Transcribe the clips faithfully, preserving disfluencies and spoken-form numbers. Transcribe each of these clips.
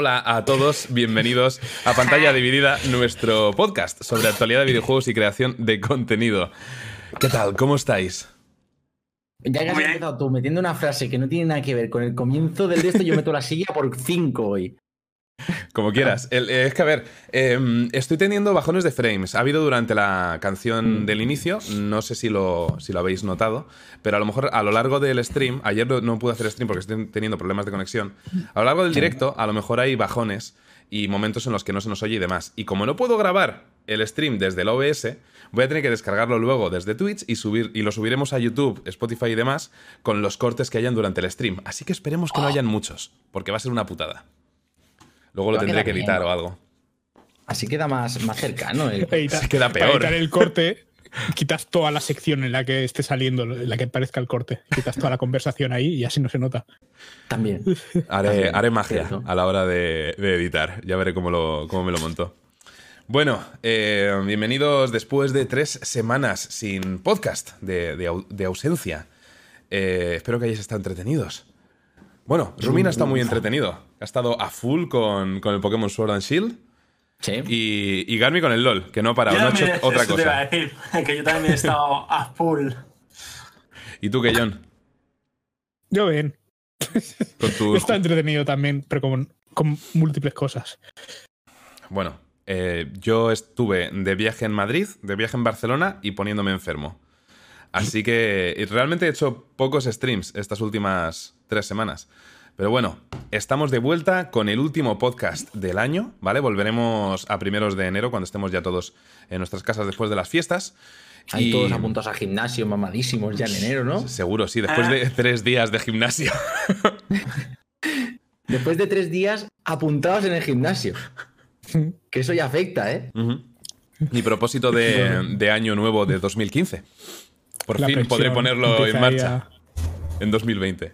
Hola a todos, bienvenidos a Pantalla Dividida, nuestro podcast sobre actualidad de videojuegos y creación de contenido. ¿Qué tal? ¿Cómo estáis? Ya que has empezado tú metiendo una frase que no tiene nada que ver con el comienzo del de esto, yo meto la silla por cinco hoy. Como quieras. El, eh, es que, a ver, eh, estoy teniendo bajones de frames. Ha habido durante la canción del inicio, no sé si lo, si lo habéis notado, pero a lo mejor a lo largo del stream, ayer no, no pude hacer stream porque estoy teniendo problemas de conexión, a lo largo del directo a lo mejor hay bajones y momentos en los que no se nos oye y demás. Y como no puedo grabar el stream desde el O B S, voy a tener que descargarlo luego desde Twitch y, subir, y lo subiremos a YouTube, Spotify y demás con los cortes que hayan durante el stream. Así que esperemos que no hayan muchos, porque va a ser una putada. Luego lo Pero tendré que bien, editar ¿no? o algo. Así queda más, más cercano. El... Edita, Se queda para peor. editar el corte, quitas toda la sección en la que esté saliendo, en la que aparezca el corte. Quitas toda la conversación ahí y así no se nota. También. Haré, También, haré magia cierto. a la hora de, de editar. Ya veré cómo, lo, cómo me lo monto. Bueno, eh, bienvenidos después de tres semanas sin podcast, de, de, au- de ausencia. Eh, espero que hayáis estado entretenidos. Bueno, Rumin ha estado muy entretenido. Ha estado a full con, con el Pokémon Sword and Shield. Sí. Y, y Garmi con el LoL, que no ha parado, Yo no ha hecho también, otra eso te iba a cosa. decir, que yo también he estado a full. ¿Y tú qué, John? Yo bien. Con tus... Está entretenido también, pero con, con múltiples cosas. Bueno, eh, yo estuve de viaje en Madrid, de viaje en Barcelona y poniéndome enfermo. Así que y realmente he hecho pocos streams estas últimas tres semanas. Pero bueno, estamos de vuelta con el último podcast del año, ¿vale? Volveremos a primeros de enero, cuando estemos ya todos en nuestras casas después de las fiestas. Hay Y- todos apuntados al gimnasio, mamadísimos ya en enero, ¿no? Seguro, sí, después de tres días de gimnasio. Después de tres días apuntados en el gimnasio. Que eso ya afecta, ¿eh? Ujú. Mi propósito de, de año nuevo de dos mil quince. Por La fin presión podré ponerlo empieza en ahí marcha a- en dos mil veinte.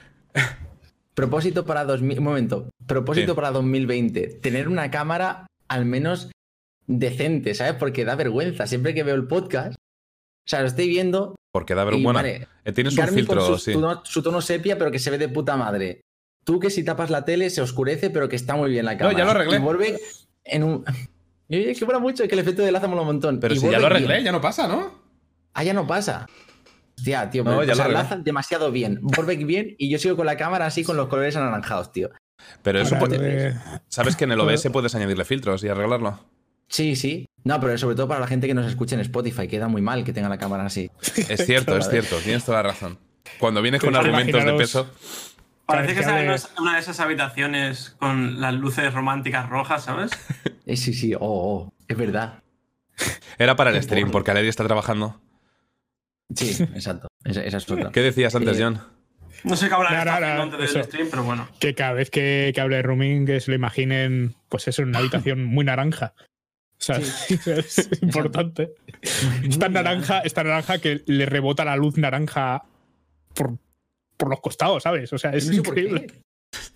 Propósito para dos mil... Un momento. Propósito Sí. para dos mil veinte. Tener una cámara al menos decente, ¿sabes? Porque da vergüenza. Siempre que veo el podcast, o sea, lo estoy viendo. Porque da Y, vergüenza. vale, Eh, Tienes un Garmin filtro, con su, sí. tono, su tono sepia, pero que se ve de puta madre. Tú que si tapas la tele se oscurece, pero que está muy bien la cámara. ya lo arreglé. Y vuelve en un... Y oye, que mola mucho, que el efecto de lazo mola un montón. Pero Y si ya vuelve lo arreglé, bien. ya no pasa, ¿no? Ah, ya no pasa. Hostia, tío, No, pero ya o sea, lo arreglé. enlazan demasiado bien. Volbeck bien y yo sigo con la cámara así con los colores anaranjados, tío. Pero eso Ahora, puede- eh, ¿Sabes que en el O B S puedes añadirle filtros y arreglarlo? Sí, sí. No, pero sobre todo para la gente que nos escucha en Spotify, queda muy mal que tenga la cámara así. Es cierto, es cierto, tienes toda la razón. Cuando vienes con Pero argumentos de imaginaros- peso... Parece que Cada vez está en una de esas habitaciones con las luces románticas rojas, ¿sabes? Eh, sí, sí, oh, oh, es verdad. Era para el stream, porque Aleria está trabajando. Sí, exacto. Esa, esa es otra. ¿Qué decías antes, Eh, John? No sé qué habrá No, no, estado no, haciendo antes del eso. stream, pero bueno. que cada vez que, que hable de rooming, que se lo imaginen, pues eso, en una habitación muy naranja. O sea, es importante. Es tan naranja, es tan naranja que le rebota la luz naranja por, por los costados, ¿sabes? O sea, es No sé por increíble. qué.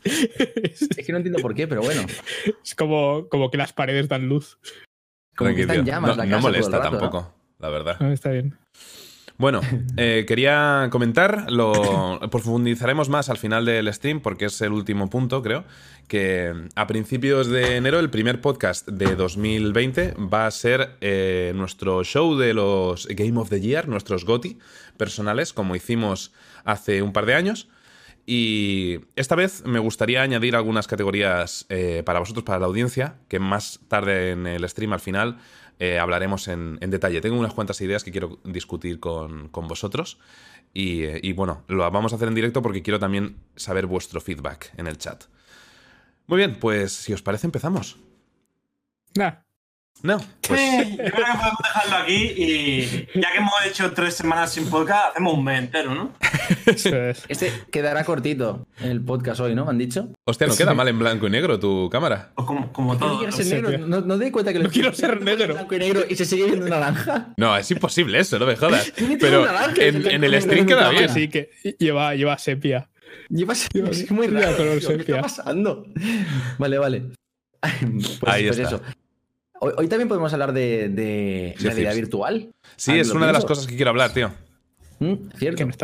Es que no entiendo por qué, pero bueno. Es como, como que las paredes dan luz. Como que está en Tranquilo. llamas No, la no casa todo el molesta rato, ¿no? tampoco, la verdad. Ah, está bien. Bueno, eh, quería comentar, lo profundizaremos más al final del stream porque es el último punto, creo, que a principios de enero el primer podcast de dos mil veinte va a ser eh, nuestro show de los Game of the Year, nuestros GOTY personales, como hicimos hace un par de años. Y esta vez me gustaría añadir algunas categorías eh, para vosotros, para la audiencia, que más tarde en el stream al final eh, hablaremos en, en detalle. Tengo unas cuantas ideas que quiero discutir con, con vosotros y, eh, y bueno, lo vamos a hacer en directo porque quiero también saber vuestro feedback en el chat. Muy bien, pues si os parece empezamos. Nah, No, pues Sí, yo creo que podemos dejarlo aquí y ya que hemos hecho tres semanas sin podcast, hacemos un mes entero, ¿no? eso es. Este quedará cortito en el podcast hoy, ¿no? ¿Me han dicho? hostia, no Sí. queda mal en blanco y negro tu cámara. O como, como No todo. quiero ¿no? ser sé, negro. tío. ¿No, no te das cuenta que No lo quiero ser negro. blanco y negro y se sigue viendo naranja? No, es imposible eso, no me jodas. Tiene todo Pero naranja, en, ese en el blanco y stream negro queda en bien. cámara. Sí, que lleva, lleva sepia. Llevas, Lleva- es muy lleva raro. color tío, ¿Qué sepia. está pasando? Vale, vale. Pues, Ahí pues está. eso. Hoy, hoy también podemos hablar de, de Sí, realidad sí. virtual. Sí, Ah, es lo una de las pienso. cosas que quiero hablar, tío. Mm, Que Cierto. no estaba.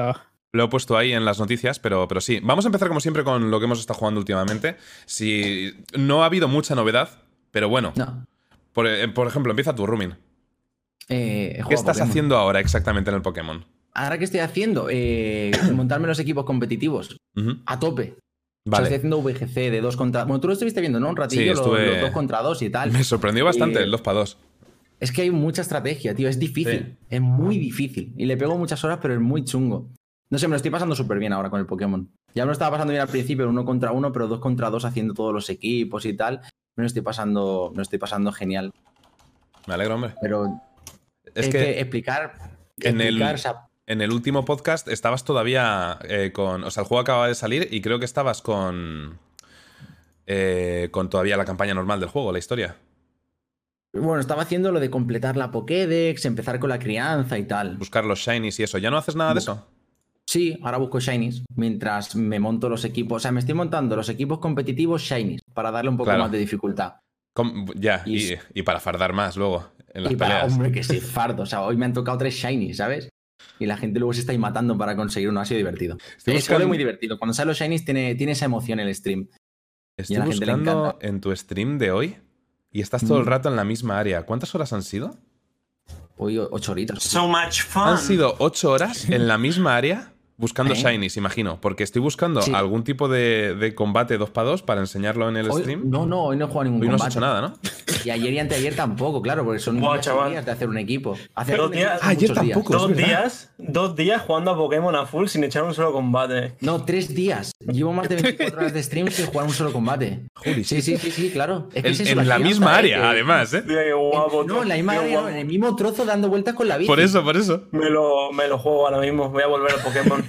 Lo he puesto ahí en las noticias, pero, pero sí. Vamos a empezar como siempre con lo que hemos estado jugando últimamente. Si no ha habido mucha novedad, pero bueno. No. Por, por ejemplo, empieza tú, Rumin. Eh, ¿Qué estás Pokémon. haciendo ahora exactamente en el Pokémon? Ahora que estoy haciendo, eh, montarme los equipos competitivos uh-huh. a tope. Vale. O sea, estoy haciendo V G C de dos contra... Bueno, tú lo estuviste viendo, ¿no? Un ratillo, sí, estuve... los, los dos contra dos y tal. Me sorprendió bastante eh, el dos para dos. Es que hay mucha estrategia, tío. Es difícil. Sí. Es muy difícil. Y le pego muchas horas, pero es muy chungo. No sé, me lo estoy pasando súper bien ahora con el Pokémon. Ya me lo estaba pasando bien al principio, en uno contra uno, pero dos contra dos haciendo todos los equipos y tal. Me lo estoy pasando, me lo estoy pasando genial. Me alegro, hombre. Pero es, es que, que explicar... En explicar el... o sea, En el último podcast estabas todavía eh, con... O sea, el juego acababa de salir y creo que estabas con... Eh, con todavía la campaña normal del juego, la historia. Bueno, estaba haciendo lo de completar la Pokédex, empezar con la crianza y tal. Buscar los shinies y eso. ¿Ya no haces nada de eso? Sí, ahora busco shinies mientras me monto los equipos. O sea, me estoy montando los equipos competitivos shinies para darle un poco claro. más de dificultad. Com ya, y, y, y para fardar más luego en las y para, peleas. Hombre, que sí, fardo. O sea, hoy me han tocado tres shinies, ¿sabes? Y la gente luego se está ahí matando para conseguir uno. Ha sido divertido. Estoy es buscando... muy divertido. Cuando salen los shinies tiene, tiene esa emoción el stream. Estoy y a la buscando gente le encanta. En tu stream de hoy y estás todo mm. el rato en la misma área. ¿Cuántas horas han sido? Hoy ocho horitas. So much fun. Han sido ocho horas en la misma área buscando ¿Eh? shinies, imagino. Porque estoy buscando sí. algún tipo de, de combate dos para dos para enseñarlo en el hoy, stream. No, no, hoy no he jugado ningún hoy combate. Hoy no has hecho nada, ¿no? Y ayer y anteayer tampoco, claro, porque son wow, muchos días de hacer un equipo. Hacer dos un días, equipo ah, ayer tampoco. Dos días, dos días jugando a Pokémon a full sin echar un solo combate. No, tres días. Llevo más de veinticuatro horas de stream sin jugar un solo combate. Juli, sí, sí, sí, sí, claro. Es que en es eso, en la, la misma área, eh, además, ¿eh? Mira qué guapo. No, en la misma área, no, en el mismo trozo dando vueltas con la bici. Por eso, por eso. Me lo, me lo juego ahora mismo. Voy a volver a Pokémon.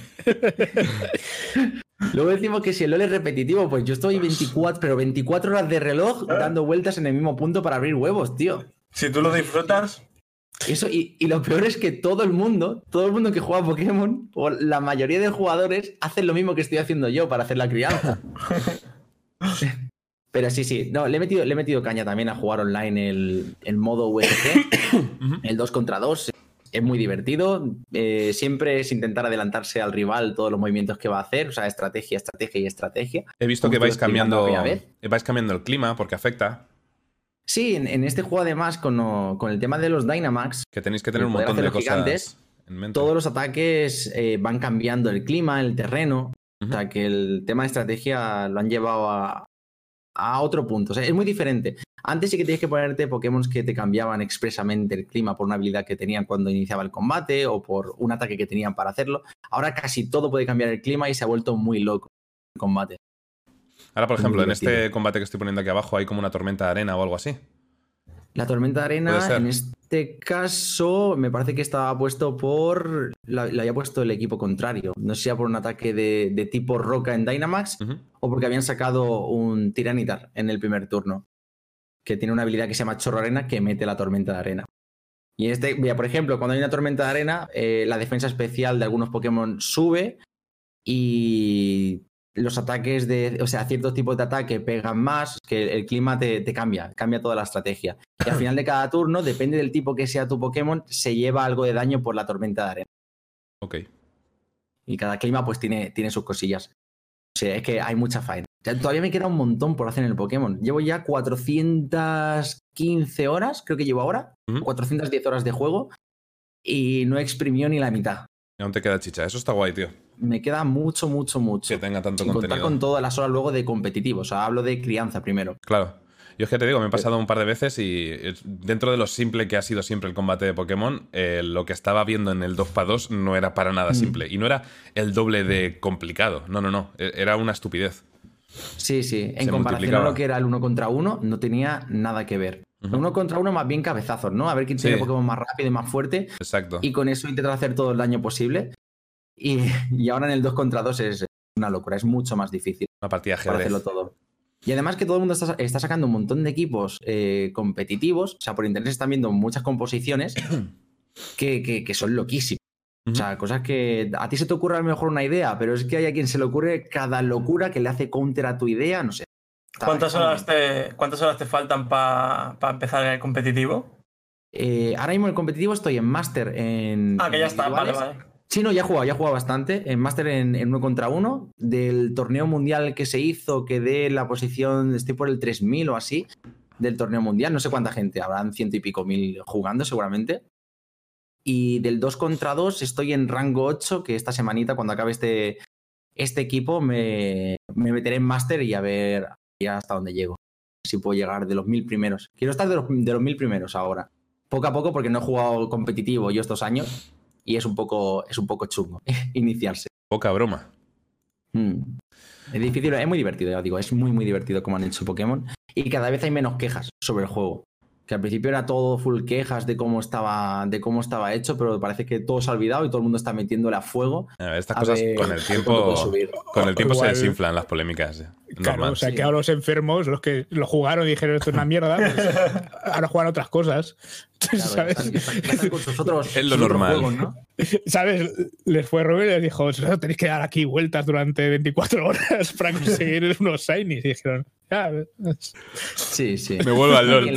Luego decimos que si el LoL es repetitivo, pues yo estoy veinticuatro, pero veinticuatro horas de reloj dando vueltas en el mismo punto para abrir huevos, tío. Si tú lo disfrutas. Eso, y, y lo peor es que todo el mundo, todo el mundo que juega a Pokémon, o la mayoría de jugadores, hacen lo mismo que estoy haciendo yo para hacer la crianza. Pero sí, sí, no, le he metido, le he metido caña también a jugar online el, el modo U F C, el dos contra dos. Es muy divertido, eh, siempre es intentar adelantarse al rival todos los movimientos que va a hacer, o sea, estrategia, estrategia y estrategia. He visto que vais cambiando, vais cambiando el clima porque afecta. Sí, en, en este juego además con, con el tema de los Dynamax, que tenéis que tener un montón de cosas gigantes, en mente. Todos los ataques eh, van cambiando el clima, el terreno, uh-huh. O sea, que el tema de estrategia lo han llevado a, a otro punto, o sea, es muy diferente. Antes sí que tenías que ponerte Pokémon que te cambiaban expresamente el clima por una habilidad que tenían cuando iniciaba el combate o por un ataque que tenían para hacerlo. Ahora casi todo puede cambiar el clima y se ha vuelto muy loco el combate. Ahora, por ejemplo, en este combate que estoy poniendo aquí abajo hay como una tormenta de arena o algo así. La tormenta de arena, en este caso, me parece que estaba puesto por... Lo había puesto el equipo contrario. No sé si era por un ataque de, de tipo roca en Dynamax uh-huh. o porque habían sacado un Tiranitar en el primer turno, que tiene una habilidad que se llama Chorro Arena que mete la tormenta de arena. Y en este, mira, por ejemplo, cuando hay una tormenta de arena, eh, la defensa especial de algunos Pokémon sube y los ataques de, o sea, ciertos tipos de ataque pegan más, que el clima te, te cambia, cambia toda la estrategia. Y al final de cada turno, depende del tipo que sea tu Pokémon, se lleva algo de daño por la tormenta de arena. Ok. Y cada clima pues tiene, tiene sus cosillas. O sea, es que hay mucha faena. O sea, todavía me queda un montón por hacer en el Pokémon. Llevo ya cuatrocientas quince horas, creo que llevo ahora, uh-huh. cuatrocientas diez horas de juego y no he exprimido ni la mitad. Y aún te queda chicha. Eso está guay, tío. Me queda mucho, mucho, mucho. Que tenga tanto Sin contenido. Contar con todas las horas luego de competitivo. O sea, hablo de crianza primero. Claro. Yo es que te digo, me he pasado un par de veces y dentro de lo simple que ha sido siempre el combate de Pokémon, eh, lo que estaba viendo en el dos para dos no era para nada simple. Mm. Y no era el doble de complicado. No, no, no. Era una estupidez. Sí, sí. En comparación a lo que era el uno contra uno, no tenía nada que ver. Uh-huh. Uno contra uno más bien cabezazos, ¿no? A ver quién tiene sí. Pokémon más rápido y más fuerte. Exacto. Y con eso intentar hacer todo el daño posible. Y, y ahora en el dos contra dos es una locura. Es mucho más difícil. Una partida de para hacerlo todo. Y además que todo el mundo está, está sacando un montón de equipos eh, competitivos. O sea, por internet se están viendo muchas composiciones que, que, que son loquísimas. Uh-huh. O sea, cosas que a ti se te ocurre a lo mejor una idea, pero es que hay a quien se le ocurre cada locura que le hace counter a tu idea, no sé. ¿Cuántas horas te, ¿Cuántas horas te faltan para pa empezar en el competitivo? Eh, ahora mismo en el competitivo estoy en Master en... Ah, que ya está, vale, vale. Sí, no, ya he jugado, ya he jugado bastante. En Master en, en uno contra uno. Del torneo mundial que se hizo, quedé la posición, estoy por el tres mil o así, del torneo mundial. No sé cuánta gente, habrán ciento y pico mil jugando seguramente. Y del dos contra dos estoy en rango ocho, que esta semanita, cuando acabe este, este equipo, me, me meteré en Master y a ver ya hasta dónde llego. Si puedo llegar de los mil primeros. Quiero estar de los, de los mil primeros ahora. Poco a poco, porque no he jugado competitivo yo estos años. Y es un poco, es un poco chungo iniciarse. Poca broma. Mm. Es difícil, es muy divertido, ya digo. Es muy, muy divertido como han hecho Pokémon. Y cada vez hay menos quejas sobre el juego. Que al principio era todo full quejas de cómo estaba, de cómo estaba hecho, pero parece que todo se ha olvidado y todo el mundo está metiéndole a fuego. A estas a cosas con el tiempo, con el tiempo se desinflan las polémicas. Claro, normal. O sea, sí. que ahora los enfermos, los que lo jugaron y dijeron esto es una mierda, pues ahora juegan otras cosas. Claro, ¿sabes? Están, están, están con sus otros, es lo sus normal. Otros juegos, ¿no? ¿Sabes? Les fue Rubén y les dijo, tenéis que dar aquí vueltas durante veinticuatro horas para conseguir unos shinies. Y dijeron, ya. Sí, sí. Me vuelvo al LOL.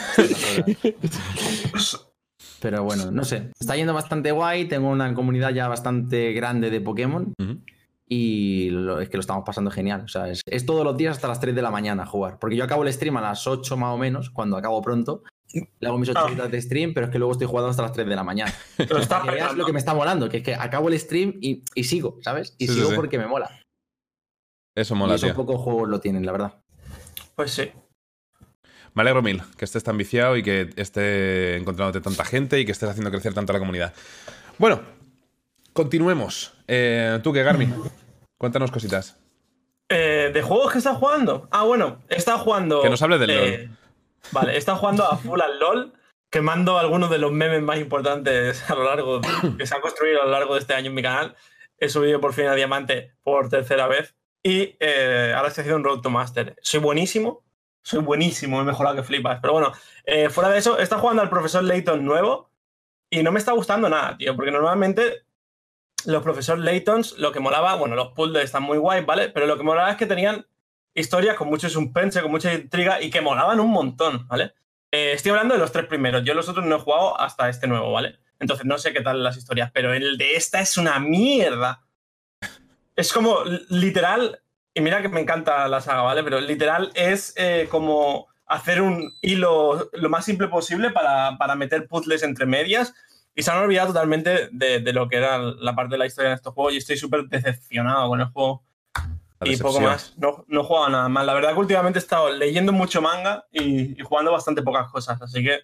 Pero bueno, no sé. Está yendo bastante guay. Tengo una comunidad ya bastante grande de Pokémon. Uh-huh. Y lo, es que lo estamos pasando genial. O sea, es, es todos los días hasta las tres de la mañana jugar. Porque yo acabo el stream a las ocho más o menos, cuando acabo pronto. Le hago mis ocho horitas de stream, pero es que luego estoy jugando hasta las tres de la mañana. Pero está que veas lo que me está molando, que es que acabo el stream y, y sigo, ¿sabes? Y sí, sigo sí, sí. porque me mola. Eso mola, y eso tío. Pocos juegos lo tienen, la verdad. Pues sí. Me alegro mil que estés tan viciado y que esté encontrándote tanta gente y que estés haciendo crecer tanto la comunidad. Bueno, continuemos. Eh, ¿Tú qué, Garmin? Cuéntanos cositas. Eh, ¿De juegos que estás jugando? Ah, bueno, he estado jugando... Que nos hables del eh, LoL. Vale, he estado jugando a full al LoL, quemando algunos de los memes más importantes a lo largo de, que se han construido a lo largo de este año en mi canal. He subido por fin a Diamante por tercera vez y eh, ahora estoy haciendo un Road to Master. Soy buenísimo, soy buenísimo, he mejorado que flipas. Pero bueno, eh, fuera de eso, he estado jugando al Profesor Layton nuevo y no me está gustando nada, tío, porque normalmente los Profesor Laytons, lo que molaba, bueno, los puzzles están muy guay, ¿vale? Pero lo que molaba es que tenían historias con mucho suspense, con mucha intriga y que molaban un montón, ¿vale? Eh, estoy hablando de los tres primeros. Yo los otros no he jugado hasta este nuevo, ¿vale? Entonces no sé qué tal las historias, pero el de esta es una mierda. Es como, literal, y mira que me encanta la saga, ¿vale? Pero literal es eh, como hacer un hilo lo más simple posible para, para meter puzzles entre medias y se han olvidado totalmente de, de lo que era la parte de la historia de estos juegos y estoy súper decepcionado con el juego. Y poco más, no, no he jugado nada más. La verdad que últimamente he estado leyendo mucho manga y, y jugando bastante pocas cosas, así que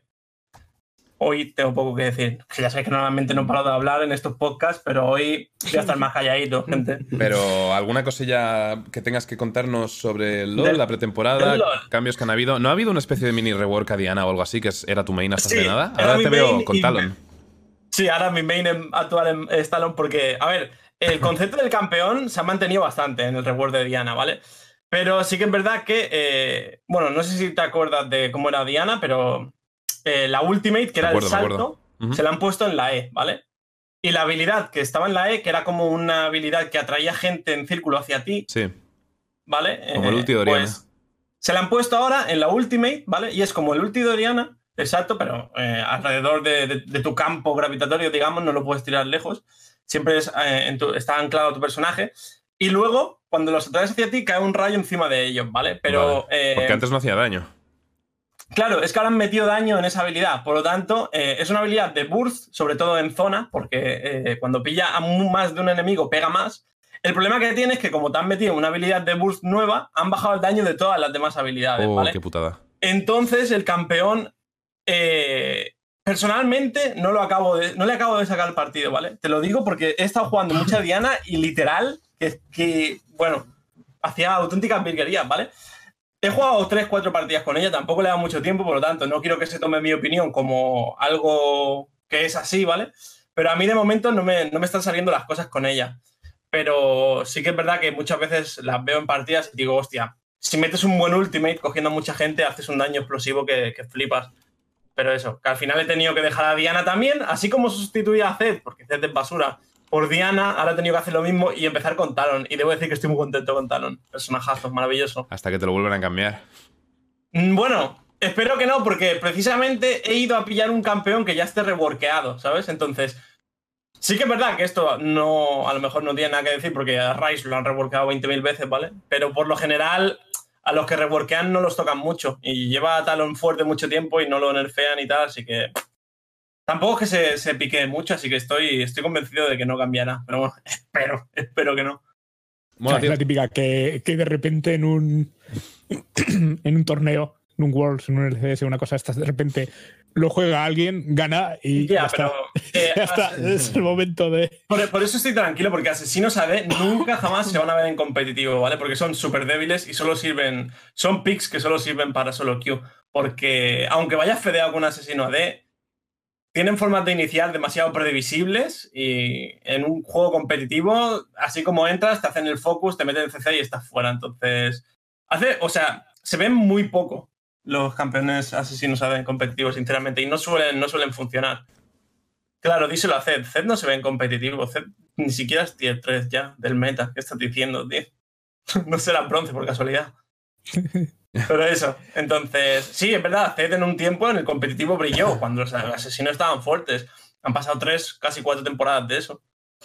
hoy tengo poco que decir. Que ya sabéis que normalmente no paro de hablar en estos podcasts, pero hoy voy a estar más calladito, gente. Pero ¿alguna cosilla que tengas que contarnos sobre el LoL, del, la pretemporada, cambios que han habido? ¿No ha habido una especie de mini rework a Diana o algo así, que era tu main hasta sí, hace nada? Ahora te veo con Talon. Sí, ahora mi main actual es Talon porque, a ver, el concepto del campeón se ha mantenido bastante en el rework de Diana, ¿vale? Pero sí que es verdad que, eh, bueno, no sé si te acuerdas de cómo era Diana, pero eh, la Ultimate, que era acuerdo, el salto, uh-huh. se la han puesto en la E, ¿vale? Y la habilidad que estaba en la E, que era como una habilidad que atraía gente en círculo hacia ti, sí. ¿vale? Como eh, el ulti de Oriana. Pues, se la han puesto ahora en la Ultimate, ¿vale? Y es como el ulti de Oriana, exacto, pero eh, alrededor de, de, de tu campo gravitatorio, digamos, no lo puedes tirar lejos. Siempre es, eh, en tu, está anclado a tu personaje. Y luego, cuando los atraes hacia ti, cae un rayo encima de ellos, ¿vale? Pero. Vale. Porque eh, antes no hacía daño. Claro, es que ahora han metido daño en esa habilidad. Por lo tanto, eh, es una habilidad de burst, sobre todo en zona, porque eh, cuando pilla a más de un enemigo, pega más. El problema que tiene es que, como te han metido una habilidad de burst nueva, han bajado el daño de todas las demás habilidades, oh, ¿vale? Qué putada. Entonces, el campeón. Eh, Personalmente no, lo acabo de, no le acabo de sacar el partido, ¿vale? Te lo digo porque he estado jugando mucha Diana y literal, que, que bueno, hacía auténticas virguerías, ¿vale? He jugado tres, cuatro partidas con ella, tampoco le he dado mucho tiempo, por lo tanto, no quiero que se tome mi opinión como algo que es así, ¿vale? Pero a mí de momento no me, no me están saliendo las cosas con ella. Pero sí que es verdad que muchas veces las veo en partidas y digo, hostia, si metes un buen ultimate cogiendo a mucha gente, haces un daño explosivo que, que flipas. Pero eso, que al final he tenido que dejar a Diana también, así como sustituí a Zed, porque Zed es basura, por Diana, ahora he tenido que hacer lo mismo y empezar con Talon. Y debo decir que estoy muy contento con Talon. Personajazo, maravilloso. Hasta que te lo vuelvan a cambiar. Bueno, espero que no, porque precisamente he ido a pillar un campeón que ya esté reworkeado, ¿sabes? Entonces, Sí que es verdad que esto no, a lo mejor no tiene nada que decir porque a Ryze lo han reworkado veinte mil veces, ¿vale? Pero por lo general a los que reworkean no los tocan mucho y lleva a Talon fuerte mucho tiempo y no lo nerfean y tal, así que tampoco es que se, se pique mucho, así que estoy, estoy convencido de que no cambiará. Pero bueno, espero, espero que no. Bueno, es la típica que, que de repente en un en un torneo, en un Worlds, en un L C S, una cosa esta, de repente lo juega alguien, gana y ya, ya pero, está. Eh, ya está. Es el momento de... Por, por eso estoy tranquilo, porque Asesinos A D nunca jamás se van a ver en competitivo, ¿vale? Porque son súper débiles y solo sirven... Son picks que solo sirven para solo queue. Porque aunque vayas fedeado con un Asesino A D, tienen formas de iniciar demasiado previsibles y en un juego competitivo, así como entras, te hacen el focus, te meten el C C y estás fuera. Entonces, hace, o sea, se ven muy poco los campeones asesinos A D en competitivo, sinceramente, y no suelen, no suelen funcionar. Claro, díselo a Zed. Zed no se ve en competitivo. Zed ni siquiera es tier tres ya del meta. ¿Qué estás diciendo, tío? No será bronce por casualidad. Pero eso, entonces, sí, es verdad, Zed en un tiempo en el competitivo brilló cuando los asesinos estaban fuertes. Han pasado tres, casi cuatro temporadas de eso.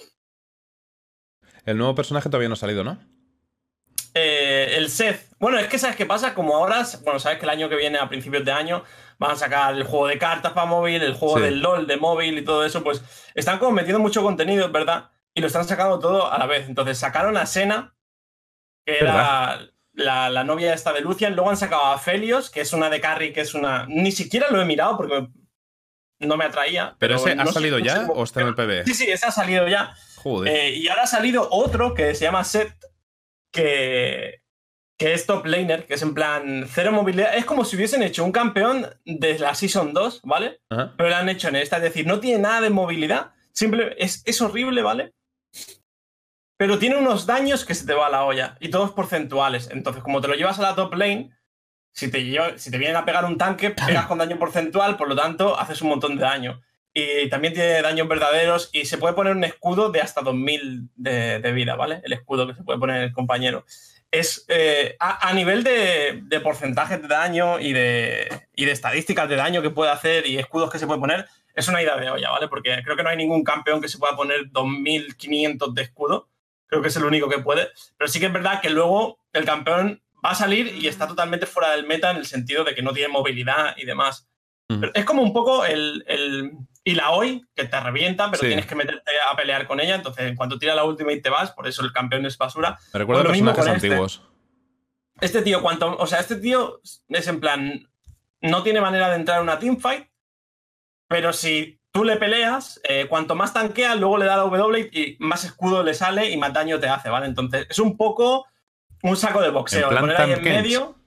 El nuevo personaje todavía no ha salido, ¿no? Eh, el Seth. Bueno, es que ¿sabes qué pasa? Como ahora, bueno, sabes que el año que viene, a principios de año, van a sacar el juego de cartas para móvil, el juego sí. del LoL de móvil y todo eso, pues están como metiendo mucho contenido, ¿verdad? Y lo están sacando todo a la vez. Entonces sacaron a Senna, que era... La, la novia esta de Lucian. Luego han sacado a Felios, que es una de carry, que es una... Ni siquiera lo he mirado porque no me atraía. ¿Pero, pero ese no ha sé, salido no ya sé cómo... o está en el P B? Sí, sí, ese ha salido ya. Joder. Eh, y ahora ha salido otro que se llama Seth, que, que es top laner, que es en plan cero movilidad. Es como si hubiesen hecho un campeón de la Season dos, ¿vale? Ajá. Pero lo han hecho en esta. Es decir, no tiene nada de movilidad. Simple, es, es horrible, ¿vale? Pero tiene unos daños que se te va a la olla. Y todos porcentuales. Entonces, como te lo llevas a la top lane, si te, lleva, si te vienen a pegar un tanque, pegas con daño porcentual, por lo tanto, haces un montón de daño. Y también tiene daños verdaderos y se puede poner un escudo de hasta dos mil de, de vida, ¿vale? El escudo que se puede poner el compañero. Es eh, a, a nivel de, de porcentajes de daño y de, y de estadísticas de daño que puede hacer y escudos que se puede poner, es una idea de olla, ¿vale? Porque creo que no hay ningún campeón que se pueda poner dos mil quinientos de escudo. Creo que es el único que puede. Pero sí que es verdad que luego el campeón va a salir y está totalmente fuera del meta en el sentido de que no tiene movilidad y demás. Mm. Pero es como un poco el, el Illaoi, que te revienta, pero sí. tienes que meterte a pelear con ella. Entonces, en cuanto tira la última y te vas, por eso el campeón es basura. Me recuerda a personajes antiguos. Este, este tío, cuanto, o sea, este tío es en plan, no tiene manera de entrar en una teamfight, pero si tú le peleas, eh, cuanto más tanquea, luego le da la W y más escudo le sale y más daño te hace, ¿vale? Entonces, es un poco un saco de boxeo. En poner ahí en medio.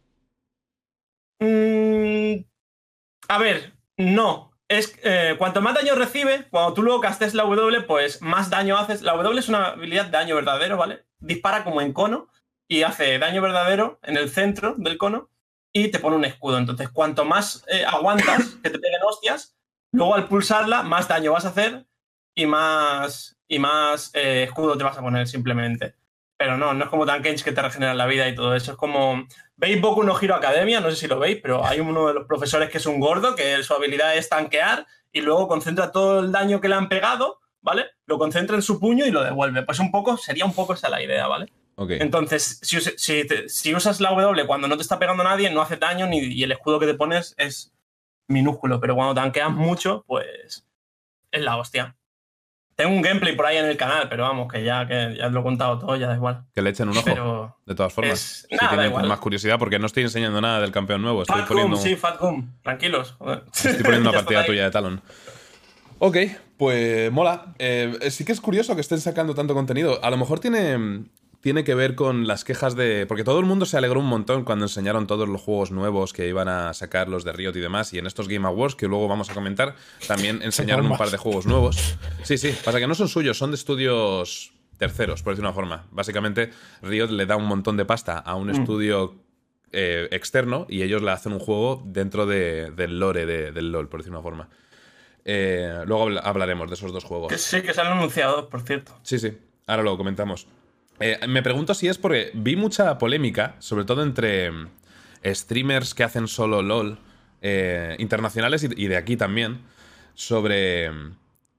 Mm, a ver, no. Es eh, cuanto más daño recibe, cuando tú luego castes la W, pues más daño haces. La W es una habilidad de daño verdadero, ¿vale? Dispara como en cono y hace daño verdadero en el centro del cono y te pone un escudo. Entonces, cuanto más eh, aguantas que te peguen hostias, luego al pulsarla, más daño vas a hacer y más, y más eh, escudo te vas a poner simplemente. Pero no, no es como Tankench que te regenera la vida y todo eso. Es como... ¿Veis Boku no Hero Academia? No sé si lo veis, pero hay uno de los profesores que es un gordo, que su habilidad es tanquear y luego concentra todo el daño que le han pegado, ¿vale? Lo concentra en su puño y lo devuelve. Pues un poco, sería un poco esa la idea, ¿vale? Okay. Entonces, si, si, te, si usas la W cuando no te está pegando nadie, no hace daño ni, y el escudo que te pones es minúsculo, pero cuando tanqueas mucho, pues es la hostia. Tengo un gameplay por ahí en el canal, pero vamos, que ya, que ya lo he contado todo, ya da igual. Que le echen un ojo, pero de todas formas. Es... Si nada, tienen más curiosidad, porque no estoy enseñando nada del campeón nuevo. Estoy Fat poniendo... Gum, sí, Fat Gum. Tranquilos. Joder. Estoy poniendo una partida tuya de Talon. Ok, pues mola. Eh, sí que es curioso que estén sacando tanto contenido. A lo mejor tiene... Tiene que ver con las quejas de... Porque todo el mundo se alegró un montón cuando enseñaron todos los juegos nuevos que iban a sacar los de Riot y demás. Y en estos Game Awards, que luego vamos a comentar, también enseñaron un par de juegos nuevos. Sí, sí. Pasa que no son suyos, son de estudios terceros, por decir una forma. Básicamente, Riot le da un montón de pasta a un mm. estudio eh, externo y ellos le hacen un juego dentro de, del lore de, del LoL, por decir una forma. Eh, luego hablaremos de esos dos juegos. Que sí, que se han anunciado, por cierto. Sí, sí. Ahora lo comentamos. Eh, me pregunto si es porque vi mucha polémica, sobre todo entre streamers que hacen solo LoL, eh, internacionales y, y de aquí también, sobre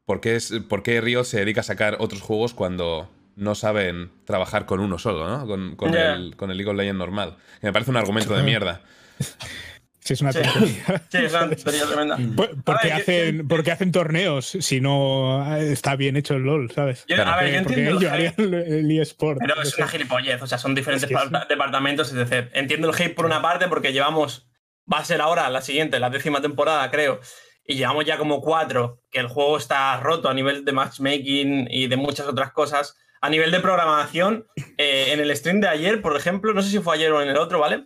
¿por qué, es, ¿por qué Riot se dedica a sacar otros juegos cuando no saben trabajar con uno solo, ¿no? Con, con, yeah. el, con el League of Legends normal. Que me parece un argumento de mierda. Sí, es una tontería. Sí, es una tontería tremenda. ¿Por, por, qué hacen, ¿Por qué hacen torneos si no está bien hecho el LoL, sabes? Yo, a ver, yo entiendo porque yo haría el, el eSport. Pero es una gilipollez, o sea, son diferentes es que es... departamentos, es decir, entiendo el hate por una parte porque llevamos, va a ser ahora la siguiente, la décima temporada, creo, y llevamos ya como cuatro, que el juego está roto a nivel de matchmaking y de muchas otras cosas. A nivel de programación, eh, en el stream de ayer, por ejemplo, no sé si fue ayer o en el otro, ¿vale?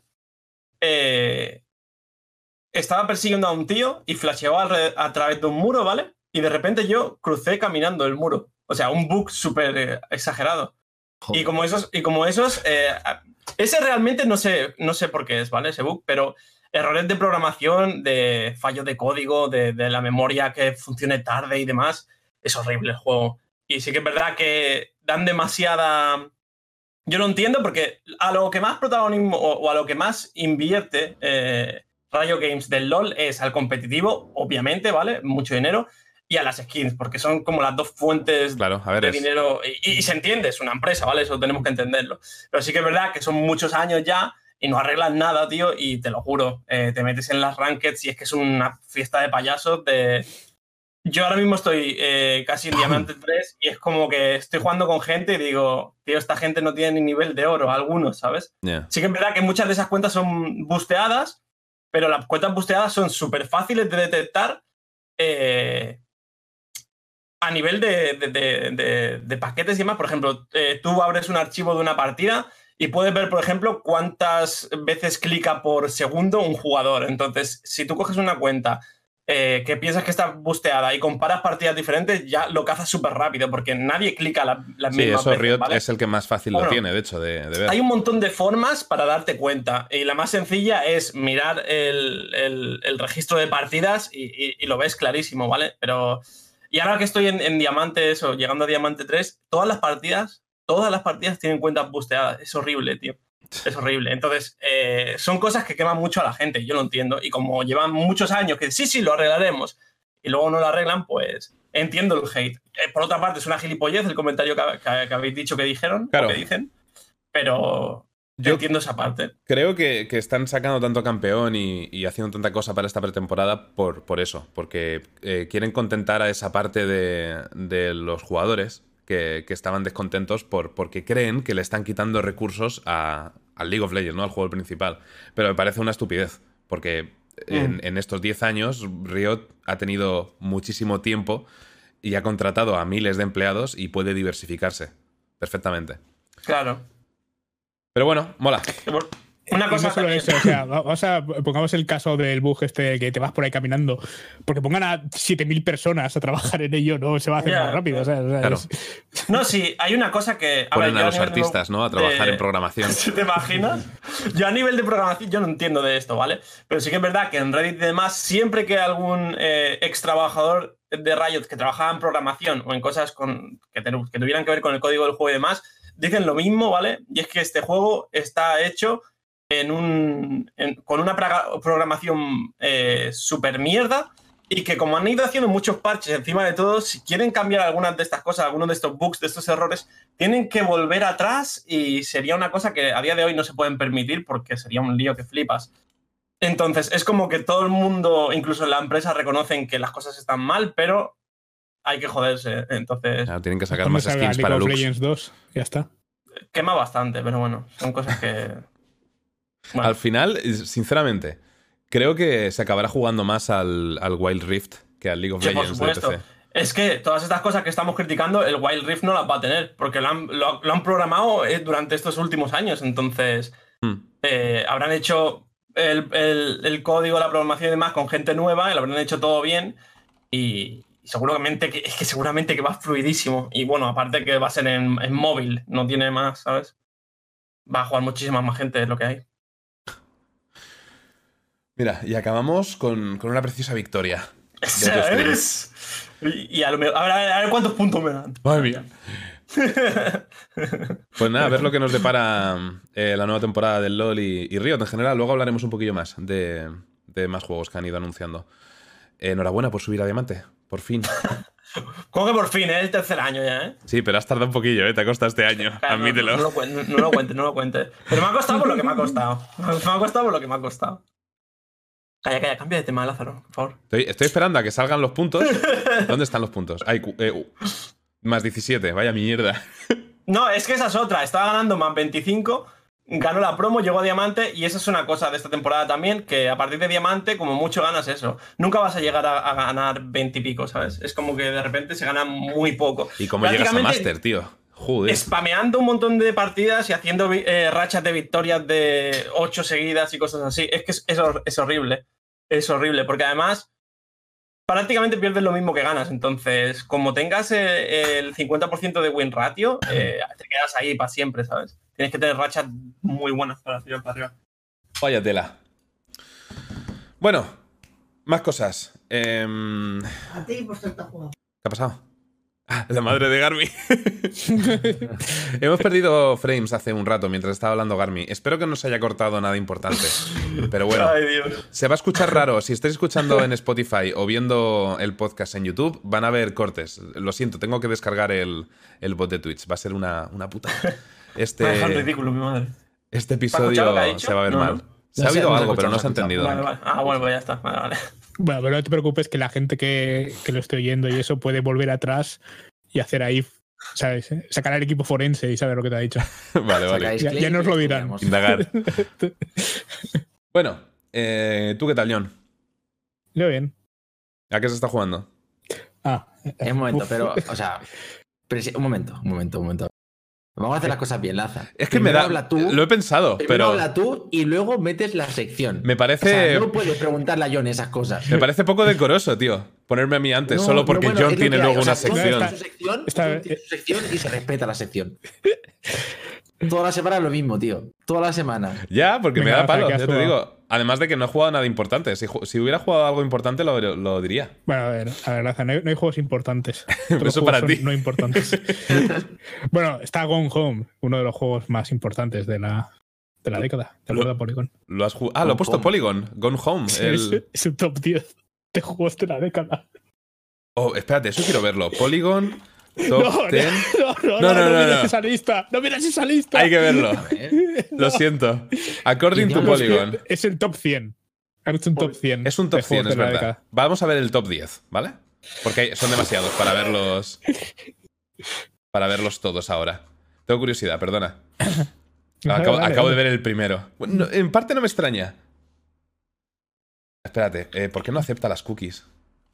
Eh, estaba persiguiendo a un tío y flasheó a, a través de un muro, ¿vale? Y de repente yo crucé caminando el muro. O sea, un bug súper eh, exagerado. Joder. Y como esos, y como esos eh, ese realmente no sé, no sé por qué es, ¿vale? Ese bug, pero errores de programación, de fallo de código, de, de la memoria que funcione tarde y demás, es horrible el juego. Y sí que es verdad que dan demasiada... Yo lo entiendo porque a lo que más protagonismo o, o a lo que más invierte eh, Riot Games del LoL es al competitivo, obviamente, ¿vale? Mucho dinero, y a las skins, porque son como las dos fuentes claro, a ver, de es... dinero. Y, y se entiende, es una empresa, ¿vale? Eso tenemos que entenderlo. Pero sí que es verdad que son muchos años ya y no arreglan nada, tío, y te lo juro, eh, te metes en las rankeds y es que es una fiesta de payasos de... Yo ahora mismo estoy eh, casi en Diamante tres y es como que estoy jugando con gente y digo, tío, esta gente no tiene ni nivel de oro, algunos, ¿sabes? Yeah. Sí que es verdad que muchas de esas cuentas son busteadas, pero las cuentas busteadas son súper fáciles de detectar eh, a nivel de, de, de, de, de paquetes y demás. Por ejemplo, eh, tú abres un archivo de una partida y puedes ver, por ejemplo, cuántas veces clica por segundo un jugador. Entonces, si tú coges una cuenta... Eh, que piensas que está busteada y comparas partidas diferentes, ya lo cazas súper rápido porque nadie clica la, las sí, mismas eso veces, Riot ¿vale? Es el que más fácil bueno, lo tiene, de hecho, de, de ver. Hay un montón de formas para darte cuenta y la más sencilla es mirar el, el, el registro de partidas y, y, y lo ves clarísimo, ¿vale? Pero... Y ahora que estoy en, en Diamante, eso, llegando a Diamante tres, todas las partidas, todas las partidas tienen cuentas busteadas. Es horrible, tío. Es horrible. Entonces, eh, son cosas que queman mucho a la gente, yo lo entiendo. Y como llevan muchos años que sí, sí, lo arreglaremos, y luego no lo arreglan, pues entiendo el hate. Eh, por otra parte, es una gilipollez el comentario que, que, que habéis dicho que dijeron, claro. que dicen, pero yo, yo entiendo esa parte. Creo que, que están sacando tanto campeón y, y haciendo tanta cosa para esta pretemporada por, por eso, porque eh, quieren contentar a esa parte de, de los jugadores que, que estaban descontentos por, porque creen que le están quitando recursos a, al League of Legends, ¿no? Al juego principal. Pero me parece una estupidez, porque mm. en, en estos diez años Riot ha tenido muchísimo tiempo y ha contratado a miles de empleados y puede diversificarse perfectamente. Claro. Pero bueno, mola. Una cosa no solo eso, o sea, vamos a, pongamos el caso del bug este que te vas por ahí caminando, porque pongan a siete mil personas a trabajar en ello, no se va a hacer yeah, más rápido. O sea, o sea, claro. es... No, sí, hay una cosa que... A Ponen ver, a los a artistas, de... ¿no? A trabajar de... en programación. ¿Te imaginas? Yo a nivel de programación yo no entiendo de esto, ¿vale? Pero sí que es verdad que en Reddit y demás, siempre que algún eh, ex trabajador de Riot que trabajaba en programación o en cosas con, que, ten, que tuvieran que ver con el código del juego y demás, dicen lo mismo, ¿vale? Y es que este juego está hecho... En un, en, con una programación eh, súper mierda y que como han ido haciendo muchos parches encima de todo, si quieren cambiar algunas de estas cosas, algunos de estos bugs, de estos errores, tienen que volver atrás y sería una cosa que a día de hoy no se pueden permitir porque sería un lío que flipas. Entonces es como que todo el mundo, incluso en la empresa, reconocen que las cosas están mal, pero hay que joderse. Entonces claro, tienen que sacar más skins para Lux. Legends dos, ya está. Quema bastante, pero bueno, son cosas que... Bueno. Al final, sinceramente, creo que se acabará jugando más al, al Wild Rift que al League of sí, Legends por de P C. Es que todas estas cosas que estamos criticando, el Wild Rift no las va a tener, porque lo han, lo, lo han programado durante estos últimos años. Entonces, hmm. eh, habrán hecho el, el, el código, la programación y demás con gente nueva, y lo habrán hecho todo bien, y, y seguramente que, es que seguramente que va fluidísimo. Y bueno, aparte que va a ser en, en móvil, no tiene más, ¿sabes? Va a jugar muchísima más gente, es lo que hay. Mira, y acabamos con, con una preciosa victoria. ¿Sabes? Y, y a, lo mejor, a, ver, a, ver, a ver cuántos puntos me dan. Madre mía. Pues nada, a ver lo que nos depara eh, la nueva temporada del LoL y, y Riot en general. Luego hablaremos un poquillo más de, de más juegos que han ido anunciando. enhorabuena por subir a diamante. Por fin. ¿Cómo que por fin? Es el tercer año ya, ¿eh? Sí, pero has tardado un poquillo, ¿eh? Te ha costado este año. Claro, admítelo. No, no, no, lo cuentes, no lo cuentes, no lo cuentes. Pero me ha costado por lo que me ha costado. Me ha costado por lo que me ha costado. Calla, calla, cambia de tema, Lázaro, por favor. Estoy, estoy esperando a que salgan los puntos. ¿Dónde están los puntos? Ay, eh, más diecisiete, vaya mierda. No, es que esa es otra. Estaba ganando más veinticinco, ganó la promo, llegó a diamante, y esa es una cosa de esta temporada también, que a partir de diamante, como mucho ganas eso. Nunca vas a llegar a, a ganar veinte y pico, ¿sabes? Es como que de repente se gana muy poco. ¿Y cómo llegas a Master, tío? Joder. Spameando un montón de partidas y haciendo eh, rachas de victorias de ocho seguidas y cosas así. Es que es, es, es horrible. Es horrible, porque además prácticamente pierdes lo mismo que ganas. Entonces, como tengas eh, el cincuenta por ciento de win ratio, eh, te quedas ahí para siempre, ¿sabes? Tienes que tener rachas muy buenas para tirar para arriba. Vaya tela. Bueno, más cosas. Eh... A ti por ser tan jugado. ¿Qué ha pasado? Ah, la madre de Garmi. Hemos perdido frames hace un rato mientras estaba hablando Garmi. Espero que no se haya cortado nada importante. Pero bueno, Ay, Dios. Se va a escuchar raro. Si estáis escuchando en Spotify o viendo el podcast en YouTube, van a haber cortes. Lo siento, tengo que descargar el, el bot de Twitch. Va a ser una, una puta. Este, Me ha dejado ridículo, mi madre. este ¿Has escuchado lo que ha episodio dicho? se va a ver No, mal. no. Se No ha sé, oído no se algo, ha pero no escuchado, se ha entendido. Vale, vale. Ah, bueno, pues ya está. Vale, vale. Bueno, pero no te preocupes que la gente que, que lo esté oyendo y eso puede volver atrás y hacer ahí, ¿sabes? Sacar al equipo forense y saber lo que te ha dicho. Vale, vale. Sacáis Ya, clip ya nos lo y dirán. vemos. Indagar. Bueno, eh, ¿tú qué tal, John? Yo bien. ¿A qué se está jugando? Ah, Es un momento, uf. pero, o sea, presi- un momento, un momento, un momento. Vamos a hacer las cosas bien, Laza. Es que me Primero da... habla tú, Lo he pensado, primero pero... habla tú y luego metes la sección. Me parece... O sea, no puedes preguntarle a John esas cosas. Me parece poco decoroso, tío. Ponerme a mí antes, No, solo porque no, bueno, John es lo tiene que hay. luego O sea, una John sección. tiene su sección, Está- John tiene su sección y se respeta la sección. Toda la semana lo mismo, tío. Toda la semana. Ya, porque Venga, me da Rafa, palo, ¿qué has ya te jugado? digo. Además de que no he jugado nada importante. Si, ju- si hubiera jugado algo importante, lo, lo diría. Bueno, a ver, a ver, Laza, no hay, no hay juegos importantes. Todos Eso los para juegos ti. son no importantes. Bueno, está Gone Home, uno de los juegos más importantes de la, de la década, de Lo- la Polygon. Lo has jugado. Ah, lo he puesto Home. Polygon. Gone Home. Es, El... es un top diez de juegos de la década. Oh, espérate, eso quiero verlo. Polygon, top No, diez. no, no, no, No, no, no, no, mires no. esa lista. No mires esa lista. Hay que verlo. A ver. Lo siento. According to Digamos Polygon. Es el top cien. Es un top cien. Es un top de juegos cien, es de la verdad. década. Vamos a ver el top diez, ¿vale? Porque hay- son demasiados para verlos. Para verlos todos ahora. Tengo curiosidad, perdona. Acabo, Vale, acabo de vale. ver el primero. Bueno, no, en parte no me extraña. Espérate, eh, ¿por qué no acepta las cookies?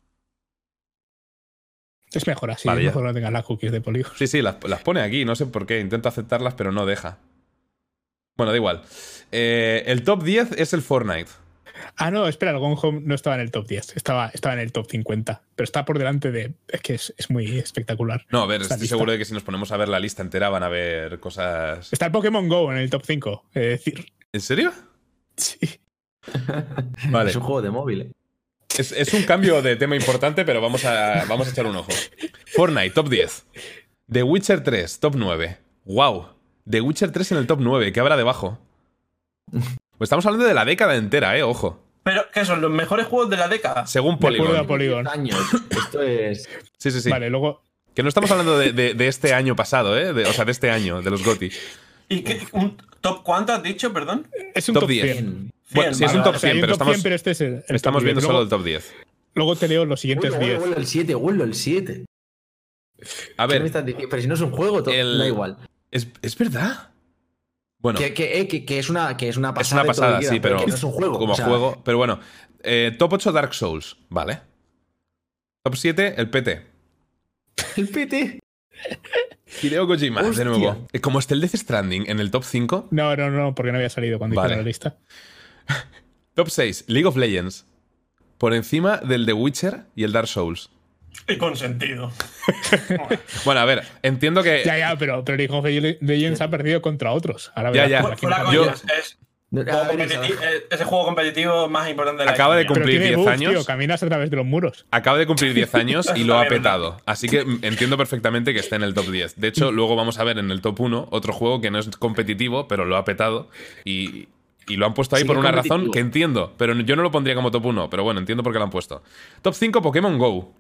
Es mejor así, Vale, es ya. mejor no tengas las cookies de Polygon. Sí, sí, las, las pone aquí. No sé por qué. Intento aceptarlas, pero no deja. Bueno, da igual. Eh, el top diez es el Fortnite. Ah, no, espera, el Gone Home no estaba en el top diez, estaba, estaba en el top cincuenta, pero está por delante de... Es que es, es muy espectacular. No, a ver, Esta estoy lista. seguro de que si nos ponemos a ver la lista entera van a ver cosas... Está el Pokémon Go en el top cinco, es decir... ¿En serio? Sí. Vale. Es un juego de móvil. ¿eh? Es, es un cambio de tema importante, pero vamos a, vamos a echar un ojo. Fortnite, top diez. The Witcher tres, top nueve. ¡Wow! The Witcher tres en el top nueve. ¿Qué habrá debajo? Pues estamos hablando de la década entera, ¿eh? Ojo. Pero, ¿qué son los mejores juegos de la década? Según De acuerdo a Polygon. Polygon. diez años. Esto es. Sí, sí, sí. Vale, luego... Que no estamos hablando de, de- de este año pasado, ¿eh? De- o sea, de este año, de los GOTY. ¿Y qué, un top cuánto has dicho, perdón? Es un Top top, diez. cien. Bien. Bueno, sí, es un vale, top O sea, hay cien, un pero top estamos, cien, pero este es el, el estamos top viendo diez. solo Luego, el top diez. luego te leo los siguientes Huelo, diez. huelo, huelo el siete, huelo el siete. A ¿Qué me ver, estás diciendo? Pero si no es un juego, to- el- da igual. es, es verdad. Bueno, Que, que, eh, que, que es una, que es una es pasada. una y todo lo pasada, que sí, quieras, pero que no es un juego. como o sea, juego. Pero bueno, eh, top ocho Dark Souls, vale. Top siete, el P T. El P T. Hideo Kojima, Hostia. de nuevo. Eh, Como está el Death Stranding en el top cinco. No, no, no, porque no había salido cuando Vale. hice la lista. Top seis, League of Legends. Por encima del The Witcher y el Dark Souls. Y con sentido. Bueno, a ver, entiendo que... Ya, ya, pero, pero League of Legends ha perdido contra otros. Ahora Ya, verás ya. por aquí. Fuera Yo- coñas, es No, juego a ver, competitivo- Isa, es el juego competitivo más importante de la Acaba de historia. Pero cumplir tiene diez bugs, años. tío, caminas a través de los muros. Acaba de cumplir diez años y lo ha Está bien, petado. Así que mm, entiendo perfectamente que esté en el top diez. De hecho, luego vamos a ver en el top uno otro juego que no es competitivo, pero lo ha petado. Y, Y lo han puesto ahí Sí, por que una competitivo. razón que entiendo, pero yo no lo pondría como top uno, pero bueno, entiendo por qué lo han puesto. Top cinco, Pokémon Go.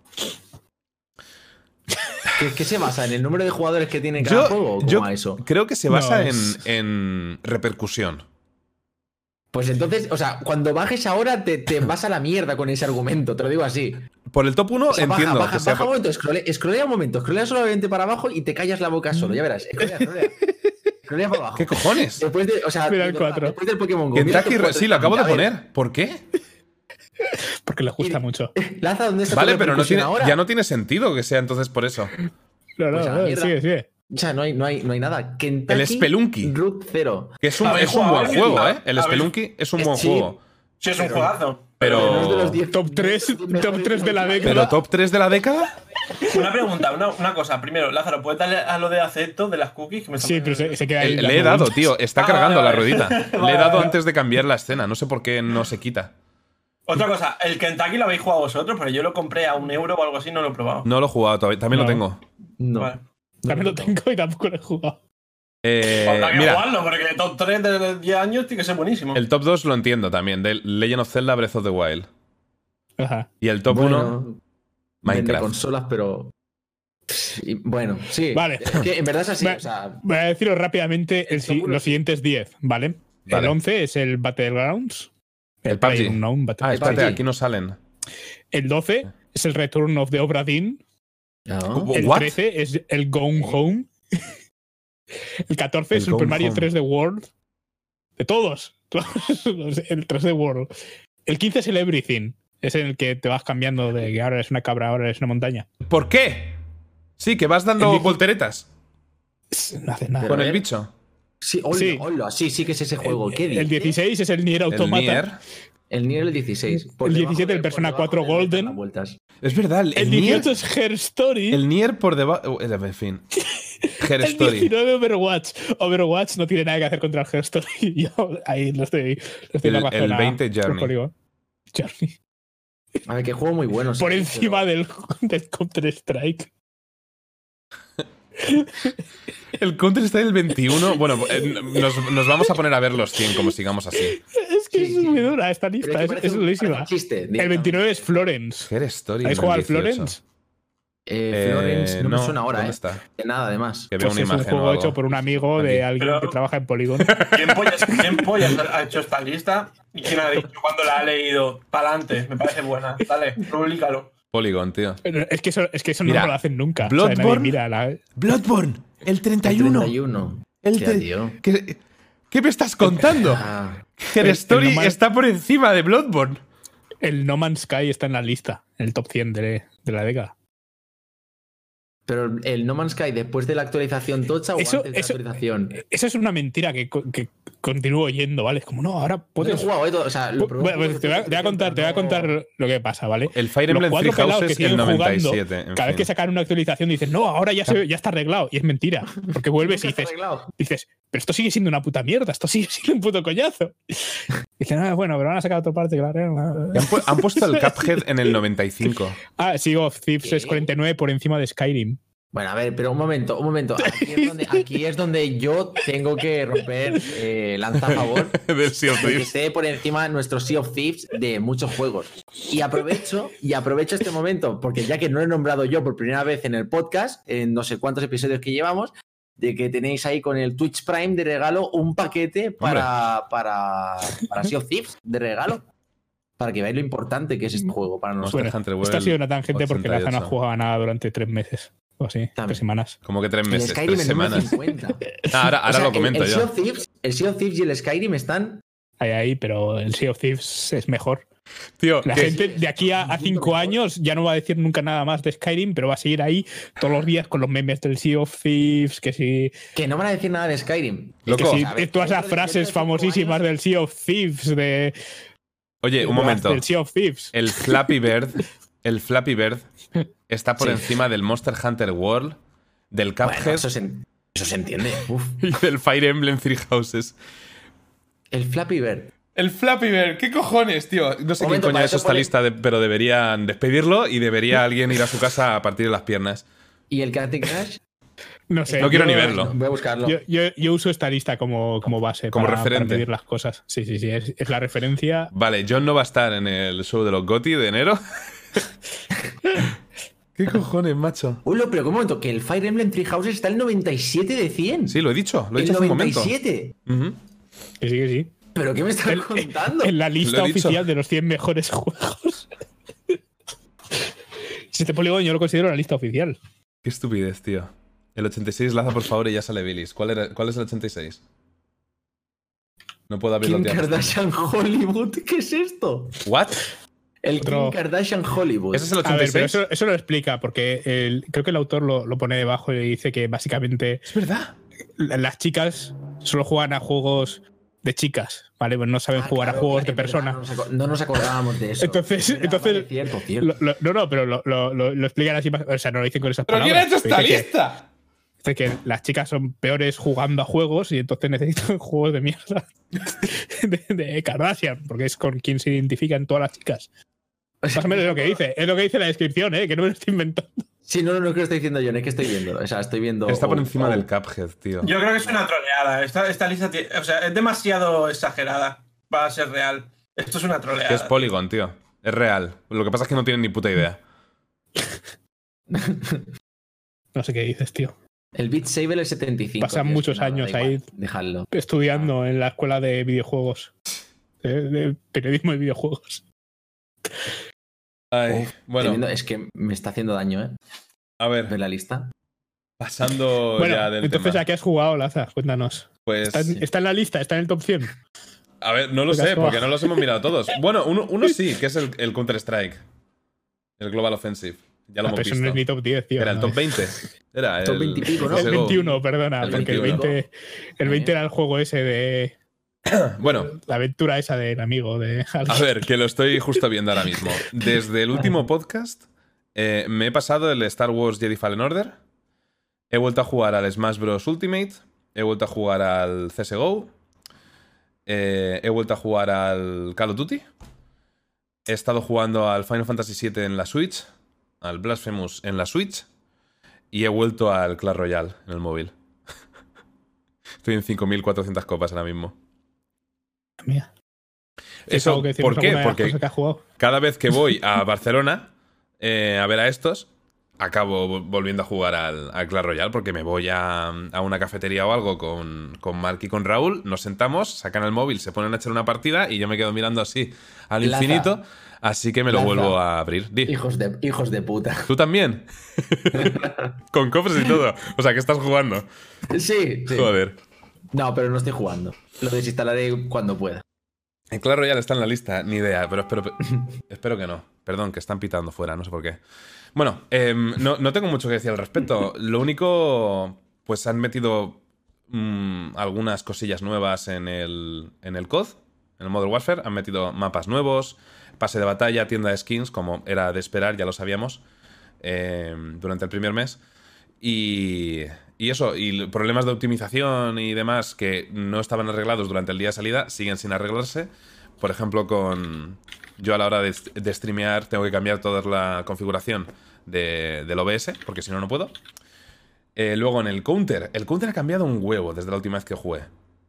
¿Qué, qué se basa? ¿En el número de jugadores que tiene cada Yo, juego? ¿O cómo yo va eso? creo que se No, basa es- en, en repercusión. Pues entonces, o sea, cuando bajes ahora te, te vas a la mierda con ese argumento, te lo digo así. Por el top uno O sea, baja, entiendo baja, que sea baja un momento, scrollea, scrollea un momento, scrollea solamente para abajo y te callas la boca solo, ya verás. Scrollea, scrollea. Scrollea para abajo. ¿Qué cojones? Después de, o sea, Mira el de- cuatro. después del Pokémon Go. mira Kentucky, tus Re- cuatro sí, lo acabo de a ver, poner. ¿Por qué? Porque les gusta mucho. Lanza, ¿dónde está Vale, tu pero no repercusión tiene, ahora? ya no tiene sentido que sea entonces por eso. No, no, Pues a la no, mierda. sigue, sigue. O sea, no hay, no hay, no hay nada. Kentucky El Spelunky. Root Zero. Que es un, ¿Habéis es un jugado buen al juego, FIFA? ¿eh? El ¿Habéis- Spelunky es un Es- buen sí. juego. Sí, es un Pero- juegazo. Pero- no es de los diez Top tres, top tres de la década. ¿Pero top tres de la década? Una pregunta, una, una cosa. Primero, Lázaro, ¿puedes darle a lo de acepto de las cookies? Que me Sí, pero se, se queda ahí. El- dando le he dado, vueltas. tío. Está Ah, cargando vale, la vale. ruedita. Le Vale, he dado vale. antes de cambiar la escena. No sé por qué no se quita. Otra cosa, el Kentucky lo habéis jugado vosotros, pero yo lo compré a un euro o algo así, no lo he probado. No lo he jugado todavía. También No. lo tengo. No. Vale. También lo tengo y tampoco lo he jugado. Eh, Habrá que mira, jugarlo, porque top tres de diez años tiene que ser buenísimo. el top dos lo entiendo también. De Legend of Zelda Breath of the Wild. Ajá. Y el top Bueno, uno, vende Minecraft. consolas, pero. Y, bueno, sí. Vale. Es que en verdad es así. Va- O sea, Voy a deciros rápidamente el si- Seguro. los siguientes diez, ¿vale? Vale. El once es el Battlegrounds. El P U B G. PlayerUnknown Ah, Battlegrounds. espérate, P U B G. aquí no salen. El doce es el Return of the Obra Dinn. no. El ¿What? trece es el Gone Home. El catorce El es Super Gone Mario Home. tres D World. De todos. Todos los- el tres D World. El quince es el Everything. Es en el que te vas cambiando de que ahora eres una cabra, ahora eres una montaña. ¿Por qué? Sí, que vas El dando dieci- volteretas No haces nada. Pero con a el ver. bicho. Sí, hola, Sí. hola, sí, sí que es ese juego. ¿Qué el, dices? el dieciséis es el Nier El Automata. Nier. El Nier el dieciséis. El diecisiete, debajo el de- Persona por cuatro debajo del Golden. dar vueltas. Es verdad, el, El el Nier. dieciocho es Her Story. El Nier por debajo. En fin. Her El Story. diecinueve Overwatch. Overwatch no tiene nada que hacer contra el Her Story. Yo ahí lo estoy, lo estoy El- dando razón el a- veinte por Journey. Polygon. Journey. A ver, qué juego muy bueno. Por sí, encima del, del Counter Strike. El Counter Strike el veintiuno. Bueno, eh, nos, nos vamos a poner a ver los cien como sigamos así. Es que Sí, es sí. muy dura esta pero lista. que Es, parece es un- durísima. parece un chiste, El veintinueve es Florence. Her Story. ¿Habéis en jugado el al Florence? Eh, Eh, Florence no, me suena ahora, ¿dónde ¿eh? está? De nada, además. Que veo Pues una es un imagen o juego algo. hecho por un amigo Aquí. de alguien Pero- que trabaja en Polygon. ¿Quién pollas, quién pollas ha hecho esta lista? ¿Y quién ha dicho cuando la ha leído? Pa'lante, me parece buena. Dale, publícalo. Polygon, tío. Pero es que eso, es que eso Mira, no lo hacen nunca. O sea, nadie Bloodborne. mira la- Bloodborne, el treinta y El uno. treinta y uno. El Hostia, te- tío. ¿Qué, qué me estás contando? Ah, Her el Story normal- está por encima de Bloodborne. El No Man's Sky está en la lista, en el top cien de, de la década. pero el No Man's Sky después de la actualización tocha o Eso- antes de eso- la actualización. Eso es una mentira que, co- que continúo oyendo, ¿vale? Es como, no, ahora No he puedes. jugado, ¿eh? O sea, lo probé Bueno, un pues poco te, voy a, de te voy a contar, te voy a contar lo que pasa, ¿vale? El Fire Los Emblem cuatro Three pelados que Houses siguen el noventa y jugando, siete. en Cada vez fin. que sacan una actualización dices, no, ahora ya, se- ya está arreglado. Y es mentira. Porque vuelves y Nunca está dices, arreglado. dices, pero esto sigue siendo una puta mierda, esto sigue siendo un puto coñazo. Y dicen, ah, bueno, pero van a sacar otra parte, claro. Y Han, pu- han puesto el Cuphead en el noventa y cinco. Ah, Sea of Thieves ¿Qué? es cuarenta y nueve por encima de Skyrim. Bueno, a ver, pero un momento, un momento. Aquí es donde, aquí es donde yo tengo que romper eh, lanza a favor del Sea of de que Thieves. esté por encima nuestro Sea of Thieves de muchos juegos. Y aprovecho, y aprovecho este momento, porque ya que no lo he nombrado yo por primera vez en el podcast, en no sé cuántos episodios que llevamos, de que tenéis ahí con el Twitch Prime de regalo un paquete para, para, para Sea of Thieves de regalo. Para que veáis lo importante que es este juego para nosotros. Monster Hunter World Esto ha sido una tangente porque Laza no ha ochenta y ocho. jugado a nada durante tres meses. O así, También. tres semanas. Como que tres El meses, Skyrim tres en número semanas. cincuenta. Ah, ahora ahora O sea, lo comento el, el Sea yo. of Thieves, el Sea of Thieves y el Skyrim están. Ahí, ahí, pero el Sea of Thieves es mejor. Tío, La que- gente de aquí a, a cinco años ya no va a decir nunca nada más de Skyrim, pero va a seguir ahí todos los días con los memes del Sea of Thieves, que si, Que no van a decir nada de Skyrim. que Loco. si A ver, todas las dentro de- dentro de frases cinco famosísimas años- del Sea of Thieves, de Oye, un momento. del Sea of Thieves. El Flappy Bird, el Flappy Bird está por Sí. encima del Monster Hunter World, del Bueno, Cuphead eso, se, eso se entiende. Uf. y del Fire Emblem Three Houses. El Flappy Bird. El Flappy Bird, ¿qué cojones, tío? No sé Momento, quién coño para ha hecho eso esta pone- lista, de- pero deberían despedirlo y debería alguien ir a su casa a partir de las piernas. ¿Y el Candy Crush? No sé. No quiero yo, ni verlo. Voy a buscarlo. Yo, yo, yo uso esta lista como, como base como para, referente. para medir las cosas. Sí, sí, sí. Es, es la referencia. Vale, John no va a estar en el show de los GOTY de enero. ¿Qué cojones, macho? Uy, pero ¿cómo momento? Que el Fire Emblem Three Houses está el noventa y siete de cien. Sí, lo he dicho. Lo he ¿El dicho hace un momento. noventa y siete? Uh-huh. Que sí, que sí. ¿Pero qué me estás En, contando? en la lista Lo he dicho. oficial de los cien mejores juegos. Si este polígono yo lo considero la lista oficial. Qué estupidez, tío. El ochenta y seis, Laza, por favor, y ya sale Billis. ¿Cuál, era, ¿Cuál es el ochenta y seis? No puedo abrirlo. Kim Kardashian Hollywood, ¿qué es esto? ¿What? El Otro- Kim Kardashian Hollywood. ¿Ese es el A ver, pero ochenta y seis? eso, eso lo explica, porque el- creo que el autor lo, lo pone debajo y dice que básicamente Es verdad. la- las chicas solo juegan a juegos de chicas, ¿vale? Pues no saben Ah, jugar claro, a juegos es de verdad, personas. No nos, aco- no nos acordábamos de eso. Entonces- Es verdad, entonces- vale, cierto, cierto. Lo- lo- no, no, pero lo, lo- lo- lo explican así, o sea, no lo dicen con esas ¿Pero quién palabras. ha hecho esta Dice que- lista? dice que las chicas son peores jugando a juegos y entonces necesitan juegos de mierda de, de Kardashian, porque es con quien se identifican todas las chicas. Más o menos es lo que dice, es lo que dice la descripción, ¿eh? Que no me lo estoy inventando. Sí, no, no, no es que lo estoy diciendo yo, no es que estoy viendo. O sea, estoy viendo. Está por oh, encima oh. del Cuphead, tío. Yo creo que es una troleada. Esta, esta lista tiene- o sea, es demasiado exagerada para ser real. Esto es una troleada. Que es Polygon, tío. Es real. Lo que pasa es que no tienen ni puta idea. No sé qué dices, tío. El Beat Saber el setenta y cinco. Pasan tío, muchos es que nada, años da igual, ahí. Dejadlo. Estudiando en la escuela de videojuegos. De, de periodismo de videojuegos. Ay, Uf, bueno, tremendo. Es que me está haciendo daño, ¿eh? a Ver ver, la lista. pasando Bueno, ya del entonces, tema. ¿a qué has jugado, Laza? Cuéntanos. Pues, ¿Está, en- está en la lista? ¿Está en el top cien? a ver, no lo ¿Qué has sé, jugado? porque no los hemos mirado todos. Bueno, uno, uno sí, que es el, el Counter-Strike. El Global Offensive. Ya lo Ah, hemos pero eso no visto. es ni top diez, tío. Era el no top es- veinte. Era Top el, veinte y pico, ¿no? C El S G O. veintiuno, perdona, El porque el veintiuno. veinte, el veinte era el juego ese de. Bueno, La aventura esa del amigo de alguien. a ver, que lo estoy justo viendo ahora mismo. Desde el último podcast eh, me he pasado el Star Wars Jedi Fallen Order. He vuelto a jugar al Smash Bros. Ultimate. He vuelto a jugar al C S G O. Eh, he vuelto a jugar al Call of Duty. He estado jugando al Final Fantasy siete en la Switch. Al Blasphemous en la Switch. Y he vuelto al Clash Royale en el móvil. Estoy en cinco mil cuatrocientas copas ahora mismo. Mía. Eso, ¿Algo que decirnos ¿por qué? alguna de las Porque cosas que has jugado? cada vez que voy a Barcelona eh, a ver a estos, acabo vol- volviendo a jugar al, al Clash Royale porque me voy a, a una cafetería o algo con, con Mark y con Raúl, nos sentamos, sacan el móvil, se ponen a echar una partida y yo me quedo mirando así al Laza. infinito, así que me lo Laza. vuelvo a abrir. Di. Hijos de, hijos de puta. ¿Tú también? Con cofres y todo. O sea, que estás jugando. Sí, sí. Joder. No, pero no estoy jugando. Lo desinstalaré cuando pueda. El Clash Royale está en la lista, ni idea, pero espero, espero que no. Perdón, que están pitando fuera, no sé por qué. Bueno, eh, no, no tengo mucho que decir al respecto. Lo único, pues han metido mmm, algunas cosillas nuevas en el, en el C O D, en el Modern Warfare. Han metido mapas nuevos, pase de batalla, tienda de skins, como era de esperar, ya lo sabíamos, eh, durante el primer mes. Y, y eso, y problemas de optimización y demás que no estaban arreglados durante el día de salida, siguen sin arreglarse. Por ejemplo, con yo a la hora de, de streamear tengo que cambiar toda la configuración de, del O B S, porque si no, no puedo. Eh, luego en el Counter, el Counter ha cambiado un huevo desde la última vez que jugué.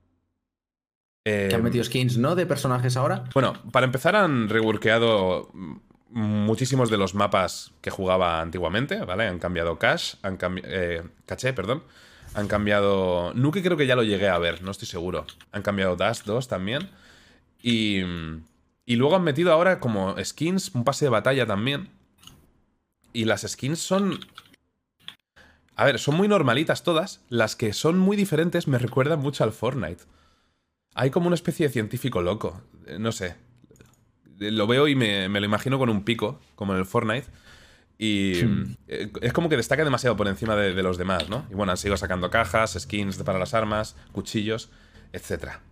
Eh, Que han metido skins, ¿no? De personajes ahora. bueno, para empezar han reworkeado muchísimos de los mapas que jugaba antiguamente, ¿vale? Han cambiado cache, han cambi eh, caché, perdón. Han cambiado... Nuke creo que ya lo llegué a ver, no estoy seguro. Han cambiado Dash dos también. Y, y luego han metido ahora como skins, un pase de batalla también. Y las skins son... A ver, son muy normalitas todas. Las que son muy diferentes me recuerdan mucho al Fortnite. Hay como una especie de científico loco. No sé. Lo veo y me, me lo imagino con un pico, como en el Fortnite. Y Sí. eh, es como que destaca demasiado por encima de, de los demás, ¿no? Y bueno, han seguido sacando cajas, skins para las armas, cuchillos, etcétera.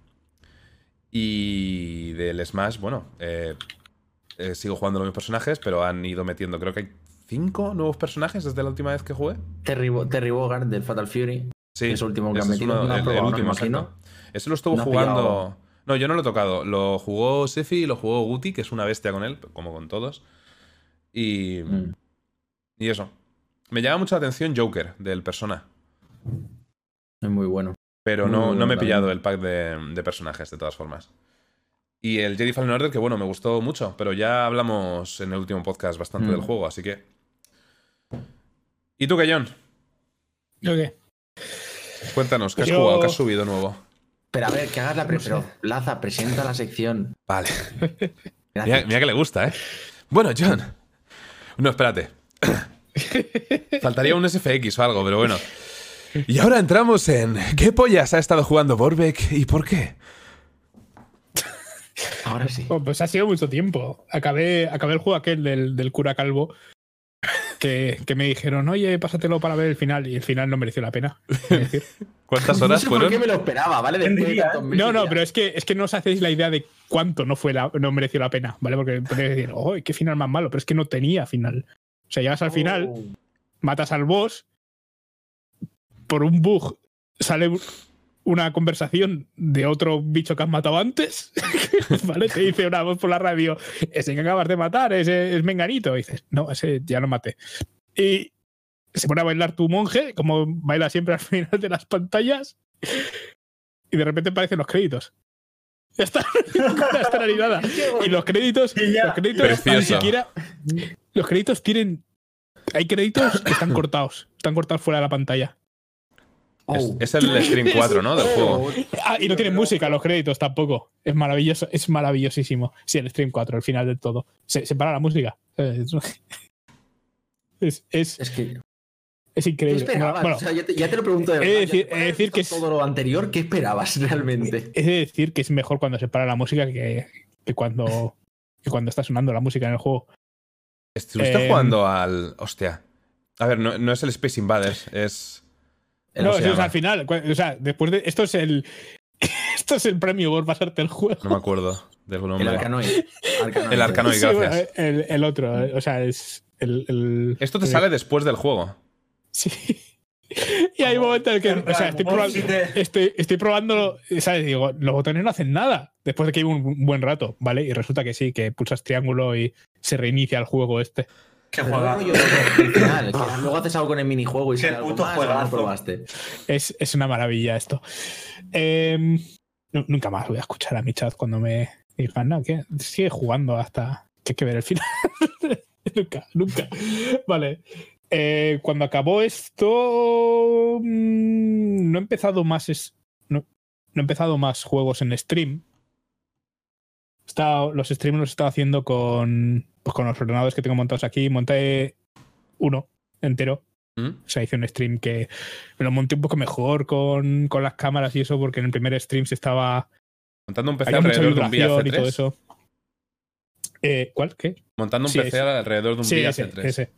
Y del Smash, bueno, eh, eh, sigo jugando los mismos personajes, pero han ido metiendo, creo que hay cinco nuevos personajes desde la última vez que jugué. Terry, Bo- Terry Bogard del Fatal Fury. Sí, Es el último que ese han es metido. uno- No has el, probado, el ¿no? último, Me imagino. exacto. Ese lo estuvo No has jugando... pillado- No, yo no lo he tocado. Lo jugó Sefi y lo jugó Guti, que es una bestia con él, como con todos. Y... Mm. Y eso. Me llama mucho la atención Joker, del Persona. Es muy bueno. Pero Muy, no, muy no bueno me he pillado también. el pack de, de personajes, de todas formas. Y el Jedi Fallen Order, que bueno, me gustó mucho, pero ya hablamos en el último podcast bastante Mm. del juego, así que... ¿Y tú qué, John? ¿Yo qué? Cuéntanos, ¿qué has Yo- jugado? ¿Qué has subido nuevo? Pero a ver, que hagas la pre... Pero, Laza, presenta la sección. Vale. Mira, Gracias. mira que le gusta, ¿eh? Bueno, John. No, espérate. Faltaría un S F X o algo, pero bueno. Y ahora entramos en... ¿Qué pollas ha estado jugando Borbeck y por qué? Ahora sí. Bueno, pues ha sido mucho tiempo. Acabé, acabé el juego aquel del, del cura calvo que, que me dijeron, oye, pásatelo para ver el final. Y el final no mereció la pena. Es decir, ¿Cuántas No horas sé por fueron? qué me lo esperaba, ¿vale? ¿Quién Después de diría, tantos eh? meses no, no, ya. pero es que, es que no os hacéis la idea de cuánto no, fue la- no mereció la pena, ¿vale? Porque podéis decir, oh, qué final más malo, pero es que no tenía final. O sea, llegas al final, Oh. matas al boss, por un bug sale una conversación de otro bicho que has matado antes, ¿vale? Te dice una voz por la radio, ese que acabas de matar, ese es Menganito. Y dices, no, ese ya lo maté. Y se pone a bailar tu monje, como baila siempre al final de las pantallas, y de repente aparecen los créditos. Ya está, no está ni nada. Y los créditos, Y ya. los créditos Precioso. ni siquiera. Los créditos tienen. Hay créditos que están cortados. Están cortados fuera de la pantalla. Es, Oh. es el Stream cuatro, ¿no? Del juego. Ah, y no tienen música los créditos tampoco. Es maravilloso, es maravillosísimo. Sí, el Stream cuatro, al final del todo. Se, se para la música. Es, es, es, Es que. es ¿Qué increíble. esperabas? Bueno, O sea, ya, te, ya te lo pregunto de he de verdad. decir- ya después he de de decir haber que visto es- todo lo anterior, ¿qué esperabas realmente? he de decir que es mejor cuando se para la música que, que cuando, que cuando está sonando la música en el juego. ¿Estuviste Eh, jugando al... Hostia. A ver, no, no es el Space Invaders, es... No, ¿Cómo se eso es llama? al final. cu- O sea, después de. Esto es el. Esto es el premio por pasarte el juego. No me acuerdo del El nombre. Arcanoid. Arcanoid. El Arcanoid. Sí, gracias. bueno, el, el otro. eh, O sea, es. El, el- Esto te el- sale después del juego. Sí. Y hay un momento en el que. O sea, estoy, Como proba- si te- estoy, estoy probando. ¿Sabes? Digo, los botones no hacen nada. Después de que llevo un buen rato, ¿vale? Y resulta que sí, que pulsas triángulo y se reinicia el juego este. Qué Pero no juegazo. rollo del final, que luego haces algo con el minijuego y Qué sale algo puto más, o no juegazo. lo probaste. Es, es una maravilla esto. Em, nu- nunca más voy a escuchar a mi chat cuando me digan, no, que sigue jugando hasta que hay que ver el final. nunca, nunca. Vale. Eh, cuando acabó esto, mm, no he empezado más. Es, no, no he empezado más juegos en stream. He estado- los streams los he estado haciendo con, pues con los ordenadores que tengo montados aquí. Monté uno entero. ¿Mm? O sea, hice un stream que me lo monté un poco mejor con, con las cámaras y eso, porque en el primer stream se estaba. Montando un P C Había mucha alrededor de un Via vibración C y todo tres. eso. Eh, ¿Cuál? ¿Qué? Montando un Sí, P C ese. alrededor de un Sí, Via ese, C tres. ese.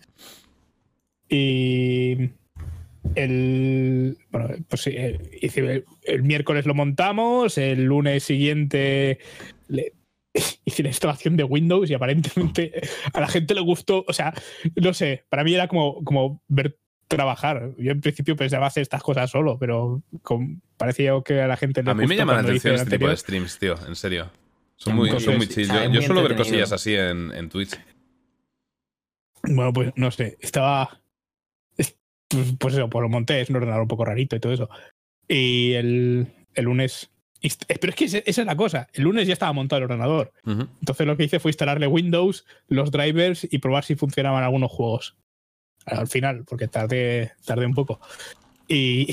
Y. El. Bueno, pues sí, eh, hice- el, el miércoles lo montamos, el lunes siguiente le, hice la instalación de Windows y aparentemente a la gente le gustó. O sea, no sé, para mí era como, como ver trabajar. Yo en principio pensaba hacer estas cosas solo, pero con- parecía que a la gente le A mí me gustó llaman la cuando hice atención el este tipo de anterior. streams, tío, en serio. Son Son muy, muy- son muy sí, chill. o sea, Yo, es yo muy suelo ver entretenido. cosillas así en, en Twitch. Bueno, pues no sé, estaba. es- Pues, pues eso, pues lo monté, es un ordenador un poco rarito y todo eso. Y el, el lunes. y- Pero es que esa esa es la cosa. El lunes ya estaba montado el ordenador. Ujú. Entonces lo que hice fue instalarle Windows, los drivers y probar si funcionaban algunos juegos. Al final, porque tardé, tardé un poco. Y.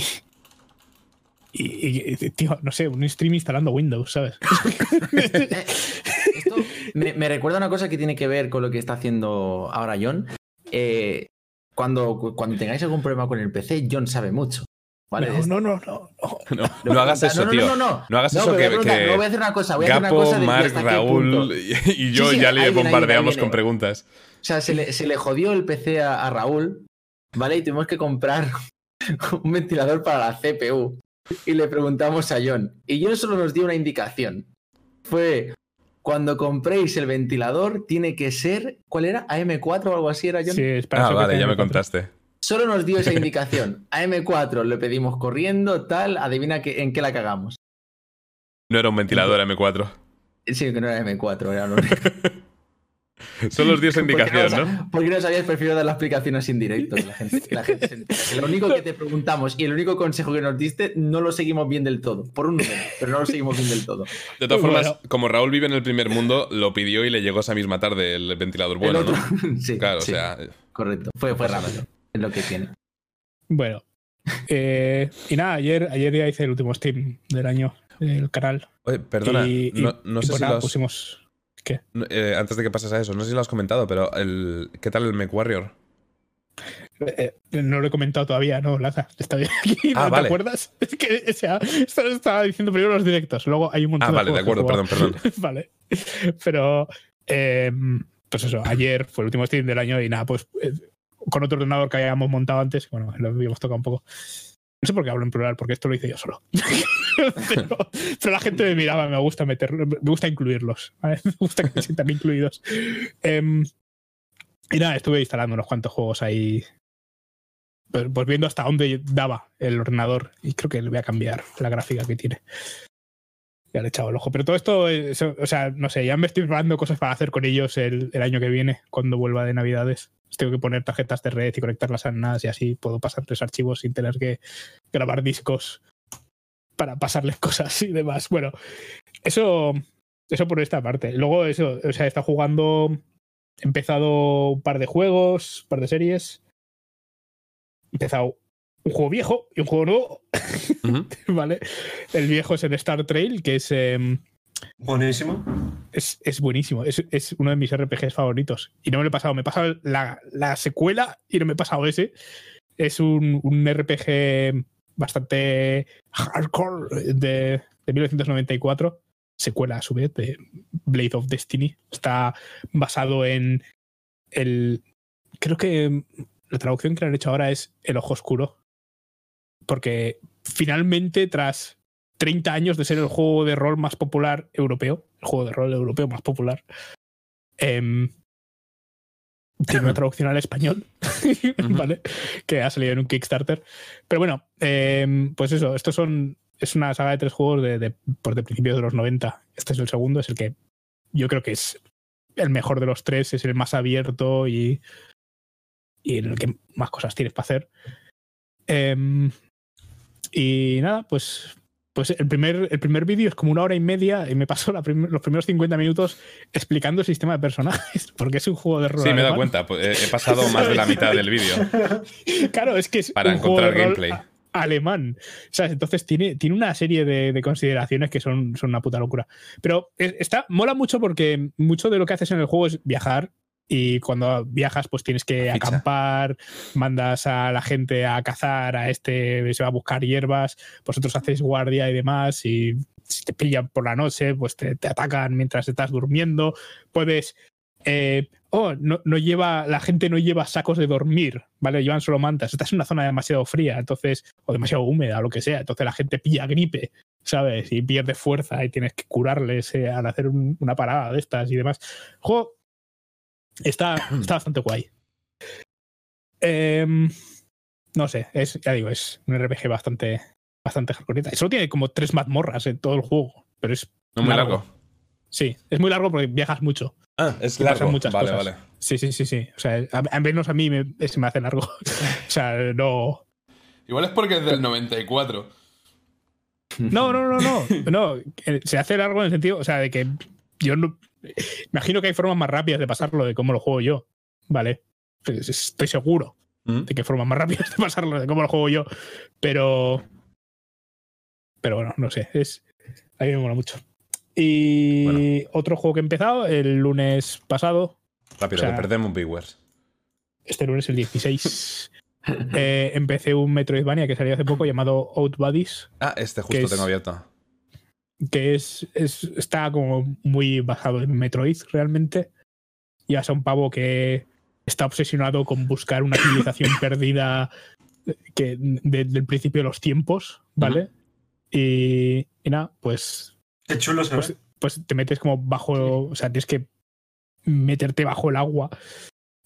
Y, y, tío, no sé, un stream instalando Windows, ¿sabes? Eh, Esto me, me recuerda una cosa que tiene que ver con lo que está haciendo ahora John. Eh, cuando, cuando tengáis algún problema con el P C, John sabe mucho. ¿Vale? No, no, no, no. no. No, no hagas eso, no, tío. no, no, no. No hagas No, eso pero que, voy a preguntar, que no, voy a hacer una cosa, voy a hacer una Gapo, cosa de Mark, hasta qué Raúl punto. y, y yo Sí, sí, ya ahí le viene, ahí viene, bombardeamos ahí con viene. preguntas. O sea, se le, se le jodió el P C a, a Raúl, ¿vale? Y tuvimos que comprar un ventilador para la C P U. Y le preguntamos a John. Y John solo nos dio una indicación. Fue, cuando compréis el ventilador, tiene que ser... ¿Cuál era? ¿A M cuatro o algo así era, John? Sí, es para Ah, eso que vale, ya tengo me el control. contaste. Solo nos dio esa indicación. A M cuatro le pedimos corriendo, tal, adivina que, en qué la cagamos. No era un ventilador M cuatro. Sí, que no era M cuatro, era lo único. Son los diez indicaciones, ¿no? ¿no? Porque no sabías, prefiero dar la explicación así en directo. Que la gente, que la gente se entere. Lo único que te preguntamos y el único consejo que nos diste no lo seguimos bien del todo. Por un número, pero no lo seguimos bien del todo. De todas formas, bueno, como Raúl vive en el primer mundo, lo pidió y le llegó esa misma tarde el ventilador bueno, ¿no? Sí, claro, sí, o sea... correcto. Fue, fue rápido. Es lo que tiene. Bueno. Eh, y nada, ayer, ayer ya hice el último stream del año del canal. Oye, perdona, y, y, no, no y sé pues si nada, los... pusimos... ¿Qué? Eh, antes de que pases a eso, no sé si lo has comentado, pero el... ¿qué tal el MechWarrior? Eh, no lo he comentado todavía, no, Laza. Está bien aquí, ¿no ah, te vale. acuerdas? Es que o sea, esto estaba diciendo primero los directos, luego hay un montón ah, de vale, de acuerdo, perdón, perdón. Vale. Pero, eh, pues eso, ayer fue el último stream del año y nada, pues eh, con otro ordenador que habíamos montado antes, bueno, lo habíamos tocado un poco. No sé por qué hablo en plural, porque esto lo hice yo solo. pero, pero la gente me miraba, me gusta meter, me gusta incluirlos, ¿vale? Me gusta que se sientan incluidos. Eh, y nada, estuve instalando unos cuantos juegos ahí, pues, pues viendo hasta dónde daba el ordenador, y creo que le voy a cambiar la gráfica que tiene. Ya le he echado el ojo. Pero todo esto, es, o sea, no sé, ya me estoy preparando cosas para hacer con ellos el, el año que viene, cuando vuelva de Navidades. Tengo que poner tarjetas de red y conectarlas a NAS y así puedo pasarles archivos sin tener que grabar discos para pasarles cosas y demás. Bueno, eso, eso por esta parte. Luego eso, o sea, he estado jugando, he empezado un par de juegos, un par de series. He empezado un juego viejo y un juego nuevo. Uh-huh. ¿Vale? El viejo es el Star Trail, que es... Eh, buenísimo. Es, es buenísimo. Es, es uno de mis R P Gs favoritos. Y no me lo he pasado. Me he pasado la, la secuela y no me he pasado ese. Es un, un R P G bastante hardcore de, de mil novecientos noventa y cuatro. Secuela, a su vez, de Blade of Destiny. Está basado en el... Creo que la traducción que le han hecho ahora es El Ojo Oscuro. Porque finalmente, tras treinta años de ser el juego de rol más popular europeo, el juego de rol europeo más popular, eh, tiene una traducción al español, ¿vale? Que ha salido en un Kickstarter. Pero bueno, eh, pues eso, estos son, es una saga de tres juegos de, de, pues de principios de los noventa. Este es el segundo, es el que yo creo que es el mejor de los tres, es el más abierto y, y en el que más cosas tienes para hacer. Eh, y nada, pues... Pues el primer, el primer vídeo es como una hora y media y me pasó la prim- los primeros cincuenta minutos explicando el sistema de personajes, porque es un juego de rol. Sí, me he dado alemán. cuenta, pues he pasado más de la mitad del vídeo. Claro, es que es para un encontrar juego de rol gameplay a- alemán. ¿Sabes? Entonces tiene, tiene una serie de, de consideraciones que son, son una puta locura. Pero está, mola mucho porque mucho de lo que haces en el juego es viajar. Y cuando viajas, pues tienes que Ficha. acampar, mandas a la gente a cazar, a este se va a buscar hierbas, vosotros hacéis guardia y demás, y si te pillan por la noche, pues te, te atacan mientras estás durmiendo. Puedes... Eh, oh, no, no lleva, la gente no lleva sacos de dormir, ¿vale? Llevan solo mantas. Estás en una zona demasiado fría, entonces, o demasiado húmeda, o lo que sea, entonces la gente pilla gripe, ¿sabes? Y pierde fuerza y tienes que curarles eh, al hacer un, una parada de estas y demás. El juego Está, está bastante guay. Eh, no sé, es, ya digo, es un R P G bastante, bastante hardcore. Solo tiene como tres mazmorras en todo el juego, pero es no muy largo. largo. Sí, es muy largo porque viajas mucho. Ah, es largo. Muchas vale, cosas. vale. Sí, sí, sí, sí. O sea, al menos a mí me, se me hace largo. O sea, no. Igual es porque es del noventa y cuatro. No, no, no, no. No, se hace largo en el sentido, o sea, de que yo no. Imagino que hay formas más rápidas de pasarlo de cómo lo juego yo, ¿vale? Estoy seguro ¿Mm? de que hay formas más rápidas de pasarlo de cómo lo juego yo, pero pero bueno, no sé, es a mí me mola mucho. Y bueno. Otro juego que he empezado el lunes pasado. Rápido, o sea, que perdemos viewers. Este lunes, el dieciséis, eh, empecé un Metroidvania que salió hace poco llamado Outbodies. Ah, este justo tengo es, abierto. Que es, es está como muy basado en Metroid realmente. Y vas a un pavo que está obsesionado con buscar una civilización perdida que desde de, el principio de los tiempos, ¿vale? Uh-huh. Y, y nada, pues... Qué chulo se pues, ve. Pues te metes como bajo... O sea, tienes que meterte bajo el agua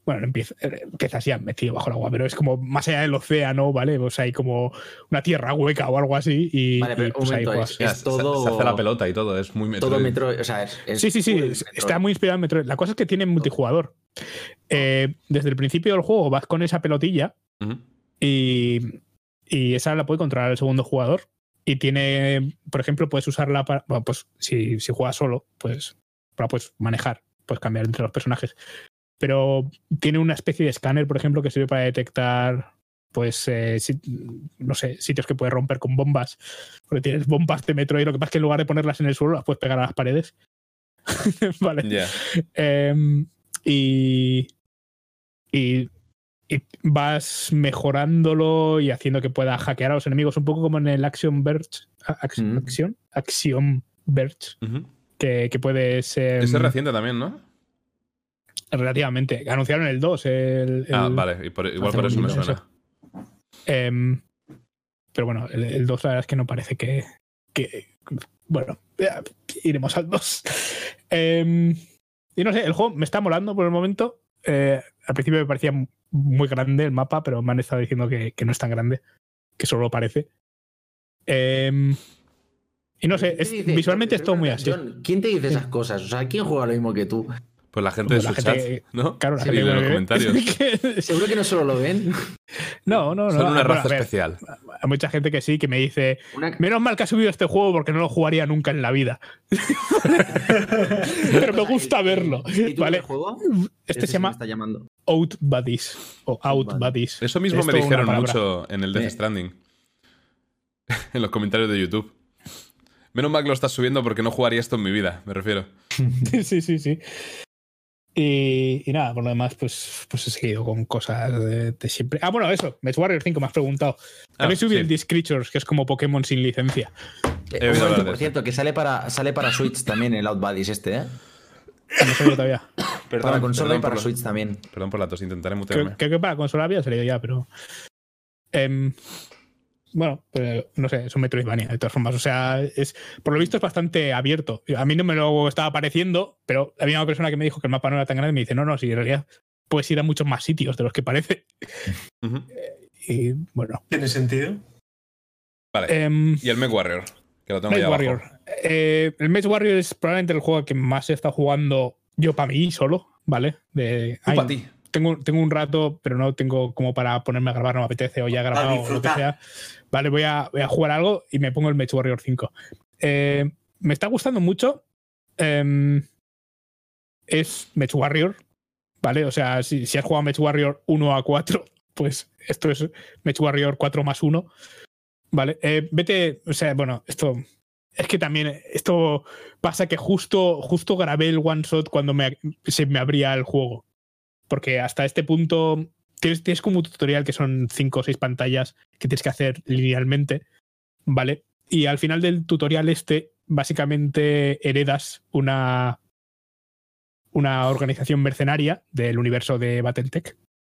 Bueno, empieza, empiezas ya metido bajo el agua, pero es como más allá del océano, ¿vale? Pues hay como una tierra hueca o algo así y, vale, pero y pues un ahí momento, juegas. es, es todo... Se, se hace la pelota y todo, es muy Metroid. Todo Metroid, o sea, es, es Sí, sí, sí, está muy inspirado en Metroid. La cosa es que tiene multijugador. Eh, desde el principio del juego vas con esa pelotilla uh-huh. y, y esa la puede controlar el segundo jugador. Y tiene, por ejemplo, puedes usarla para... Bueno, pues si, si juegas solo, pues la puedes manejar, puedes cambiar entre los personajes. Pero tiene una especie de escáner, por ejemplo, que sirve para detectar, pues, eh, si, no sé, sitios que puedes romper con bombas. Porque tienes bombas de Metroid, lo que pasa es que en lugar de ponerlas en el suelo, las puedes pegar a las paredes. Vale. Yeah. Eh, y, y, y vas mejorándolo y haciendo que pueda hackear a los enemigos, un poco como en el Action Verge. Action, mm. Action, Action Verge. Uh-huh. Que, que puedes... Eh, Ese es reciente también, ¿no? Relativamente. Anunciaron el dos. El, el, ah, vale. Y por, igual por eso me suena. Eso. Eh, pero bueno, el, el dos la verdad es que no parece que... que bueno, ya, iremos al dos. Eh, y no sé, el juego me está molando por el momento. Eh, al principio me parecía muy grande el mapa, pero me han estado diciendo que, que no es tan grande, que solo parece. Eh, y no sé, es, dice, visualmente es todo muy así. John, ¿quién te dice esas cosas? O sea, ¿quién juega lo mismo que tú? Pues la gente de su chat, ¿no? Claro, la sí, gente de los comentarios. Seguro que no solo lo ven. No, no, no. Son una bueno, raza ver, especial. Hay mucha gente que sí, que me dice, una... menos mal que ha subido este juego porque no lo jugaría nunca en la vida. Pero me gusta verlo. ¿Y tú ¿vale? el juego? Este se llama está llamando. Out Buddies. O Out Buddies. Eso mismo me dijeron mucho en el Death sí. Stranding. En los comentarios de YouTube. Menos mal que lo estás subiendo porque no jugaría esto en mi vida, me refiero. Sí, sí, sí. Y, y nada, por lo demás, pues, pues he seguido con cosas de, de siempre. Ah, bueno, eso, Mesh Warrior cinco me has preguntado. También ah, subí sí. el These Creatures, que es como Pokémon sin licencia. Eh, un momento, por cierto, que sale para, sale para Switch también el Out Buddies este, ¿eh? No salió todavía. Perdón, para consola perdón y para Switch también. Perdón por la tos, intentaré mutearme. Creo, creo que para consola había salido ya, pero... Eh, bueno, pues, no sé, es un Metroidvania, de todas formas. O sea, es, por lo visto es bastante abierto. A mí no me lo estaba pareciendo, pero había una persona que me dijo que el mapa no era tan grande y me dice, no, no, si en realidad puedes ir a muchos más sitios de los que parece. Uh-huh. Y bueno. ¿Tiene sentido? Vale. Um, y el Mech Warrior, que lo tengo Mech ahí Warrior. abajo. Eh, el Mech Warrior es probablemente el juego que más he estado jugando yo para mí solo, ¿vale? De, para ti. Tengo, tengo un rato, pero no tengo como para ponerme a grabar, no me apetece, o ya he grabado o lo que sea. Vale, voy a, voy a jugar algo y me pongo el Mech Warrior cinco. Eh, me está gustando mucho. Eh, es Mech Warrior, ¿vale? O sea, si, si has jugado Mech Warrior uno a cuatro, pues esto es Mech Warrior cuatro más uno. Vale, eh, vete, o sea, bueno, esto... Es que también esto pasa que justo, justo grabé el one shot cuando me, se me abría el juego. Porque hasta este punto tienes, tienes como un tutorial que son cinco o seis pantallas que tienes que hacer linealmente, ¿vale? Y al final del tutorial este, básicamente heredas una, una organización mercenaria del universo de Battletech.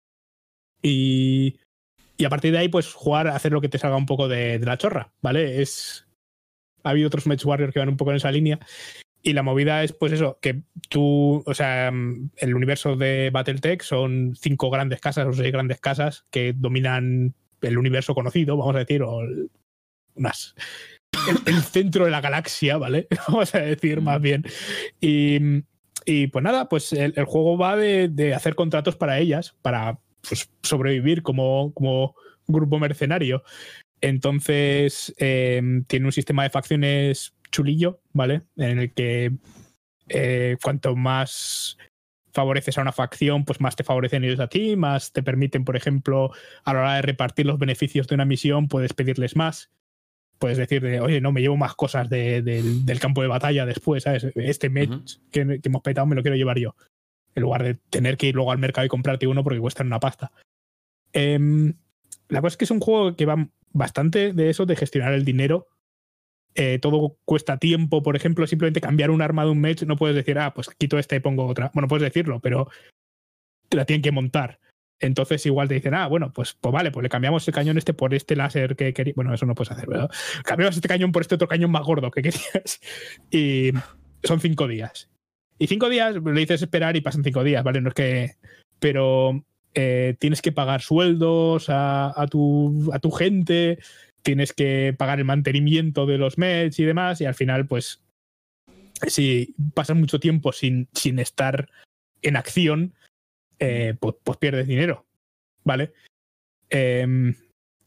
Y, y a partir de ahí, pues jugar, hacer lo que te salga un poco de, de la chorra, ¿vale? Es, ha habido otros Mech Warrior que van un poco en esa línea. Y la movida es, pues eso, que tú, o sea, el universo de Battletech son cinco grandes casas o seis grandes casas que dominan el universo conocido, vamos a decir, o el, unas, el, el centro de la galaxia, ¿vale? Vamos a decir más bien. Y, y pues nada, pues el, el juego va de, de hacer contratos para ellas, para pues, sobrevivir como, como grupo mercenario. Entonces, eh, tiene un sistema de facciones chulillo, ¿vale? En el que eh, cuanto más favoreces a una facción, pues más te favorecen ellos a ti, más te permiten, por ejemplo, a la hora de repartir los beneficios de una misión, puedes pedirles más. Puedes decirle, oye, no, me llevo más cosas de, de, del campo de batalla después, ¿sabes? Este Mech uh-huh. que, que hemos petado me lo quiero llevar yo. En lugar de tener que ir luego al mercado y comprarte uno porque cuestan una pasta. Eh, la cosa es que es un juego que va bastante de eso, de gestionar el dinero. Eh, todo cuesta tiempo, por ejemplo, simplemente cambiar un arma de un Mech, no puedes decir, ah, pues quito esta y pongo otra. Bueno, puedes decirlo, pero te la tienen que montar. Entonces igual te dicen, ah, bueno, pues, pues vale, pues le cambiamos el cañón este por este láser que quería. Bueno, eso no puedes hacer, ¿verdad? Cambiamos este cañón por este otro cañón más gordo que querías. Y son cinco días. Y cinco días, le dices esperar y pasan cinco días, ¿vale? No es que pero eh, tienes que pagar sueldos a, a, tu, a tu gente, tienes que pagar el mantenimiento de los mechs y demás, y al final, pues, si pasas mucho tiempo sin, sin estar en acción, eh, pues, pues pierdes dinero, ¿vale? Eh,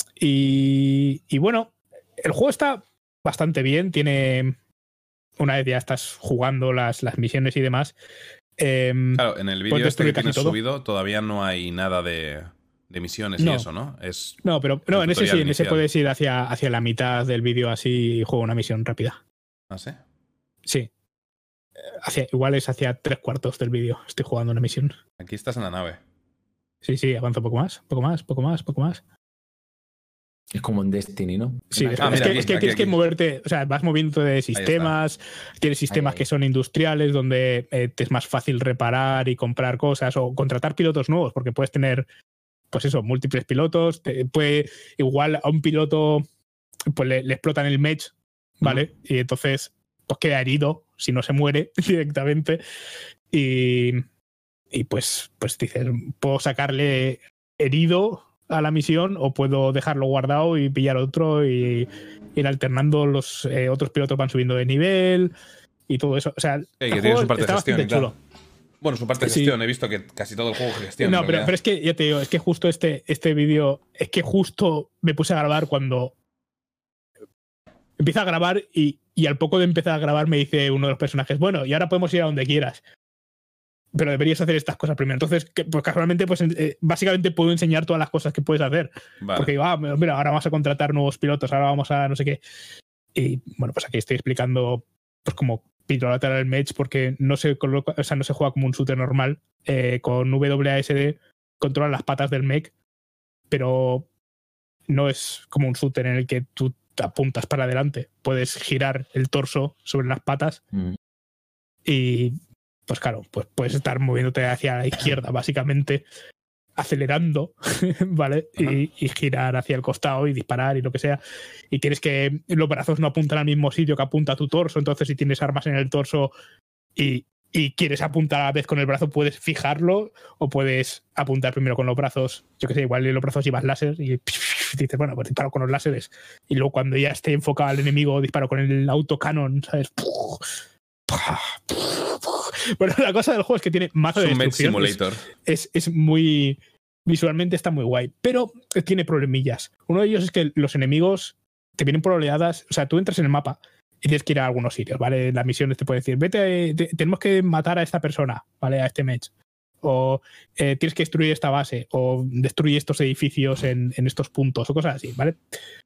y, y bueno, el juego está bastante bien, tiene... Una vez ya estás jugando las, las misiones y demás. Eh, claro, en el vídeo este que tienes todo. subido todavía no hay nada de, de misiones no. y eso, ¿no? Es no, pero no, en ese sí, en ese puedes ir hacia, hacia la mitad del vídeo así y juego una misión rápida. ¿Ah, sí? Sí. Hacia, igual es hacia tres cuartos del vídeo. Estoy jugando una misión. Aquí estás en la nave. Sí, sí, avanza un poco más, poco más, poco más, poco más. Es como en Destiny, ¿no? Sí, ah, es, mira, que, aquí, es que aquí, tienes aquí. que moverte, o sea, vas moviendo de sistemas, tienes sistemas ahí, ahí. que son industriales donde eh, te es más fácil reparar y comprar cosas o contratar pilotos nuevos, porque puedes tener, pues eso, múltiples pilotos, te, puede, igual a un piloto pues le, le explotan el mech, ¿vale? Uh-huh. Y entonces pues queda herido si no se muere directamente y, y pues, pues dices, puedo sacarle herido a la misión o puedo dejarlo guardado y pillar otro y ir alternando. Los eh, otros pilotos van subiendo de nivel y todo eso. O sea, hey, que tiene su parte de gestión y tal. Bueno, su parte de gestión, sí. He visto que casi todo el juego es gestión. No, pero, pero es que ya te digo, es que justo este, este vídeo, es que justo me puse a grabar cuando empieza a grabar y, y al poco de empezar a grabar me dice uno de los personajes, bueno, y ahora podemos ir a donde quieras. Pero deberías hacer estas cosas primero. Entonces, que, pues casualmente, pues eh, básicamente puedo enseñar todas las cosas que puedes hacer. Vale. Porque digo, ah, mira, ahora vamos a contratar nuevos pilotos, ahora vamos a no sé qué. Y bueno, pues aquí estoy explicando pues cómo pilotar el mech, porque no se coloca, o sea, no se juega como un shooter normal. Eh, con W A S D controlas las patas del mech, pero no es como un shooter en el que tú te apuntas para adelante. Puedes girar el torso sobre las patas mm. y pues claro, pues puedes estar moviéndote hacia la izquierda, básicamente acelerando, ¿vale? Y, y girar hacia el costado y disparar y lo que sea. Y tienes que... Los brazos no apuntan al mismo sitio que apunta tu torso, entonces si tienes armas en el torso y, y quieres apuntar a la vez con el brazo, puedes fijarlo o puedes apuntar primero con los brazos. Yo qué sé, igual en los brazos llevas láser y dices, bueno, pues disparo con los láseres. Y luego cuando ya esté enfocado al enemigo, disparo con el autocanon, ¿sabes? Bueno, la cosa del juego es que tiene mazo de destrucción. Es, es, es muy... Visualmente está muy guay, pero tiene problemillas. Uno de ellos es que los enemigos te vienen por oleadas. O sea, tú entras en el mapa y tienes que ir a algunos sitios, ¿vale? Las misiones te pueden decir, vete, te, tenemos que matar a esta persona, ¿vale? A este mech. O eh, tienes que destruir esta base, o destruir estos edificios en, en estos puntos, o cosas así, ¿vale?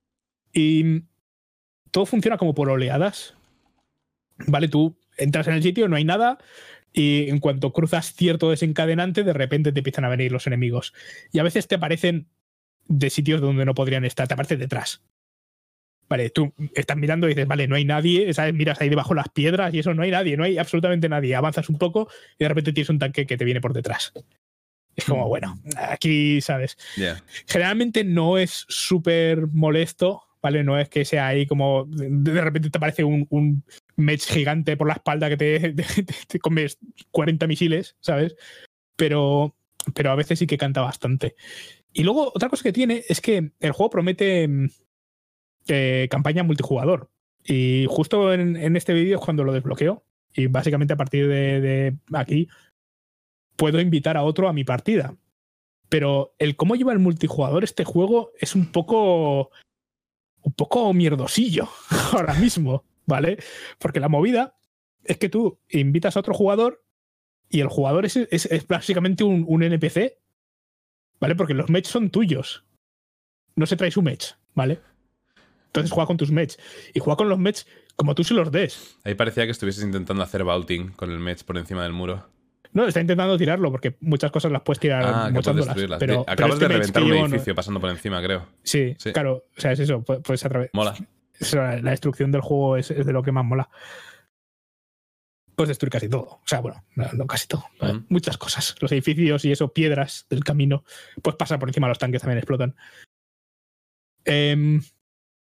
Y todo funciona como por oleadas, ¿vale? Tú entras en el sitio, no hay nada, y en cuanto cruzas cierto desencadenante, de repente te empiezan a venir los enemigos. Y a veces te aparecen de sitios donde no podrían estar, te aparecen detrás. Vale, tú estás mirando y dices, vale, no hay nadie, ¿sabes? Miras ahí debajo las piedras y eso, no hay nadie, no hay absolutamente nadie. Avanzas un poco y de repente tienes un tanque que te viene por detrás. Es como, bueno, aquí, ¿sabes? Yeah. Generalmente no es súper molesto, ¿vale? No es que sea ahí como de repente te aparece un, un mech gigante por la espalda que te, te, te, te comes cuarenta misiles, ¿sabes? Pero, pero a veces sí que canta bastante. Y luego otra cosa que tiene es que el juego promete eh, campaña multijugador. Y justo en, en este vídeo es cuando lo desbloqueo. Y básicamente a partir de, de aquí puedo invitar a otro a mi partida. Pero el cómo lleva el multijugador este juego es un poco... un poco mierdosillo ahora mismo, ¿vale? Porque la movida es que tú invitas a otro jugador y el jugador es, es, es básicamente un, un N P C, ¿vale? Porque los mechs son tuyos. No se trae su mech, ¿vale? Entonces juega con tus mechs. Y juega con los mechs como tú se los des. Ahí parecía que estuvieses intentando hacer vaulting con el mech por encima del muro. No, está intentando tirarlo porque muchas cosas las puedes tirar ah, mochándolas. Pero, Acabas pero este de reventar un edificio no... pasando por encima, creo. Sí, sí, claro. O sea, es eso. Puedes a través... Mola. La destrucción del juego es, es de lo que más mola. Puedes destruir casi todo. O sea, bueno, no, no casi todo. Mm. Muchas cosas. Los edificios y eso, piedras del camino. Puedes pasar por encima de los tanques, también explotan. Eh,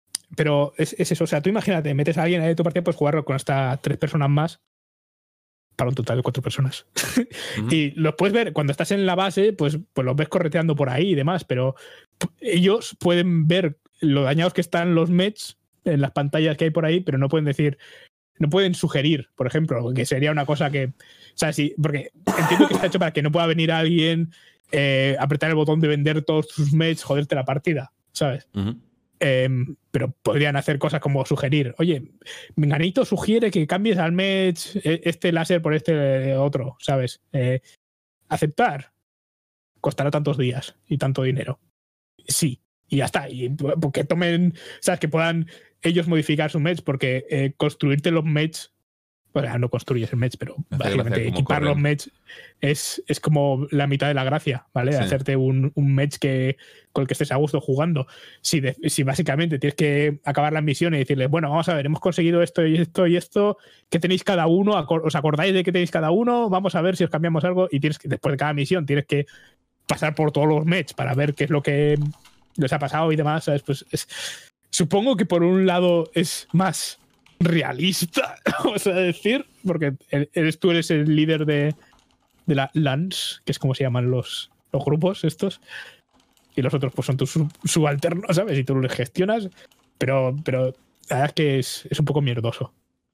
pero es, es eso. O sea, tú imagínate, metes a alguien ahí de tu partida, puedes jugarlo con hasta tres personas más. para un total de cuatro personas. Uh-huh. Y los puedes ver, cuando estás en la base, pues, pues los ves correteando por ahí y demás, pero ellos pueden ver lo dañados que están los mechs en las pantallas que hay por ahí, pero no pueden decir, no pueden sugerir, por ejemplo, que sería una cosa que, o sea, sí, porque entiendo que está hecho para que no pueda venir alguien, eh, apretar el botón de vender todos tus mechs, joderte la partida, ¿sabes? Uh-huh. Eh, pero podrían hacer cosas como sugerir, oye, Menganito sugiere que cambies al match este láser por este otro, ¿sabes? Eh, aceptar costará tantos días y tanto dinero. Sí, y ya está. Y porque tomen, ¿sabes? Que puedan ellos modificar su match, porque eh, construirte los match, bueno, no construyes el match, pero básicamente equipar los match es, es como la mitad de la gracia, ¿vale? Sí. Hacerte un, un match que, con el que estés a gusto jugando. Si, de, si básicamente tienes que acabar las misiones y decirles, bueno, vamos a ver, hemos conseguido esto y esto y esto, ¿qué tenéis cada uno? ¿Os acordáis de qué tenéis cada uno? Vamos a ver si os cambiamos algo, y tienes que, después de cada misión, tienes que pasar por todos los match para ver qué es lo que les ha pasado y demás, ¿sabes? Pues es, supongo que por un lado es más realista, vamos a decir, porque eres, tú eres el líder de, de la LANs, que es como se llaman los, los grupos estos, y los otros pues son tus subalternos, ¿sabes? Y tú los gestionas, pero, pero la verdad es que es, es un poco mierdoso,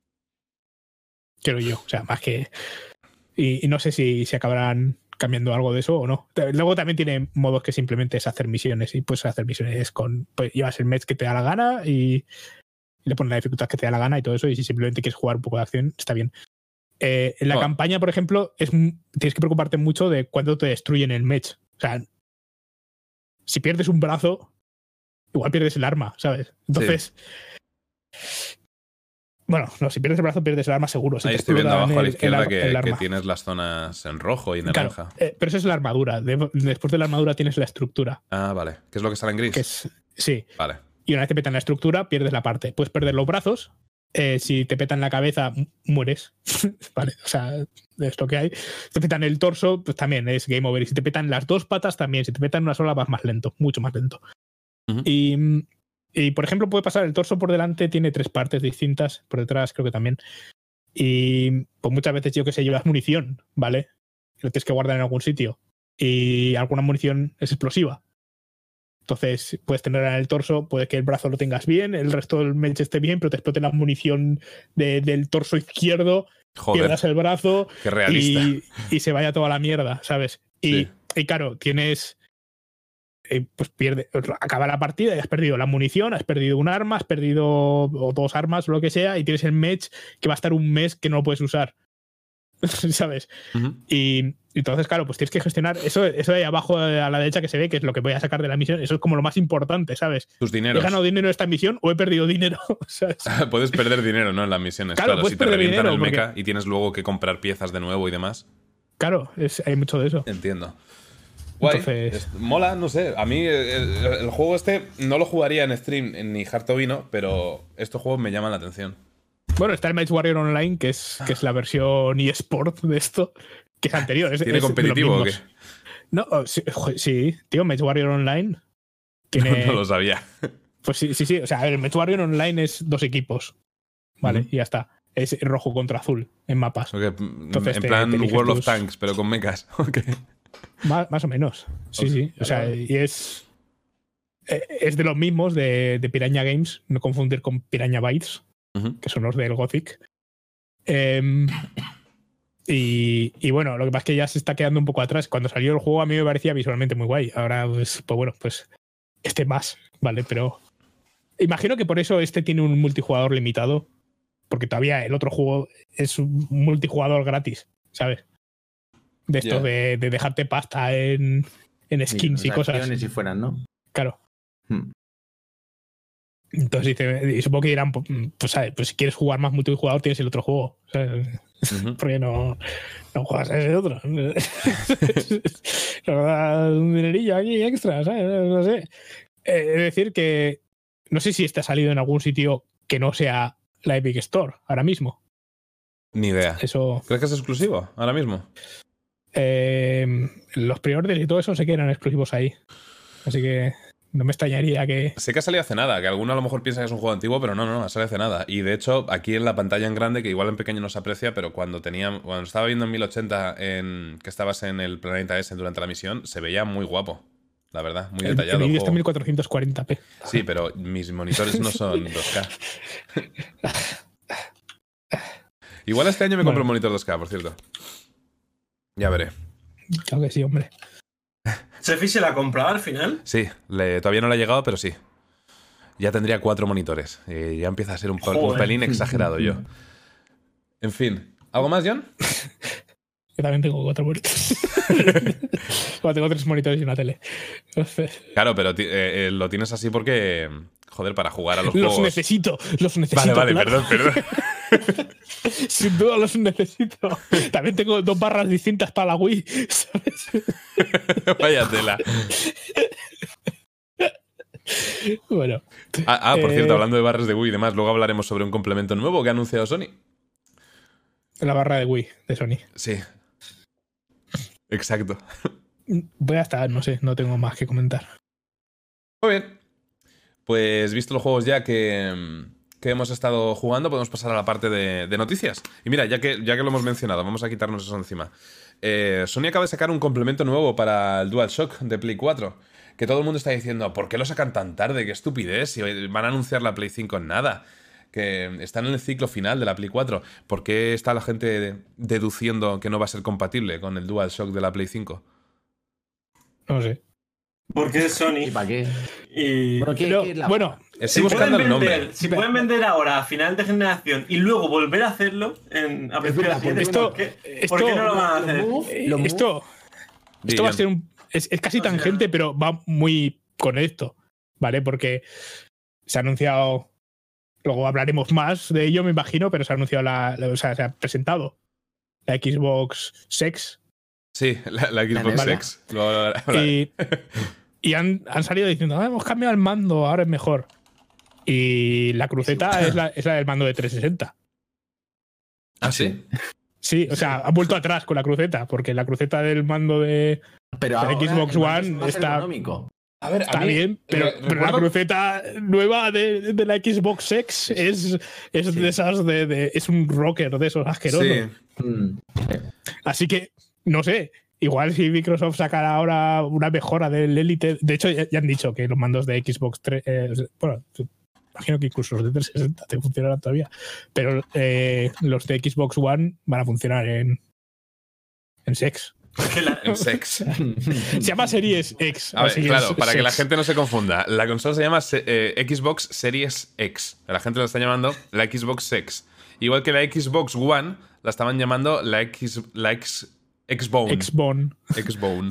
creo yo, o sea, más que... Y, y no sé si, si acabarán cambiando algo de eso o no. Luego también tiene modos que simplemente es hacer misiones, y puedes hacer misiones con... Pues llevas el match que te da la gana y... y le pones la dificultad que te da la gana y todo eso, y si simplemente quieres jugar un poco de acción, está bien. Eh, en la oh. campaña, por ejemplo, es, tienes que preocuparte mucho de cuándo te destruyen el match. O sea, si pierdes un brazo, igual pierdes el arma, ¿sabes? Entonces... Sí. Bueno, no, si pierdes el brazo, pierdes el arma seguro. Si Ahí estoy viendo abajo el, a la izquierda el, que, el que tienes las zonas en rojo y naranja. Claro, eh, pero eso es la armadura. De, después de la armadura tienes la estructura. Ah, vale. ¿Qué es lo que sale en gris? Que es, sí. Vale. Y una vez te petan la estructura, pierdes la parte. Puedes perder los brazos. Eh, si te petan la cabeza, mueres. Vale, o sea, es lo que hay. Si te petan el torso, pues también es game over. Y si te petan las dos patas, también. Si te petan una sola, vas más lento, mucho más lento. Uh-huh. Y, y, por ejemplo, puede pasar el torso por delante, tiene tres partes distintas. Por detrás, creo que también. Y pues muchas veces, yo que sé, llevas munición, ¿vale? Lo tienes que guardar en algún sitio. Y alguna munición es explosiva. Entonces puedes tener en el torso, puede que el brazo lo tengas bien, el resto del match esté bien, pero te explote la munición de, del torso izquierdo, Joder, pierdas el brazo qué realista. Y, y se vaya toda la mierda, ¿sabes? Y, sí. y claro, tienes... Eh, pues pierde, acaba la partida y has perdido la munición, has perdido un arma, has perdido o dos armas o lo que sea, y tienes el match que va a estar un mes que no lo puedes usar. ¿Sabes? Uh-huh. Y entonces, claro, pues tienes que gestionar eso, eso de ahí abajo a la derecha que se ve, que es lo que voy a sacar de la misión. Eso es como lo más importante, ¿sabes? Tus dineros. ¿He ganado dinero en esta misión o he perdido dinero? ¿Sabes? Puedes perder dinero, ¿no? En las misiones. Claro, claro si te revientan dinero, el mecha porque... y tienes luego que comprar piezas de nuevo y demás. Claro, es, hay mucho de eso. Entiendo. Guay. Entonces... Es, mola, no sé. A mí el, el, el juego este no lo jugaría en stream ni harto vino, pero estos juegos me llaman la atención. Bueno, está el Mage Warrior Online, que es, que es la versión eSport de esto, que es anterior. Es, ¿Tiene es competitivo o qué? No, sí, sí, tío, Mage Warrior Online. Tiene... No, no lo sabía. Pues sí, sí, sí. O sea, a ver, el Mage Warrior Online es dos equipos. Vale, uh-huh. Y ya está. Es rojo contra azul en mapas. Okay. Entonces, en te, plan te World tus... of Tanks, pero con mechas. Okay. Más, más o menos. Sí, okay. sí. O sea, y es. Es de los mismos de, de Piranha Games, no confundir con Piranha Bytes. Uh-huh. Que son los del Gothic. Eh, y, y bueno, lo que pasa es que ya se está quedando un poco atrás. Cuando salió el juego a mí me parecía visualmente muy guay. Ahora, pues, pues bueno, pues este más, ¿vale? Pero imagino que por eso este tiene un multijugador limitado, porque todavía el otro juego es un multijugador gratis, ¿sabes? De esto yeah. de, de dejarte pasta en, en skins sí, y cosas. Si fueran, ¿no? Claro. Hmm. Entonces dice, y supongo que dirán, pues, ¿sabes? Pues si quieres jugar más multijugador tienes el otro juego, ¿sabes? Uh-huh. Porque no, no juegas a ese otro. Nos da un dinerillo aquí extra, ¿sabes? No sé. Eh, es decir que no sé si este ha salido en algún sitio que no sea la Epic Store ahora mismo. Ni idea. Eso... ¿Crees que es exclusivo ahora mismo? Eh, los pre-orders y todo eso sé que eran exclusivos ahí. Así que no me extrañaría que... Sé que ha salido hace nada, que alguno a lo mejor piensa que es un juego antiguo, pero no, no, no, ha salido hace nada. Y de hecho, aquí en la pantalla en grande, que igual en pequeño no se aprecia, pero cuando tenía, cuando estaba viendo en mil ochenta en, que estabas en el Planeta S durante la misión, se veía muy guapo. La verdad, muy el, detallado. El vídeo está en mil cuatrocientos cuarenta p. Sí, pero mis monitores no son dos K. Igual este año me compro bueno. un monitor dos K, por cierto. Ya veré. Claro que sí, hombre. ¿Sefi se la ha comprado al final? Sí, le, todavía no le ha llegado, pero sí. Ya tendría cuatro monitores. Y ya empieza a ser un, un pelín exagerado yo. En fin. ¿Algo más, John? Yo también tengo cuatro monitores. Bueno, tengo tres monitores y una tele. Claro, pero eh, eh, lo tienes así porque... Joder, para jugar a los, los juegos... Los necesito, los necesito. Vale, vale, claro. perdón, perdón. Sin duda los necesito. También tengo dos barras distintas para la Wii, ¿sabes? Vaya tela. Bueno. Ah, ah por eh... cierto, hablando de barras de Wii y demás, luego hablaremos sobre un complemento nuevo que ha anunciado Sony. La barra de Wii de Sony. Sí. Exacto. Voy a estar, no sé, no tengo más que comentar. Muy bien. Pues visto los juegos ya que, que hemos estado jugando, podemos pasar a la parte de, de noticias. Y mira, ya que, ya que lo hemos mencionado, vamos a quitarnos eso encima. Eh, Sony acaba de sacar un complemento nuevo para el DualShock de Play cuatro. Que todo el mundo está diciendo, ¿por qué lo sacan tan tarde? ¡Qué estupidez! Si van a anunciar la Play cinco en nada. Que están en el ciclo final de la Play cuatro. ¿Por qué está la gente deduciendo que no va a ser compatible con el DualShock de la Play cinco? No sé. Porque es Sony. ¿Y para qué? Y... Bueno, ¿qué, Pero, qué la... bueno estoy si buscando vender, el nombre. Si pueden vender ahora a final de generación y luego volver a hacerlo en a verdad, esto, ¿por, qué, esto, ¿por qué no lo van a hacer? Lo move, lo move. Esto, esto va a ser un... Es, es casi tangente, pero va muy con esto, ¿vale? Porque se ha anunciado... Luego hablaremos más de ello, me imagino, pero se ha anunciado la... la o sea, se ha presentado la Xbox Sex. Sí, la, la Xbox ¿vale? Sex. Lo, lo, y y han, han salido diciendo, ah, hemos cambiado el mando, ahora es mejor. Y la cruceta es la, es la del mando de trescientos sesenta. ¿Ah, sí? Sí, o sea, han vuelto atrás con la cruceta, porque la cruceta del mando de, pero de la Xbox One está... Económico. A ver, está a mí, bien, pero, pero la cruceta nueva de, de la Xbox X es, es sí. de esas de, de. Es un rocker de esos asquerosos. Sí. Mm. Así que, no sé. Igual si Microsoft sacara ahora una mejora del Elite. De hecho, ya, ya han dicho que los mandos de Xbox tres. Eh, bueno, imagino que incluso los de trescientos sesenta te funcionarán todavía. Pero eh, los de Xbox One van a funcionar en. En Sex. En Sex. Se llama Series X. A ver, claro, para sex. Que la gente no se confunda. La consola se llama eh, Xbox Series X. La gente lo está llamando la Xbox Sex. Igual que la Xbox One la estaban llamando la X. La X. Xbone. Xbone. Xbone.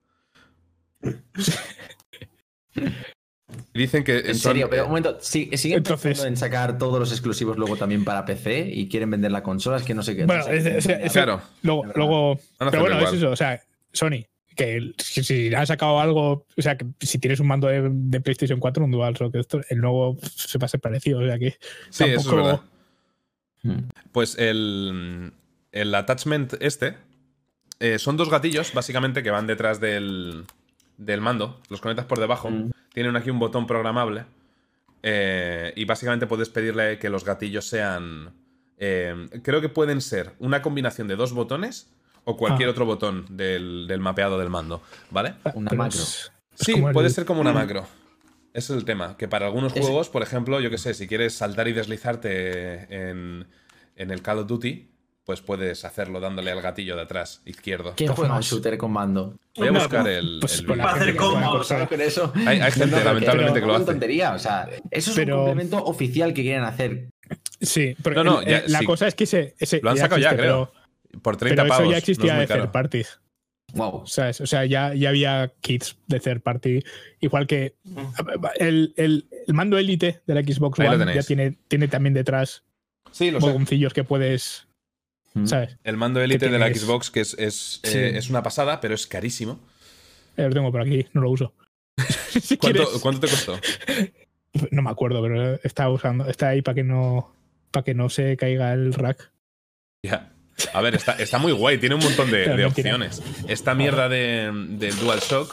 Dicen que. En son, serio, pero un momento. Sí, siguen Entonces, pensando en sacar todos los exclusivos luego también para P C y quieren vender la consola. Es que no sé qué. Bueno, no sé es, es, es, claro. Luego. luego pero bueno, igual. es eso. O sea, Sony. Que si, si han sacado algo. O sea, que si tienes un mando de, de PlayStation cuatro, un DualShock, esto, el nuevo se va a ser parecido. O sea que. Sí, tampoco... eso es verdad. Hmm. Pues el. El attachment este. Eh, son dos gatillos, básicamente, que van detrás del. Del mando. Los conectas por debajo. Mm. Tienen aquí un botón programable. Eh, y básicamente puedes pedirle que los gatillos sean. Eh, creo que pueden ser una combinación de dos botones. O cualquier ah. otro botón del, del mapeado del mando, ¿vale? Una macro. Sí, puede el... ser como una macro. Ese es el tema. Que para algunos es... juegos, por ejemplo, yo que sé, si quieres saltar y deslizarte en, en el Call of Duty, pues puedes hacerlo dándole al gatillo de atrás, izquierdo. ¿Quién juega un shooter con mando? Voy a buscar el, pues el con para hacer combos. Con eso. Hay, hay gente, no, lamentablemente, que lo hace. Tontería. O sea, eso es pero... un complemento oficial que quieren hacer. Sí, pero no, no, el, ya, la sí. cosa es que ese, ese lo han sacado ya, existe, ya creo. Pero... Por treinta Pero pavos. eso ya existía no de third parties. Wow. ¿Sabes? O sea, ya, ya había kits de third party. Igual que el, el, el mando Elite de la Xbox Ahí One ya tiene, tiene también detrás sí, botoncillos que puedes. ¿Sabes? El mando Elite de la Xbox, que es, es, sí. eh, es una pasada, pero es carísimo. Eh, lo tengo por aquí, no lo uso. si ¿Cuánto, ¿Cuánto te costó? No me acuerdo, pero está usando. Está ahí para que no. Para que no se caiga el rack. Ya. Yeah. A ver, está, está muy guay, tiene un montón de, de opciones. Esta mierda de, del DualShock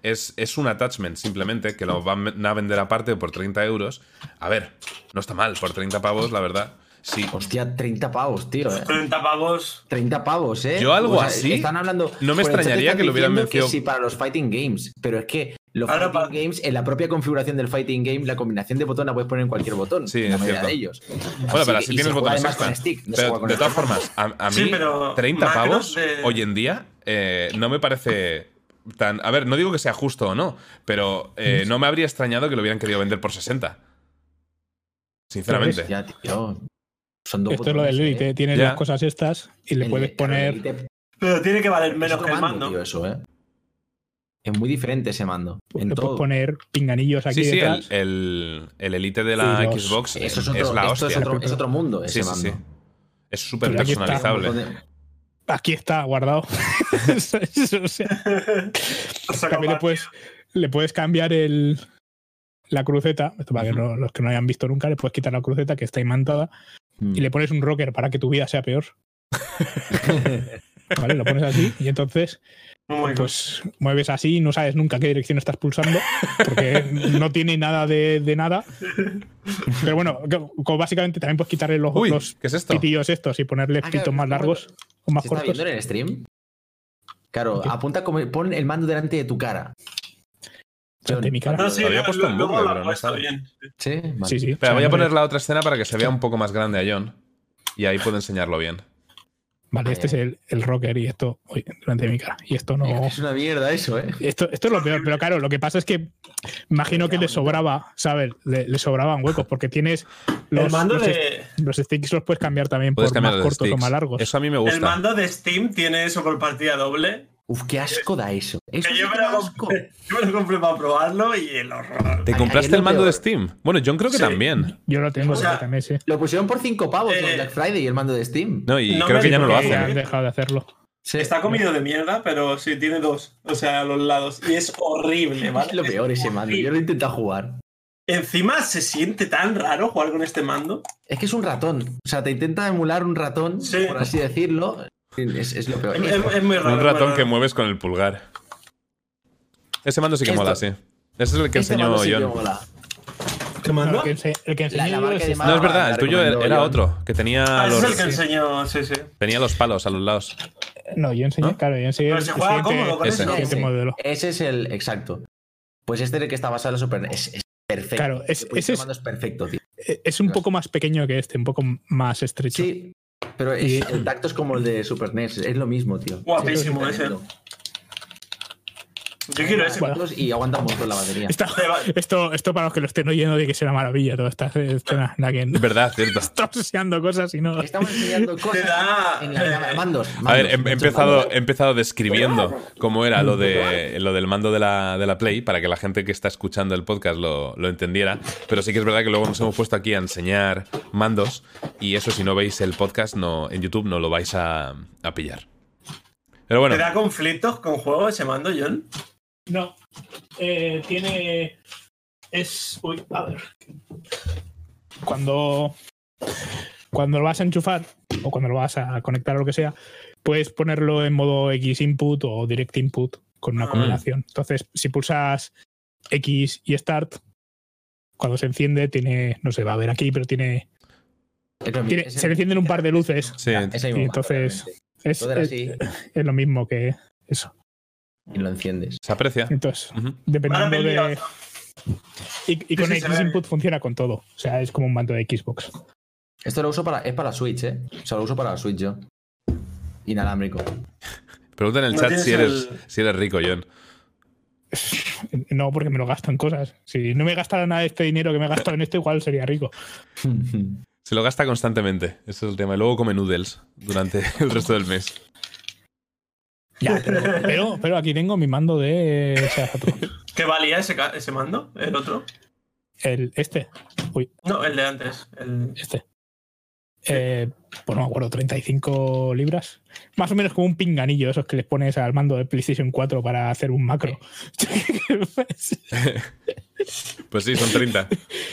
es, es un attachment simplemente que lo van a vender aparte por treinta euros. A ver, no está mal, por treinta pavos, la verdad. Sí. Hostia, treinta pavos, tío. ¿eh? treinta pavos. treinta pavos, ¿eh? Yo algo o sea, así. Están hablando. No me extrañaría que lo hubieran mencionado. Sí, para los fighting games. Pero es que los Ahora, fighting para... games, en la propia configuración del fighting game, la combinación de botón la puedes poner en cualquier botón. Sí, la es mayoría cierto. de ellos. Bueno, así pero que, así tienes botones extra. Stick, no pero, de todas formas, a, a mí, sí, pero treinta pavos de... hoy en día eh, no me parece tan. A ver, no digo que sea justo o no, pero eh, no me habría extrañado que lo hubieran querido vender por sesenta. Sinceramente. Ya, tío. Son dos Esto es lo del Elite, ¿eh? Tienes ya. las cosas estas y le El puedes de- poner. Elite- Pero tiene que valer menos es que el otro mando. tío, eso, ¿eh? Es muy diferente ese mando. En Le puedes todo. poner pinganillos aquí Sí, sí, el, detrás. el, el Elite de la Y los- Xbox Eso es, es, otro, la esto hostia. es otro, es otro mundo, ese Sí, sí, mando. sí. Es súper Pero aquí está. personalizable. Un montón de- Aquí está guardado. O sea, también le puedes, le puedes cambiar el, la cruceta. Esto para que no- los que no hayan visto nunca, le puedes quitar la cruceta que está imantada Mm. y le pones un rocker para que tu vida sea peor. ¿Vale? Lo pones así y entonces Oh my God. pues mueves así y no sabes nunca qué dirección estás pulsando porque no tiene nada de, de nada. Pero bueno, como básicamente también puedes quitarle los, Uy, los ¿qué es esto? pitillos estos y ponerle Ah, pitos claro, más ¿cómo- largos o más ¿Se está cortos. viendo en el stream? Claro, ¿Qué? apunta como. Pon el mando delante de tu cara. Ante mi cara. No, sí, Había no, puesto en luego bucle, lo pero ha no puesto sale. bien. Sí, vale. Sí, sí. Espera, O sea, voy a no- poner la otra escena para que se vea un poco más grande a John. Y ahí puedo enseñarlo bien. Vale, este es el, el rocker y esto. Uy, delante de mi cara. Y esto no. Es una mierda eso, ¿eh? Esto, esto es lo peor, pero claro, lo que pasa es que imagino que le sobraba, ¿sabes? Le, le sobraban huecos porque tienes los, El mando los, de... los sticks los puedes cambiar también Puedes por cambiar más los cortos sticks. o más largos. Eso a mí me El gusta. mando de Steam tiene eso por partida doble. Uf, qué asco da eso. Eso Que sí yo, que me da lo asco. compré, yo me lo compré para probarlo y el horror. ¿Te Ayer compraste lo el mando peor. de Steam? Bueno, John creo que Sí. también. Yo lo tengo O sea, también, sí. Lo pusieron por cinco pavos Eh, en Black Friday el mando de Steam. No, y No creo me que ya no lo porque Ya hacen. han dejado de hacerlo. Sí. Está comido de mierda, pero sí, tiene dos. O sea, a los lados. Y es horrible, ¿vale? Es lo peor ese mando. Yo lo he intentado jugar. Encima se siente tan raro jugar con este mando. Es que es un ratón. O sea, te intenta emular un ratón, Sí. por así decirlo. Es, es lo peor. Es, es- es muy raro. Un es muy ratón raro. que mueves con el pulgar. Ese mando sí que Esto- mola, sí. Ese es el que Este enseñó mando sí que John. mola. ¿Qué No, mando? el, que ense- el que enseñé La- la yo marca es de este. mando- No, es verdad, la el tuyo recomendó era John. otro, que tenía Ah, ese es los, el que enseñó, sí, sí. tenía los palos a los lados. No, yo enseñé, ¿No? claro, yo enseñé Pero el se juega siguiente- cómodo con Ese. el eso. siguiente Ese. modelo. Ese es el exacto. Pues este es el que está basado en la Super es, es perfecto. Claro, es- Pues ese este es- mando es perfecto, tío. Es un poco más pequeño que este, un poco más estrecho. Sí, pero es- Y- el tacto es como el de Super N E S. Es lo mismo, tío. Guapísimo Es ese. tremendo. Yo quiero ese. Bueno. Y aguanta un montón la batería. Esto, Te va- esto, esto para los que lo estén oyendo de que será maravilla toda esta escena en la que Es verdad, cierto. estamos enseñando cosas y no. Estamos enseñando cosas da- en la cámara. Mandos, mandos. A ver, he, he muchos empezado, mandos. he empezado describiendo cómo era lo, de, lo del mando de la, de la Play para que la gente que está escuchando el podcast lo, lo entendiera. Pero sí que es verdad que luego nos hemos puesto aquí a enseñar mandos y eso si no veis el podcast no, en YouTube no lo vais a, a pillar. Pero bueno, ¿Te da conflictos con juego ese mando, John? No. Eh, tiene. Es. Uy, a ver. Cuando. Cuando lo vas a enchufar, o cuando lo vas a conectar o lo que sea, puedes ponerlo en modo X input o direct input con una Ah. combinación. Entonces, si pulsas X y Start, cuando se enciende, tiene. No sé, va a ver aquí, pero tiene. Es lo mismo, tiene es el- se le encienden un par de luces. sí. Ya, ese mismo Y mando, entonces- realmente. Es, Todo era es, así es lo mismo que eso. y lo enciendes. Se aprecia. Entonces, Ujú. dependiendo Ahora me de. lío. Y, y con Sí, sí, se X ve. input funciona con todo. O sea, es como un mando de Xbox. Esto lo uso para. Es para Switch, ¿eh? O sea, lo uso para la Switch yo. Inalámbrico. Pregunta en el No chat tienes si eres, el- si eres rico, John. No, porque me lo gasto en cosas. Si no me gastara nada de este dinero que me he gastado en esto, igual sería rico. Se lo gasta constantemente, ese es el tema. Y luego come noodles durante el resto del mes. Ya, pero, pero, pero aquí tengo mi mando de Sega Saturn. ¿Qué valía ese, ca- ese mando? ¿El otro? El, este. Uy, No, el de antes. El... este. Eh, pues no me acuerdo, treinta y cinco libras. Más o menos como un pinganillo, esos que les pones al mando de PlayStation cuatro para hacer un macro. Pues sí, son treinta.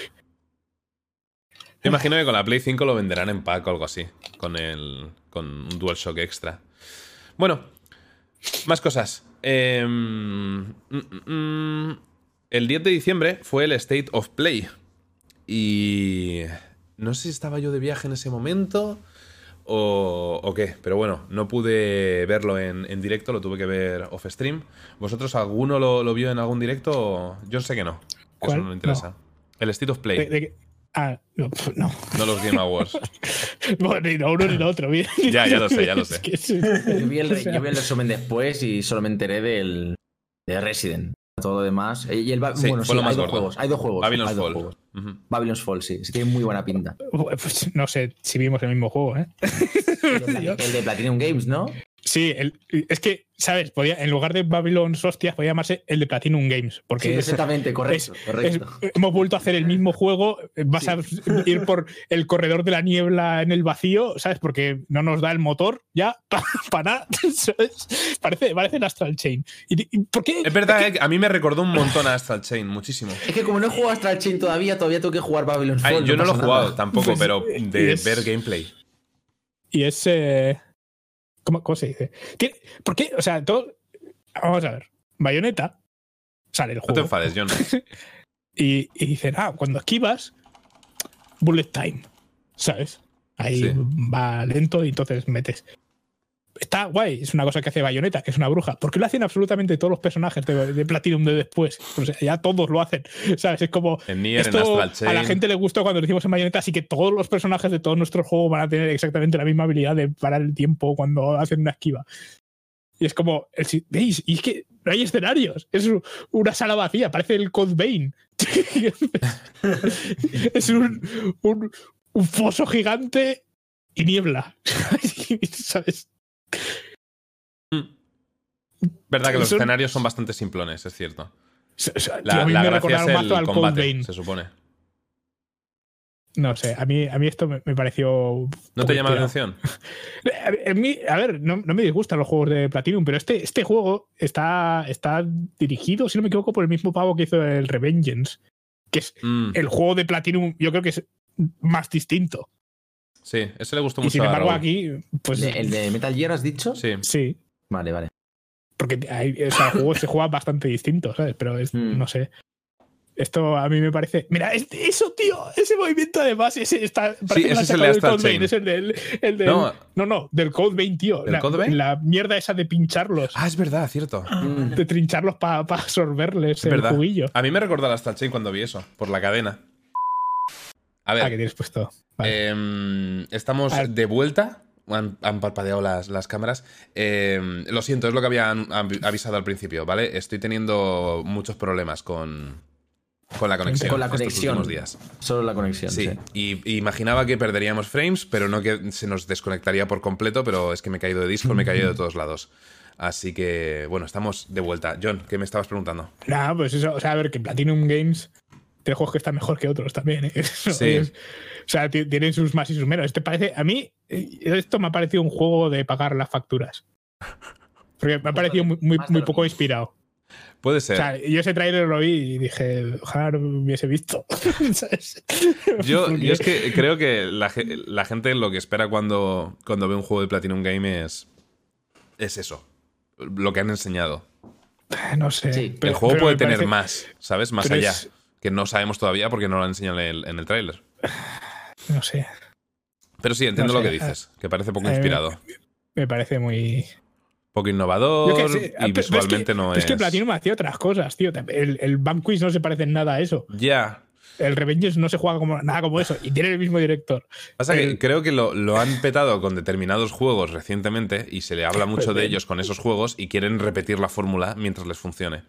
Me imagino que con la Play cinco lo venderán en pack o algo así. Con el. Con un DualShock extra. Bueno, más cosas. Eh, mm, mm, el diez de diciembre fue el State of Play. Y no sé si estaba yo de viaje en ese momento o, o qué, pero bueno, no pude verlo en, en directo, lo tuve que ver off stream. ¿Vosotros alguno lo, lo vio en algún directo? Yo sé que no, que eso no me interesa. No. El State of Play. De, de, ah, no, no. No los Game Awards. Bueno, ni lo uno ni lo otro. Bien. Ya, ya lo sé, ya lo sé. Es que sí. yo, vi el, yo vi el resumen después y solo me enteré del de Resident. Todo lo demás. Y el ba sí, bueno, fue sí, lo más hay, dos gordo. juegos, hay dos juegos. Babylon's hay dos Fall. juegos. Uh-huh. Babylon's Fall, sí. Sí, tiene muy buena pinta. Pues no sé si vimos el mismo juego, ¿eh? El de, el de Platinum Games, ¿no? Sí, el, es que, ¿sabes? Podía, en lugar de Babylon's Hostias, podía llamarse el de Platinum Games. Porque sí, es, exactamente, correcto. Es, correcto. Es, hemos vuelto a hacer el mismo juego. Vas sí. a ir por el corredor de la niebla en el vacío, ¿sabes? Porque no nos da el motor ya para pa nada. ¿Sabes? Parece, parece el Astral Chain. ¿Y, y por qué? Es verdad, es que... a mí me recordó un montón a Astral Chain, muchísimo. Es que como no he jugado Astral Chain todavía, todavía tengo que jugar Babylon's Fall. Ay, yo no, no lo he jugado nada. tampoco, pues, pero de es... ver gameplay. Y es... Eh... ¿Cómo, ¿Cómo se dice? ¿Por qué? O sea, todo... Vamos a ver. Bayonetta sale el juego. No te enfades, John. y, y dicen, ah, cuando esquivas, bullet time. ¿Sabes? Ahí sí. va lento y entonces metes. Está guay, es una cosa que hace Bayonetta, que es una bruja. ¿Por qué lo hacen absolutamente todos los personajes de, de Platinum de después? O sea, ya todos lo hacen, ¿sabes? Es como... En Nier, esto en Astral Chain. A la gente le gustó cuando lo hicimos en Bayonetta, así que todos los personajes de todos nuestros juegos van a tener exactamente la misma habilidad de parar el tiempo cuando hacen una esquiva. Y es como... ¿Veis? Y es que no hay escenarios. Es una sala vacía, parece el Code Vein. Es un, un, un foso gigante y niebla. ¿Sabes? Verdad que los son... escenarios son bastante simplones, es cierto. O sea, la tío, la gracia es el al combate, se supone. No sé, a mí, a mí esto me, me pareció... ¿No te llama la atención? A, mí, a ver, no, no me disgustan los juegos de Platinum, pero este, este juego está, está dirigido, si no me equivoco, por el mismo pavo que hizo el Revengeance, que es mm. el juego de Platinum, yo creo que es más distinto. Sí, ese le gustó mucho. Y sin embargo a aquí... Pues, ¿El de Metal Gear has dicho? Sí. Sí. Vale, vale. Porque hay, o sea, el juego se juega bastante distinto, ¿sabes? Pero es, mm. no sé. Esto a mí me parece... Mira, este, eso, tío, ese movimiento además, ese está... Sí, ese es el de Astral Chain. Es el del... El del no. no, no, del Code Vein, tío. ¿Del la, Code Vein? La mierda esa de pincharlos. Ah, es verdad, cierto. De trincharlos para pa absorberles es el verdad. juguillo. A mí me recordó al Astral Chain cuando vi eso, por la cadena. A ver. Ah, que tienes puesto. Vale. Eh, estamos de vuelta. Han, han parpadeado las, las cámaras. Eh, lo siento, es lo que había avisado al principio, ¿vale? Estoy teniendo muchos problemas con, con la conexión. Con la conexión. Estos días. Solo la conexión. Sí. sí. Y, y imaginaba que perderíamos frames, pero no que se nos desconectaría por completo. Pero es que me he caído de Discord, me he caído de todos lados. Así que, bueno, estamos de vuelta. John, ¿qué me estabas preguntando? Nada, pues eso, o sea, a ver, que Platinum Games tiene juegos que están mejor que otros también, ¿eh? Eso sí. Es, o sea, tienen sus más y sus menos. Este parece, a mí, esto me ha parecido un juego de pagar las facturas. Porque me ha parecido muy, muy, muy poco inspirado. Puede ser. O sea, yo ese tráiler lo vi y dije, ojalá lo hubiese visto. ¿Sabes? Yo, Porque... yo es que creo que la, la gente lo que espera cuando, cuando ve un juego de Platinum Game es, es eso. Lo que han enseñado. No sé. Sí, pero, el juego pero puede tener parece... más, ¿sabes? Más allá. Es... Que no sabemos todavía porque no lo han enseñado en el, en el tráiler. No sé. Pero sí, entiendo no sé. lo que dices. Que parece poco eh, inspirado. Me parece muy... Poco innovador sé, y visualmente es que, no es... Es que Platinum hacía otras cosas, tío. El, el Vanquish no se parece en nada a eso. Ya. Yeah. El Revengeance no se juega como nada como eso y tiene el mismo director. Pasa el... que creo que lo, lo han petado con determinados juegos recientemente y se le habla mucho pues de ellos con esos juegos y quieren repetir la fórmula mientras les funcione.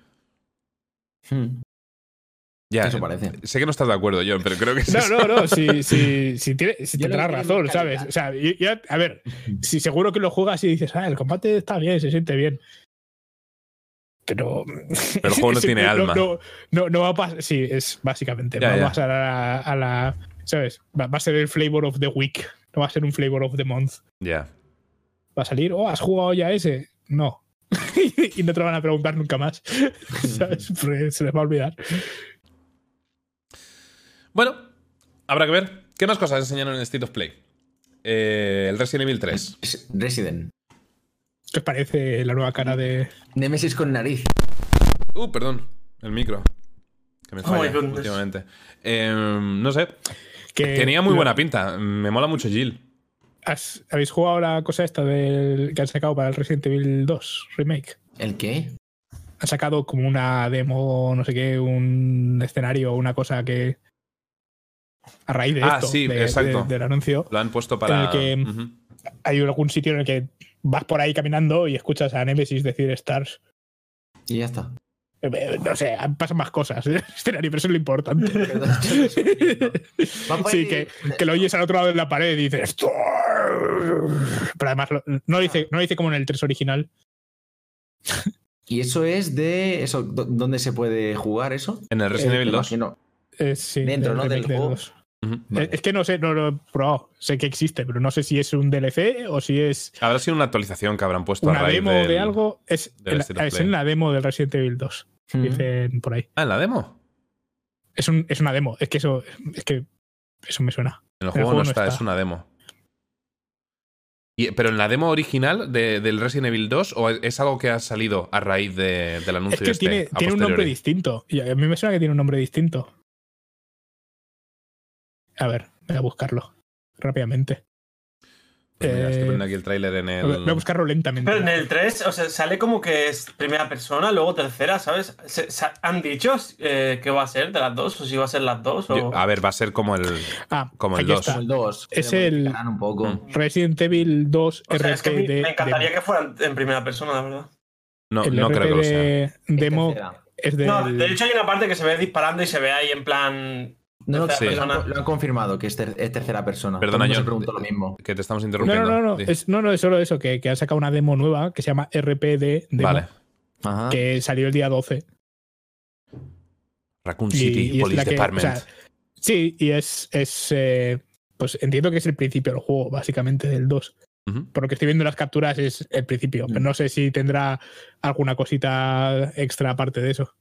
Hmm. Ya, eso parece. Sé que no estás de acuerdo, John, pero creo que sí. No, no, no, si, si, si, tiene, si tendrás razón, ¿sabes? O sea, yo, yo, a ver, si seguro que lo juegas y dices, ah, el combate está bien, se siente bien. Pero, pero el juego no tiene no, alma. No, no, no va a pasar. Sí, es básicamente. Ya, va ya. a pasar a la, a la. ¿Sabes? Va, va a ser el flavor of the week. No va a ser un flavor of the month. Ya. Yeah. Va a salir, oh, ¿has jugado ya ese? No. Y no te lo van a preguntar nunca más. ¿Sabes? Porque se les va a olvidar. Bueno, habrá que ver. ¿Qué más cosas enseñaron en State of Play? Eh, el Resident Evil tres. Resident. ¿Qué os parece la nueva cara de Némesis con nariz? Uh, perdón, el micro. Que me falla Oh, últimamente. Eh, no sé. que Tenía muy lo, buena pinta. Me mola mucho Jill. ¿has, ¿Habéis jugado la cosa esta del, que han sacado para el Resident Evil dos Remake? ¿El qué? Han sacado como una demo, no sé qué, un escenario, una cosa que a raíz de Ah, esto, sí, de, exacto. de, del anuncio, Lo han puesto para... en el que uh-huh. hay algún sitio en el que vas por ahí caminando y escuchas a Nemesis decir Stars. Y ya está. No sé, pasan más cosas en el escenario, pero eso es lo importante. Sí, que, que lo oyes al otro lado de la pared y dices Stars. Pero además lo, no, lo dice, no lo dice como en el tres original. ¿Y eso es de eso? ¿Dónde se puede jugar eso? En el Resident Eh, Evil dos. Imagino. Eh, sí, Dentro, ¿no? Del juego. dos. Uh-huh. Vale. Es que no sé, no lo he probado. Sé que existe, pero no sé si es un D L C o si es Habrá sido una actualización que habrán puesto una a raíz demo del... de algo. Es, del en, State of es Play. en la demo del Resident Evil dos. Mm. Dicen por ahí. Ah, ¿en la demo? Es, un, es una demo. Es que eso, es que eso me suena. En el En el juego, juego no no está, está. es una demo. Y, ¿pero en la demo original de, del Resident Evil dos o es algo que ha salido a raíz de, del anuncio Es que este? tiene, a tiene un nombre posteriori? distinto. Y a mí me suena que tiene un nombre distinto. A ver, voy a buscarlo rápidamente. Pues mira, estoy Eh, poniendo aquí el tráiler en el... Voy a buscarlo lentamente. Pero en el tres, o sea, sale como que es primera persona, luego tercera, ¿sabes? ¿Se, se ¿Han dicho eh, qué va a ser de las dos? ¿O si va a ser las dos? O... Yo- a ver, va a ser como el, Ah, como el aquí dos. está. Como el dos. Es que el- modificarán un poco. Mm. Resident Evil dos O sea, R es que P me, de me encantaría demo. que fueran en primera persona, la verdad. No, El no R P creo que lo sea. de demo tercera. es del... No, de hecho hay una parte que se ve disparando y se ve ahí en plan... No, no, tercera Sí. lo, han, persona. lo han confirmado que es, ter- es tercera persona. Perdona, Todo el mundo John, se preguntó lo mismo. Que te estamos No, interrumpiendo. no, no, no. Di. Es, no, no, es solo eso, que, que han sacado una demo nueva que se llama R P D demo, Vale. Ajá. que salió el día doce. Raccoon Y- City y es Police la que- Department. o sea, sí, y es... es eh, pues entiendo que es el principio del juego, básicamente, del dos. Ujú. Por lo que estoy viendo en las capturas es el principio, pero no sé si tendrá alguna cosita extra aparte de eso.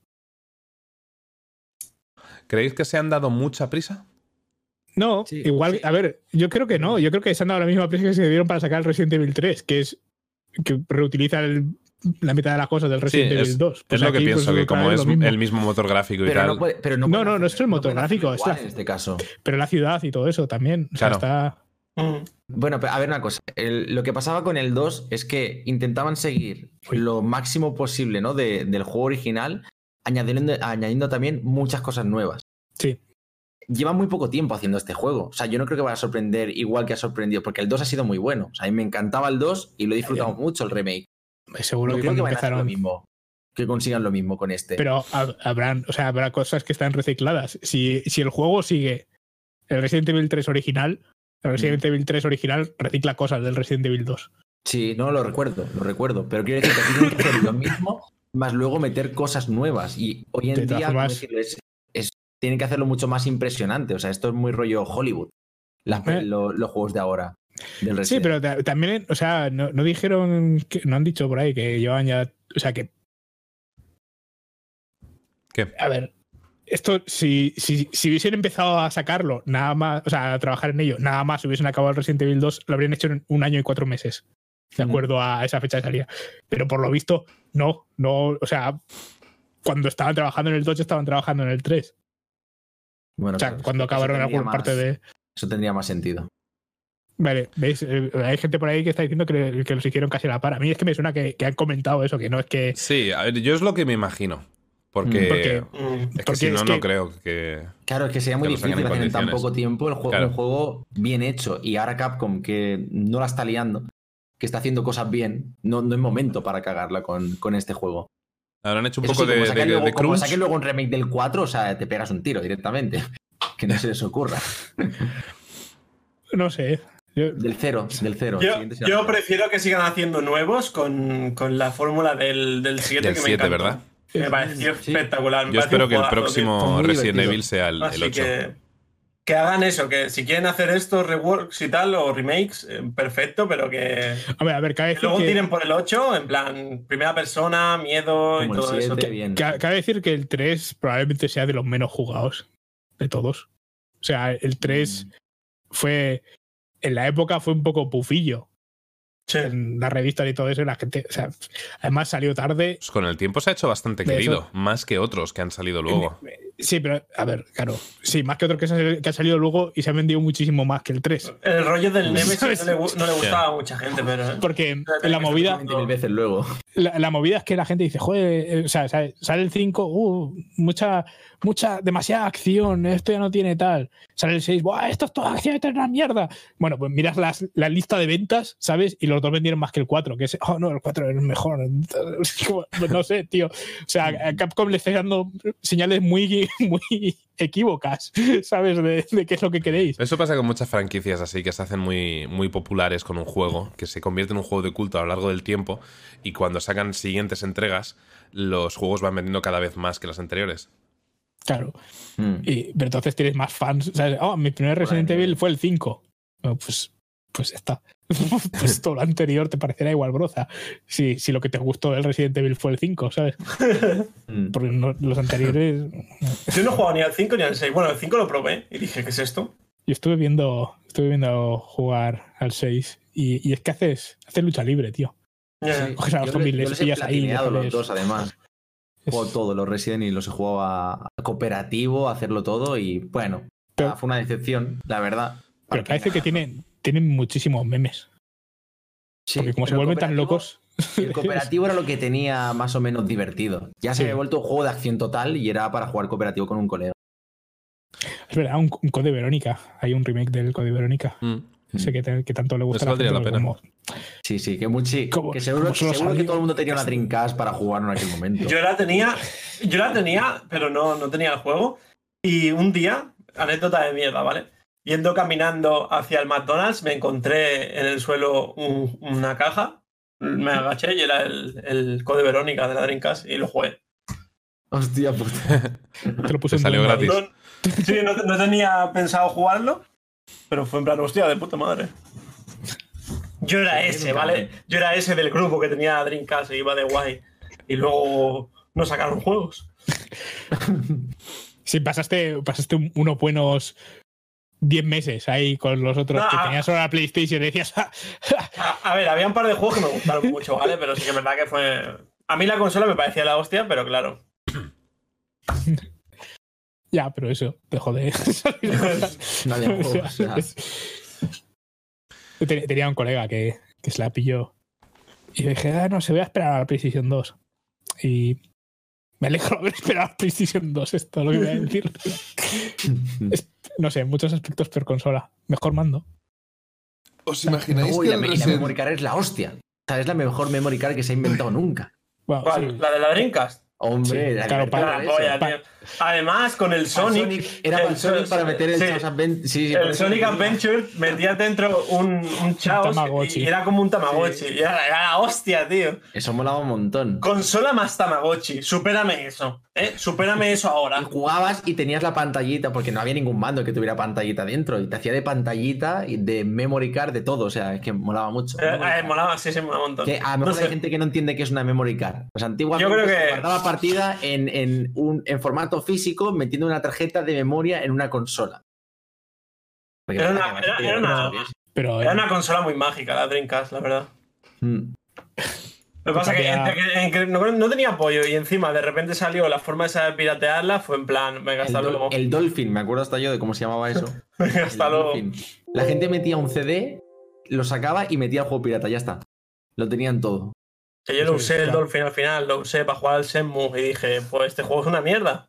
¿Creéis que se han dado mucha prisa? No, Sí, igual, sí. a ver, yo creo que no. Yo creo que se han dado la misma prisa que se dieron para sacar el Resident Evil tres, que es que reutiliza el- la mitad de las cosas del Resident Sí, Evil es, dos. Pues es lo que aquí, pienso, pues, que otra como vez es lo mismo. el mismo motor gráfico y Pero tal... no, puede, pero no, No, pueden no, no hacer- es el motor pueden hacerlo gráfico, es igual la- en este caso. Pero la ciudad y todo eso también. O sea, Claro. está. Mm. Bueno, pero a ver una cosa. El- lo que pasaba con el dos es que intentaban seguir lo máximo posible, ¿no? de- del juego original, añadiendo, añadiendo también muchas cosas nuevas. Sí. Llevan muy poco tiempo haciendo este juego. O sea, yo no creo que vaya a sorprender igual que ha sorprendido, porque el dos ha sido muy bueno. O sea, a mí me encantaba el dos y lo he disfrutado mucho el remake. Seguro No que creo cuando que vayan a hacer lo empezaron. mismo. Que consigan lo mismo con este. Pero hab- habrán, o sea, habrá cosas que están recicladas. Si, si el juego sigue el Resident Evil tres original, el Resident Evil tres original recicla cosas del Resident Evil dos. Sí, no lo recuerdo, lo recuerdo. Pero quiero decir que aquí tienen que hacer lo mismo, más luego meter cosas nuevas. Y hoy en De todas día, ¿cómo formas- decirlo? Es- es- tienen que hacerlo mucho más impresionante. O sea, esto es muy rollo Hollywood. Las- Eh. lo- los juegos de ahora. Del Sí, Resident. pero ta- también, o sea, no, no dijeron, que, no han dicho por ahí que llevan ya, o sea, que, ¿Qué? a ver, esto, si, si, si hubiesen empezado a sacarlo, nada más, o sea, a trabajar en ello, nada más hubiesen acabado el Resident Evil dos, lo habrían hecho en un año y cuatro meses, de Ujú. acuerdo a esa fecha de salida. Pero por lo visto, no, no, o sea, cuando estaban trabajando en el dos, estaban trabajando en el tres. Bueno, O sea, claro, cuando eso acabaron tendría alguna más- parte de... Eso tendría más sentido. Vale, ¿veis? Eh, hay gente por ahí que está diciendo que, que los hicieron casi a la par. A mí es que me suena que, que han comentado eso, que no es que... Sí, a ver, yo es lo que me imagino. Porque, Porque- Mm. es que porque si no, es no que- creo que... Claro, es que sería muy Que lo saquen difícil en hacer en tan condiciones. poco tiempo el juego, Claro. un juego bien hecho. Y ahora Capcom, que no la está liando, que está haciendo cosas bien, no, no hay momento para cagarla con, con este juego. Habrán hecho un Eso poco sí, de, como de, saquen de luego, como crunch. saquen luego un remake del cuatro, o sea, te pegas un tiro directamente. Que no se les ocurra. No sé. Yo- Del cero, del cero. El Yo, siguiente será yo el cero. prefiero que sigan haciendo nuevos con, con la fórmula del, del siete Del que me siete, encantó. ¿verdad? Me pareció Sí. espectacular. me Yo pareció espero un que el juegazo, tío. próximo Fue muy Resident divertido. Evil sea el, el Así ocho. que, que hagan eso, que si quieren hacer estos reworks y tal, o remakes, eh, perfecto, pero que, A ver, a ver, cabe que decir luego que, tiren por el ocho, en plan, primera persona, miedo y Como el todo eso. siete, bien. ca- cabe decir que el tres probablemente sea de los menos jugados de todos. O sea, el tres Mm. fue... En la época fue un poco pufillo. Sí. En las revistas y todo eso, y la gente, o sea, además salió tarde. Pues con el tiempo se ha hecho bastante querido, más que otros que han salido luego. Sí, pero a ver, claro, sí, más que otros que, que han salido luego y se han vendido muchísimo más que el tres. El rollo del Nemesis no le, no le gustaba yeah. a mucha gente, pero. ¿eh? Porque la movida. mil veces luego. La, la movida es que la gente dice, joder, o sea, sale el cinco, uh, mucha, mucha, demasiada acción, esto ya no tiene tal. Sale el seis, ¡buah, esto es toda acción, esto es una mierda! Bueno, pues miras las, la lista de ventas, ¿sabes? Y los dos vendieron más que el cuatro, que es, oh no, el cuatro es mejor. No sé, tío. O sea, a Capcom le está dando señales muy, muy equívocas, ¿sabes? De, de qué es lo que queréis. Eso pasa con muchas franquicias así, que se hacen muy, muy populares con un juego, que se convierte en un juego de culto a lo largo del tiempo, y cuando sacan siguientes entregas, los juegos van vendiendo cada vez más que las anteriores. Claro. Mm. Y, pero entonces tienes más fans. ¿Sabes? Oh, mi primer Resident bueno. Evil fue el cinco. Bueno, pues, pues está. Pues todo lo anterior te parecerá igual broza. Si, si lo que te gustó del Resident Evil fue el cinco, ¿sabes? Porque no, los anteriores. Yo no he jugado ni al cinco ni al seis. Bueno, el cinco lo probé y dije, ¿qué es esto? Yo estuve viendo, estuve viendo jugar al seis y, y es que haces, haces lucha libre, tío. Yeah. Sí. Coges a los yo zombies, les pillas ahí. Los dos, además. Juego todo, los Resident y los he jugado a, a cooperativo, a hacerlo todo y bueno, pero, fue una decepción, la verdad. Pero parece nada, que tienen, tienen muchísimos memes. Sí, porque como se vuelven tan locos. El cooperativo era lo que tenía más o menos divertido. Ya se sí. me ha vuelto un juego de acción total y era para jugar cooperativo con un colega. Es verdad, un, un Code Verónica. Hay un remake del Code Verónica. Mm. Ese que, te, que tanto le gusta. Eso valdría la pena. Como... Sí, sí, que, muchi... que seguro, seguro que todo el mundo tenía una Dreamcast para jugar en aquel momento. Yo la tenía, yo la tenía, pero no, no tenía el juego. Y un día, anécdota de mierda, ¿vale? Yendo caminando hacia el McDonald's, me encontré en el suelo un, una caja, me agaché y era el, el Code Verónica de la Dreamcast y lo jugué. Hostia puta. Te lo puse Te salió gratis. No, sí, no, no tenía pensado jugarlo, pero fue en plan, hostia, de puta madre. Yo era ese, ¿vale? Yo era ese del grupo que tenía Dreamcast y iba de guay. Y luego no sacaron juegos. Sí, pasaste, pasaste unos buenos diez meses ahí con los otros no, que tenías solo la PlayStation y decías... a, a ver, había un par de juegos que me gustaron mucho, ¿vale? Pero sí que es verdad que fue... A mí la consola me parecía la hostia, pero claro. Ya, pero eso, te jode. Nadie juega, o sea. Tenía un colega que, que se la pilló y dije, ah, no, se voy a esperar a la PlayStation dos. Y me alegro de haber esperado a la PlayStation dos, es todo lo que voy a decir. Es, no sé, en muchos aspectos peor consola. Mejor mando. ¿Os imagináis Uy, que la, el Resident... la memory card es la hostia? O sea, es la mejor memory card que se ha inventado nunca. Wow, ¿cuál? Sí. ¿La de la Dreamcast? Hombre, sí, la claro, para, la polla, tío. Además, con el Sonic. Sonic era para el el Sonic para meter el sí, Chaos Adventure. Sí, sí, el Sonic Adventure metía dentro un, un Chaos y era como un Tamagotchi. Sí. Y era, era la hostia, tío. Eso molaba un montón. Consola más Tamagotchi. Supérame eso. ¿eh? Supérame eso ahora. Y jugabas y tenías la pantallita, porque no había ningún mando que tuviera pantallita dentro. Y te hacía de pantallita, de memory card, de todo. O sea, es que molaba mucho. Eh, eh, molaba, sí, sí, molaba un montón. Que a lo mejor no sé. Hay gente que no entiende qué es una memory card. Pues antiguamente Yo creo que... se guardaba partida en. En, un, en formato físico, metiendo una tarjeta de memoria en una consola. Era una, era, era, una, pero, era una consola muy mágica, la Dreamcast, la verdad. Mm. Lo que pasa es que, que, que, que no, no tenía apoyo y encima de repente salió la forma esa de piratearla, fue en plan, venga, hasta el luego. El Dolphin, me acuerdo hasta yo de cómo se llamaba eso. Venga, hasta luego. La gente metía un C D, lo sacaba y metía el juego pirata, ya está. Lo tenían todo. Que yo lo usé el Dolphin al final, lo usé para jugar al Shenmue y dije, pues este juego es una mierda.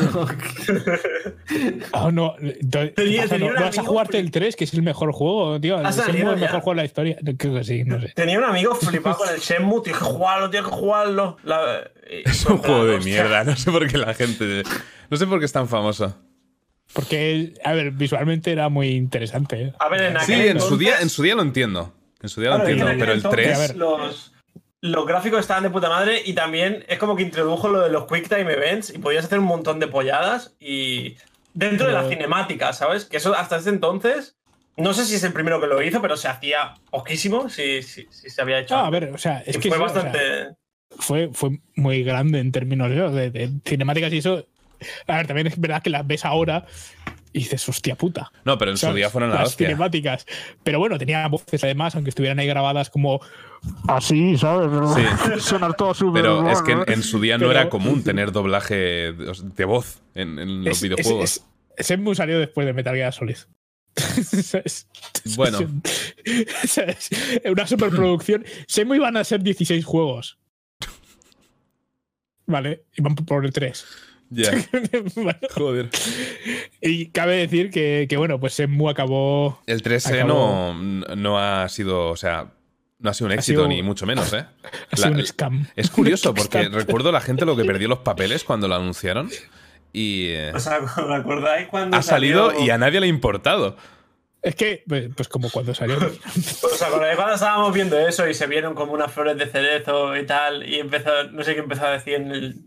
Oh, no, tenía, vas, tenía no, vas a jugarte el tres, que es el mejor juego, tío. El Shenmue es el mejor juego de la historia. Creo que sí, no sé. Tenía un amigo flipado con el Shenmue, tienes que jugarlo, tienes que jugarlo. La... Es un juego de mierda, no sé por qué la gente... No sé por qué es tan famoso. Porque, a ver, visualmente era muy interesante. ¿eh? A ver, en aquel Sí, en, entonces... su día, en su día lo entiendo. En su día claro, lo entiendo, pero el tres... A ver, los... Los gráficos estaban de puta madre y también es como que introdujo lo de los Quick Time Events y podías hacer un montón de polladas y dentro pero... de la cinemática, ¿sabes? Que eso hasta ese entonces, no sé si es el primero que lo hizo, pero se hacía poquísimo si, si, si se había hecho. No, a ver, o sea, es y que fue eso, bastante... O sea, fue, fue muy grande en términos de, de, de cinemáticas y eso. A ver, también es verdad que las ves ahora Y dices, hostia puta. No, pero en ¿sabes? Su día fueron la las hostia. cinemáticas. Pero bueno, tenía voces además, aunque estuvieran ahí grabadas como así, ¿sabes? Sí. Sonar todo súper. Pero es que en, en su día no pero, era común tener doblaje de voz en, en los es, videojuegos. Shenmue salió después de Metal Gear Solid. Bueno. Es una superproducción. Shenmue iban a ser dieciséis juegos. Vale, y van por el tres. Ya. Yeah. Bueno, joder. Y cabe decir que, que bueno, pues Shenmue acabó. El tres acabó, no, no ha sido, o sea, no ha sido un éxito, sido, ni mucho menos, ¿eh? Ha sido la, un scam. Es curioso porque recuerdo la gente lo que perdió los papeles cuando lo anunciaron. Y. Eh, o sea, ¿me acordáis cuando ha salido salió? Y a nadie le ha importado. Es que, pues, pues como cuando salió. ¿Os acordáis cuando estábamos viendo eso y se vieron como unas flores de cerezo y tal? Y empezó, no sé qué empezó a decir en el.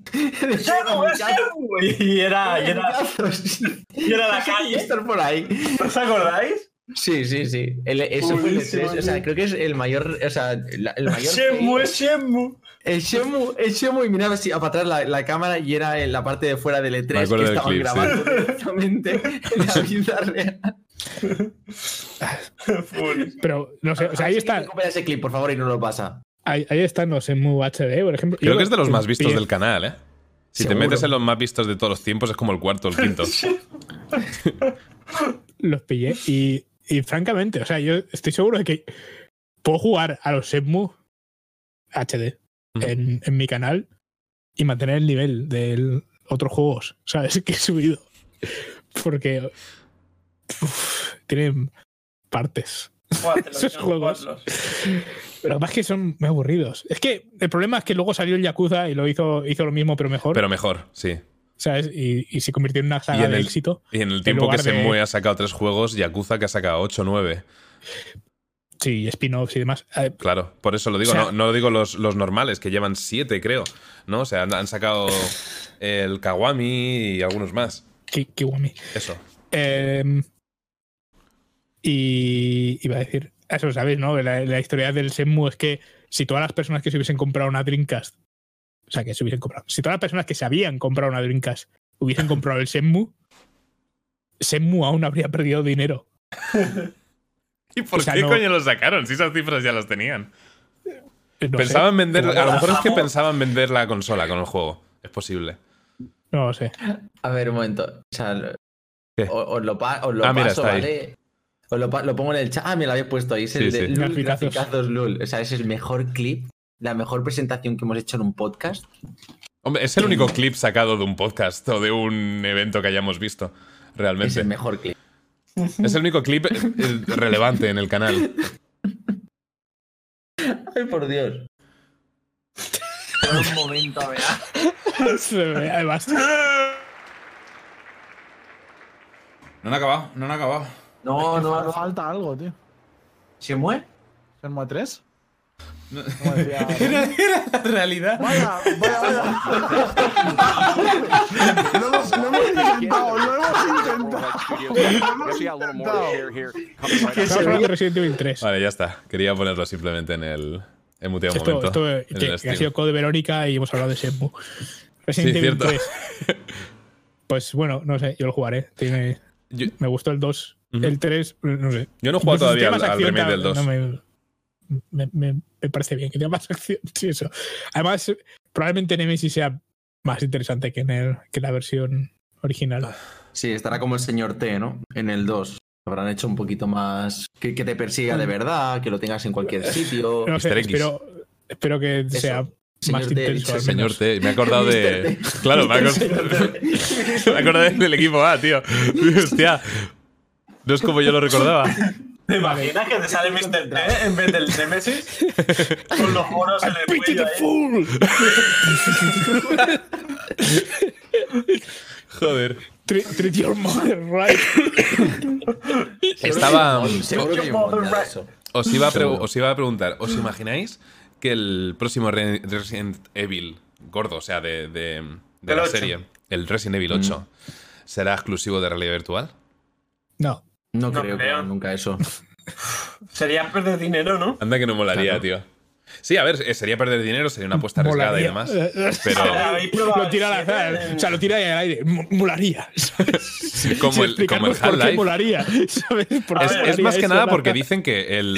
y era. Y era, y era la calle. Estar por ahí. ¿Os acordáis? Sí, sí, sí. El, eso fue el tres. O sea, creo que es el mayor. O sea, el, el mayor. Shenmue, es Shenmue. El Shenmue, el Shenmue y miraba así para atrás la, la cámara y era en la parte de fuera del E tres que estaban clip, grabando sí. directamente en la vida real. Pero no sé, o sea, ahí está. Recupera ese clip, por favor, y no lo pasa. Ahí, ahí están los Shenmue H D, por ejemplo. Creo Yo que es de los más vistos pillé. del canal, ¿eh? Si ¿Seguro? Te metes en los más vistos de todos los tiempos, es como el cuarto o el quinto. Los pillé y, y francamente, o sea, yo estoy seguro de que puedo jugar a los Shenmue H D uh-huh. en, en mi canal y mantener el nivel de otros juegos, ¿sabes? Que he subido. Porque uf, tienen partes esos juegos. Pero además que son muy aburridos. Es que el problema es que luego salió el Yakuza y lo hizo, hizo lo mismo, pero mejor. Pero mejor, sí. ¿Sabes? Y, y se convirtió en una saga en de el, éxito. Y en el tiempo en que Shenmue de... ha sacado tres juegos, Yakuza que ha sacado ocho o nueve. Sí, spin-offs y demás. Claro, por eso lo digo. O sea, no, no digo los, los normales, que llevan siete, creo. ¿No? O sea, han, han sacado el Kiwami y algunos más. Ki Kiwami. Eso. Eh, y iba a decir, eso sabéis, ¿no? La, la historia del Shenmue es que si todas las personas que se hubiesen comprado una Dreamcast, o sea, que se hubiesen comprado, si todas las personas que se habían comprado una Dreamcast hubiesen comprado el Shenmue, Shenmue aún habría perdido dinero. ¿Y por o sea, qué no... coño lo sacaron? Si esas cifras ya las tenían. No pensaban sé. vender. A lo mejor es que pensaban vender la consola con el juego. Es posible. No lo sé. A ver, un momento. O sea, ¿Qué? Os lo, pa os lo ah, mira, paso, está ¿vale? Ahí. Os lo, lo pongo en el chat. Ah, me lo habéis puesto ahí. Es el sí, de sí. Lul, Graficazos Lul. O sea, es el mejor clip, la mejor presentación que hemos hecho en un podcast. Hombre, es el único clip sacado de un podcast o de un evento que hayamos visto. Realmente. Es el mejor clip. Es el único clip relevante en el canal. Ay, por Dios. Un momento, vea. Se ve, además. No han acabado, no han acabado. No, es que no, no. Falta algo, tío. ¿Shenmue? ¿Shenmue tres? No. Decía, era, era la realidad. Vaya, vaya, vaya. Lo hemos, lo hemos intentado, lo hemos intentado. Que se de Resident Evil tres. Vale, ya está. Quería ponerlo simplemente en el he muteado un esto, momento. Esto, que, que ha sido Code Verónica y hemos hablado de Shenmue. Resident sí, Evil cierto. tres. Pues bueno, no sé, yo lo jugaré. Tiene, yo, me gustó el dos. Uh-huh. El tres, no sé. Yo no he jugado todavía al, al remake del dos. No me, me, me, me parece bien que tenga más acción. Sí, eso. Además, probablemente Nemesis sea más interesante que en, el, que en la versión original. Sí, estará como el señor T, ¿no? En el dos. Habrán hecho un poquito más. Que, que te persiga de verdad, que lo tengas en cualquier sitio. No sé, espero, espero que eso. sea. Señor más T, intenso, al señor T, me he acordado de. Claro, me he acordado, me he acordado del equipo A, tío. Hostia. No es como yo lo recordaba. ¿Te imaginas que te sale mister T en vez del Nemesis? Con los monos en el cuello ahí. Joder. Treat your mother right. Estaba. Seguro que hay un montón de eso. Os iba, a os iba a preguntar, ¿os imagináis que el próximo Resident Evil gordo, o sea, de, de, de la serie, el Resident Evil ocho, mm. será exclusivo de realidad virtual? No. No, no creo, creo. Que nunca eso. Sería perder dinero, ¿no? Anda que no molaría, claro. tío. Sí, a ver, sería perder dinero, sería una apuesta arriesgada y demás. Pero lo tira al azar, o sea, lo tira ahí al aire. Molaría. como el, como el Half-Life. Molaría, ¿sabes? ¿Por Es, molaría es más que eso, nada Rafa? porque dicen que el,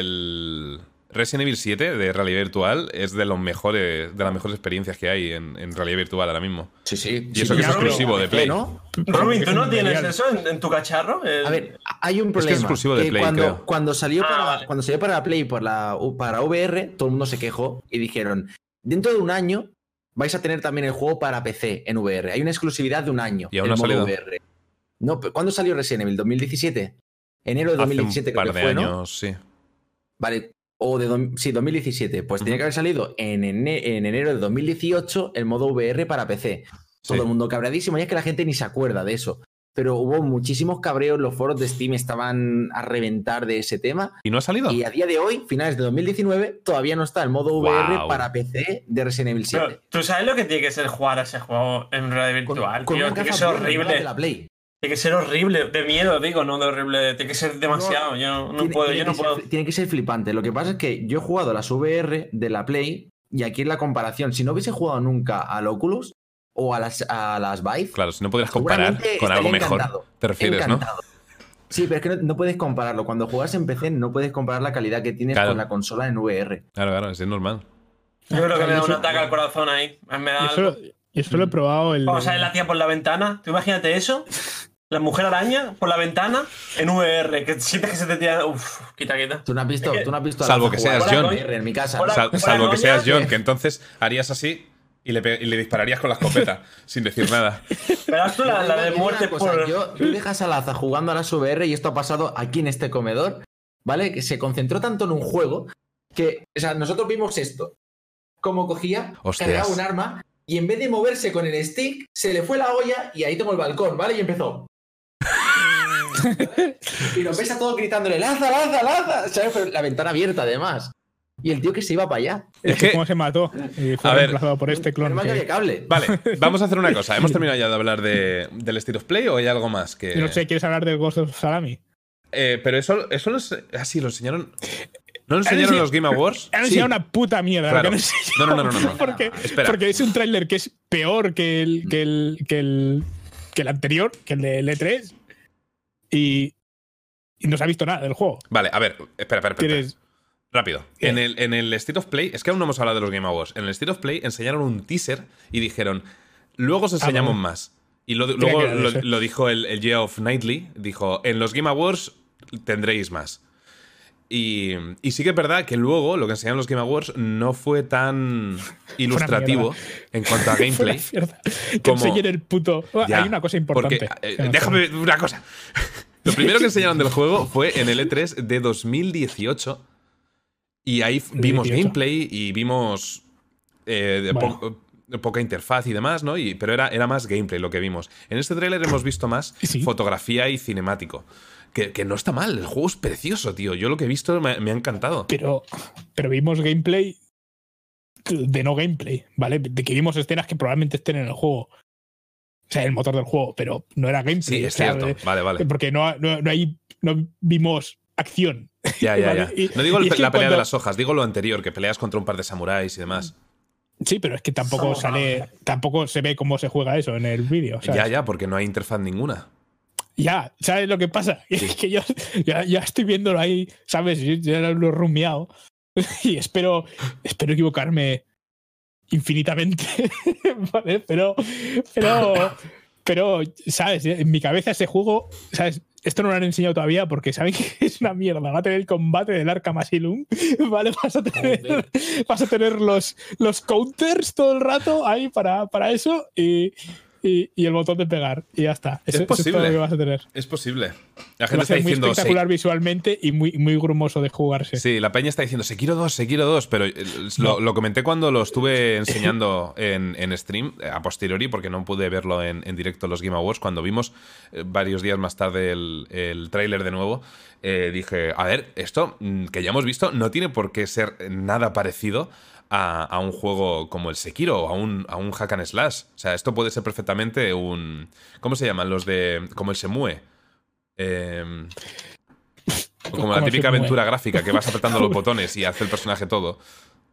el Resident Evil siete de realidad virtual es de los mejores, de las mejores experiencias que hay en, en realidad virtual ahora mismo. Sí, sí. Y eso sí, que es claro, exclusivo de Play. ¿no? Robin, ¿tú no tienes eso en, en tu cacharro? El... A ver, hay un Es problema. que es exclusivo de que Play, cuando, creo. Cuando salió, Ah, para, vale. cuando salió para Play por la, para V R, todo el mundo se quejó y dijeron, dentro de un año vais a tener también el juego para P C en V R. Hay una exclusividad de un año. ¿Y aún el no ha modo salido? V R. No, pero ¿cuándo salió Resident Evil? ¿dos mil diecisiete? Enero de dos mil diecisiete Hace un par creo que de fue, años, ¿no? sí. Vale, o de do- sí, dos mil diecisiete. Pues Ujú. tenía que haber salido en, ene- en enero de dos mil dieciocho el modo V R para P C. Todo Sí. el mundo cabreadísimo, y es que la gente ni se acuerda de eso. Pero hubo muchísimos cabreos, los foros de Steam estaban a reventar de ese tema. ¿Y no ha salido? Y a día de hoy, finales de dos mil diecinueve, todavía no está el modo V R Guau. para P C de Resident Evil siete. Pero, ¿tú sabes lo que tiene que ser jugar a ese juego en realidad Con- virtual? con tío? una Tiene que caja ser buena, horrible. de la Play. Tiene que ser horrible. De miedo, digo, no de horrible. Tiene que ser demasiado. Yo no, no Tiene- puedo, tiene yo no que ser- puedo. tiene que ser flipante. Lo que pasa es que yo he jugado a las V R de la Play y aquí en la comparación, si no hubiese jugado nunca al Oculus o a las, a las Vive, Claro, si no pudieras comparar seguramente con algo estaría mejor, encantado. te refieres, Encantado. Sí, pero es que no, no puedes compararlo. Cuando juegas en P C no puedes comparar la calidad que tienes Claro. con la consola en V R. ¿no? Claro, claro, es normal. Yo creo que me da Yo un eso- ataque al corazón ahí. Me da Yo algo. solo, yo solo he probado el. Vamos a ver la tía por la ventana. Tú imagínate eso. La mujer araña por la ventana en V R. Que sientes que se te tira. Uf, quita, quita. Tú no has visto, Es que- tú no has visto a Salvo Laza que jugar seas a la John. V R en mi casa. Hola. Sal- Hola, salvo que coña, seas John, que- que entonces harías así y le, pe- y le dispararías con la escopeta sin decir nada. Verás tú la, la de Te digo muerte una cosa, por. yo- tú dejas a Laza jugando a las V R y esto ha pasado aquí en este comedor, ¿vale? Que se concentró tanto en un juego que, o sea, nosotros vimos esto. Cómo cogía, Hostias. cargaba un arma y en vez de moverse con el stick, se le fue la olla y ahí tengo el balcón, ¿vale? Y empezó. Y nos ves a todos gritándole, ¡Laza, Laza, Laza! ¿Sabes? Pero la ventana abierta, además. Y el tío que se iba para allá. Es que- ¿Cómo se mató? Y fue A ver, reemplazado por este clon. Menos mal que que- había cable. Vale, vamos a hacer una cosa. ¿Hemos terminado ya de hablar de, del State of Play o hay algo más? Que... Yo no sé, ¿quieres hablar del Ghost of Salami? Eh, pero eso, eso lo, ense- ah, sí, lo enseñaron. ¿No lo enseñaron en los Game Awards? Han Sí. enseñado una puta mierda. lo Claro. que han enseñado. No, no, no, no, no. Porque, Espera. porque es un tráiler que es peor que el, que el, que el, que el anterior, que el de E tres. Y, y no se ha visto nada del juego. Vale, a ver, espera, espera, espera. Tienes- Rápido. ¿Qué? En el, en el State of Play, es que aún no hemos hablado de los Game Awards. En el State of Play enseñaron un teaser y dijeron, luego os enseñamos bueno. más. Y lo- Tenía luego que ver lo, eso. lo dijo el, el Geoff Knightley, dijo, en los Game Awards tendréis más. Y, y sí que es verdad que luego lo que enseñaron los Game Awards no fue tan ilustrativo en cuanto a Fue gameplay. una mierda. Que Como- enseñen el puto. Ah, Ya, hay una cosa importante. porque, eh, que no déjame sabes. una cosa. Lo primero que enseñaron del juego fue en el E tres de dos mil dieciocho. Y ahí vimos dieciocho. gameplay y vimos eh, de Bueno. po- eh, poca interfaz y demás, ¿no? Y, pero era, era más gameplay lo que vimos. En este tráiler hemos visto más Sí. fotografía y cinemático. Que, que no está mal, el juego es precioso, tío. Yo lo que he visto me, me ha encantado. Pero, pero vimos gameplay de no gameplay, ¿vale? De que vimos escenas que probablemente estén en el juego. O sea, el motor del juego, pero no era gameplay. Sí, es o sea, cierto. eh, Vale, vale. Porque no, no, no, hay, no vimos acción. Ya, ya, Vale, ya. y- No digo el- y es que la pelea de cuando- las hojas, digo lo anterior, que peleas contra un par de samuráis y demás. Sí, pero es que tampoco sale, tampoco se ve cómo se juega eso en el vídeo. ¿sabes? Ya, ya, porque no hay interfaz ninguna. Ya, ¿sabes lo que pasa? Es que yo ya, ya estoy viéndolo ahí, ¿sabes? Yo ya lo he rumiado. Y espero, espero equivocarme infinitamente. ¿Vale? Pero, pero, pero, ¿sabes? En mi cabeza ese juego, ¿sabes? Esto no lo han enseñado todavía porque saben que es una mierda. Va a tener el combate del Arkham Asylum, ¿vale? Vas a tener, vas a tener los, los counters todo el rato ahí para, para eso y, y, y el botón de pegar. Y ya está. Es Eso, eso posible. todo lo que vas a tener. Es posible. La Va gente a está ser muy diciendo. espectacular "Sí". visualmente y muy, muy grumoso de jugarse. Sí, la peña está diciendo Sekiro dos, Sekiro dos, pero eh, lo, lo comenté cuando lo estuve enseñando en, en stream, a posteriori, porque no pude verlo en, en directo en los Game Awards. Cuando vimos eh, varios días más tarde el, el tráiler de nuevo, eh, dije, a ver, esto mm, que ya hemos visto no tiene por qué ser nada parecido a, a un juego como el Sekiro o a un, a un hack and slash. O sea, esto puede ser perfectamente un... ¿Cómo se llaman? Los de... como el Semue. Eh, como la ¿Cómo típica Shenmue? aventura gráfica que vas apretando los botones y hace el personaje todo.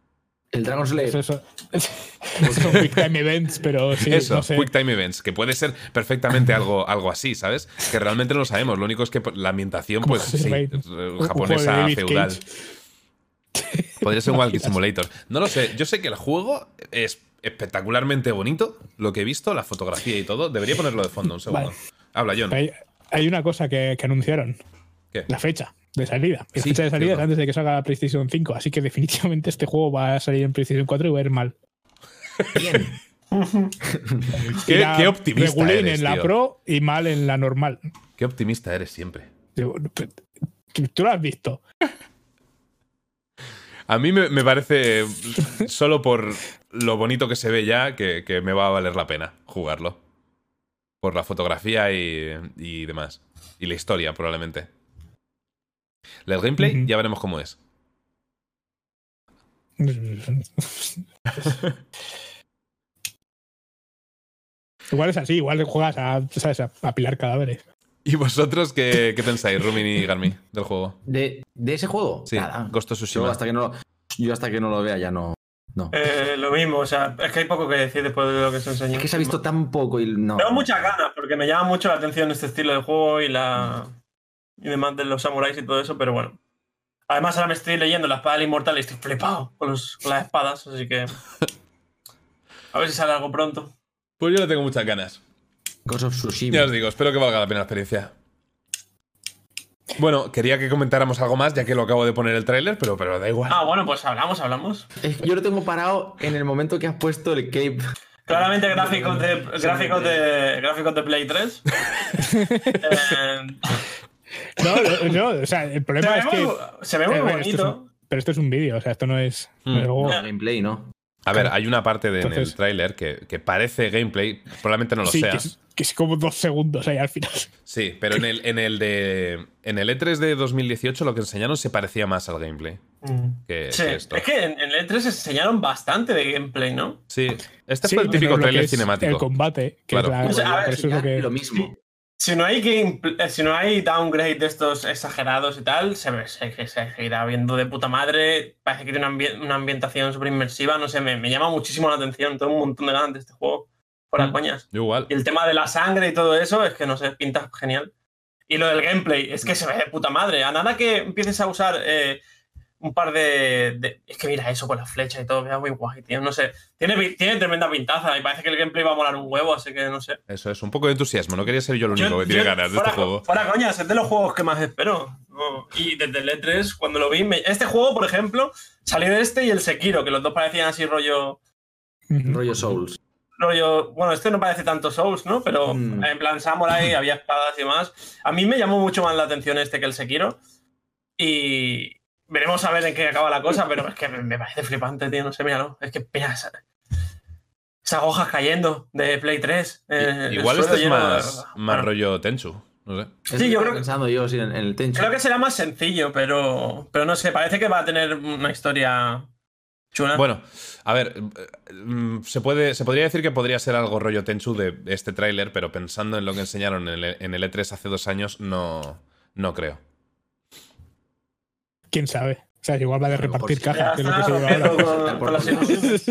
El Dragon Slayer. Eso, eso. Son Quick Time Events, pero sí, Eso, no sé. Quick Time Events, que puede ser perfectamente algo, algo así, ¿sabes? Que realmente no lo sabemos. Lo único es que la ambientación, pues Como sí, Raid. japonesa, David feudal. Cage. Podría ser un Walking Simulator. No lo sé. Yo sé que el juego es espectacularmente bonito, lo que he visto, la fotografía y todo. Debería ponerlo de fondo un segundo. Vale. Habla, John. Hay, hay una cosa que, que anunciaron. ¿Qué? La fecha de salida. La Sí, fecha de salida cierto. es antes de que salga la PlayStation cinco. Así que definitivamente este juego va a salir en PlayStation cuatro y va a ir mal. Bien. Qué, Irá qué optimista regulín eres, en la tío. Pro y mal en la normal. Qué optimista eres siempre. Tú, tú lo has visto. A mí me, me parece, solo por lo bonito que se ve ya, que, que me va a valer la pena jugarlo. Por la fotografía y, y demás. Y la historia, probablemente. El gameplay, Ujú. ya veremos cómo es. Igual es así, igual juegas a, ¿sabes? a, a pilar cadáveres. ¿Y vosotros qué, qué pensáis, Rumin y Garmi, del juego? ¿De, de ese juego? Sí, Nada. Ghost of Yo Tsushima. hasta que no lo, yo hasta que no lo vea ya no. no. Eh, lo mismo, o sea, es que hay poco que decir después de lo que se enseñó. Es que se ha visto tan poco y no. Tengo muchas ganas, porque me llama mucho la atención este estilo de juego y la y demás de los samuráis y todo eso, pero bueno. Además, ahora me estoy leyendo La Espada del Inmortal y estoy flipado con, los, con las espadas, así que. A ver si sale algo pronto. Pues yo le tengo muchas ganas. Ghost of Tsushima. Ya os digo, espero que valga la pena la experiencia. Bueno, quería que comentáramos algo más, ya que lo acabo de poner el tráiler, pero, pero da igual. Ah, bueno, pues hablamos, hablamos. Es que yo lo tengo parado en el momento que has puesto el cape. Claramente gráficos de gráficos de gráficos de Play tres. eh, No, no, o sea, el se, problema ve es que. muy, se ve muy eh, bueno, esto es bonito. un- pero esto es un vídeo, o sea, esto no es. Mm. no es juego. No, gameplay, ¿no? A ver, hay una parte de, en Entonces- el tráiler que, que parece gameplay, probablemente no lo sí, sea. que es, que es como dos segundos ahí al final. Sí, pero en el, en el de. En el E tres de dos mil dieciocho lo que enseñaron se parecía más al gameplay Mm. que, Sí, que esto. es que en, en el E tres enseñaron bastante de gameplay, ¿no? Sí, este Sí, fue el típico pero lo que tráiler es cinemático. El combate, que Claro. es la, O sea, a ver, por eso es lo que. Lo mismo. Si no hay game, eh, si no hay downgrade de estos exagerados y tal, se, ve- se, se, se irá viendo de puta madre. Parece que tiene una, ambi- una ambientación súper inmersiva. No sé, me, me llama muchísimo la atención. Tengo un montón de ganas de este juego. Fuera Mm. coñas. Yo igual. Y el tema de la sangre y todo eso, es que no sé, pinta genial. Y lo del gameplay, es que se ve de puta madre. A nada que empieces a usar eh, un par de, de- Es que mira eso con las flechas y todo, queda muy guay, tío. No sé. Tiene, pi- tiene tremenda pintaza y parece que el gameplay va a molar un huevo, así que no sé. Eso es, un poco de entusiasmo. No quería ser yo el único Yo- que tiene yo- ganas de fuera, este juego. Fuera coñas, es de los juegos que más espero. No, y desde el E tres, cuando lo vi. me- Este juego, por ejemplo, salió de este y el Sekiro, que los dos parecían así rollo. Ujú. Rollo Souls. rollo bueno, este no parece tanto Souls, ¿no? Pero Mm. en plan Samurai, había espadas y demás. A mí me llamó mucho más la atención este que el Sekiro. Y veremos a ver en qué acaba la cosa, pero es que me me parece flipante, tío. No sé, míralo. Es que mira, esa- esas hojas cayendo de Play tres. eh, Igual el este suelo es lleno de- más, más Bueno, rollo Tenchu. No sé. Es Sí, yo estaba creo que- pensando yo sí, en, en el Tenchu. Creo que será más sencillo, pero, pero no sé, parece que va a tener una historia chula. Bueno, a ver, eh, mm, se, puede, se podría decir que podría ser algo rollo Tenchu de este tráiler, pero pensando en lo que enseñaron en el, en el E tres hace dos años, no, no creo. ¿Quién sabe? O sea, igual va de A lo mejor repartir sí. ya cajas, que es lo que está se lleva rompiendo ahora. con, con las ilusiones.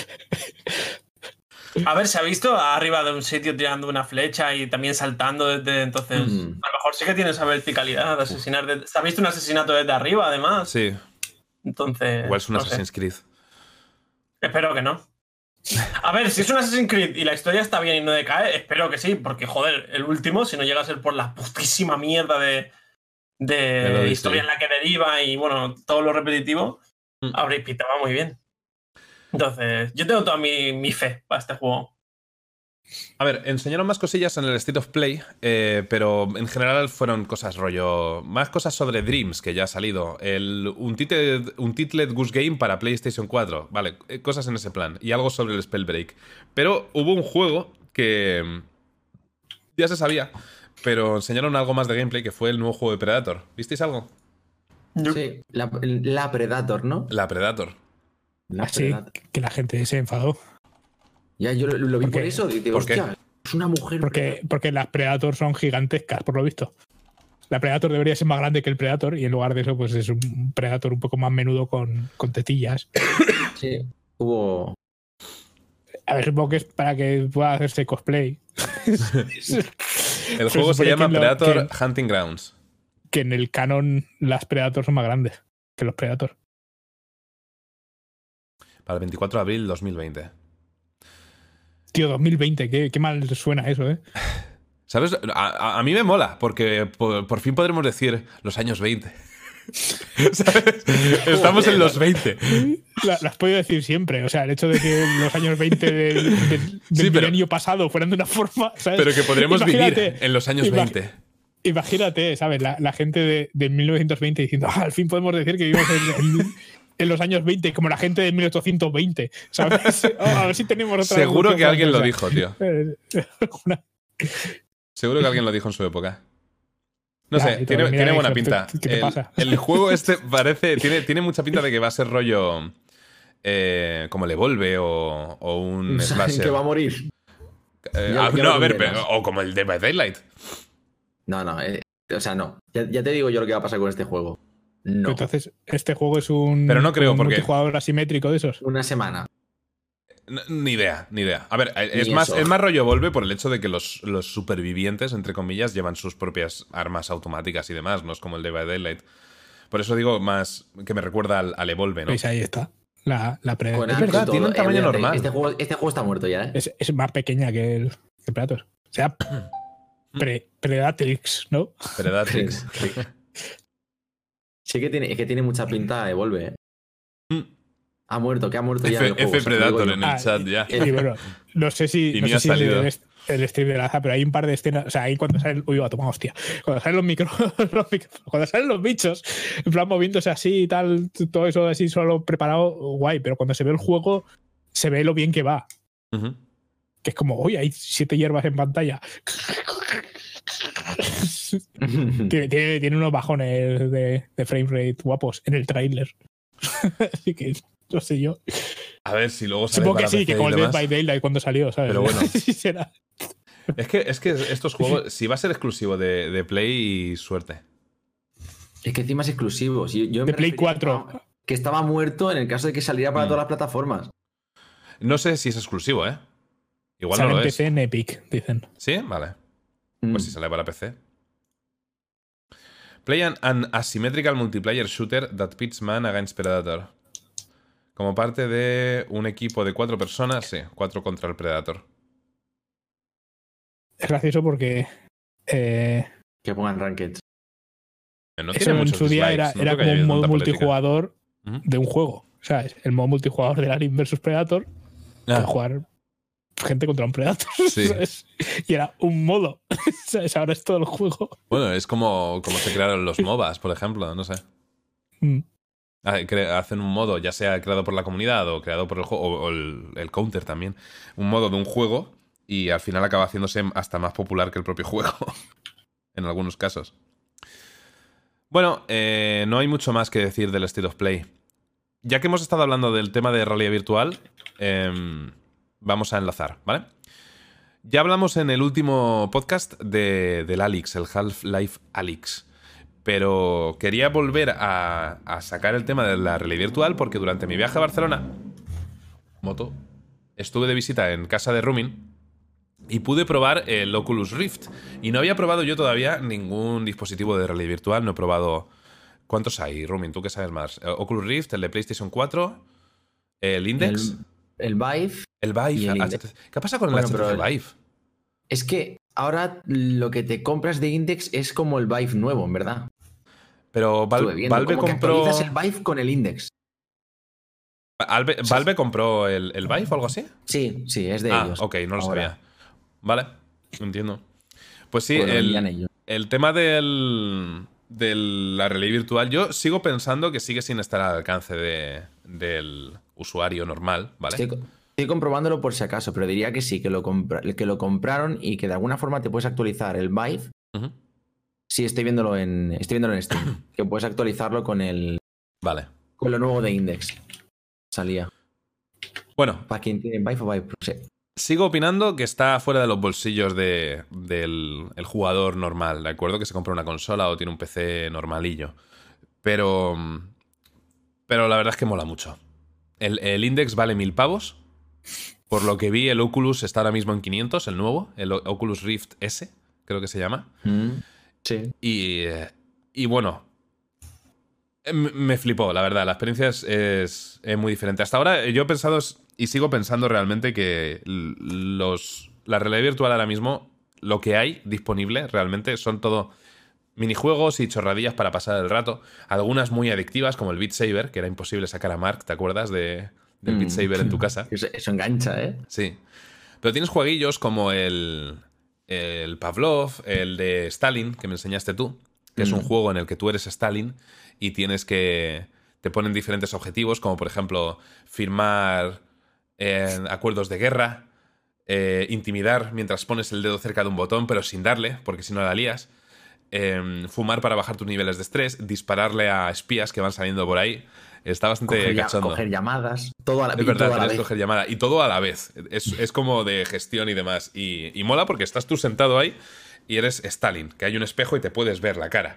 A ver, se ha visto arriba de un sitio tirando una flecha y también saltando desde entonces. Mm. A lo mejor sí que tiene esa verticalidad de asesinar. de- Se ha visto un asesinato desde arriba, además. Sí, Entonces. igual es un no sé. Assassin's Creed. Espero que no. A ver, si es un Assassin's Creed y la historia está bien y no decae, espero que sí, porque joder, el último, si no llega a ser por la putísima mierda de, de El Odyssey. historia en la que deriva y bueno, todo lo repetitivo, Mm. habréis pintaba muy bien. Entonces, yo tengo toda mi, mi fe para este juego. A ver, enseñaron más cosillas en el State of Play, eh, pero en general fueron cosas rollo... Más cosas sobre Dreams, que ya ha salido. El Untitled, Untitled Goose Game para PlayStation cuatro. Vale, eh, cosas en ese plan. Y algo sobre el Spellbreak. Pero hubo un juego que... mm, ya se sabía, pero enseñaron algo más de gameplay, que fue el nuevo juego de Predator. ¿Visteis algo? Sí, la, la Predator, ¿no? La Predator. La Así Predator. que la gente se enfadó. Ya, yo lo, lo vi ¿Por por qué? eso. y Digo, ¿Por qué? hostia, es una mujer. Porque, porque las Predator son gigantescas, por lo visto. La Predator debería ser más grande que el Predator y en lugar de eso, pues es un Predator un poco más menudo con, con tetillas. Sí, hubo... A ver, supongo que es para que pueda hacerse cosplay. El juego se llama lo, Predator que, Hunting Grounds. Que en el canon las Predators son más grandes que los Predator. Para el veinticuatro de abril de dos mil veinte. Tío, dos mil veinte, qué, qué mal suena eso, ¿eh? ¿Sabes? A, a mí me mola, porque por, por fin podremos decir los años veinte. ¿Sabes? Estamos en los veinte. La, las puedo decir siempre. O sea, el hecho de que los años veinte de, de, del sí, pero, milenio pasado fueran de una forma, ¿sabes? Pero que podremos imagínate, vivir en los años veinte. Imagínate, ¿sabes? La, la gente de, de mil novecientos veinte diciendo, ah, al fin podemos decir que vivimos en, en, en los años veinte, como la gente de mil ochocientos veinte, ¿sabes? Oh, a ver si tenemos otra. Seguro que alguien lo dijo, tío. Una... Seguro que alguien lo dijo en su época. No ya, sé, tiene, tiene buena pinta. ¿Qué te el, pasa? el juego este parece. Tiene, tiene mucha pinta de que va a ser rollo. Eh, como el Evolve o, o un slasher. Que va a morir. Eh, a, no, a ver, pero, o como el Dead by Daylight. No, no, eh, o sea, no. Ya, ya te digo yo lo que va a pasar con este juego. No. Entonces, este juego es un, pero no creo, un porque... multijugador asimétrico de esos. Una semana. No, ni idea, ni idea. A ver, es más, es más rollo Evolve por el hecho de que los, los supervivientes, entre comillas, llevan sus propias armas automáticas y demás, no es como el Dead by Daylight. Por eso digo más que me recuerda al, al Evolve, ¿no? Pues ahí está. La, la pre... Bueno, es verdad, tiene un tamaño eh, normal. Este juego, este juego está muerto ya, ¿eh? Es, es más pequeña que el, que el Predator. O sea, pre, Predatrix, ¿no? Predatrix. Sí que tiene, es que tiene mucha pinta Evolve, ¿eh? Mm. Ha muerto, que ha muerto ya F, el juego. F Predator en el ah, chat ya. Y, y bueno, no sé si, no sé si el, el stream de Laza, pero hay un par de escenas. O sea, ahí cuando salen. Uy, va a tomar hostia. Cuando salen los micros. Los micro, cuando salen los bichos, en plan moviéndose así y tal, todo eso así solo preparado, guay. Pero cuando se ve el juego, se ve lo bien que va. Uh-huh. Que es como, uy, hay siete hierbas en pantalla. tiene, tiene, tiene unos bajones de, de frame rate guapos en el tráiler. Así que no sé yo. A ver si luego sale supongo que para sí, P C que como el Dead demás. by Daylight cuando salió, ¿sabes? Pero bueno. sí será. Es que, es que estos juegos, si va a ser exclusivo de, de Play y suerte. Es que encima es exclusivo. Yo, yo de Play cuatro. Que estaba muerto en el caso de que saliera para mm. todas las plataformas. No sé si es exclusivo, ¿eh? Igual sale no lo en es. P C en Epic, dicen. ¿Sí? Vale. Mm. Pues si sale para P C. Play an, an asymmetrical multiplayer shooter that pits man against Predator. Como parte de un equipo de cuatro personas, sí, cuatro contra el Predator. Es gracioso porque... Eh, que pongan ranked. No eso en su día era, no era como un modo multijugador uh-huh. de un juego. ¿Sabes? El modo multijugador de Alien versus Predator. Ah. Para jugar gente contra un Predator. Sí. ¿Sabes? Y era un modo. ¿Sabes? Ahora es todo el juego. Bueno, es como, como se crearon los MOBAs, por ejemplo, no sé. Mm. Hacen un modo, ya sea creado por la comunidad o creado por el juego, o el, el counter también, un modo de un juego y al final acaba haciéndose hasta más popular que el propio juego, en algunos casos. Bueno, eh, no hay mucho más que decir del State of Play. Ya que hemos estado hablando del tema de realidad virtual, eh, vamos a enlazar, ¿vale? Ya hablamos en el último podcast de, del Alyx, el Half-Life Alyx. Pero quería volver a, a sacar el tema de la realidad virtual porque durante mi viaje a Barcelona, moto, estuve de visita en casa de Rumin y pude probar el Oculus Rift. Y no había probado yo todavía ningún dispositivo de realidad virtual. No he probado... ¿Cuántos hay, Rumin? ¿Tú qué sabes más? Oculus Rift, el de PlayStation cuatro, el Index... El, el Vive... El Vive. El H T C. ¿Qué pasa con el bueno, H T C pero Vive? Es que ahora lo que te compras de Index es como el Vive nuevo, en verdad. Pero Val, Valve como compró... que actualizas el Vive con el Index. ¿Valve, ¿Valve compró el, el Vive o algo así? Sí, sí, es de ah, ellos. Ah, ok, no lo ahora. sabía. Vale, entiendo. Pues sí, Pues el, el tema del, de la realidad virtual, yo sigo pensando que sigue sin estar al alcance de, del usuario normal, ¿vale? Estoy, estoy comprobándolo por si acaso, pero diría que sí, que lo, compra, que lo compraron y que de alguna forma te puedes actualizar el Vive. Uh-huh. Sí, estoy viéndolo en, estoy viéndolo en Steam. Que puedes actualizarlo con el... Vale. Con lo nuevo de Index. Salía. Bueno. Para quien tiene Vive o Vive Pro, sí. sigo opinando que está fuera de los bolsillos de, del el jugador normal, ¿de acuerdo? Que se compra una consola o tiene un P C normalillo. Pero, pero la verdad es que mola mucho. El, el Index vale mil pavos. Por lo que vi, el Oculus está ahora mismo en quinientos, el nuevo, el Oculus Rift S, creo que se llama. Mm, sí. Y, y bueno, me flipó, la verdad. La experiencia es, es, es muy diferente. Hasta ahora yo he pensado y sigo pensando realmente que los, la realidad virtual ahora mismo, lo que hay disponible realmente son todo minijuegos y chorradillas para pasar el rato. Algunas muy adictivas, como el Beat Saber, que era imposible sacar a Mark, ¿te acuerdas de, del mm. Beat Saber en tu casa? Eso, eso engancha, ¿eh? Sí. Pero tienes jueguillos como el, el Pavlov, el de Stalin, que me enseñaste tú, que mm. es un juego en el que tú eres Stalin y tienes que... Te ponen diferentes objetivos, como por ejemplo firmar eh, acuerdos de guerra, eh, intimidar mientras pones el dedo cerca de un botón, pero sin darle, porque si no la lías. Eh, fumar para bajar tus niveles de estrés, dispararle a espías que van saliendo por ahí. Está bastante coger, cachondo. Coger llamadas, todo a la, es verdad, todo a la vez. Coger llamada, y todo a la vez. Es, es como de gestión y demás. Y, y mola porque estás tú sentado ahí y eres Stalin, que hay un espejo y te puedes ver la cara.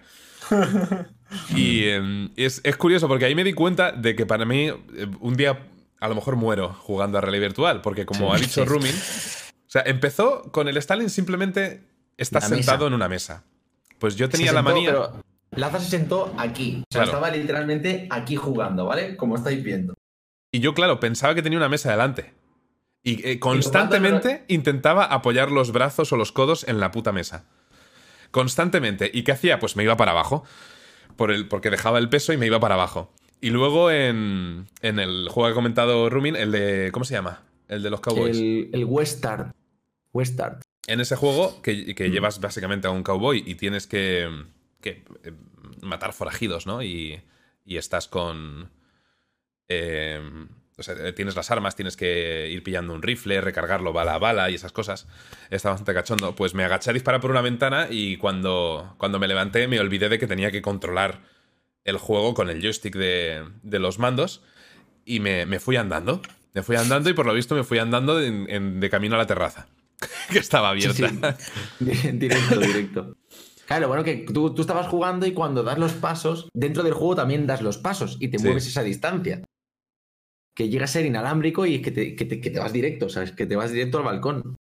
Y eh, es, es curioso porque ahí me di cuenta de que para mí eh, un día a lo mejor muero jugando a realidad virtual, porque como sí, ha dicho sí. Rumin, o sea, empezó con el Stalin simplemente estás la sentado mesa. en una mesa. Pues yo tenía se la sentó, manía... Pero Laza se sentó aquí. O sea, claro. estaba literalmente aquí jugando, ¿vale? Como estáis viendo. Y yo, claro, pensaba que tenía una mesa delante. Y eh, constantemente ¿Y intentaba apoyar los brazos o los codos en la puta mesa. Constantemente. ¿Y qué hacía? Pues me iba para abajo. Por el, porque dejaba el peso y me iba para abajo. Y luego en, en el juego que ha comentado Rumin, el de... ¿Cómo se llama? El de los cowboys. El, el Westard. Westard. En ese juego, que, que mm. llevas básicamente a un cowboy y tienes que, que eh, matar forajidos, ¿no? Y, y estás con... Eh, o sea, tienes las armas, tienes que ir pillando un rifle, recargarlo bala a bala y esas cosas. Está bastante cachondo. Pues me agaché a disparar por una ventana y cuando, cuando me levanté me olvidé de que tenía que controlar el juego con el joystick de, de los mandos y me, me fui andando. Me fui andando y por lo visto me fui andando de, en, de camino a la terraza. Que estaba abierta. Sí, sí. Directo, directo. Claro, bueno, que tú, tú estabas jugando y cuando das los pasos, dentro del juego también das los pasos y te sí. mueves esa distancia. Que llega a ser inalámbrico y que te, que te, que te vas directo, ¿sabes? Que te vas directo al balcón.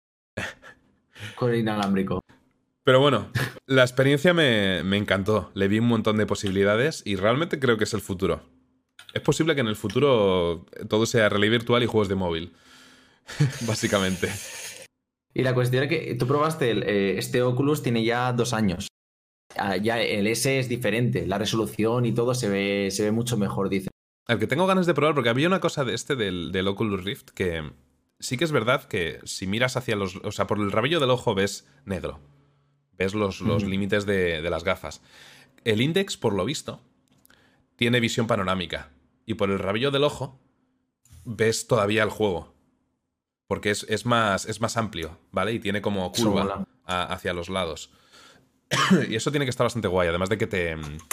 Con el inalámbrico. Pero bueno, la experiencia me, me encantó. Le vi un montón de posibilidades y realmente creo que es el futuro. Es posible que en el futuro todo sea realidad virtual y juegos de móvil. Básicamente. Y la cuestión es que tú probaste el, eh, este Oculus, tiene ya dos años. Ah, ya el S es diferente, la resolución y todo se ve, se ve mucho mejor, dice. El que tengo ganas de probar, porque había una cosa de este del, del Oculus Rift que sí que es verdad que si miras hacia los... O sea, por el rabillo del ojo ves negro. Ves los, los mm. límites de, de las gafas. El Index, por lo visto, tiene visión panorámica. Y por el rabillo del ojo ves todavía el juego. Porque es, es, más, es más amplio, ¿vale? Y tiene como curva a, hacia los lados. Y eso tiene que estar bastante guay. Además de que te,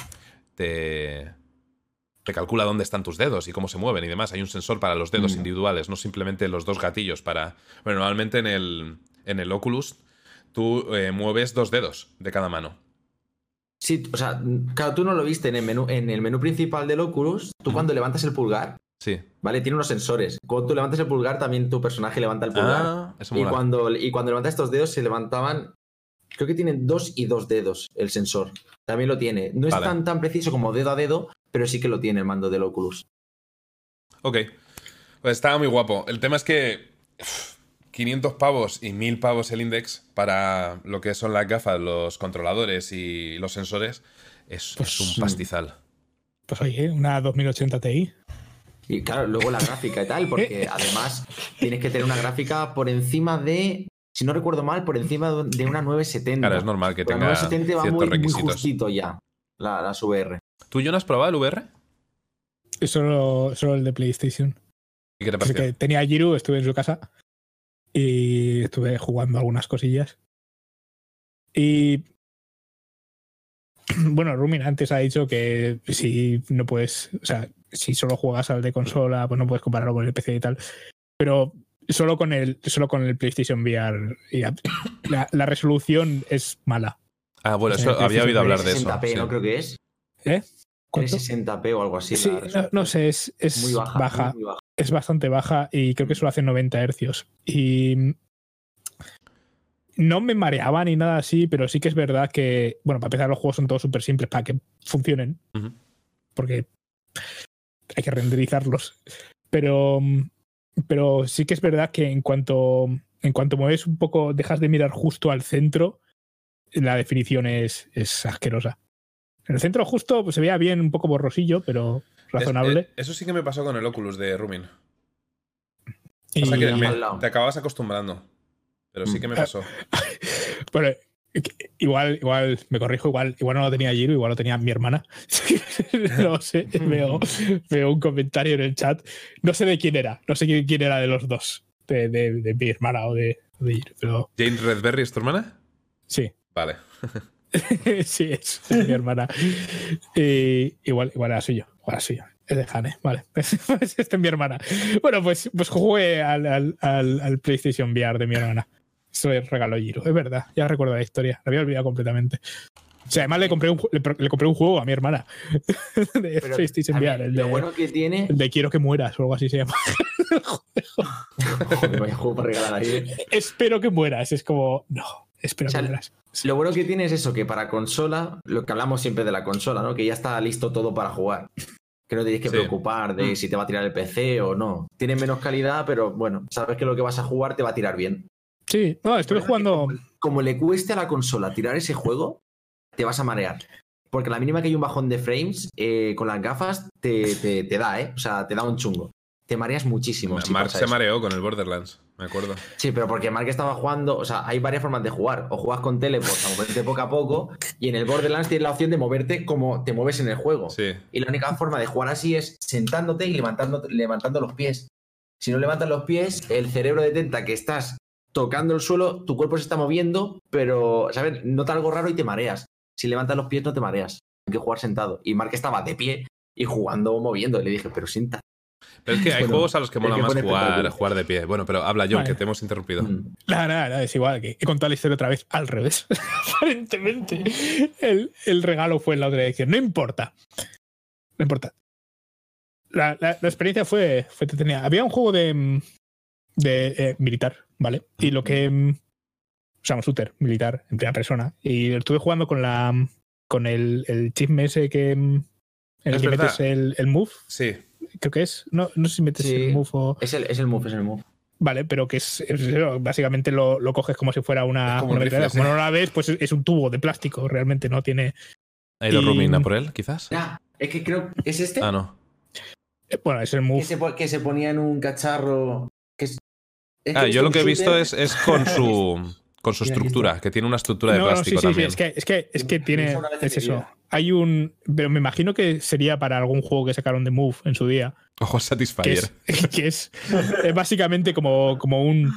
te, te calcula dónde están tus dedos y cómo se mueven y demás. Hay un sensor para los dedos mm. individuales, no simplemente los dos gatillos para... Bueno, normalmente en el, en el Oculus tú eh, mueves dos dedos de cada mano. Sí, o sea, claro, tú no lo viste en el menú, en el menú principal del Oculus. Tú mm. cuando levantas el pulgar... Sí. Vale, tiene unos sensores. Cuando tú levantas el pulgar, también tu personaje levanta el pulgar. Ah, eso y, mola. cuando, y cuando levantas estos dedos, se levantaban. Creo que tienen dos y dos dedos el sensor. También lo tiene. No es vale. tan, tan preciso como dedo a dedo, pero sí que lo tiene el mando del Oculus. Ok. Pues estaba muy guapo. El tema es que uf, quinientos pavos y mil pavos el Index para lo que son las gafas, los controladores y los sensores es, pues, es un pastizal. Pues oye, una dos mil ochenta Ti. Y claro, luego la gráfica y tal, porque además tienes que tener una gráfica por encima de, si no recuerdo mal, por encima de una nueve setenta. Claro, es normal que tenga la nueve setenta va ciertos muy, requisitos. muy justito ya, la, las V R. ¿Tú, John, has probado el V R? Solo, solo el de PlayStation. ¿Y qué te pareció? Que tenía a Jiru, estuve en su casa y estuve jugando algunas cosillas. Y... Bueno, Rumin antes ha dicho que si no puedes, o sea, si solo juegas al de consola, pues no puedes compararlo con el P C y tal. Pero solo con el, solo con el PlayStation V R. Y la, la resolución es mala. Ah, bueno, eso había oído hablar de eso. sesenta p, sí. ¿no? Creo que es. ¿Eh? ¿Cuánto? sesenta p o algo así. Sí, no, no sé, es, es muy baja, baja. Muy, muy baja. Es bastante baja y creo que solo hace noventa hercios. Y no me mareaba ni nada así, pero sí que es verdad que, bueno, para empezar los juegos son todos súper simples para que funcionen. Uh-huh. Porque hay que renderizarlos. Pero, pero sí que es verdad que en cuanto, en cuanto mueves un poco, dejas de mirar justo al centro, la definición es, es asquerosa. En el centro justo pues, se veía bien, un poco borrosillo, pero razonable. Es, eh, eso sí que me pasó con el Oculus de Rumin. Y... O sea que me, te acabas acostumbrando. Pero sí que me pasó. Bueno, igual, igual, me corrijo, igual, igual no lo tenía Giro, igual lo tenía mi hermana. No sé, veo, veo un comentario en el chat. No sé de quién era, no sé quién era de los dos, de, de, de mi hermana o de, de Giro. Pero... ¿Jane Redberry es tu hermana? Sí. Vale. Sí, es, es mi hermana. Y, igual, igual era suyo, igual era suyo. Es de Hane, vale. Esta es mi hermana. Bueno, pues, pues jugué al, al, al, al PlayStation V R de mi hermana. Eso le regaló Giro, es verdad. Ya recuerdo la historia, la había olvidado completamente. O sea, además le compré un, le, le compré un juego a mi hermana de Pero PlayStation V R. El de, lo bueno que tiene. El de Quiero que mueras o algo así se llama. Joder, vaya juego para regalar ahí. Espero que mueras. Es como, no, espero o sea, que mueras. Lo bueno que tiene es eso, que para consola, lo que hablamos siempre de la consola, ¿no? Que ya está listo todo para jugar. Que no te tienes que sí. preocupar de mm. si te va a tirar el P C o no. Tiene menos calidad, pero bueno, sabes que lo que vas a jugar te va a tirar bien. Sí, no, estuve jugando. Como, como le cueste a la consola tirar ese juego, te vas a marear. Porque la mínima que hay un bajón de frames, eh, con las gafas te, te, te da, ¿eh? O sea, te da un chungo. Te mareas muchísimo. Si Mark se eso. mareó con el Borderlands, me acuerdo. Sí, pero porque Mark estaba jugando, o sea, hay varias formas de jugar. O juegas con teleport a moverte poco a poco, y en el Borderlands tienes la opción de moverte como te mueves en el juego. Sí. Y la única forma de jugar así es sentándote y levantando, levantando los pies. Si no levantas los pies, el cerebro detecta que estás tocando el suelo, tu cuerpo se está moviendo, pero, ¿sabes? Nota algo raro y te mareas. Si levantas los pies no te mareas. Hay que jugar sentado. Y Mark estaba de pie y jugando, moviendo. Y le dije, pero sienta. Pero es que hay bueno, juegos a los que mola que más jugar, jugar de pie. Bueno, pero habla John, vale. que te hemos interrumpido. Nada, nada, nada, es igual. Que he contado la historia otra vez al revés. Aparentemente, el, el regalo fue en la otra dirección. No importa. No importa. La, la, la experiencia fue, fue entretenida. Había un juego de, de eh, militar, ¿vale? Y lo que... O sea, un shooter militar en primera persona. Y estuve jugando con la con el, el chisme ese que... En el es que verdad. metes el, el move. Sí. Creo que es. No, no sé si metes sí, el move o. Es el, es el move, es el move. Vale, pero que es. es básicamente lo, lo coges como si fuera una. Como, una rifle, como sí. no la ves, pues es, es un tubo de plástico. Realmente no tiene. ¿Ha ido y... Rumin a por él, quizás? Ya, es que creo. ¿Es este? Ah, no. Bueno, es el move. Que se, que se ponía en un cacharro. Que es, es que ah, yo lo que he visto es, es con su. Con su estructura, que tiene una estructura de no, plástico no, sí, también. Sí, sí, es que, es que, es que tiene. Es eso. Hay un. Pero me imagino que sería para algún juego que sacaron de Move en su día. Ojo, Satisfyer. Que es, que es, es básicamente como, como un.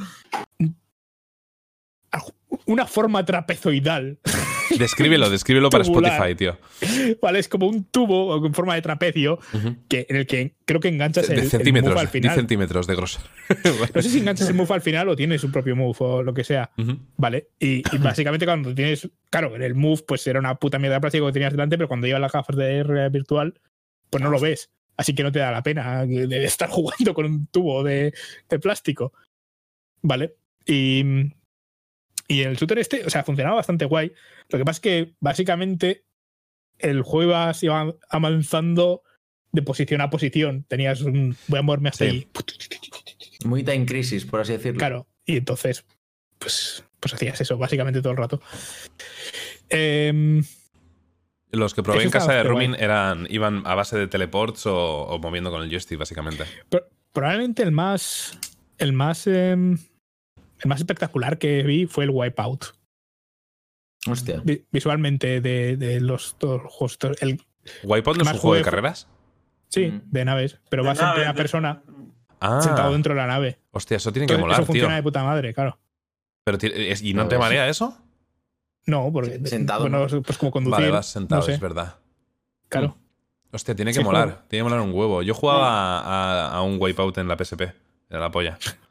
Una forma trapezoidal. Descríbelo, descríbelo para Spotify, tío. Vale, es como un tubo en forma de trapecio uh-huh. que, en el que creo que enganchas de, de el, centímetros, el move al final. diez centímetros de grosor. No sé si enganchas el move al final o tienes su propio move o lo que sea. Uh-huh. Vale, y, y básicamente cuando tienes... Claro, el move pues era una puta mierda de plástico que tenías delante, pero cuando llevas las gafas de realidad virtual, pues no lo ves. Así que no te da la pena de estar jugando con un tubo de, de plástico. Vale, y... Y el shooter este, o sea, funcionaba bastante guay. Lo que pasa es que, básicamente, el juego iba, iba avanzando de posición a posición. Tenías un... Voy a moverme hasta sí. ahí. Muy time crisis, por así decirlo. Claro. Y entonces, pues, pues hacías eso, básicamente, todo el rato. Eh, Los que probé en casa de Rumin eran, iban a base de teleports o, o moviendo con el joystick, básicamente. Pero, probablemente el más... El más... Eh, El más espectacular que vi fue el Wipeout. Hostia. Vi- visualmente de, de los dos juegos. El ¿Wipeout no es un juego de carreras? Sí, Mm. de naves. Pero De vas en naves, primera de- persona Ah, sentado dentro de la nave. hostia, eso tiene que Entonces, molar, eso funciona tío. de puta madre, claro. Pero, ti- es- ¿Y no No, te es- marea eso? No, porque. Sentado, Bueno, ¿no? pues como conducir. Vale, vas sentado, no sé, es verdad. Claro. Hostia, tiene que Sí, molar. juego. Tiene que molar un huevo. Yo jugaba a, a un Wipeout en la P S P. Era la polla.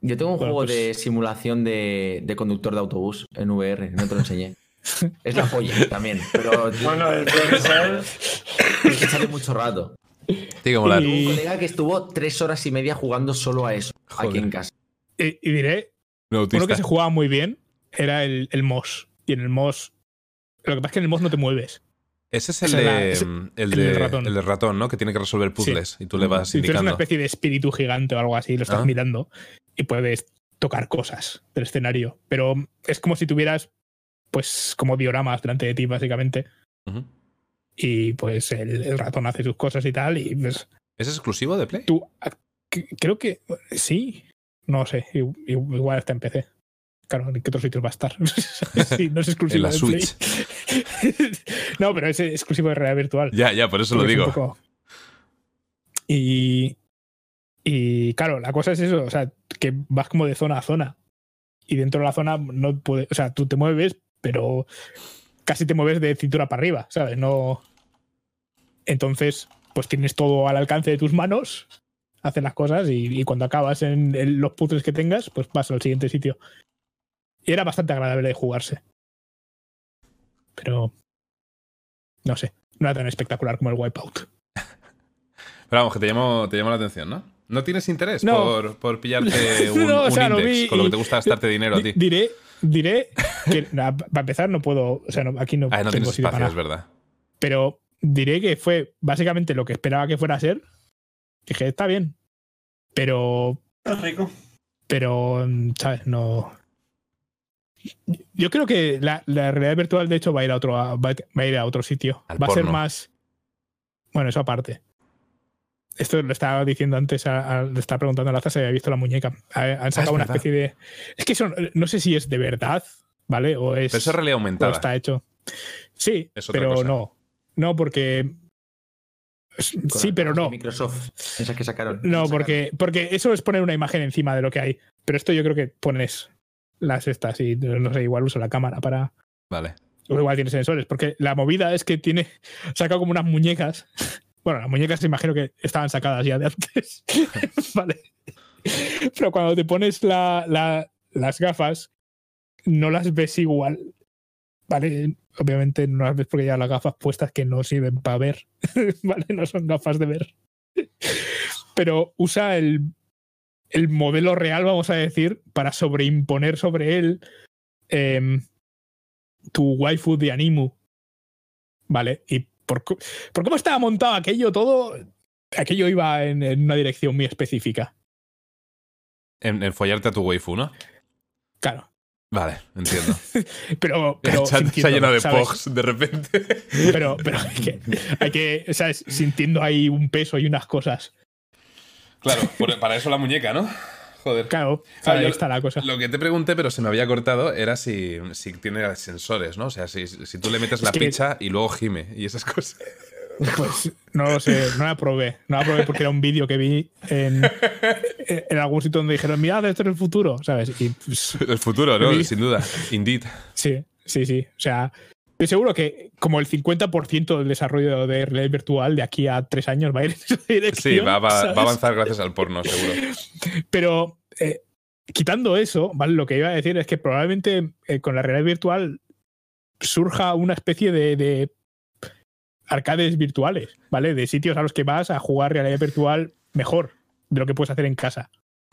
Yo tengo un Bueno, juego pues- de simulación de, de conductor de autobús en V R, no te lo enseñé. Es la polla también, pero Bueno, el profesor. es que sale mucho rato. Tiene que molar. Y- Un colega que estuvo tres horas y media jugando solo a eso, aquí Joder. en casa. Y, y diré, Un uno autista. que se jugaba muy bien era el, el M O S. Y en el M O S. Lo que pasa es que en el M O S no te mueves. Ese es el Esa es la- de, es el, el de del ratón. el del ratón, ¿no? Que tiene que resolver puzzles y tú le vas Si tú eres una indicando. especie de espíritu gigante o algo así, lo estás Ah. mirando y puedes tocar cosas del escenario. Pero es como si tuvieras, pues, como dioramas delante de ti, básicamente. Ujú. Y pues el, el ratón hace sus cosas y tal. Y pues ¿Es exclusivo de Play? tú. a- que- Creo que sí. No sé. i- i- Igual está en P C. Claro, ¿en qué otros sitios va a estar? Sí, no es exclusivo En la de Switch. Play. No, pero es exclusivo de realidad virtual. Ya, ya, por eso lo Porque es un digo. poco- Y, y claro, la cosa es eso, o sea, que vas como de zona a zona. Y dentro de la zona no puedes, o sea, tú te mueves, pero casi te mueves de cintura para arriba, ¿sabes? No. Entonces, pues tienes todo al alcance de tus manos, haces las cosas y, y cuando acabas en, en los puzzles que tengas, pues vas al siguiente sitio. Y era bastante agradable de jugarse. Pero. No sé, no era tan espectacular como el Wipeout. Pero vamos, que te llamó, te llamó la atención, ¿no? ¿No tienes interés No. por, por pillarte un, No, o un sea, lo index vi con lo que y- te gusta gastarte dinero a Di- ti? Diré, diré que nada, para empezar no puedo, o sea, no- aquí no, Ah, no tengo tienes sitio espacio, para es nada. verdad. Pero diré que fue básicamente lo que esperaba que fuera a ser. Dije, está bien. Pero, Es rico. pero, ¿sabes? No. Yo creo que la, la realidad virtual, de hecho, va a ir a otro, va a, va a ir a otro sitio. Al va a ser porno. más. Bueno, eso aparte. Esto lo estaba diciendo antes, a- a- le estaba preguntando a Laza si había visto la muñeca. Ha- Han sacado es una verdad. especie de. Es que eso, no sé si es de verdad, ¿vale? O es. Pero eso es realidad o aumentada. está hecho. Sí, Es otra pero cosa. no. No, porque. Con Sí, las pero gafas de no. Microsoft, esas que sacaron. No, Sacaron. porque, porque eso es poner una imagen encima de lo que hay. Pero esto yo creo que pones las estas y no sé, igual uso la cámara para. Vale. O igual tiene sensores. Porque la movida es que tiene. Saca como unas muñecas. Bueno, las muñecas imagino que estaban sacadas ya de antes. Vale. Pero cuando te pones la, la- las gafas, no las ves igual. Vale. Obviamente no las ves porque ya las gafas puestas que no sirven para ver. Vale, no son gafas de ver. Pero usa el, el modelo real, vamos a decir, para sobreimponer sobre él em, tu waifu de Animu. Vale, y por, co- por cómo estaba montado aquello todo, aquello iba en, en una dirección muy específica. En, en follarte a tu waifu, ¿no? Claro. Vale, entiendo. Pero, pero El chat se ha sintiéndolo, llenado de ¿sabes? pogs de repente. Pero, pero hay que, hay que, ¿sabes? Sintiendo ahí un peso y unas cosas. Claro, por- para eso la muñeca, ¿no? Joder. Claro, Ah, ahí yo- está la cosa. Lo que te pregunté, pero se me había cortado, era si, si tiene sensores, ¿no? O sea, si, si tú le metes Es la que- pizza y luego gime y esas cosas. Pues no lo sé, no la probé. No la probé porque era un vídeo que vi en, en algún sitio donde dijeron, mirad, esto es el futuro, ¿sabes? Y pues, El futuro, ¿no? Sí. Sin duda. Indeed. sí, sí, sí. O sea, estoy seguro que como el cincuenta por ciento del desarrollo de realidad virtual de aquí a tres años va a ir en esa dirección. Sí, va, va- ¿sabes? va a avanzar gracias al porno, seguro. Pero eh, quitando eso, ¿vale? Lo que iba a decir es que probablemente eh, con la realidad virtual surja una especie de, de arcades virtuales, ¿vale? De sitios a los que vas a jugar realidad virtual mejor de lo que puedes hacer en casa.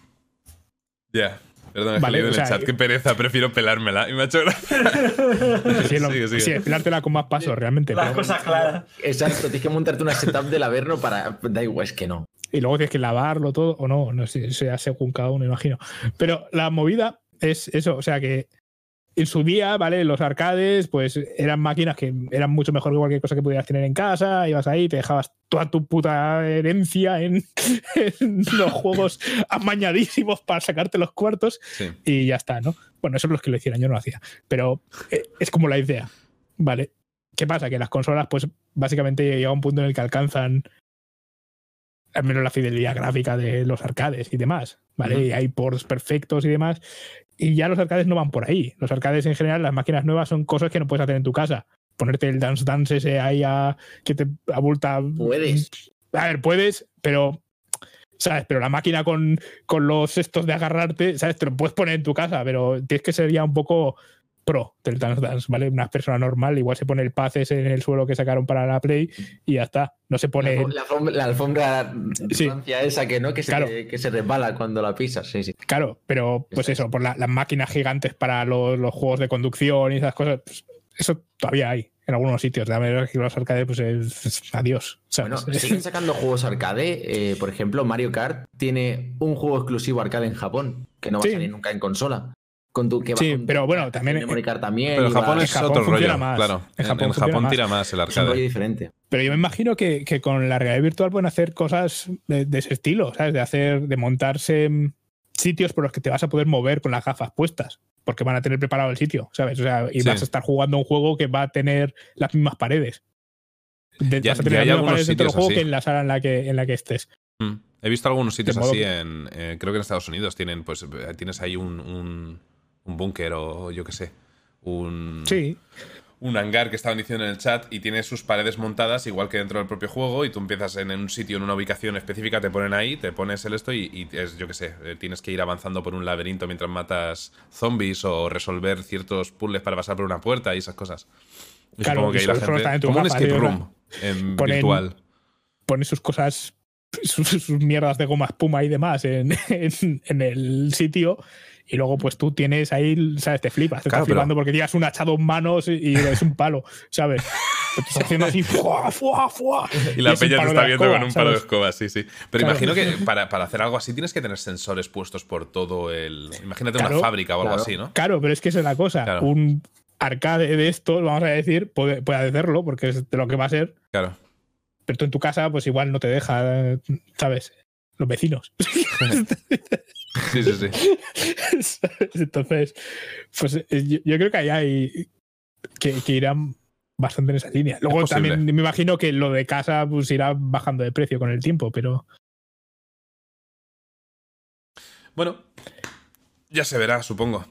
Ya. Perdona, es que Vale, he leído o en el sea, chat. Qué pereza, prefiero pelármela. Y me ha hecho gracia. Sí, lo- Sigue, sigue. sí, pelártela con más pasos, realmente. Las pero- cosas claras. Exacto, tienes que montarte una setup del Averno para. Da igual, es que no. Y luego tienes que lavarlo todo, o no, no sé, eso ya según cada uno, imagino. Pero la movida es eso, o sea que en su día, ¿vale? Los arcades, pues eran máquinas que eran mucho mejor que cualquier cosa que pudieras tener en casa, ibas ahí, te dejabas toda tu puta herencia en, en los juegos amañadísimos para sacarte los cuartos Sí. y ya está, ¿no? Bueno, eso es los que lo hicieran, yo no lo hacía. Pero eh, es como la idea, ¿vale? ¿Qué pasa? Que las consolas, pues básicamente llega un punto en el que alcanzan al menos la fidelidad gráfica de los arcades y demás, ¿vale? Ujú. Y hay ports perfectos y demás. Y ya los arcades no van por ahí. Los arcades en general, las máquinas nuevas son cosas que no puedes hacer en tu casa. Ponerte el Dance Dance ese ahí a, que te abulta. Puedes. A ver, puedes, pero ¿sabes? Pero la máquina con, con los estos de agarrarte, ¿sabes? Te lo puedes poner en tu casa, pero tienes que ser ya un poco pro del Dance Dance, ¿vale? Una persona normal igual se pone el pad ese en el suelo que sacaron para la Play y ya está. No se pone... La, la, alfombra, la alfombra sí. Francia esa que no, que se, claro. que, que se resbala cuando la pisas, sí, sí. Claro, pero pues eso, eso por la, las máquinas gigantes para los, los juegos de conducción y esas cosas, pues, eso todavía hay en algunos sitios. De verdad que los arcades, pues es, es adiós. ¿Sabes? Bueno, siguen sacando juegos arcade. Eh, por ejemplo, Mario Kart tiene un juego exclusivo arcade en Japón, que no va sí. a salir nunca en consola. Con tu, que sí, va con pero tu, bueno, también. Memory Card también. Pero Japón va, es Japón otro rollo, más. claro. En Japón, en Japón tira más el arcade. Es un rollo diferente. Pero yo me imagino que, que con la realidad virtual pueden hacer cosas de, de ese estilo, ¿sabes? De hacer, de montarse sitios por los que te vas a poder mover con las gafas puestas, porque van a tener preparado el sitio, ¿sabes? O sea, y sí. vas a estar jugando un juego que va a tener las mismas paredes. De, ya, vas a tener ya las mismas paredes dentro del juego así. que en la sala en la que, en la que estés. Mm. He visto algunos sitios modo... así en, eh, creo que en Estados Unidos tienen, pues tienes ahí un, un, un búnker o yo qué sé, un, sí. un hangar que estaban diciendo en el chat y tiene sus paredes montadas igual que dentro del propio juego y tú empiezas en un sitio, en una ubicación específica, te ponen ahí, te pones el esto y, y es, yo qué sé, tienes que ir avanzando por un laberinto mientras matas zombies o resolver ciertos puzzles para pasar por una puerta y esas cosas. Y claro, supongo que hay la gente, como un escape room en ponen, virtual. Pone sus cosas, sus, sus mierdas de goma espuma y demás en, en, en el sitio y luego pues tú tienes ahí, ¿sabes? Te flipas, te claro, estás flipando pero... porque tienes un hachado en manos y, y es un palo, ¿sabes? Te estás haciendo así, ¡fua, fua, fua! Y la y peña te está viendo escoba, con un palo ¿sabes? de escoba, sí, sí. Pero claro. imagino que para, para hacer algo así tienes que tener sensores puestos por todo el... Imagínate claro, una fábrica o algo claro. así, ¿no? Claro, pero es que esa es la cosa. Claro. Un arcade de estos, vamos a decir, puede, puede hacerlo porque es de lo que va a ser. Claro. Pero tú en tu casa, pues igual no te deja, ¿sabes? Los vecinos. Sí, sí, sí. Entonces, pues yo, yo creo que ahí hay que, que irán bastante en esa línea. Luego también me imagino que lo de casa pues irá bajando de precio con el tiempo, pero... Bueno, ya se verá, supongo.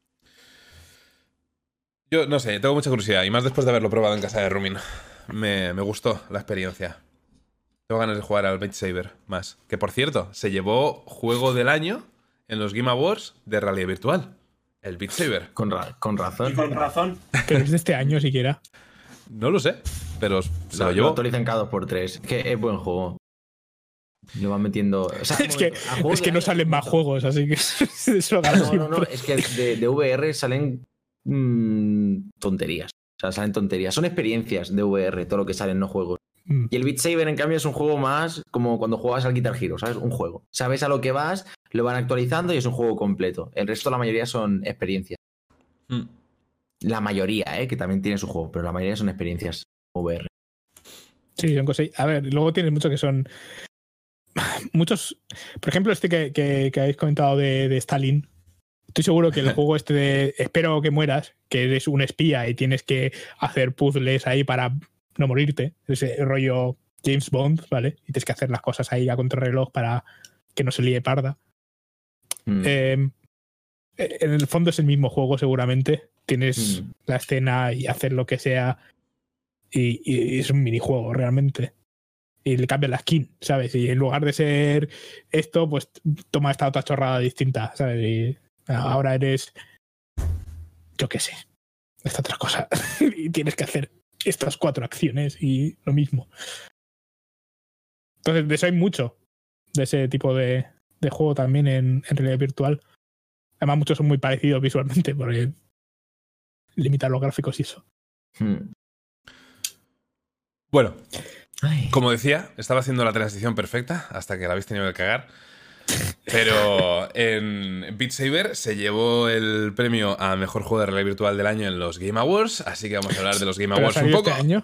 Yo no sé, tengo mucha curiosidad. Y más después de haberlo probado en casa de Rumin. Me, me gustó la experiencia. Tengo ganas de jugar al Beat Saber más. Que por cierto, se llevó juego del año en los Game Awards de realidad virtual. El Beat Saber. Con, ra con razón. Y con razón. Pero es de este año siquiera. No lo sé, pero se lo, lo llevó. Lo actualizan cada dos por tres. Que es buen juego. Lo van metiendo. O sea, es que, es que no salen más juegos, así que eso gana no, no, no, es que de, de V R salen mmm, tonterías. O sea, salen tonterías. Son experiencias de V R, todo lo que salen, no juegos. Mm. Y el Beat Saber, en cambio, es un juego más como cuando juegas al Guitar Hero, ¿sabes? Un juego. Sabes a lo que vas, lo van actualizando y es un juego completo. El resto, la mayoría son experiencias. Mm. La mayoría, ¿eh? Que también tiene su juego, pero la mayoría son experiencias V R. Sí, son cosas. A ver, luego tienes muchos que son. Muchos. Por ejemplo, este que, que, que habéis comentado de, de Stalin. Estoy seguro que el juego este de espero que mueras, que eres un espía y tienes que hacer puzzles ahí para no morirte, ese rollo James Bond, ¿vale? Y tienes que hacer las cosas ahí a contrarreloj para que no se líe parda. Mm. Eh, en el fondo es el mismo juego seguramente. Tienes mm. la escena y hacer lo que sea y, y es un minijuego realmente. Y le cambias la skin, ¿sabes? Y en lugar de ser esto, pues toma esta otra chorrada distinta, ¿sabes? Y ahora eres, yo qué sé, esta otra cosa. Y tienes que hacer estas cuatro acciones y lo mismo. Entonces, de eso hay mucho, de ese tipo de, de juego también en, en realidad virtual. Además, muchos son muy parecidos visualmente porque limitan los gráficos y eso. Hmm. Bueno, Ay. como decía, estaba haciendo la transición perfecta hasta que la habéis tenido que cagar. Pero en Beat Saber se llevó el premio a mejor juego de realidad virtual del año en los Game Awards, así que vamos a hablar de los Game Awards un poco. Este año?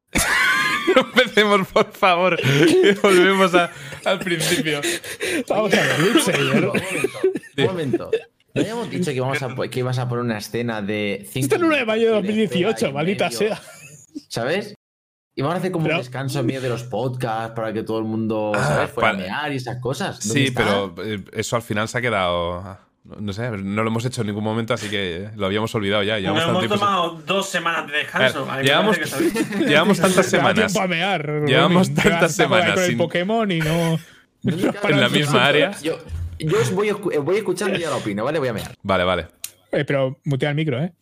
No empecemos, por favor, y volvemos a, al principio. Vamos a ver, Beat Saber. Un momento, un momento. ¿No habíamos dicho que, íbamos a, que ibas a poner una escena de... Está el uno de mayo de dos mil dieciocho, maldita sea. ¿Sabes? Y vamos a hacer como pero, un descanso en medio de los podcasts para que todo el mundo ah, ¿sabes? Fuera para... a mear y esas cosas. Sí, está? pero eso al final se ha quedado... No sé, no lo hemos hecho en ningún momento, así que lo habíamos olvidado ya. Llevamos no, hemos tomado sin... dos semanas de descanso. Ver, llevamos, llevamos tantas semanas. Mear, llevamos tantas con semanas. el sin... Pokémon y no... en la misma área. Yo, yo os voy, voy escuchando y ya lo opino, ¿vale? Voy a mirar. Vale, vale. Eh, pero mutea el micro, ¿eh?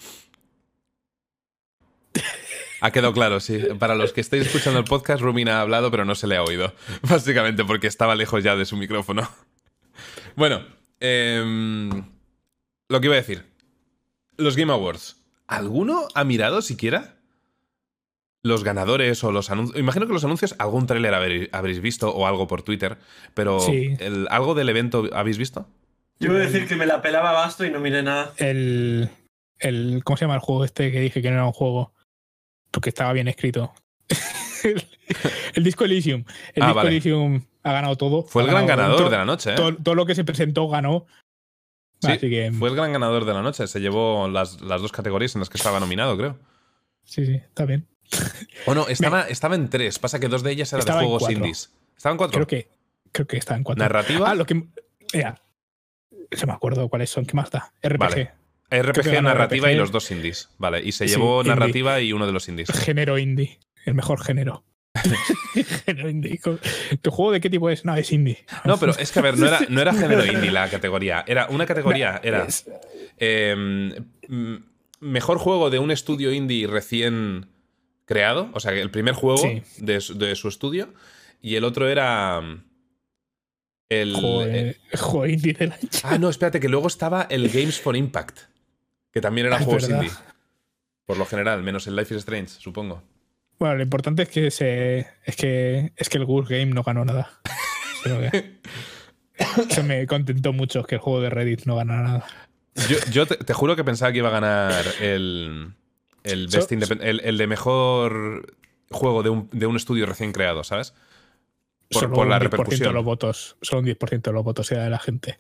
Ha quedado claro, sí. Para los que estáis escuchando el podcast, Rumin ha hablado, pero no se le ha oído. Básicamente porque estaba lejos ya de su micrófono. Bueno, eh, lo que iba a decir. Los Game Awards. ¿Alguno ha mirado siquiera los ganadores o los anuncios? Imagino que los anuncios, algún tráiler habréis, habréis visto o algo por Twitter, pero Sí. el, ¿algo del evento habéis visto? Yo voy a decir que me la pelaba basto y no miré nada. El, el. ¿Cómo se llama el juego este que dije que no era un juego? Porque estaba bien escrito. el, el Disco Elysium. El Ah, Disco vale. Elysium ha ganado todo. Fue el Ha gran ganado ganador todo, de la noche, ¿eh? todo, todo lo que se presentó ganó. Sí, Así que. fue el gran ganador de la noche. Se llevó las, las dos categorías en las que estaba nominado, creo. Sí, sí, está bien. O no, estaba, estaba en tres. Pasa que dos de ellas eran de Estaba en juegos cuatro. indies. ¿Estaba en cuatro? Creo que, creo que está en cuatro. ¿Narrativa? Ah, lo que. Ya. Se me acuerdo cuáles son. ¿Qué más da? R P G. Vale. Creo R P que G, ganó narrativa R P G. y los dos indies. Vale, y se Sí, llevó indie. narrativa y uno de los indies. Género indie. El mejor género. Género indie. ¿Tu juego de qué tipo es? No, es indie. No, pero es que a ver, no era, no era género indie la categoría. Era una categoría, era Es- eh, mm, mejor juego de un estudio indie recién creado. O sea, el primer juego Sí. de, su- de su estudio. Y el otro era mm, el... Juego, de- eh, juego indie del año. ah, no, espérate, que luego estaba el Games for Impact. Que también eran Ah, es juegos verdad. indie. Por lo general, menos el Life is Strange, supongo. Bueno, lo importante es que se, es que es que el Good Game no ganó nada. Pero que- se me contentó mucho que el juego de Reddit no ganara nada. Yo, yo te, te juro que pensaba que iba a ganar el, el, Best So- Independ- el, el de mejor juego de un, de un estudio recién creado, ¿sabes? Por, Solo por la un diez por ciento repercusión. de los votos, solo un diez por ciento de los votos era de la gente.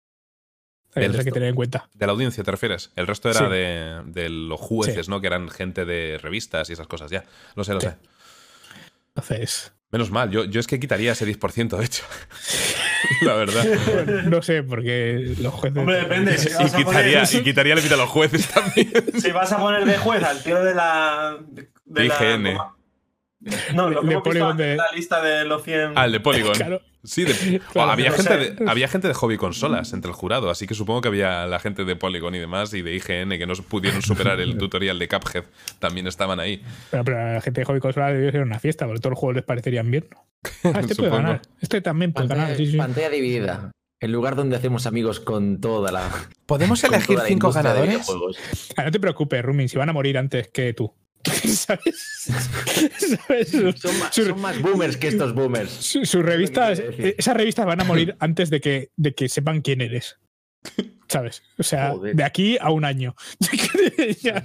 El Eso hay que resto- tener en cuenta. De la audiencia, ¿te refieres? El resto era Sí. de, de los jueces, Sí. ¿no? Que eran gente de revistas y esas cosas, ya. Lo sé, lo Sí. sé. Entonces, Menos mal, yo, yo es que quitaría ese diez por ciento, de hecho. La verdad. no sé, porque los jueces. Hombre, depende. Si Y vas, a quitaría, poner, y quitaría la mitad a los jueces también. si vas a poner de juez al tío de la. De I la G N. no, lo que De hemos visto Polygon antes de- en la lista de los cien. Ah, el de Polygon. Claro. Sí, de- Claro, había, no gente sé. de, había gente de hobby consolas entre el jurado, así que supongo que había la gente de Polygon y demás, y de I G N que no pudieron superar el tutorial de Cuphead. También estaban ahí. Pero, pero a la gente de hobby consola debió ser una fiesta, porque todos los juegos les parecerían bien. Ah, este puede Supongo. ganar. Este también puede Pantalla, ganar. Sí, sí. pantalla dividida. El lugar donde hacemos amigos con toda la. ¿Podemos con elegir toda la cinco industria de ganadores? videojuegos. Ah, no te preocupes, Rumin, si van a morir antes que tú. ¿Sabes? ¿Sabes? Su- Son más, su- son más boomers que estos boomers. su- Sus revistas, ¿Qué quiere decir? esas revistas van a morir antes de que, de que sepan quién eres. ¿Sabes? O sea, Joder. de aquí a un año. Ya.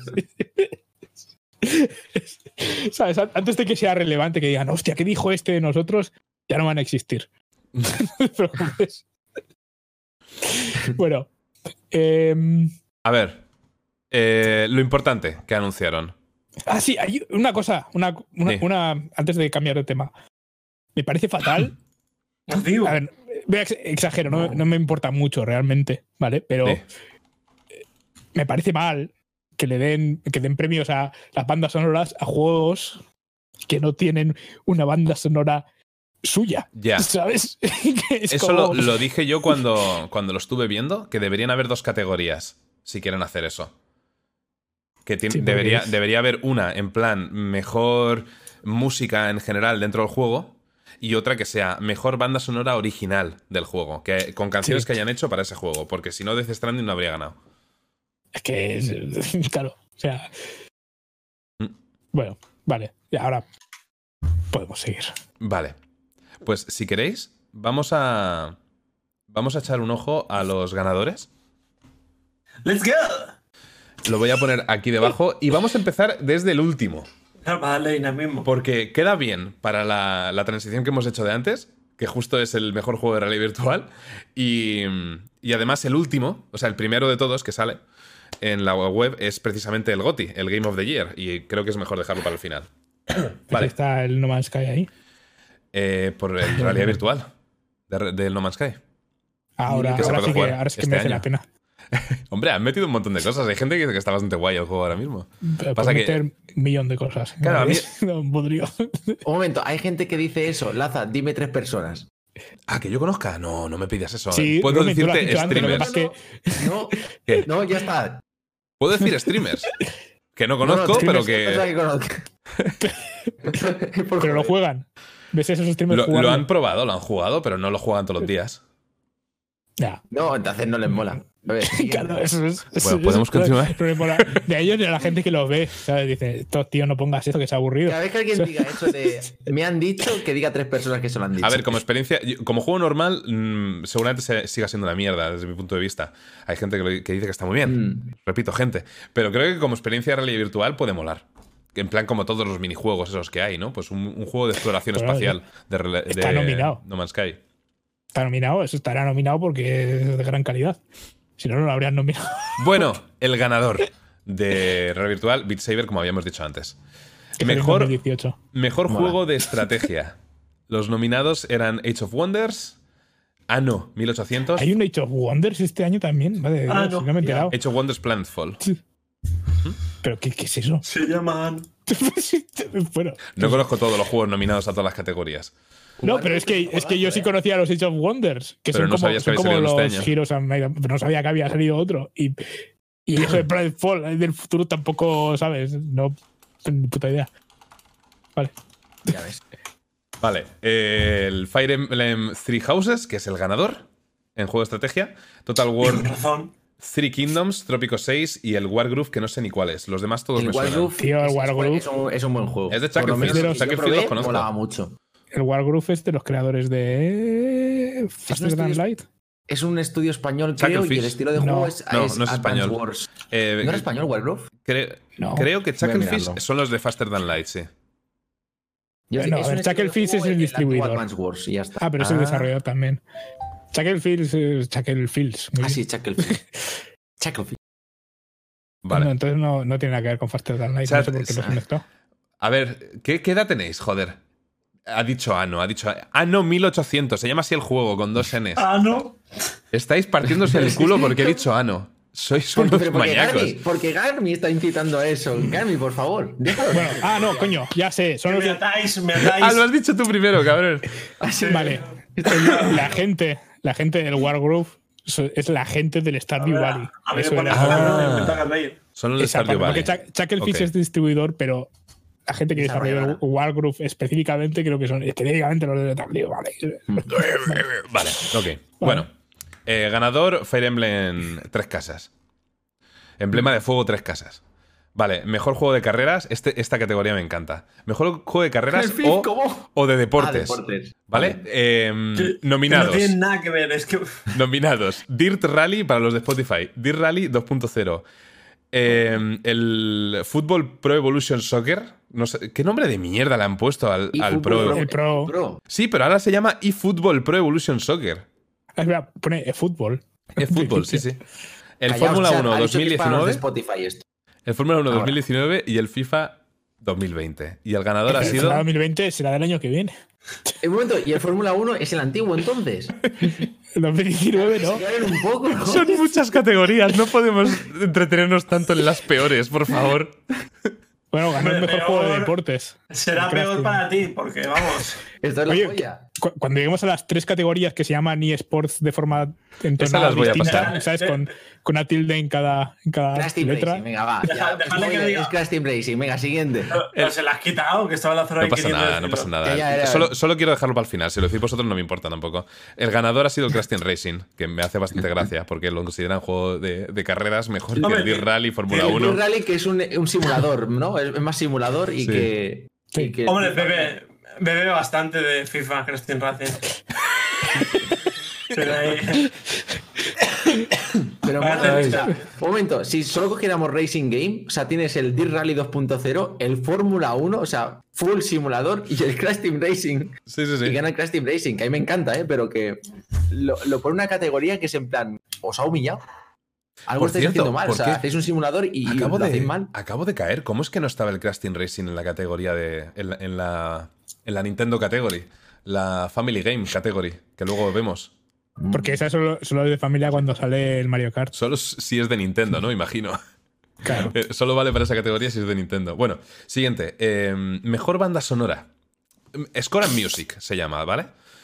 ¿Sabes? Antes de que sea relevante, que digan, hostia, ¿qué dijo este de nosotros? Ya no van a existir. No te preocupes. Bueno. em, A ver, eh, lo importante que anunciaron. Ah, sí, hay una cosa, una, una, Sí. una- antes de cambiar de tema. Me parece fatal. Os digo. A ver, voy a ex- exagero, no, no me importa mucho realmente, ¿vale? Pero Sí. me parece mal que le den, que den premios a las bandas sonoras a juegos que no tienen una banda sonora suya. Ya. ¿Sabes? Que es Eso como- lo, lo dije yo cuando, cuando lo estuve viendo, que deberían haber dos categorías si quieren hacer eso. Que tien- Sí, porque debería, es- debería haber una, en plan, mejor música en general dentro del juego, y otra que sea mejor banda sonora original del juego, que, con canciones Sí. que hayan hecho para ese juego, porque si no, Death Stranding no habría ganado. Es que es, claro, o sea. Mm. Bueno, vale, y ahora podemos seguir. Vale. Pues si queréis, vamos a. Vamos a echar un ojo a los ganadores. ¡Let's go! Lo voy a poner aquí debajo y vamos a empezar desde el último. Claro, para darle dinamismo. Porque queda bien para la, la transición que hemos hecho de antes, que justo es el mejor juego de realidad virtual. Y, y además el último, o sea, el primero de todos que sale en la web es precisamente el GOTY, el Game of the Year. Y creo que es mejor dejarlo para el final. Vale. Está el No Man's Sky ahí. Eh, por el realidad virtual de- del No Man's Sky. Ahora, Que se ahora puede sí que, jugar ahora sí que este merece año. la pena. Hombre, han metido un montón de cosas. Hay gente que, que está bastante guay el juego ahora mismo. Pero Pasa puedes que- meter un millón de cosas. Claro, a mí- No, podría. Un momento, hay gente que dice eso. Laza, dime tres personas. Ah, que yo conozca. No, no me pidas eso. Sí, Puedo Romy, tú lo has decirte dicho antes, lo que streamers. pasa es que- No, ¿Qué? no, ya está. Puedo decir streamers. Que no conozco, No, no, pero streamers, cosa que. que conozca. Por Pero lo joder. juegan. ¿Ves esos streamers Lo, jugando? lo han probado, lo han jugado, pero no lo juegan todos los días. Ya. No, entonces no les mola. A ver, Claro, eso es. eso Bueno, es- ¿podemos eso es- continuar? no me mola. De ellos y de la gente que los ve, ¿sabes? Dice, estos tíos no pongas esto que es aburrido. Cada vez que alguien diga eso de me han dicho, que diga tres personas que se lo han dicho. A ver, como experiencia, yo- como juego normal, mmm, seguramente se, siga siendo una mierda desde mi punto de vista. Hay gente que, lo- que dice que está muy bien. Mm. Repito, gente. Pero creo que como experiencia de realidad virtual puede molar. En plan, como todos los minijuegos esos que hay, ¿no? Pues un, un juego de exploración Pero, espacial de, rela- está de nominado. No Man's Sky. Está nominado, eso estará nominado porque es de gran calidad. Si no, no lo habrían nominado. Bueno, el ganador de realidad virtual, Beat Saber, como habíamos dicho antes. Que salió en Mejor, dos mil dieciocho. mejor Mola. juego de estrategia. Los nominados eran Age of Wonders, Anno mil ochocientos, Hay un Age of Wonders este año también. Madre de Ah, Dios, no. no me he enterado. Age of Wonders Planetfall. ¿Pero qué, qué es eso? Se llaman. Bueno, No conozco todos los juegos nominados a todas las categorías. no, pero es que, es que yo sí conocía los Age of Wonders, que Pero son no como, sabías que son había como salido los este año. Heroes and Might, pero no sabía que había salido otro. Y, y eso de Planetfall del futuro tampoco, ¿sabes? No tengo ni puta idea. Vale. Ya ves. Vale, eh, el Fire Emblem Three Houses, que es el ganador en juego de estrategia. Total War Con razón. Three Kingdoms, Trópico seis y el Wargroove, que no sé ni cuál es. Los demás todos El me suenan. Wargroove Tío, el es, es- Wargroove. es un, es un buen juego. Es de Por lo Chucklefish. menos Los yo Chucklefish probé, los conozco. molaba mucho. El Wargroove es de los creadores de Faster Than estudio- Light. Es un estudio español, creo, y Chucklefish. el estilo de No. juego es, No, es no es Advance español. Wars. Eh, ¿No era español, Wargroove? cre- No. Creo que Voy a Chucklefish mirarlo. son los de Faster Than Light, sí. Yo- Bueno, es a un ver, estilo de Chucklefish juego es el en distribuidor. Advance Wars y ya está. Ah, pero es el desarrollador también. Chucklefields es Chucklefields. muy Ah, bien. sí, Chucklefish. Chucklefish. Vale. No, entonces no, no tiene nada que ver con Faster Than Light. O sea, no sé por qué es- los he mezclado. A ver, ¿qué, qué edad tenéis? Joder. Ha dicho Anno, ha dicho Anno mil ochocientos. Se llama así el juego, con dos Ns. Ah, no. Estáis partiéndose el culo porque he dicho Anno. Sois Porque, unos pero porque, mañacos. Garmi, porque Garmi está incitando a eso. Garmi, por favor, déjalo. Bueno, ah, no, coño, ya sé. Son los Me de- atáis, me atáis. Ah, lo has dicho tú primero, cabrón. Vale. El- La gente, la gente del Wargroove so- es la gente del Stardew Valley. A mí me Eso pone era- Ah. me toca reír. Son los de Exacto, Stardew Valley. porque Chuck- Chucklefish Ok. es distribuidor, pero la gente que desarrolla el Desarrolladora. Wargroove específicamente creo que son específicamente los de Stardew Valley. Vale, ok. Bueno, eh, ganador Fire Emblem Tres Casas. Emblema de fuego Tres Casas. Vale, mejor juego de carreras. Este, esta categoría me encanta. Mejor juego de carreras El FIFA, o, ¿cómo? o de Ah, deportes. deportes. ¿Vale? Eh, Que- que nominados. No tiene nada que ver, es que. Nominados. Dirt Rally para los de Spotify. Dirt Rally dos punto cero. Eh, el Fútbol Pro Evolution Soccer. No sé, ¿qué nombre de mierda le han puesto al, Y al fútbol Pro? El Pro. Pro. Sí, pero ahora se llama eFootball Pro Evolution Soccer. Es verdad, pone eh, fútbol. eFootball, sí, sí. El Callaos, Fórmula chat, uno ha dicho que es para los de dos mil diecinueve. Spotify esto. El Fórmula uno Ahora. dos mil diecinueve y el FIFA dos mil veinte. Y el ganador ha El sido. dos mil veinte será del año que viene. Un momento, ¿y el Fórmula uno es el antiguo entonces? El dos mil diecinueve no. Se caen un poco, ¿no? Son muchas categorías, no podemos entretenernos tanto en las peores, por favor. Bueno, ganó el Hombre, mejor juego de peor. deportes. Será El peor Crafting. para ti, porque vamos. Esto es la Oye, polla. Cu- Cuando lleguemos a las tres categorías que se llaman eSports de forma entonada las voy a distinta, pasar. ¿sabes? Con, con una tilde en cada, en cada Crash Team letra. Racing, venga, va. Deja- Ya, dejadle es, que diga. es Crash Team Racing, venga, siguiente. Pero se la has quitado, que estaba en la zona No de pasa quinientos nada, no decirlo. pasa nada. Que ya era- Solo, solo quiero dejarlo para el final. Si lo decís vosotros no me importa tampoco. El ganador ha sido el Crash Team Racing, que me hace bastante gracia, porque lo consideran juego de, de carreras mejor que Hombre, el Dirt Rally, Fórmula El uno. Blue Rally, que es un, un simulador, ¿no? Es es más simulador y Sí. que. Sí. y que- Hombre, bebe, bebe bastante de FIFA Crash Team Racing. Pero ahí- Pero Vale, mola, ahí o sea, está. un momento, si solo cogiéramos Racing Game, o sea, tienes el Dirt Rally dos punto cero, el Fórmula uno, o sea, full simulador y el Crash Team Racing. Sí, sí, Y sí. gana el Crash Team Racing, que a mí me encanta, ¿eh? Pero que lo, lo pone una categoría que es en plan, ¿os ha humillado? Algo Por estáis cierto, haciendo mal, o ¿por sea, qué? hacéis un simulador y, y Acabo lo hacéis de, mal. acabo de caer. ¿Cómo es que no estaba el Crash Team Racing en la categoría de. en la, en la, en la Nintendo Category? La Family Game Category, que luego vemos. Porque esa solo, solo es de familia cuando sale el Mario Kart. Solo si es de Nintendo, ¿no? Imagino. Claro. Eh, Solo vale para esa categoría si es de Nintendo. Bueno, siguiente. Eh, mejor banda sonora. Score and Music se llama, ¿vale?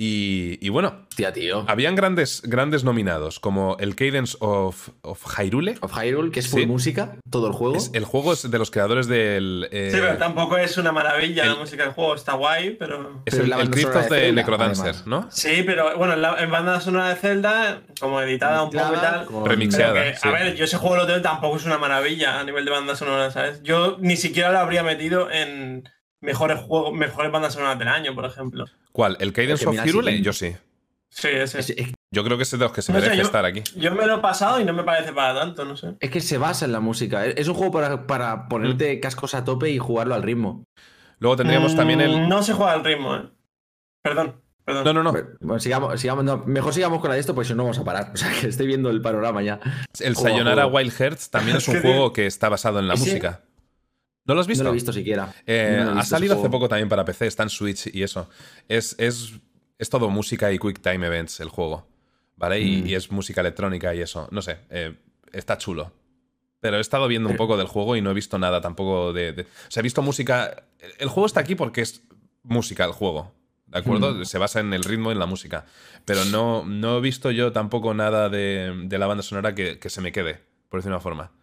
Y, y bueno, Tía, tío. habían grandes, grandes nominados, como el Cadence of, of Hyrule. Of Hyrule, que es full Sí. música, todo el juego. Es- el juego es de los creadores del... eh, Sí, pero tampoco es una maravilla la el- música del juego, está guay, pero... es Pero el, la el banda Crypt sonora of de the Zelda, Necrodancer, además. ¿no? Sí, pero bueno, en, la, en banda sonora de Zelda, como editada un poco y Mezclada tal... con- Remixeada. Pero que, sí. A ver, yo ese juego lo tengo, tampoco es una maravilla a nivel de banda sonora, ¿sabes? Yo ni siquiera lo habría metido en mejores juegos, mejores bandas sonoras del año, por ejemplo. ¿Cuál? ¿El Cadence Porque of mira, Hyrule? sí. Yo sí. Sí, ese. Es, es- Yo creo que es de los que se No sé, merece yo- estar aquí. Yo me lo he pasado y no me parece para tanto, no sé. es que se basa en la música. Es un juego para, para ponerte cascos a tope y jugarlo al ritmo. Luego tendríamos también Mm, el... No se juega al ritmo, ¿eh? Perdón, perdón. No, no, no. Bueno, sigamos, sigamos no, mejor sigamos con la de esto, porque si no, no vamos a parar. O sea, que estoy viendo el panorama ya. El Juego a Sayonara juego. Wild Hearts también es un ¿Qué juego que está basado en la Ese- música. ¿No lo has visto? No lo he visto siquiera. Eh, No lo he ha visto salido ese hace juego. poco también para P C, está en Switch y eso. Es, es, es todo música y quick time events el juego, ¿vale? Y, Mm. y es música electrónica y eso. No sé, eh, está chulo. Pero he estado viendo un poco del juego y no he visto nada tampoco de... de- O sea, he visto música... El juego está aquí porque es música el juego, ¿de acuerdo? Mm. Se basa en el ritmo y en la música. Pero no, no he visto yo tampoco nada de, de la banda sonora que, que se me quede, por decir una forma.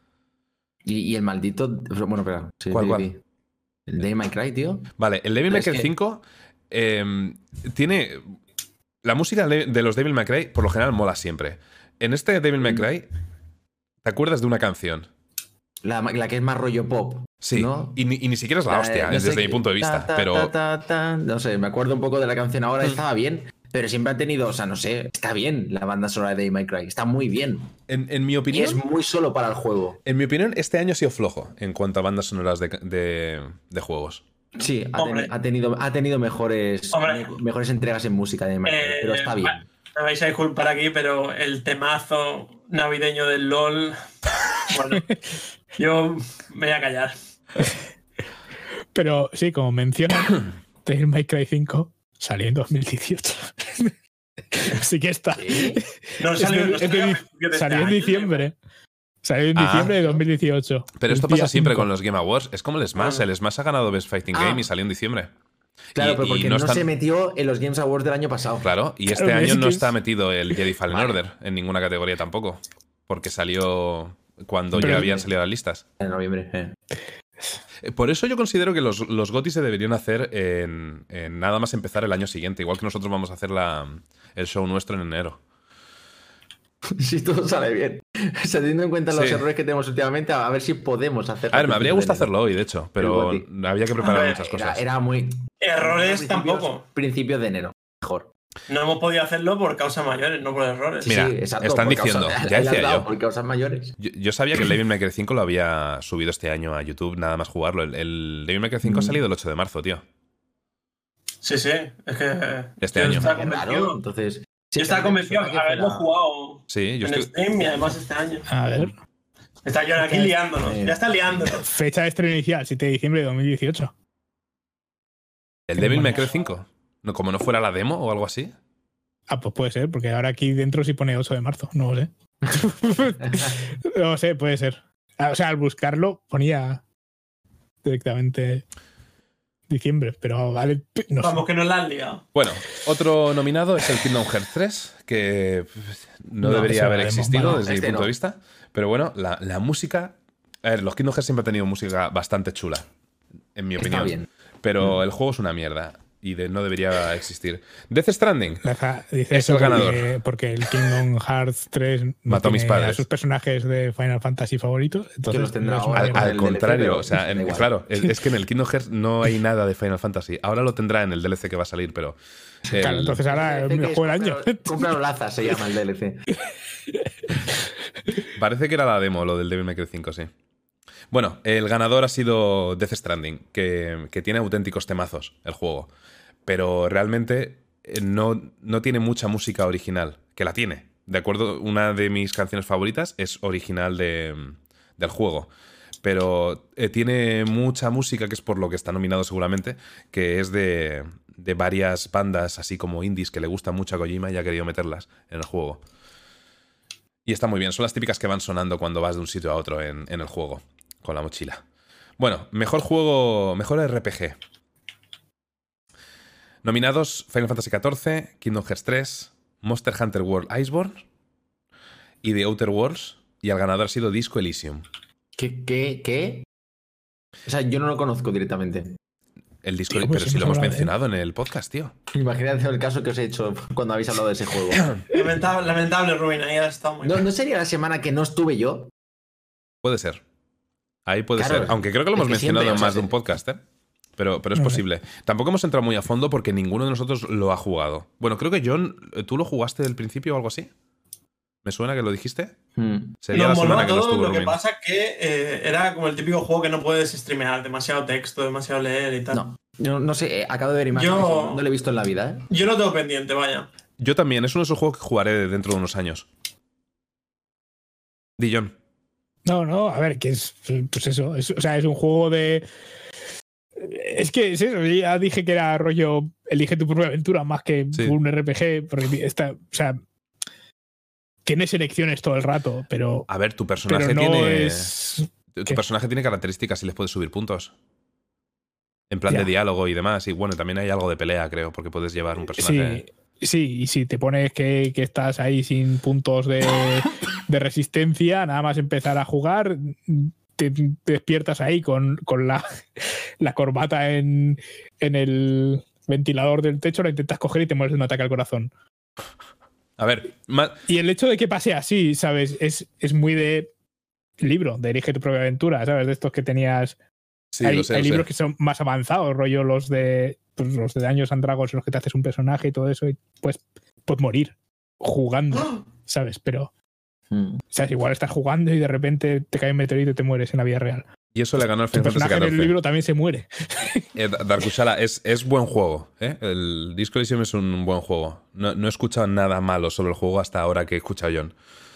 Y, y el maldito. Bueno, espera. Sí, ¿Cuál, sí, cuál? sí. El Devil May Cry, tío. Vale, el Devil May Es Cry que- cinco eh, tiene... La música de de los Devil May Cry, por lo general, mola siempre. En este Devil May Cry, ¿te acuerdas de una canción? La, la que es más rollo pop. Sí, ¿no? y, ni, y ni siquiera es la La- hostia, no desde sé mi qué- punto de vista. ta, ta, pero ta, ta, ta. No sé, me acuerdo un poco de la canción ahora, Mm. estaba bien. Pero siempre ha tenido, o sea, no sé, está bien la banda sonora de Devil May Cry. Está muy bien. en, en mi Y opinión... es muy solo para el juego. En mi opinión, este año ha sido flojo en cuanto a bandas sonoras de, de, de juegos. Sí, ha, Hombre. teni- ha tenido, ha tenido mejores, Hombre. me- mejores entregas en música de Devil May Cry, Eh, pero está bien. va- Me vais a disculpar aquí, pero el temazo navideño del LOL. Bueno, yo me voy a callar. Pero sí, como menciona, Devil May Cry cinco salió en dos mil dieciocho. Así que está. Sí. No Es salió, de- no es de salió a di- principios de este salió en año, diciembre. Salió en Ah. diciembre de dos mil dieciocho. Pero esto El día pasa siempre cinco. con los Game Awards. Es como el Smash. Ah. El Smash ha ganado Best Fighting Ah. Game y salió en diciembre. Claro, Y- pero y porque no, están- se metió en los Games Awards del año pasado. Claro, y este Claro, año es no que está es- metido el Jedi Fallen Vale. Order en ninguna categoría tampoco. Porque salió cuando Pero- ya habían salido las listas. En noviembre. eh. Eh, Por eso yo considero que los, los GOTY se deberían hacer en, en nada más empezar el año siguiente. Igual que nosotros vamos a hacer la, el show nuestro en enero. Si todo sale bien. O sea, teniendo en cuenta los Sí. errores que tenemos últimamente, a ver si podemos hacer. A ver, me habría gustado hacerlo hoy, de hecho, pero El había que preparar A ver, muchas Era, cosas. era muy. Errores principios- tampoco. Principios de enero. Mejor. No hemos podido hacerlo por causas mayores, no por errores. Mira, exacto, están por causa- diciendo, le ya has decía dado yo. Por causas mayores. Yo, yo sabía que el Devil May Cry cinco lo había subido este año a YouTube, nada más jugarlo. El, el Devil May Cry cinco ha Mm. salido el ocho de marzo, tío. Sí, sí. Es que. Este yo año. estaba Qué raro. convencido. Entonces. Yo estaba convencido hay de que haberlo fuera- jugado Sí, yo en estoy... Steam y además este año. A ver. Está John aquí liándonos. Eh. Ya está liándonos. Fecha de estreno inicial, siete de diciembre de dos mil dieciocho. ¿El Qué Devil May Cry demonios. cinco? No, como no fuera la demo o algo así. Ah, pues puede ser, porque ahora aquí dentro sí pone ocho de marzo. No lo sé. No sé, puede ser. Ah, O sea, al buscarlo ponía directamente diciembre, pero vale, no sé. Vamos, que nos la han liado. Bueno, otro nominado es el Kingdom Hearts tres, que pues, no, No, debería ese haber no, existido bueno, desde este mi punto no. de vista. Pero bueno, la, la música... A ver, los Kingdom Hearts siempre han tenido música bastante chula, en mi Está opinión. bien. Pero el juego es una mierda y de- no debería existir. Death Stranding. Deja- dice Es eso el ganador. Porque, porque el Kingdom Hearts tres no Mató a mis tiene padres. a sus personajes de Final Fantasy favoritos. Entonces, los tendrá es una ahora. Al, mierda. al el D L C, contrario, pero o sea, da en- igual. claro, es, es que en el Kingdom Hearts no hay nada de Final Fantasy. Ahora lo tendrá en el D L C que va a salir, pero... el- Claro, entonces ahora el D L C que mejor juego es del año. compra- Compra o laza se llama el D L C. Parece que era la demo, lo del Devil May Cry cinco, sí. Bueno, el ganador ha sido Death Stranding, que, que tiene auténticos temazos el juego. Pero realmente eh, no, no tiene mucha música original, que la tiene. De acuerdo, una de mis canciones favoritas es original de, del juego. Pero eh, tiene mucha música, que es por lo que está nominado seguramente, que es de, de varias bandas así como indies que le gustan mucho a Kojima y ha querido meterlas en el juego. Y está muy bien, son las típicas que van sonando cuando vas de un sitio a otro en, en el juego, con la mochila. Bueno, mejor juego, mejor R P G. Nominados Final Fantasy catorce, Kingdom Hearts tres, Monster Hunter World Iceborne y The Outer Worlds. Y el ganador ha sido Disco Elysium. ¿Qué? ¿Qué? ¿Qué? O sea, yo no lo conozco directamente. El Disco Elysium, pero si lo hemos mencionado en el podcast, tío. Imagínate el caso que os he hecho cuando habéis hablado de ese juego. Lamentable, lamentable Rubin, ahí ha estado muy ¿No, bien. ¿No sería la semana que no estuve yo? Puede ser. Ahí puede Claro, ser. Aunque creo que lo hemos es que mencionado siempre, en o sea, más de un podcast, ¿eh? Pero, pero es posible. Tampoco hemos entrado muy a fondo porque ninguno de nosotros lo ha jugado. Bueno, creo que John, ¿tú lo jugaste del principio o algo así? ¿Me suena que lo dijiste? Hmm. Sería Nos la moló semana a que no todos, estuvo lo que Rumin. pasa que eh, era como el típico juego que no puedes streamear, demasiado texto, demasiado leer y tal. No, yo no sé, eh, acabo de ver imágenes. Yo- No lo he visto en la vida, ¿eh? Yo lo tengo pendiente, vaya. Yo también. Es uno de esos juegos que jugaré dentro de unos años. Di, John. No, no, a ver, que es. Pues eso. Es, o sea, es un juego de. Es que es eso. Ya dije que era rollo. Elige tu propia aventura más que Sí. un R P G. Porque está. O sea. Tiene selecciones todo el rato, pero. A ver, tu personaje Pero no tiene. es. Tu ¿Qué? personaje tiene características y les puedes subir puntos. En plan Ya. de diálogo y demás. Y bueno, también hay algo de pelea, creo, porque puedes llevar un personaje. Sí. Sí, y si te pones que, que estás ahí sin puntos de, de resistencia, nada más empezar a jugar, te, te despiertas ahí con, con la, la corbata en, en el ventilador del techo, la intentas coger y te mueres de un ataque al corazón. A ver, ma- Y el hecho de que pase así, ¿sabes? Es, es muy de libro, de elige tu propia aventura, ¿sabes? De estos que tenías. sí, hay lo sé, hay lo sé. libros que son más avanzados, rollo los de pues, los de Dungeons and Dragons, en los que te haces un personaje y todo eso, y pues puedes morir jugando, ¿sabes? Pero, Hmm. ¿sabes? Igual estás jugando y de repente te cae un meteorito y te mueres en la vida real. Y eso le ganó al Tu Final Fantasy personaje en el catorce. libro también se muere. Eh, Darkushala es, es buen juego, ¿eh? El Disco Elysium es un buen juego. No, no he escuchado nada malo sobre el juego hasta ahora que he escuchado a John.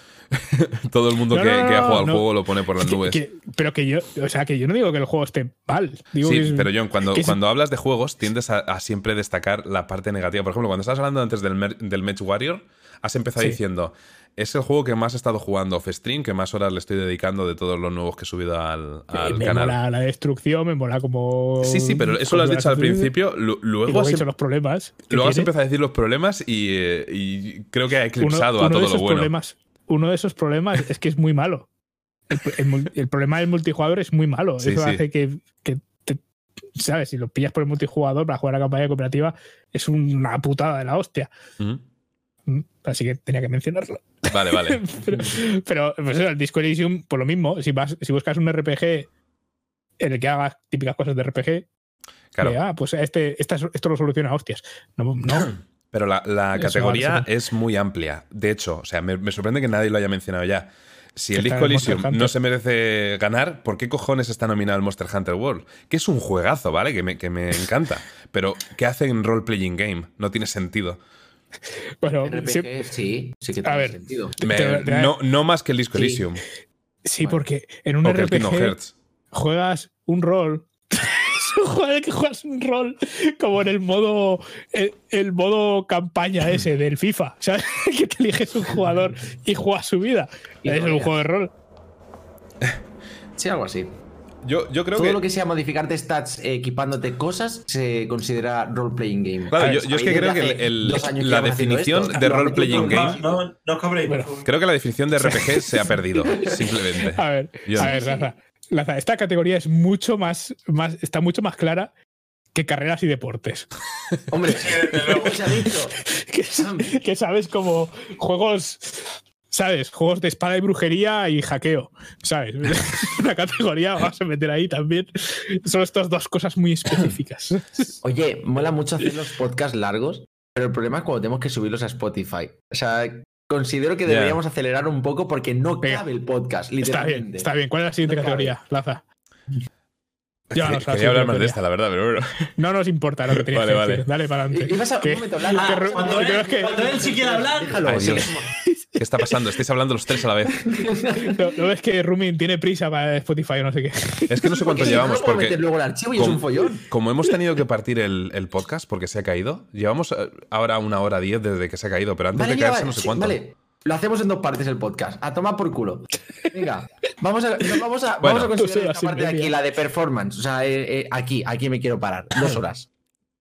Todo el mundo No, que, no, no, que ha jugado al no. juego lo pone por las Que- nubes. que- pero que yo, o sea, que yo no digo que el juego esté mal. Digo Sí, que es- pero John, cuando, que es- cuando hablas de juegos tiendes a, a siempre destacar la parte negativa. Por ejemplo, cuando estabas hablando antes del, Mer- del Mech Warrior, has empezado Sí. diciendo, es el juego que más he estado jugando off-stream, que más horas le estoy dedicando de todos los nuevos que he subido al, al me canal. mola la destrucción, me mola como. Sí, sí, pero eso lo has dicho al principio. lu- Y Luego, luego has, he dicho em- los problemas. que luego has tiene. empezado a decir los problemas y, eh, y creo que ha uno, eclipsado uno a de todo esos lo bueno. problemas, uno de esos problemas es que es muy malo. El, el mul- el problema del multijugador es muy malo. Sí, Eso sí. hace que, que te- ¿sabes? Si lo pillas por el multijugador para jugar a campaña cooperativa, es una putada de la hostia. Ujú. Mm, Así que tenía que mencionarlo. Vale, vale. pero, pero, pues eso, el Disco Elysium, por lo mismo, si, vas, si buscas un R P G en el que hagas típicas cosas de R P G, Claro. de, ah, pues este, esta- esto lo soluciona a hostias. No, no. Pero la, la Eso categoría vale, sí. es muy amplia. De hecho, o sea, me, me sorprende que nadie lo haya mencionado ya. Si Que el está Disco el Monster Elysium Hunter. no se merece ganar, ¿por qué cojones está nominado el Monster Hunter World? Que es un juegazo, ¿vale? Que me, que me encanta. Pero, ¿qué hace en Role Playing Game? No tiene sentido. Bueno, R P sí, G, sí, sí que A tiene ver. sentido. Me- Te- te- no, no más que el Disco Sí. Elysium. sí, Vale. porque en un O que el R P Kingdom G Hearts. juegas un rol. Es un juego en el que juegas un rol como en el modo el, el modo campaña ese del FIFA, ¿sabes? Que te eliges un jugador y juegas su vida. Y Es un roleas. juego de rol. Sí, algo así. Yo, yo creo Todo que... lo que sea modificarte stats eh, equipándote cosas se considera role-playing game. Claro, A yo, ver, yo es que desde creo que hace el- dos años la llevamos haciendo definición esto. de Lo role han metido playing en game- más. No, no cobréis, por Bueno. favor. Creo que la definición de R P G se ha perdido, simplemente. A ver, Yo- a ver, Laza, Laza, esta categoría es mucho más, más, está mucho más clara que carreras y deportes. Hombre, desde luego. ¿cómo se ha dicho? que, que sabes como juegos, ¿sabes? Juegos de espada y brujería y hackeo, ¿sabes? Una categoría vamos a meter ahí también. Son estas dos cosas muy específicas. Oye, mola mucho hacer los podcasts largos, pero el problema es cuando tenemos que subirlos a Spotify. O sea, considero que Ya. deberíamos acelerar un poco porque no Venga. cabe el podcast, Está literalmente. bien, está bien. ¿Cuál es la siguiente No cabe. categoría, Laza? Llévanos a la Quería hablar más siguiente de esta, la verdad, pero bueno. No nos importa lo que tenías Vale, que vale. decir. Dale para adelante. I- ibas a- un Que- momento, la- que Ah, Ru- cuando, yo él, creo que- cuando él sí quiere hablar, Déjalo, Ay, sí. Dios. ¿Qué está pasando? Estáis hablando los tres a la vez. ¿No, no ves que Rumin tiene prisa para Spotify o no sé qué? Es que no sé cuánto Porque si no, llevamos, no puedo porque meter luego el archivo y es como, un follón. como hemos tenido que partir el, el podcast porque se ha caído, llevamos eh, ahora una hora diez desde que se ha caído, pero antes Vale, de mira, caerse vale, no sé sí, cuánto. vale. Lo hacemos en dos partes el podcast. A tomar por culo. Venga, vamos a, no, vamos a, Bueno, vamos a dos considerar horas esta y parte de media. aquí, la de performance. O sea, eh, eh, aquí, aquí me quiero parar. Dos horas.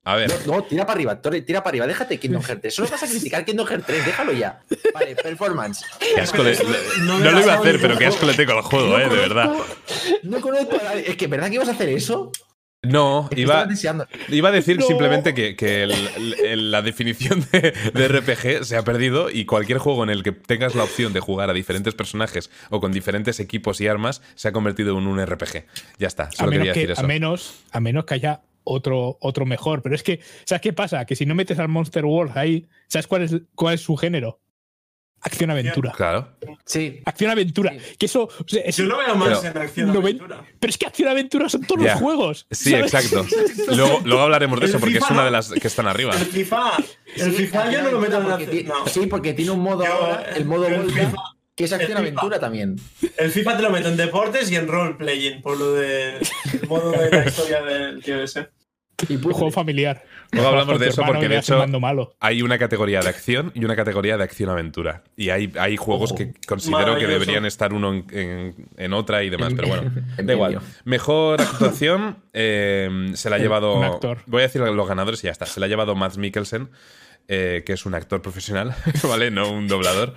A ver. No, no, tira para arriba, Torre, tira para arriba, déjate Kingdom Hearts tres. Solo vas a criticar Kingdom Hearts tres, déjalo ya. Vale, performance. Qué asco le- no, no lo iba a hacer, pero qué asco le tengo al juego, No eh, de conozco- verdad. No conozco a nadie. Es que, ¿verdad que ibas a hacer eso? No, Es que iba, estabas deseando. iba a decir No. simplemente que, que el- el- la definición de, de R P G se ha perdido y cualquier juego en el que tengas la opción de jugar a diferentes personajes o con diferentes equipos y armas se ha convertido en un R P G. Ya está, A solo menos, quería que, decir a, eso. menos, a menos que haya otro, otro mejor. Pero es que, ¿sabes qué pasa? Que si no metes al Monster World ahí, ¿sabes cuál es, cuál es su género? Acción-aventura. Claro. Sí. Acción-aventura. Sí. Que eso. o sea, es- Yo lo veo más Pero- en acción noven- aventura. Pero es que acción-aventura son todos Ya. los juegos. Sí, ¿sabes? exacto. Luego, luego hablaremos de El eso porque es FIFA una no. de las que están arriba. El FIFA, el Sí, FIFA yo no lo meto en porque acción. ti- No. Sí, porque tiene un modo Yo, ahora, el modo yo el Volta, FIFA- que es el acción-aventura FIFA. también. El FIFA te lo meto en deportes y en role-playing, por lo de el modo de la historia del tío ese. Y Un juego familiar. Luego hablamos Con de tu eso hermano porque y de le das el hecho mando malo. hay una categoría de acción y una categoría de acción-aventura. Y hay, hay juegos Ojo. que considero que Maravilloso. deberían estar uno en, en- en otra y demás, pero bueno, En da igual. medio. Mejor actuación eh, se la ha Un llevado... actor. Voy a decir los ganadores y ya está. Se la ha llevado Mads Mikkelsen, eh, que es un actor profesional, ¿vale? No un doblador.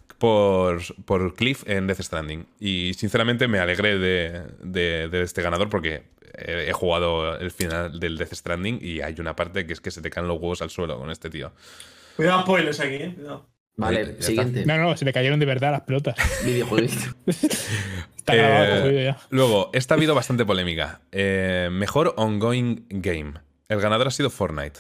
Por, por Cliff en Death Stranding. Y sinceramente me alegré de, de- de este ganador porque he, he jugado el final del Death Stranding y hay una parte que es que se te caen los huevos al suelo con este tío. Cuidado, spoilers aquí, eh. Cuidado. Vale, Ya está. siguiente. No, no, se le cayeron de verdad las pelotas. Videojueguito. Está grabado, Eh, cogido ya. Luego, esta ha habido bastante polémica. Eh, mejor ongoing game. El ganador ha sido Fortnite.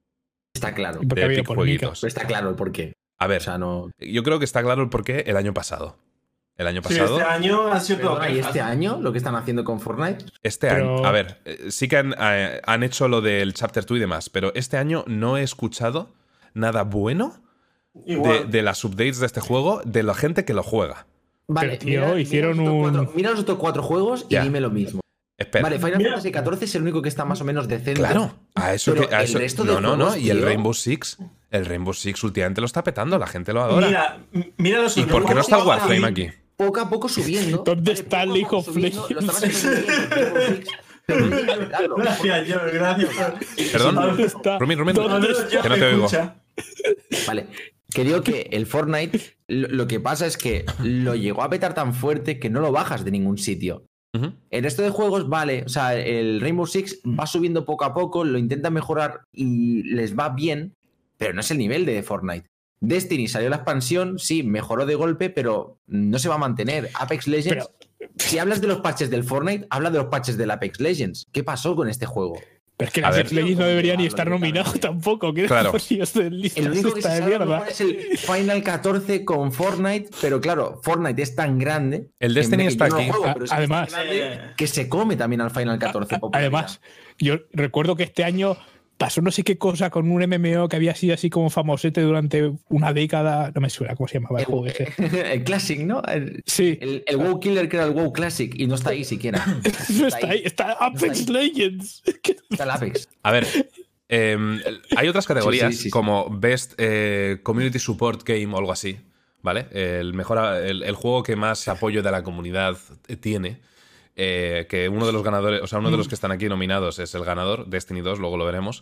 Está claro. ¿Y por qué de ha habido Epic polémica? Jueguitos. Pero está claro el porqué. A ver, O sea, no. yo creo que está claro el porqué el año pasado. El año Sí, pasado. este año ha sido todo. Perdona, ¿y este quejas. año lo que están haciendo con Fortnite? Este Pero- año, a ver, eh, sí que han, eh, han hecho lo del Chapter dos y demás, pero este año no he escuchado nada bueno de, Igual. de las updates de este juego de la gente que lo juega. Vale, tío, hicieron los otros un- cuatro- mira los otros cuatro juegos y Ya. dime lo mismo. Espera. Vale, Final Mira. Fantasy catorce es el único que está más o menos decente. Claro, a eso Pero que. A el eso, resto no, de no, no. juegos, Y el tío. Rainbow Six. El Rainbow Six últimamente lo está petando, la gente lo adora. Mira, m- mira los ¿Y por qué no está el juegos Warframe ahí. aquí? Poco a poco subiendo. ¿Dónde Vale, está poco a League poco of subiendo, Lo Legends? estaban haciendo muy bien con Rainbow Six, pero no llegan a petarlo. Gracias, yo, gracias. Perdón. ¿Dónde está? Rumin, Rumin, ¿Dónde Al menos está? yo Que no me te oigo. escucha. Vale. Que digo que el Fortnite, lo, lo que pasa es que lo llegó a petar tan fuerte que no lo bajas de ningún sitio. Ujú. El resto de juegos, vale, o sea, el Rainbow Six va subiendo poco a poco, lo intentan mejorar y les va bien, pero no es el nivel de Fortnite. Destiny salió la expansión, sí, mejoró de golpe, pero no se va a mantener. Apex Legends, si hablas de los patches del Fortnite, habla de los patches del Apex Legends. ¿Qué pasó con este juego? Pero es que A el ver. Apex Legends no debería ni Lo estar directamente. nominado tampoco. ¿Qué Claro. demonios de listas El único que esta se de sabe a lo mierda? mejor es el Final catorce con Fortnite, pero claro, Fortnite es tan grande. El que Destiny mira que está yo no aquí. juego, A- pero es que es además- tan grande Eh, que se come también al Final catorce. A- popularidad. Además, yo recuerdo que este año pasó no sé qué cosa con un M M O que había sido así como famosete durante una década. No me suena cómo se llamaba el juego ese. El Classic, ¿no? El, Sí, el, el WoW Killer que era el WoW Classic y no está ahí siquiera. no está ahí, está Apex está Legends. Está el Apex. A ver, eh, hay otras categorías Sí, sí, sí, sí. como Best eh, Community Support Game o algo así, ¿vale? El, mejor, el, el juego que más apoyo de la comunidad tiene. Eh, que uno de los ganadores, o sea, uno de los que están aquí nominados es el ganador, Destiny dos, luego lo veremos.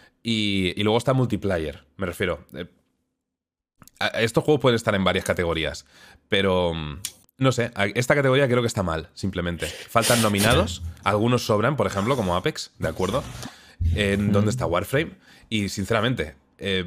Y, y luego está Multiplayer, me refiero. Eh, a- estos juegos pueden estar en varias categorías, pero mm, no sé, a- esta categoría creo que está mal, simplemente. Faltan nominados, algunos sobran, por ejemplo, como Apex, ¿de acuerdo? En dónde está Warframe. Y sinceramente, eh,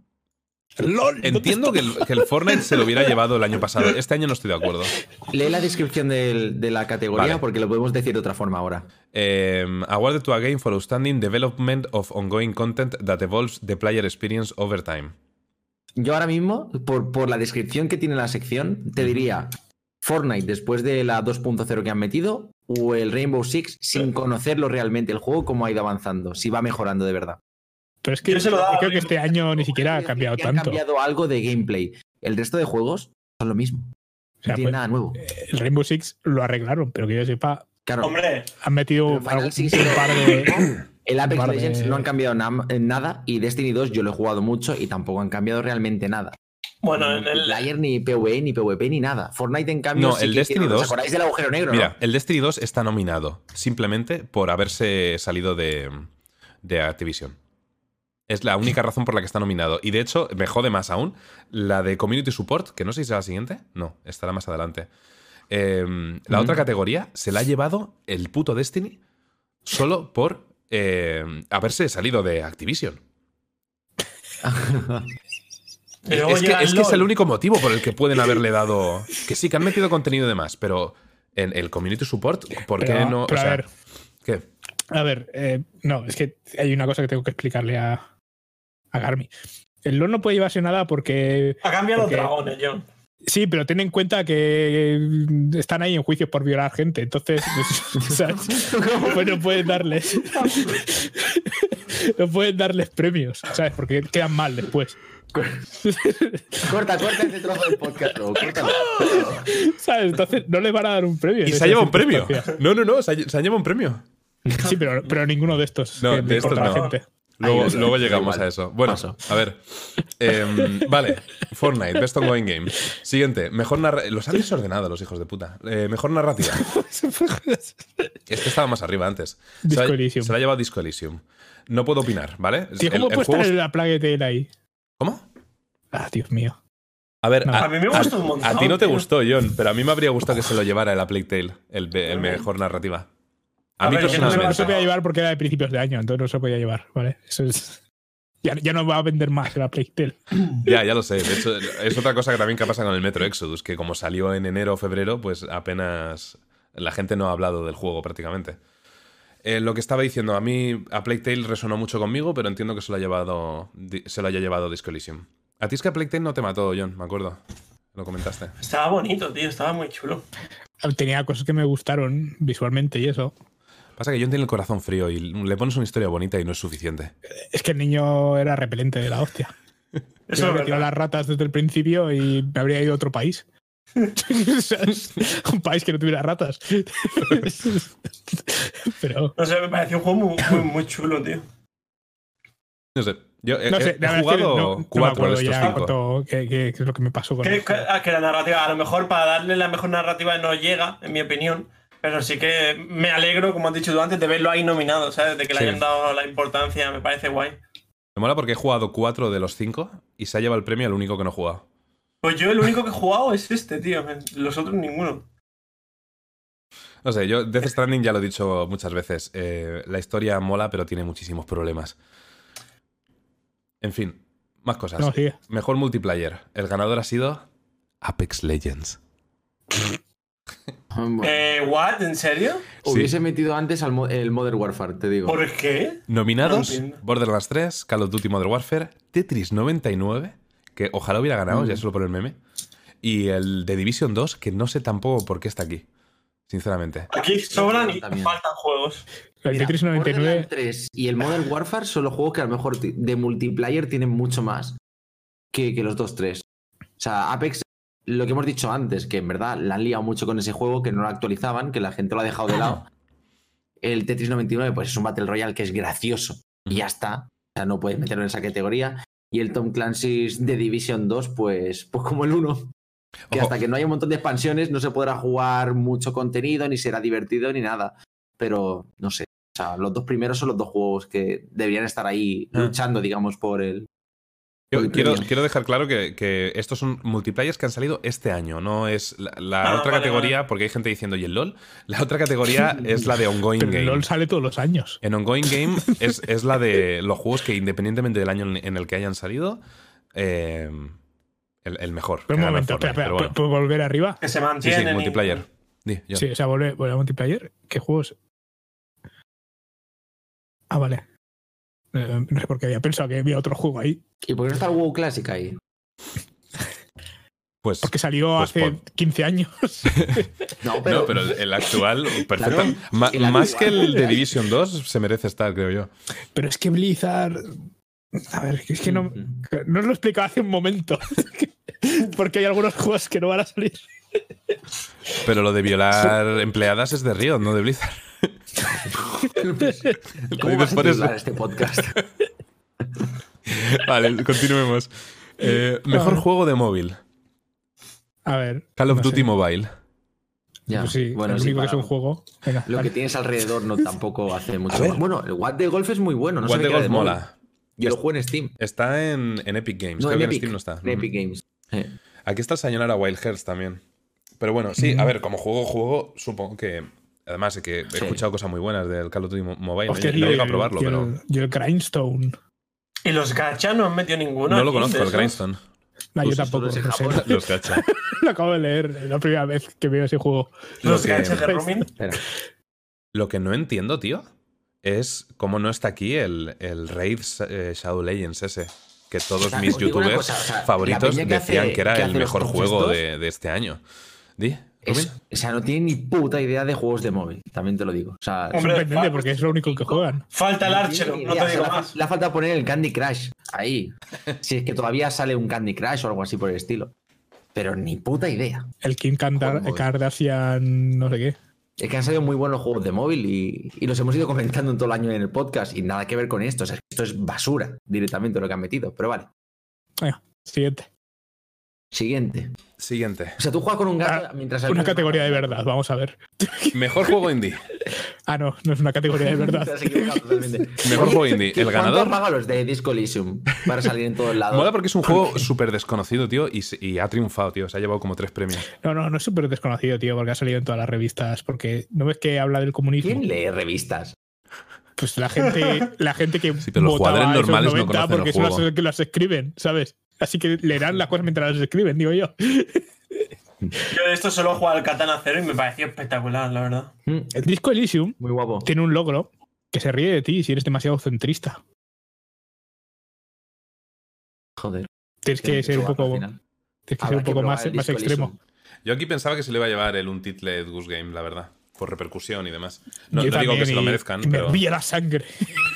LOL. ¿dónde entiendo que está? el, que el Fortnite se lo hubiera llevado el año pasado. Este año no estoy de acuerdo. Lee la descripción del- de la categoría Vale. porque lo podemos decir de otra forma ahora. Eh, awarded to a game for outstanding development of ongoing content that evolves the player experience over time. Yo ahora mismo, por, por la descripción que tiene la sección, te diría Fortnite después de la dos punto cero que han metido o el Rainbow Six sin conocerlo realmente el juego, cómo ha ido avanzando, si va mejorando de verdad. Pero es que Yo se lo daba creo que a- este año ni siquiera ha cambiado Que tanto. Ha cambiado algo de gameplay. El resto de juegos son lo mismo. O sea, no tiene pues, nada nuevo. el Rainbow Six lo arreglaron, pero que yo sepa, Claro, Hombre, han metido Pero Final algún- Six un par de. el Apex par de- Legends no han cambiado na- en nada y Destiny dos yo lo he jugado mucho y tampoco han cambiado realmente nada. bueno, Ni en el, multiplayer, ni PvE, ni PvP, ni nada. Fortnite, en cambio, No, sí el que Destiny hicieron- ¿Os dos acordáis del agujero negro? Mira, no? el Destiny dos está nominado simplemente por haberse salido de, de Activision. Es la única razón por la que está nominado. Y de hecho, me jode más aún, la de Community Support, que no sé si será la siguiente. No, estará más adelante. Eh, la mm. otra categoría se la ha llevado el puto Destiny solo por eh, haberse salido de Activision. Pero es, que, es que es el único motivo por el que pueden haberle dado... Que sí, que han metido contenido de más, pero en el Community Support, ¿por qué pero, no...? Pero o sea, a ver, ¿qué? A ver, eh, no, es que hay una cosa que tengo que explicarle a, a Garmi. El LoL no puede llevarse nada porque... Ha cambiado porque, los dragones, John. Sí, pero ten en cuenta que están ahí en juicios por violar gente, entonces ¿sabes? Pues no pueden darles no pueden darles premios, ¿sabes? Porque quedan mal después. Corta, corta ese trozo del podcast, bro. Córtalo. ¿Sabes? Entonces no les van a dar un premio. Y se ha llevado un premio. No, no, no, se ha, se ha llevado un premio. Sí, pero, pero ninguno de estos. No, que de estos corta no. la gente. Luego, Ahí, luego llegamos igual. a eso. Bueno, Paso. a ver. Eh, vale, Fortnite, Best Ongoing Game. Siguiente, mejor narrativa. Los han desordenado los hijos de puta. Eh, mejor narrativa. Este estaba más arriba antes. Disco se, Elysium. se la ha llevado Disco Elysium. No puedo opinar, ¿vale? Tío, ¿cómo puede estar la Plague Tale ahí? ¿Cómo? Ah, Dios mío. A ver, No. a, A mí me gustó a- un montón, a ti no te tío. gustó, John, pero a mí me habría gustado que se lo llevara el A Plague Tale, el, be- el mejor narrativa. A, A mí ver, yo no No se, no personalmente. se podía llevar porque era de principios de año, entonces no se podía llevar, ¿vale? Eso es. Ya, ya no va a vender más la Plague Tale. Ya, ya lo sé. De hecho, es otra cosa que también que pasa con el Metro Exodus, que como salió en enero o febrero, pues apenas la gente no ha hablado del juego prácticamente. Eh, lo que estaba diciendo, a mí A Plague Tale resonó mucho conmigo, pero entiendo que se lo, ha llevado, di- se lo haya llevado Disco Elysium. A ti es que A Plague Tale no te mató, John, me acuerdo. Lo comentaste. Estaba bonito, tío. Estaba muy chulo. Tenía cosas que me gustaron visualmente y eso. Pasa que John tiene el corazón frío y le pones una historia bonita y no es suficiente. Es que el niño era repelente de la hostia. Eso Yo es me metí a verdad. las ratas desde el principio y me habría ido a otro país. O sea, es un país que no tuviera ratas. Pero. No sé, me pareció un juego muy, muy, muy chulo, tío. No sé, yo he, No sé, he la verdad es que jugado no- no me cuatro acuerdo de estos ya cinco. cuánto- qué, qué- qué es lo que me pasó con Que, él. que- ah, que la narrativa, a lo mejor para darle la mejor narrativa no llega, en mi opinión. Pero sí que me alegro, como has dicho tú antes, de verlo ahí nominado, ¿sabes? De que le Sí. hayan dado la importancia, me parece guay. Me mola porque he jugado cuatro de los cinco y se ha llevado el premio al único que no he jugado. Pues yo el único que he jugado es este, tío. Los otros ninguno. No sé, yo Death Stranding ya lo he dicho muchas veces. eh, la historia mola, pero tiene muchísimos problemas. En fin, más cosas. No, sigue. Mejor multiplayer. El ganador ha sido Apex Legends. Eh, ¿What? ¿En serio? Hubiese metido antes al mo- el Modern Warfare, te digo. ¿Por qué? Nominados: No entiendo. Borderlands tres, Call of Duty Modern Warfare, Tetris noventa y nueve, que ojalá hubiera ganado, Mm. ya solo por el meme, y el de Division dos, que no sé tampoco por qué está aquí, sinceramente. Aquí sobran y También. faltan juegos. El Mira, Tetris noventa y nueve. Borderlands tres y el Modern Warfare son los juegos que a lo mejor ti- de multiplayer tienen mucho más que, que los dos tres. O sea, Apex, lo que hemos dicho antes, que en verdad la han liado mucho con ese juego, que no lo actualizaban, que la gente lo ha dejado de lado. El Tetris noventa y nueve, pues es un Battle Royale que es gracioso y ya está. O sea, no puedes meterlo en esa categoría. Y el Tom Clancy's de Division dos, pues, pues como el uno. Que Ojo. hasta que no haya un montón de expansiones no se podrá jugar mucho contenido, ni será divertido, ni nada. Pero, no sé. O sea, los dos primeros son los dos juegos que deberían estar ahí Ah. luchando, digamos, por el... Yo por el quiero, premio. quiero dejar claro que, que estos son multiplayers que han salido este año, no es la, la Ah, otra vale, categoría, vale. porque hay gente diciendo, ¿y el LOL? La otra categoría es la de Ongoing Pero el Game. LOL sale todos los años. En Ongoing Game es, es la de los juegos que, independientemente del año en el que hayan salido, eh, el, el mejor. Pero que un gana momento, Fortnite, espera, espera, pero bueno. ¿puedo volver arriba? Que se Sí, mantienen. sí, y- multiplayer. Di, John. Sí, o sea, volver, volver a multiplayer. ¿Qué juegos? Ah, vale. Eh, no sé por qué había pensado que había otro juego ahí. ¿Y por qué no está el WoW Classic ahí? Pues, Porque salió Pues hace por- quince años. No, pero... no, pero el, el actual, perfecto. Claro, Ma- el más que actual, el de ¿eh? Division dos, se merece estar, creo yo. Pero es que Blizzard. A ver, es que no, no os lo explicaba hace un momento. Porque hay algunos juegos que no van a salir. Pero lo de violar empleadas es de Riot, no de Blizzard. ¿Cómo vas a Por eso. titular este podcast? Vale, continuemos. Eh, mejor Vale. juego de móvil. A ver. Call of no Duty sé. Mobile. Ya, Pues sí, bueno, el sí, único que para- es un juego. Venga, Lo vale. que tienes alrededor no tampoco hace mucho. ver. Bueno, el Watt de Golf es muy bueno. No What sabía the que era Golf de móvil. mola. Yo lo juego en Steam. Está en, en Epic Games. No, Creo en que Epic, en Steam no está. En Epic Games. Eh. Aquí está el Sayonara Wild Hearts también. Pero bueno, sí, a ver, como juego, juego, supongo que. Además, que he Sí. escuchado cosas muy buenas del Call of Duty Mobile. Hostia, no, no tío, llego a y- probarlo, y el- pero. Y el Grindstone. Y los gacha no han metido ninguno. No lo aquí conozco, de el esos. Grindstone. No, yo Pues tampoco. solo es en No sé. Japón. Los gacha. Lo acabo de leer, es la primera vez que veo ese juego. Lo Los que- gachas de roaming. Espera. Lo que no entiendo, tío, es cómo no está aquí el, el Raid eh, Shadow Legends ese. Que todos O sea, mis os digo una youtubers cosa, o sea, la favoritos peña que decían hace- que era que el hace los mejor trucos juego estos- de, de este año. ¿Di? Es- ¿Rubin? o sea, no tiene ni puta idea de juegos de móvil, también te lo digo. O sea, Hombre, Sorprendente fa- porque es lo único que juegan. Falta el no Archer, tiene ni no idea, te o sea, digo le ha- más. Le ha faltado poner el Candy Crush ahí. Si es que todavía sale un Candy Crush o algo así por el estilo. Pero ni puta idea. El King Kardar- Joder. Kardashian, no sé qué. Es que han salido muy buenos juegos de móvil y, y los hemos ido comentando en todo el año en el podcast y nada que ver con esto. O sea, esto es basura directamente lo que han metido. Pero vale. Venga, siguiente. Siguiente. Siguiente. O sea, tú juegas con un gato Ah, mientras... Una categoría de verdad, vamos a ver. Mejor juego indie. Ah, no, no es una categoría de verdad. Te has equivocado totalmente. Mejor juego indie. El ¿Cuánto ganador. han pagado los de Disco Elysium para salir en todos lados? Mola porque es un juego súper desconocido, tío, y, se- y ha triunfado, tío. Se ha llevado como tres premios. No, no, no es súper desconocido, tío, porque ha salido en todas las revistas. Porque no ves que habla del comunismo. ¿Quién lee revistas? Pues la gente, la gente que Sí, pero los votaba jugadores esos normales no noventa conocen el porque son juego. las que las escriben, ¿sabes? Así que leerán las cosas mientras las escriben, digo yo. Yo de esto solo he jugado al Katana Zero y me pareció espectacular, la verdad. Mm, El Disco Elysium Muy guapo. tiene un logro que se ríe de ti si eres demasiado centrista. Joder. Tienes que ser un poco, tienes que ser Habrá un que poco probar más, el más Disco extremo. Elysium. Yo aquí pensaba que se le iba a llevar el Untitled Goose Game, la verdad. Por repercusión y demás. No, Yo no digo que también, se lo y- merezcan, y me pero. hervía la sangre.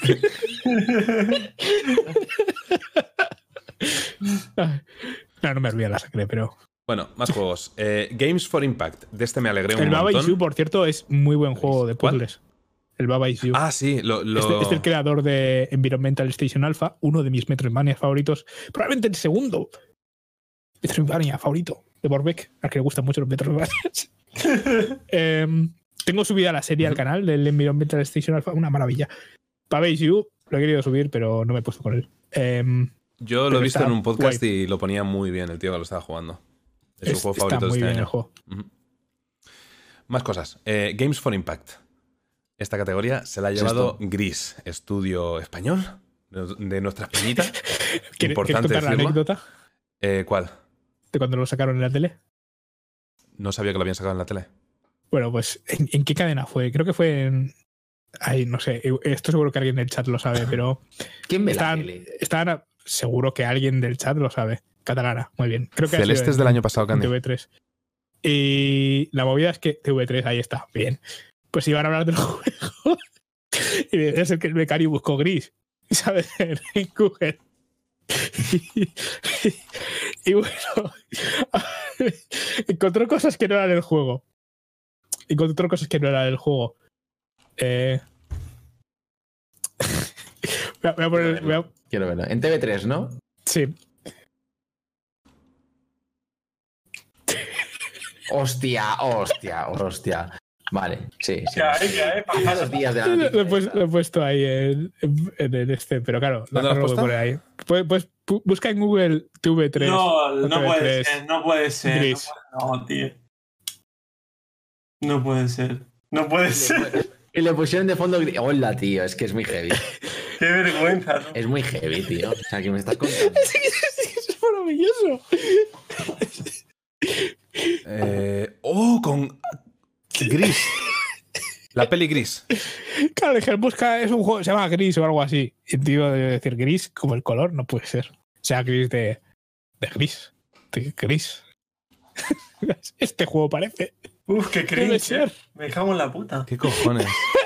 No, no me hervía la sangre, pero. Bueno, más juegos. Eh, Games for Impact. De este me alegré un El Baba montón. Is You, por cierto, es muy buen juego de ¿Cuál? puzzles. El Baba Is You. Ah, sí, lo. lo- Este es el creador de Environmental Station Alpha, uno de mis Metroidvania favoritos. Probablemente el segundo Metroidvania favorito de Borbeck, al que le gustan mucho los Metroidvanias. Em, tengo subida la serie al canal del Environmental Station Alpha, una maravilla. Baba Is You lo he querido subir, pero no me he puesto con él. Em, Yo lo pero he visto está en un podcast guay. y lo ponía muy bien el tío que lo estaba jugando. Es, es- su juego está favorito de muy este bien año. el juego. Ujú. Más cosas. Eh, Games for Impact. Esta categoría se la ha es llevado Gris, estudio español de de nuestras peñitas. ¿Quieres, ¿quieres Importante contar la decirlo. anécdota Eh, ¿Cuál? de cuando lo sacaron en la tele? No sabía que lo habían sacado en la tele. Bueno, pues ¿en, en qué cadena fue? Creo que fue en... Ay, no sé, esto seguro que alguien del chat lo sabe, pero ¿Quién ve la estaban, tele? estaban- seguro que alguien del chat lo sabe. Catalana, muy bien. Creo que ha sido Celestes en- del año pasado, en Candy. T V tres. Y la movida es que T V tres, ahí está, bien. Pues iban a hablar del juego y debe ser que el becario buscó Gris, ¿sabes? En Google. Y, y bueno, encontró cosas que no eran del juego. Encontró cosas que no eran del juego. Eh... voy a- voy a poner- voy a- Quiero verlo. En T V tres, ¿no? sí. Hostia, hostia, hostia. Vale, sí, sí. Que hay, que hay, Esos pájaros. días de la Lo, noticia he puesto, esta. lo he puesto ahí en, en- en el este, pero claro, ¿Dónde lo has no voy a puesto? poner ahí. Pues, pues pu- busca en Google T V tres. No, o no T V puede tres. ser, no puede ser. No, Gris. puede- no, tío. No puede ser. No puede ser. Y le pusieron de fondo. gri- Hola, tío, es que es muy heavy. Qué vergüenza, ¿no? Es muy heavy, tío. O sea, que me estás contando. Es maravilloso. Eh, oh, con Gris. La peli Gris. Claro, dije, busca, es un juego, se llama Gris o algo así. Y el tío debe decir gris como el color, no puede ser. O sea, gris de, de gris. De gris. Este juego parece. Uf, qué Debe cringe. ser. eh. Me cago en la puta. ¿Qué cojones?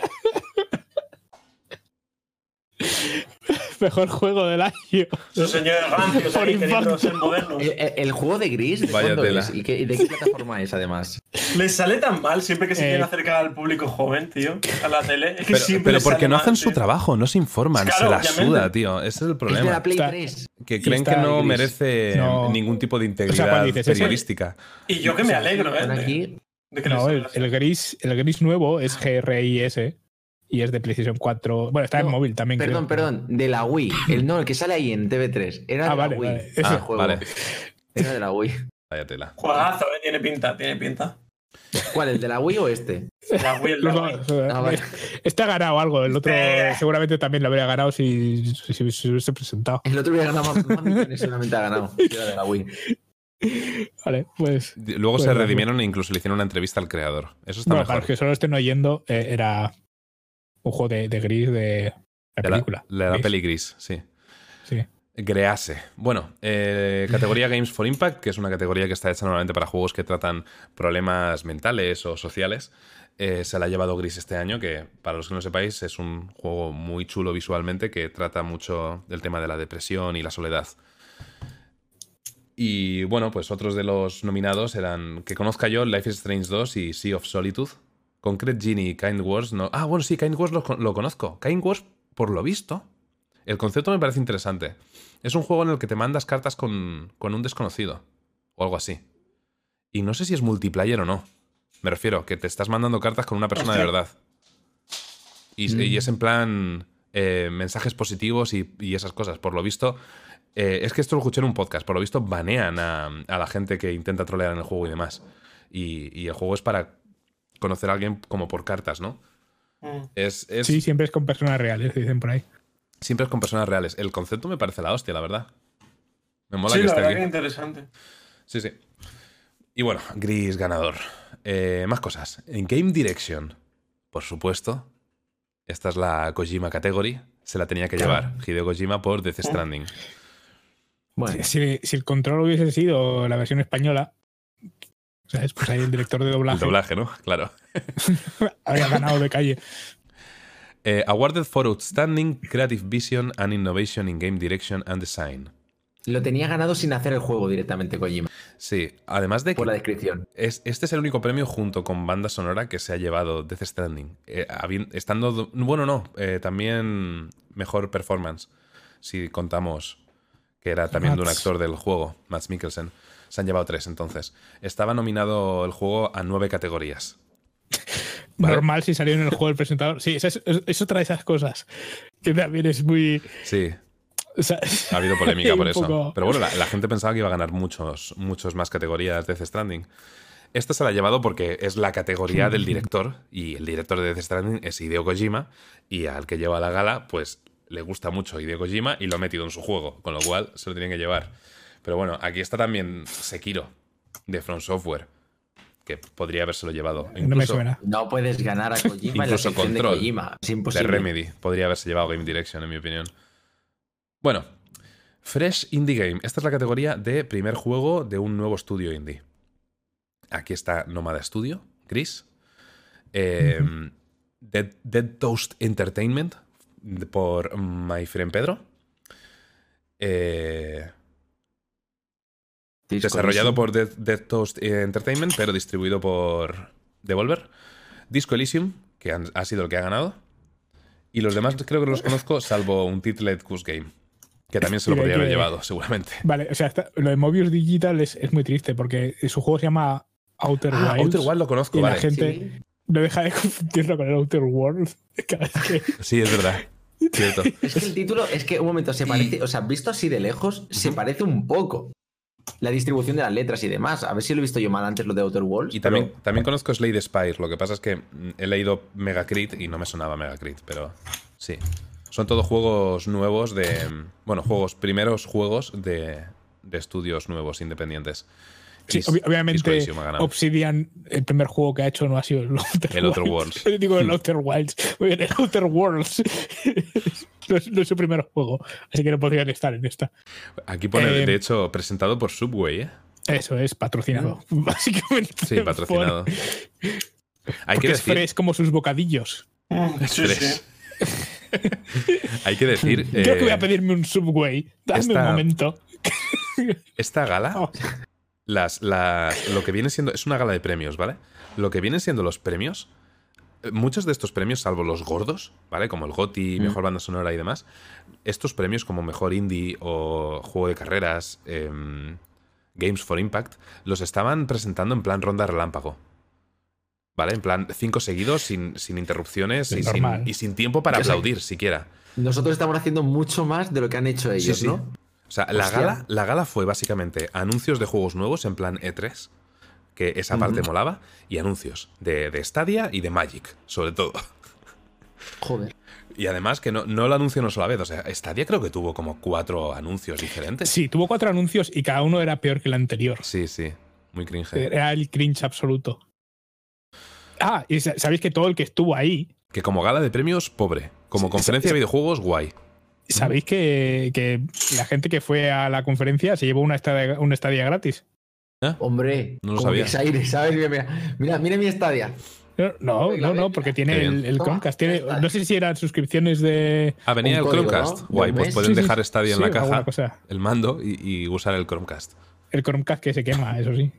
Mejor juego del año. Esos señores rancios Por ahí queriendo infarto. ser modernos. El, el- el juego de Gris, ¿de Vaya cuándo tela. es? ¿Y, qué- y de qué plataforma es, además? Les sale tan mal siempre que se Eh. quieren acercar al público joven, tío. A la tele. Es que Pero, siempre pero les porque sale no mal, hacen su tío. trabajo, no se informan, Claro, se la obviamente. suda, tío. Ese es el Es de problema. la Play Está- tres. Que Y creen está que no Gris. merece No. ningún tipo de O sea, integridad ¿cuál dices? Ese- periodística. Y yo que me alegro, ¿eh? Pon de- aquí. de que les No, el, salga así. el gris, el gris nuevo es G R I S y es de PlayStation cuatro. Bueno, está No, en móvil también. Perdón, creo. perdón, de la Wii. El, no, el que sale ahí en T V tres. Era Ah, de vale, la Wii. vale. Ese Ah, juego. vale. Era de la Wii. Vaya tela. Juegazo, ¿eh? Tiene pinta, tiene pinta. ¿Cuál? ¿El de la Wii o este? La Wii, Los la Wii. dos, eh, Ah, vale. Este ha ganado algo, el otro Eh. seguramente también lo habría ganado si, si, si se hubiese presentado. El otro hubiera ganado más, más millones, seguramente ha ganado. Era de la Wii. Vale, pues. Luego pues se nada, redimieron e incluso le hicieron una entrevista al creador. Eso está Bueno, para mejor. los que solo estén oyendo, eh, era un juego de, de Gris de la De película. La, de la Gris. peli gris, sí. Sí. Grease. Bueno, eh, categoría Games for Impact, que es una categoría que está hecha normalmente para juegos que tratan problemas mentales o sociales. Eh, se la ha llevado Gris este año, que para los que no sepáis es un juego muy chulo visualmente que trata mucho del tema de la depresión y la soledad. Y bueno, pues otros de los nominados eran, que conozca yo, Life is Strange dos y Sea of Solitude. Concrete Genie y Kind Wars no. Ah, bueno, sí, Kind Wars lo, lo conozco. Kind Wars, por lo visto, el concepto me parece interesante. Es un juego en el que te mandas cartas con, con un desconocido o algo así. Y no sé si es multiplayer o no. Me refiero, que te estás mandando cartas con una persona de verdad. Y, Mm. y es en plan eh, mensajes positivos y, y esas cosas. Por lo visto, eh, es que esto lo escuché en un podcast. Por lo visto, banean a, a la gente que intenta trolear en el juego y demás. Y, y el juego es para conocer a alguien como por cartas, ¿no? Mm. Es, es, Sí, siempre es con personas reales, dicen por ahí. Siempre es con personas reales. El concepto me parece la hostia, la verdad. Me mola Sí, que la esté verdad aquí. que interesante. Sí, sí. Y bueno, Gris ganador. Eh, más cosas. En Game Direction, por supuesto, esta es la Kojima Category. Se la tenía que llevar Hideo Kojima por Death Stranding. Bueno, Si, si el control hubiese sido la versión española, ¿sabes? Pues ahí el director de doblaje, El doblaje, ¿no? Claro. habría ganado de calle. Eh, awarded for Outstanding Creative Vision and Innovation in Game Direction and Design. lo tenía ganado sin hacer el juego directamente Kojima, Sí, además de que por la descripción. es, este es el único premio junto con banda sonora que se ha llevado Death Stranding. Eh, habi- estando, bueno, no, eh, también mejor performance, si contamos que era también de un Mads. actor del juego, Mads Mikkelsen. Se han llevado tres, entonces. Estaba nominado el juego a nueve categorías. ¿Vale? Normal si salió en el juego el presentador. Sí, es, es, es otra de esas cosas que también es muy. Sí, O sea, ha habido polémica por un eso. poco- Pero bueno, la, la gente pensaba que iba a ganar muchos, muchos más categorías de Death Stranding. Esta se la ha llevado porque es la categoría del director, y el director de Death Stranding es Hideo Kojima, y al que lleva la gala, pues le gusta mucho Hideo Kojima y lo ha metido en su juego, con lo cual se lo tienen que llevar. Pero bueno, aquí está también Sekiro, de From Software, que podría habérselo llevado. no me Incluso suena. No puedes ganar a Kojima en la Incluso sección de Control, Kojima. Es de imposible. Remedy podría haberse llevado Game Direction, en mi opinión. Bueno, Fresh Indie Game. Esta es la categoría de primer juego de un nuevo estudio indie. Aquí está Nómada Studio, Gris. Eh, Ujú. Dead, Dead Toast Entertainment, por My Friend Pedro. Eh, Disco desarrollado Elysium. por Dead, Dead Toast Entertainment, pero distribuido por Devolver. Disco Elysium, que han- ha sido el que ha ganado. Y los demás creo que los conozco, salvo un Titlet Goose Game, que también se lo Y de podría haber que- llevado, seguramente. Vale, o sea, está- lo de Mobius Digital es, es muy triste porque su juego se llama Outer Ah, Wilds. Outer Wild lo conozco, y vale. la gente Sí. no deja de confundirlo con el Outer World. Cada vez que- Sí, es verdad. Cierto. Es que el título, es que un momento, se parece, o sea, visto así de lejos, se parece un poco. La distribución de las letras y demás. A ver si lo he visto yo mal antes lo de Outer Worlds. Y pero- también, también conozco Slade Spire. Lo que pasa es que mm, he leído Megacrit y no me sonaba Megacrit, pero sí. Son todos juegos nuevos de. mm, Bueno, juegos, primeros juegos de, de estudios nuevos, independientes. Sí, Y obvi- Disco obviamente Elysium ha ganado. Obsidian, el primer juego que ha hecho no ha sido el Outer El Outer Worlds. Worlds. Digo el Outer Wilds. Muy bien, el Outer Worlds. no, es, no es su primer juego, así que no podrían estar en esta. Aquí pone, Eh, de hecho, presentado por Subway, ¿eh? Eso es patrocinado, básicamente. Sí, patrocinado. por- Hay porque que es decir. fresh como sus bocadillos. Sí, Fresh. sí. Hay que decir. Creo que voy eh, a pedirme un Subway. Dame esta- un momento. Esta gala. Oh, Las, las- lo que viene siendo. Es una gala de premios, ¿vale? Lo que vienen siendo los premios. eh, Muchos de estos premios, salvo los gordos, ¿vale? Como el GOTY, Mm. mejor banda sonora y demás. Estos premios, como mejor indie o juego de carreras, em, Games for Impact, los estaban presentando en plan ronda relámpago. ¿Vale? En plan, cinco seguidos sin, sin interrupciones y sin, y sin tiempo para o sea, aplaudir siquiera. Nosotros estamos haciendo mucho más de lo que han hecho ellos, sí, sí. ¿no? O sea, la gala, la gala fue básicamente anuncios de juegos nuevos en plan E tres, que esa parte uh-huh. molaba, y anuncios de, de Stadia y de Magic, sobre todo. Joder. Y además que no, no lo anunció una sola vez. O sea, Stadia creo que tuvo como cuatro anuncios diferentes. Sí, tuvo cuatro anuncios y cada uno era peor que el anterior. Sí, sí. Muy cringe. Era el cringe absoluto. Ah, y sabéis que todo el que estuvo ahí... Que como gala de premios, pobre. Como sí, conferencia sí, de videojuegos, guay. ¿Sabéis que, que la gente que fue a la conferencia se llevó una Stadia, una Stadia gratis? ¿Eh? Hombre, no lo sabía. Aire, ¿sabes? Mira, mira, mira mi Stadia. No, no, no, porque tiene el, el Chromecast. Tiene, no sé si eran suscripciones de... Ah, venía el código, Chromecast. ¿No? Guay, pues pueden sí, dejar Stadia sí, en la sí, caja, el mando y, y usar el Chromecast. El Chromecast que se quema, eso sí.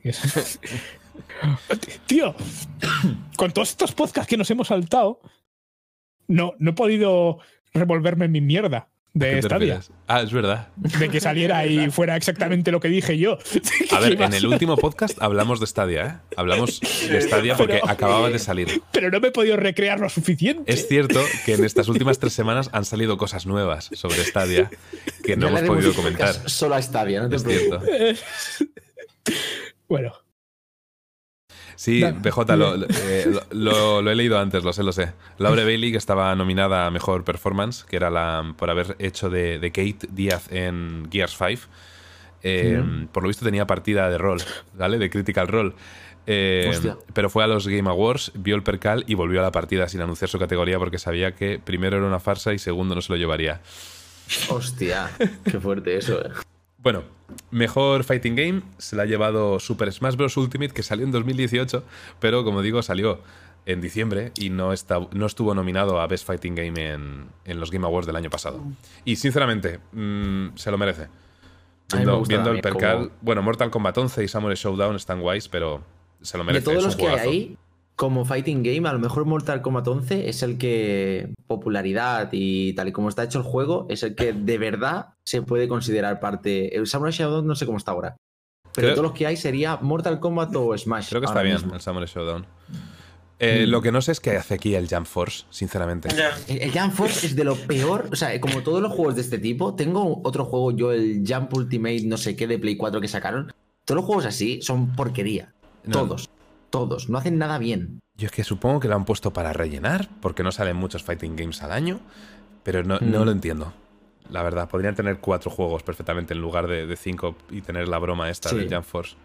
Tío, con todos estos podcasts que nos hemos saltado, no, no he podido revolverme en mi mierda de Stadia. Ah, es verdad. De que saliera y fuera exactamente lo que dije yo. A ver, en el último podcast hablamos de Stadia, ¿eh? Hablamos de Stadia porque pero, acababa de salir. Pero no me he podido recrear lo suficiente. Es cierto que en estas últimas tres semanas han salido cosas nuevas sobre Stadia que no hemos podido comentar. Solo a Stadia, no te es cierto. Bueno. Sí, B J, lo, eh, lo, lo, lo he leído antes, lo sé, lo sé. Laure Bailey, que estaba nominada a Mejor Performance, que era la por haber hecho de, de Kate Díaz en Gears cinco, eh, sí. por lo visto tenía partida de rol, ¿vale? De Critical Role. Eh, pero fue a los Game Awards, vio el percal y volvió a la partida sin anunciar su categoría porque sabía que primero era una farsa y segundo no se lo llevaría. Hostia, qué fuerte eso, eh. Bueno, mejor Fighting Game se la ha llevado Super Smash Bros. Ultimate, que salió en dos mil dieciocho, pero como digo, salió en diciembre y no, está, no estuvo nominado a Best Fighting Game en, en los Game Awards del año pasado. Y sinceramente, mmm, se lo merece. Viendo, viendo el percal, como... bueno, Mortal Kombat once y Samurai Showdown están guays, pero se lo merece. De todos los que hay ahí, como Fighting Game, a lo mejor Mortal Kombat once es el que, popularidad y tal y como está hecho el juego, es el que de verdad se puede considerar parte. El Samurai Showdown no sé cómo está ahora, pero creo... todos los que hay sería Mortal Kombat o Smash. Creo que está bien mismo. El Samurai Showdown. Eh, mm. Lo que no sé es qué hace aquí el Jump Force, sinceramente. El, el Jump Force es de lo peor. O sea, como todos los juegos de este tipo, tengo otro juego, yo, el Jump Ultimate, no sé qué, de Play cuatro que sacaron. Todos los juegos así son porquería. No. Todos. Todos, no hacen nada bien. Yo es que supongo que lo han puesto para rellenar, porque no salen muchos fighting games al año, pero no, mm. no lo entiendo. La verdad, podrían tener cuatro juegos perfectamente en lugar de, de cinco y tener la broma esta sí. del Jump Force.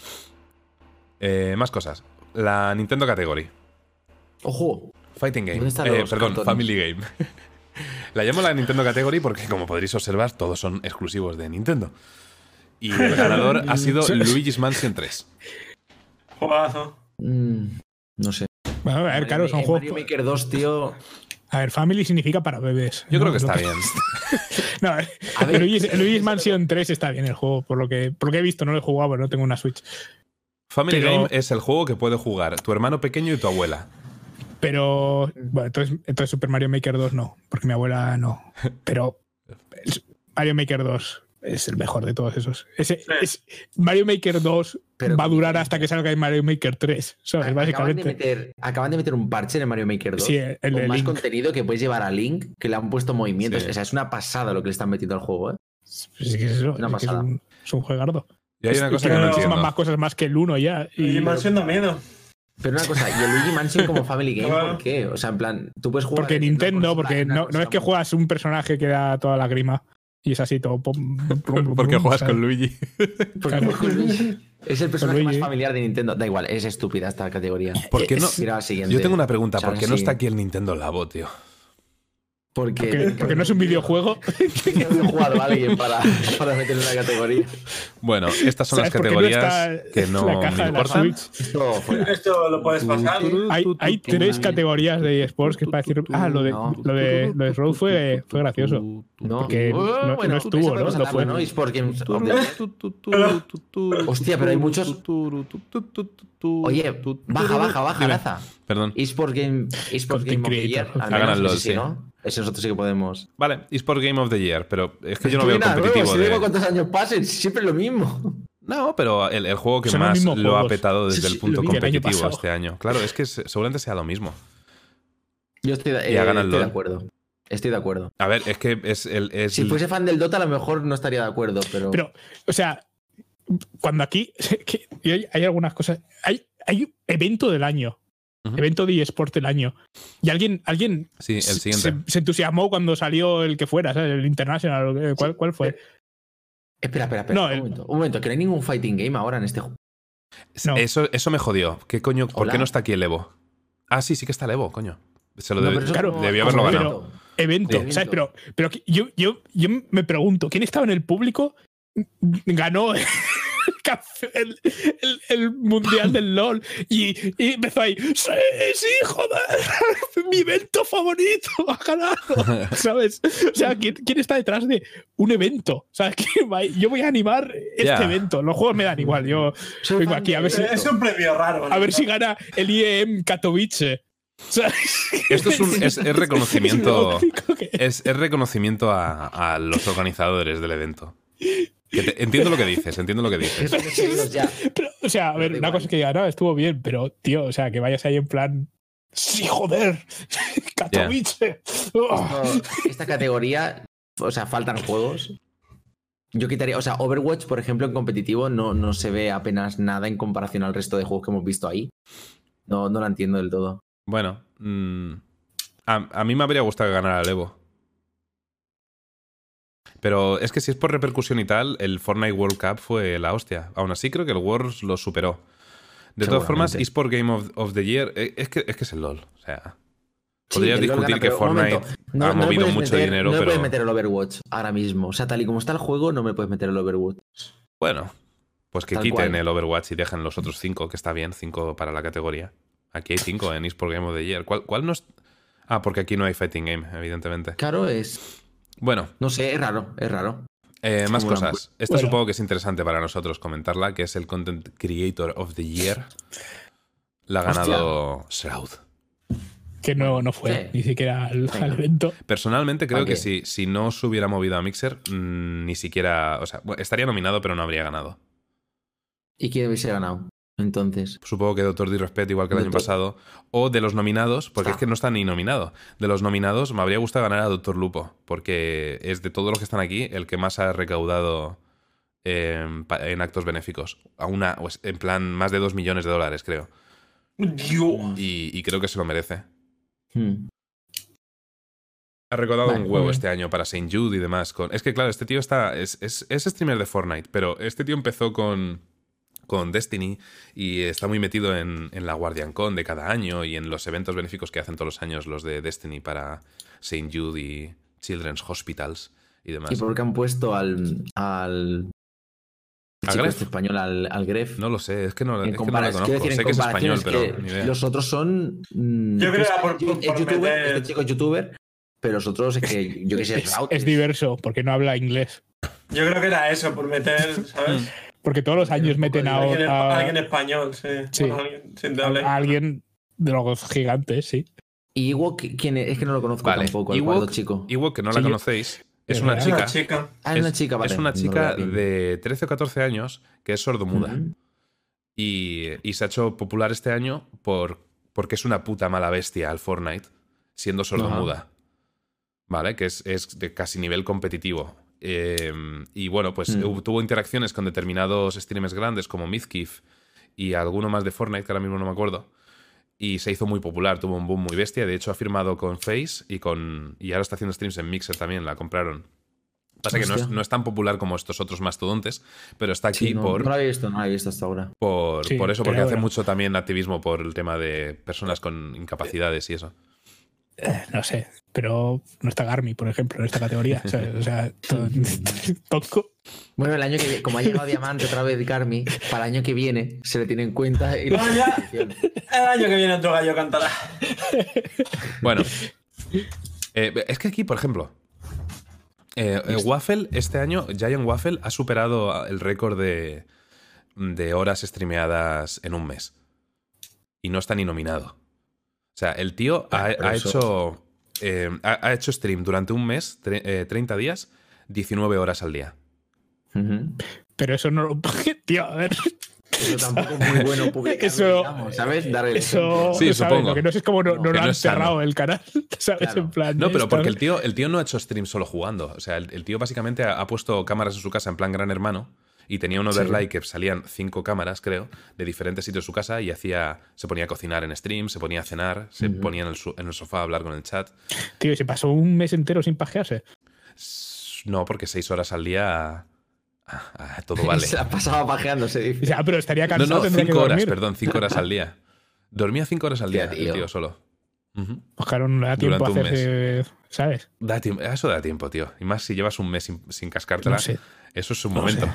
Eh, más cosas. La Nintendo Category. ¡Ojo! Fighting Game. Eh, perdón, cartones? Family Game. La llamo la Nintendo Category porque, como podréis observar, todos son exclusivos de Nintendo. Y el ganador ha sido Luigi's Mansion tres. Juegazo. Mm, no sé. Bueno, a ver, claro, son juegos. Mario Maker dos, tío. A ver, Family significa para bebés. Yo ¿no? creo que está bien. No, a ver, Luigi's, Luigi's Mansion tres está bien el juego, por lo que, por lo que he visto, no lo he jugado, pero no tengo una Switch. Family pero, Game es el juego que puede jugar tu hermano pequeño y tu abuela. Pero, bueno, entonces, entonces Super Mario Maker dos no, porque mi abuela no. Pero Mario Maker dos es el mejor de todos esos. Ese, es, Mario Maker dos pero, va a durar hasta que salga el Mario Maker tres, ¿sabes? Acaban básicamente. De meter, acaban de meter un parche en el Mario Maker dos sí, el con de más Link. Contenido que puedes llevar a Link, que le han puesto movimientos. Sí. O sea, es una pasada lo que le están metiendo al juego, ¿eh? Es que es, eso, una es, pasada. Que es, un, es un juegardo. Y hay una cosa que no entiendo. Más cosas más que el uno ya. Y, y Mansion da miedo. Pero una cosa, ¿y el Luigi Mansion como Family Game por qué? O sea, en plan, tú puedes jugar... Porque Nintendo, porque no, no es que juegas un personaje que da toda la grima y es así todo... Pum, pum, pum, porque pum, juegas ¿sabes? con Luigi. Porque juegas con Luigi. Es el personaje más familiar de Nintendo. Da igual, es estúpida esta categoría. ¿Por qué no? Mira la siguiente. Yo tengo una pregunta, ¿por qué no sí. está aquí el Nintendo Labo, tío? Porque, porque, porque no es un videojuego. No he jugado a alguien para, para meter en una categoría. Bueno, estas son las categorías no que no me importan. Esto, Esto lo puedes pasar. Hay, hay tres categorías de eSports que es para decir. Ah, lo de, no. lo de, lo de Road fue, fue gracioso. No, porque uh, no, bueno, no estuvo, ¿no? No fue. ¿no? eSports Games. Hostia, pero hay muchos. Oye, baja, baja, baja, Laza. Perdón. eSports Game, eSports Game of the Year. Hagan LOL, sí, ¿no? Ese nosotros sí que podemos. Vale, eSports Game of the Year, pero es que yo no veo el competitivo nuevo, de... Si digo cuántos años pasen, siempre lo mismo. No, pero el, el juego que Son los más mismos lo ha juegos. petado desde Sí, el sí, punto lo vi el año competitivo pasado. este año. Claro, es que se- seguramente sea lo mismo. Yo estoy, de- Y eh, hagan el estoy de LOL. acuerdo. Estoy de acuerdo. A ver, es que es el. Es Si fuese fan del Dota, a lo mejor no estaría de acuerdo, pero. Pero, o sea, cuando aquí que- y hay, hay algunas cosas. Hay, hay evento del año. Ujú. Evento de eSport del año. Y alguien, alguien Sí, el se, siguiente. se entusiasmó cuando salió el que fuera, ¿sabes? El International. ¿o qué? ¿Cuál, cuál fue? Espera, espera, espera. No, un el- momento. Un momento, que no hay ningún fighting game ahora en este juego. No. Eso, eso me jodió. ¿Qué coño? ¿Por Hola. qué no está aquí el Evo? Ah, sí, sí que está el Evo, coño. Se lo No, debe- pero eso claro, como- debió como haberlo evento. ganado. Evento, Sí. ¿sabes? Pero, pero que yo, yo, yo me pregunto, ¿quién estaba en el público? Ganó el, el- el- el mundial del LOL y, y empezó ahí, sí, sí, joder, mi evento favorito ha ganado, ¿sabes? O sea, ¿quién, quién está detrás de un evento? ¿Sabes? ¿Quién va? Yo voy a animar este Ya. evento, los juegos me dan igual, yo Soy vengo fan aquí a de- ver si, Es un premio raro. a ver si gana el I E M Katowice. ¿Sabes? Esto es, un, es, es reconocimiento. Lo único que- Es, es reconocimiento a, a los organizadores del evento. Que te- entiendo lo que dices, entiendo lo que dices. Eso de seguidos ya. Pero, o sea, a ver, da una igual. cosa es que diga, no, estuvo bien, pero, tío, o sea, que vayas ahí en plan. ¡Sí, joder! ¡Katowice! Oh. No, esta categoría, o sea, faltan juegos. Yo quitaría, o sea, Overwatch, por ejemplo, en competitivo no, no se ve apenas nada en comparación al resto de juegos que hemos visto ahí. No, no la entiendo del todo. Bueno, mm, a, a mí me habría gustado que ganara el Evo. Pero es que si es por repercusión y tal, el Fortnite World Cup fue la hostia. Aún así creo que el Worlds lo superó. De todas formas, Seguramente. eSport Game of, of the Year eh, es que, es que es el LoL. O sea, Sí, podrías el LoL discutir gana, que pero un Fortnite momento, no- ha no le movido puedes mucho meter- dinero, No le pero puedes meter el Overwatch ahora mismo. O sea, tal y como está el juego, no me puedes meter el Overwatch. bueno, pues que Tal quiten cual. el Overwatch y dejen los otros cinco, que está bien, cinco para la categoría. Aquí hay cinco en eSport Game of the Year. ¿Cuál, cuál no es? Ah, porque aquí no hay Fighting Game, evidentemente. Claro, es. Bueno, No sé, es raro, es raro. Eh, más como una- cosas. Esta Bueno. supongo que es interesante para nosotros comentarla, que es el Content Creator of the Year. La ha ganado Shroud. Que no, no fue Sí. ni siquiera al, Venga. al evento. Personalmente creo ¿Para que qué? si, si no se hubiera movido a Mixer, mmm, ni siquiera... O sea, bueno, estaría nominado, pero no habría ganado. ¿Y quién hubiese ganado? Entonces. Supongo que Doctor Disrespect, igual que el año Doctor- pasado. O de los nominados, porque Ah. es que no está ni nominado. De los nominados, me habría gustado ganar a Doctor Lupo, porque es de todos los que están aquí el que más ha recaudado en, pa- en actos benéficos. A una, pues, en plan, más de dos millones de dólares, creo. Dios. Y, y creo que se lo merece. Hmm. Ha recaudado Vale, un muy huevo bien. este año para Saint Jude y demás. Con... Es que, claro, este tío está. Es, es, es streamer de Fortnite, pero este tío empezó con, con Destiny y está muy metido en, en la Guardian Con de cada año y en los eventos benéficos que hacen todos los años los de Destiny para Saint Jude y Children's Hospitals y demás. ¿Y por qué han puesto al. al. ¿A chico Gref? este español, al, al Gref? No lo sé, es que no, En es que no lo compara- conozco. quiero decir, en Sé que es español, comparación, pero es que ni idea. los otros son. mm, Yo creo que es- era por- por- es por youtuber, meter- este chico es youtuber, pero los otros es que yo que sé, Es, Raúl, es diverso, porque no habla inglés. Yo creo que era eso, por meter, ¿sabes? Porque todos los años meten a, Alguien, a- alguien español, sí. Sí. Bueno, alguien sin a- doble. a alguien de los gigantes, sí. Y Ewok, ¿quién es? Es que no lo conozco Vale, tampoco, el Ewok- cuarto chico. Igual que no Sí, la yo- conocéis, es Es una verdad. Es una chica. chica. Ah, es una chica, vale. Es una no lo chica veo bien. de trece o catorce años que es sordomuda. Ujú. Y, y se ha hecho popular este año por, porque es una puta mala bestia al Fortnite, siendo sordomuda. ¿Vale? Que es, es de casi nivel competitivo. Eh, y bueno, pues Mm. hubo- tuvo interacciones con determinados streamers grandes como Mythkif y alguno más de Fortnite, que ahora mismo no me acuerdo. Y se hizo muy popular, tuvo un boom muy bestia. De hecho, ha firmado con Face y con y ahora está haciendo streams en Mixer también, la compraron. Pasa que no es, Hostia. no es tan popular como estos otros mastodontes, pero está aquí Sí, no, por, no lo había visto, no lo había visto hasta ahora. por, Sí, por eso, pero porque hace bueno. mucho también activismo por el tema de personas con incapacidades y eso. Eh, no sé, pero no está Garmi, por ejemplo, en esta categoría. O sea, o sea, to- tonco. Bueno, el año que viene, como ha llegado Diamante otra vez Carmi, para el año que viene se le tiene en cuenta. Y No, ya. El año que viene otro gallo cantará. Bueno, eh, es que aquí, por ejemplo, eh, eh, Waffle, este año, Giant Waffle ha superado el récord de, de horas streameadas en un mes. Y no está ni nominado. O sea, el tío ha, Ah, pero ha eso- hecho eh, ha, ha hecho stream durante un mes, tre- eh, treinta días, diecinueve horas al día. Uh-huh. Pero eso no lo... Tío, a ver... Eso tampoco es muy bueno publicarlo, Eso, digamos, ¿sabes? Dar el eso, Sí, ¿sabes? supongo. Lo que no sé es cómo no, no Que lo no han es sano. cerrado el canal, ¿sabes? Claro. En plan, No, pero porque el ¿sabes? tío, el tío no ha hecho stream solo jugando. O sea, el, el tío básicamente ha, ha puesto cámaras en su casa en plan Gran Hermano y tenía un overlay que salían cinco cámaras, creo, de diferentes sitios de su casa y hacía, se ponía a cocinar en stream, se ponía a cenar, se Ujú. ponía en el, su- en el sofá a hablar con el chat. Tío, se pasó un mes entero sin pajearse. S- No, porque seis horas al día ah, ah, todo vale. Se la pasaba pajeándose, O dice. sea, pero estaría No, cansado, no, tendría que cinco horas, dormir. perdón, cinco horas al día. Dormía cinco horas al día, Hostia, el tío. tío solo. Ujú. Pues claro, no le da tiempo a Durante un hacerse, ¿sabes? Da tiempo, eso da tiempo, tío. Y más si llevas un mes sin, sin cascártela. No sé, Eso es un No momento.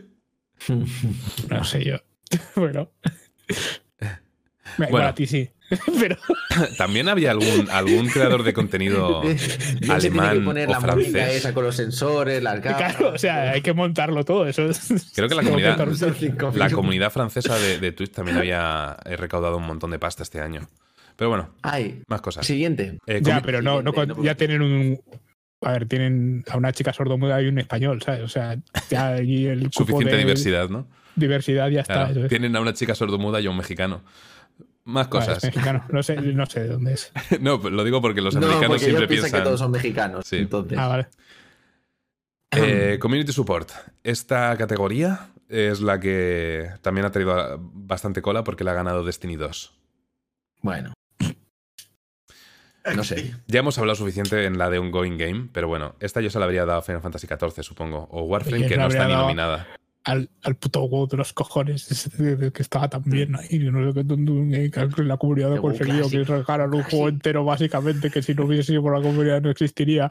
no sé yo. Bueno. Bueno, Bueno. a ti sí. Pero También había algún, algún creador de contenido Ya se tiene que alemán poner o la música francés. esa con los sensores, las gafas. claro, o sea, hay que montarlo todo. Eso es- Creo que la tengo comunidad- torcer. Son cinco La minutos. comunidad francesa de, de Twitch también había eh, recaudado un montón de pasta este año. Pero bueno, Ay, más cosas. siguiente. Eh, Ya, comi- pero no, no, Siguiente, no ya tienen un. A ver, tienen a una chica sordomuda y un español, ¿sabes? O sea, ya allí el cupo Suficiente de diversidad, ¿no? diversidad ya está. Claro, eso es. tienen a una chica sordomuda y a un mexicano. Más Vale, cosas. es mexicano. No sé, no sé de dónde es. No, lo digo porque los No, americanos porque siempre ellos piensan piensan. que todos son mexicanos. Sí. Entonces. Ah, vale. Eh, Community Support. Esta categoría es la que también ha tenido a- bastante cola porque la ha ganado Destiny dos. Bueno. No sé. Ya hemos hablado suficiente en la de Ongoing Game, pero bueno, esta yo se la habría dado a Final Fantasy catorce, supongo. O Warframe, Oye, que le no está habría ni dado- nominada. Al, al puto WoW de los cojones, ese que estaba tan bien ahí. Yo no sé qué tonto, eh, que la comunidad ha El WoW conseguido que Classic. regalan un juego Classic. entero, básicamente, que si no hubiese sido por la comunidad no existiría.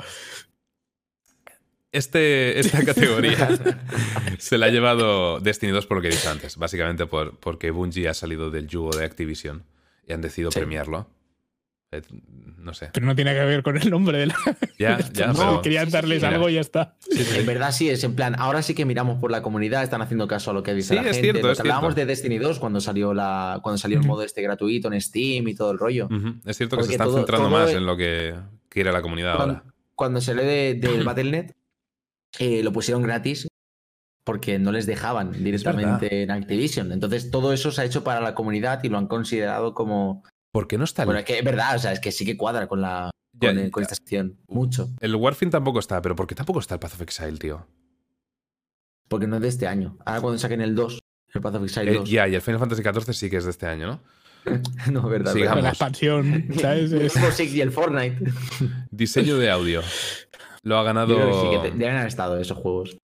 Este, esta categoría se la ha llevado Destiny dos por lo que he dicho antes. Básicamente por, porque Bungie ha salido del yugo de Activision y han decidido Sí. premiarlo. Eh, no sé. Pero no tiene que ver con el nombre de la. Ya, ya, no, pero- querían darles Mira. algo y ya está. Sí, sí. En verdad sí, es en plan, ahora sí que miramos por la comunidad, están haciendo caso a lo que dice Sí, la es gente. cierto, Lo es que hablábamos cierto. de Destiny dos cuando salió la cuando salió el Ujú. modo este gratuito en Steam y todo el rollo. Ujú. Es cierto que se Porque están todo- centrando todo más es- en lo que quiere la comunidad Cuando, ahora. cuando salió de, del Battle punto net, eh, lo pusieron gratis porque no les dejaban directamente en Activision. Entonces todo eso se ha hecho para la comunidad y lo han considerado como... ¿Por qué no está el, Bueno, es que es verdad, o sea, es que sí que cuadra con la Ya, con, el- con ya. esta sección. Mucho. el Warframe tampoco está, pero ¿por qué tampoco está el Path of Exile, tío? Porque no es de este año. Ahora cuando saquen el dos, el Path of Exile Eh, dos. ya, y el Final Fantasy catorce sí que es de este año, ¿no? No, es verdad. Sigamos. verdad. La expansión, ¿sabes? El Es- Rainbow Six y el Fortnite. Diseño de audio. Lo ha ganado. Yo creo que sí que te- deben haber estado esos juegos.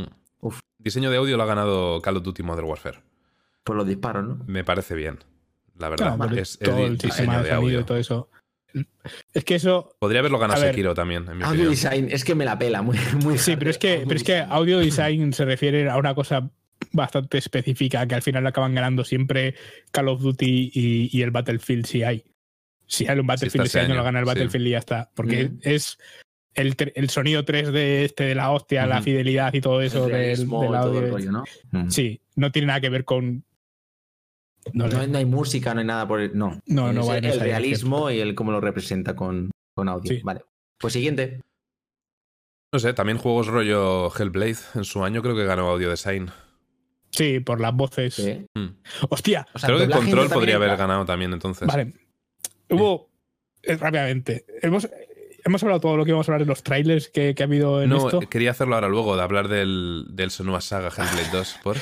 Diseño de audio lo ha ganado Call of Duty Modern Warfare. Por los disparos, ¿no? Me parece bien, la verdad. Claro, porque es es todo di- el diseño sistema de de sonido audio. y todo eso. Es que eso. Podría haberlo ganado A ver, Sekiro también, en mi Audio opinión. design, es que me la pela, muy, muy Sí, hard. pero es que, pero es que audio design se refiere a una cosa bastante específica que al final acaban ganando siempre Call of Duty y, y el Battlefield si hay. Si hay un Battlefield está ese ese año, año, lo gana el sí. Battlefield y ya está. Porque Mm. es el, tre- el sonido tres D este de la hostia, la Ujú. fidelidad y todo eso El del, realismo del y todo audio. el rollo, ¿no? Mm. Sí, no tiene nada que ver con. No, No, sé. no hay música, no hay nada por el. No, No, no Es va en el esa realismo y el cómo lo representa con, con audio. Sí. Vale. Pues siguiente. No sé, también juegos rollo Hellblade. En su año creo que ganó audio design. Sí, por las voces. Sí. Hmm. Hostia, O sea, Creo que doblaje Control también podría haber entra. ganado también entonces. vale. Hubo. eh, rápidamente. Hemos, hemos hablado todo lo que íbamos a hablar de los trailers que, que ha habido en No, esto. quería hacerlo ahora luego, de hablar del, del Senua Saga Hellblade dos. ¿Por?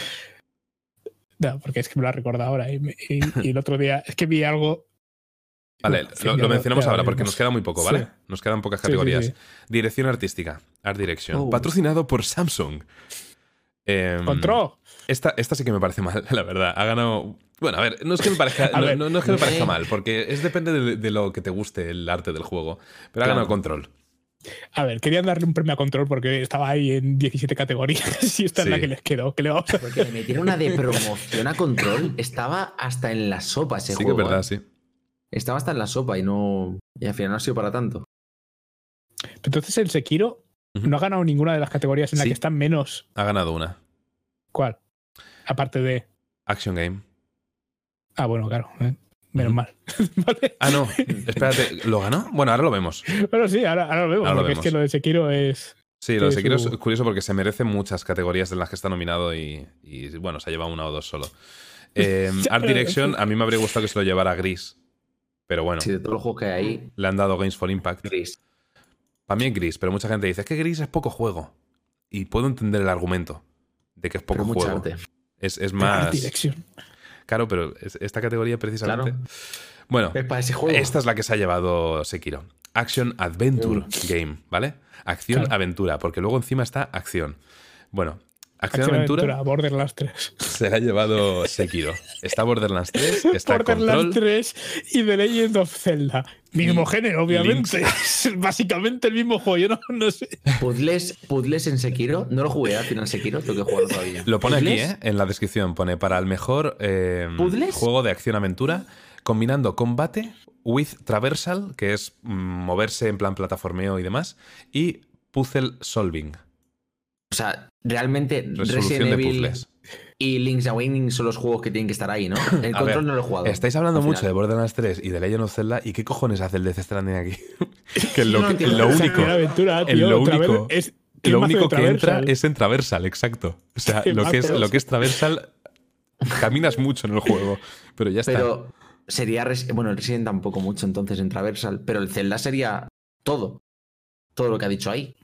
No, porque es que me lo ha recordado ahora. Y, me- y- y el otro día es que vi algo. Vale, En fin, lo, ya lo mencionamos ya ahora porque veremos. nos queda muy poco, ¿vale? Sí. Nos quedan pocas Sí, sí, categorías. sí. Dirección artística, Art Direction. Oh. Patrocinado por Samsung. Em, Control. Esta, esta sí que me parece mal, la verdad. Ha ganado. Bueno, a ver, no es que me parezca, A no, ver. no- no es que me parezca Eh. mal, porque es depende de, de lo que te guste el arte del juego. Pero ha Claro. ganado Control. A ver, querían darle un premio a Control porque estaba ahí en diecisiete categorías y esta Sí. es la que les quedó. Que le vamos a... Porque le metieron una de promoción a Control. Estaba hasta en la sopa ese Sí que juego. es verdad, ¿eh? sí. Estaba hasta en la sopa y no. Y al final no ha sido para tanto. Entonces el Sekiro Ujú. no ha ganado ninguna de las categorías en las Sí. que están menos. Ha ganado una. ¿Cuál? Aparte de. Action Game. Ah, bueno, claro. ¿eh? Menos Ujú. mal. Vale. Ah, no. Espérate, ¿lo ganó? Bueno, ahora lo vemos. Bueno, sí, ahora, ahora lo vemos. Ahora lo porque vemos. es que lo de Sekiro es. Sí, lo de Sekiro su... es curioso porque se merece muchas categorías en las que está nominado y, y bueno, se ha llevado una o dos solo. Eh, Art Direction, a mí me habría gustado que se lo llevara Gris. Pero bueno. Sí, de todos los juegos que hay ahí. Le han dado Games for Impact. Gris. Para mí es Gris, pero mucha gente dice, es que Gris es poco juego. Y puedo entender el argumento de que es poco pero mucha juego. arte. Es, es más... Art Direction. Claro, pero esta categoría precisamente... Claro. Bueno, es para ese juego. Esta es la que se ha llevado Sekiro. Action Adventure Mm. Game, ¿vale? Acción, Claro. aventura, porque luego encima está acción. Bueno, acción, Acción aventura, Aventura, Borderlands tres. se la ha llevado Sekiro. Está Borderlands tres, está Borderlands Control. tres y The Legend of Zelda. Mismo Y género, obviamente. Es básicamente el mismo juego. Yo no, no sé. Puzzles, puzzles en Sekiro. No lo jugué al final Sekiro, tengo que jugarlo todavía. Lo pone aquí, ¿Puzzles? ¿eh? En la descripción. Pone para el mejor eh, ¿Puzzles? juego de acción-aventura, combinando combate with traversal, que es mm, moverse en plan plataformeo y demás, y puzzle solving. O sea, realmente Resolución Resident de Evil puzzles. y Link's Awakening son los juegos que tienen que estar ahí, ¿no? El A Control ver, no lo he jugado. Estáis hablando al mucho final. de Borderlands tres y de Legend of Zelda, ¿y qué cojones hace el Death Stranding aquí? que lo, no que- entiendo. lo O sea, único, Acción Aventura, en tío, lo traver- único, es, lo mazo de único que entra traversal. es en traversal, exacto. O sea, Qué lo que, es, mazo. lo que es traversal, caminas mucho en el juego, pero ya está. Pero sería. Res- Bueno, el Resident tampoco mucho entonces en Traversal, pero el Zelda sería todo. Todo lo que ha dicho ahí.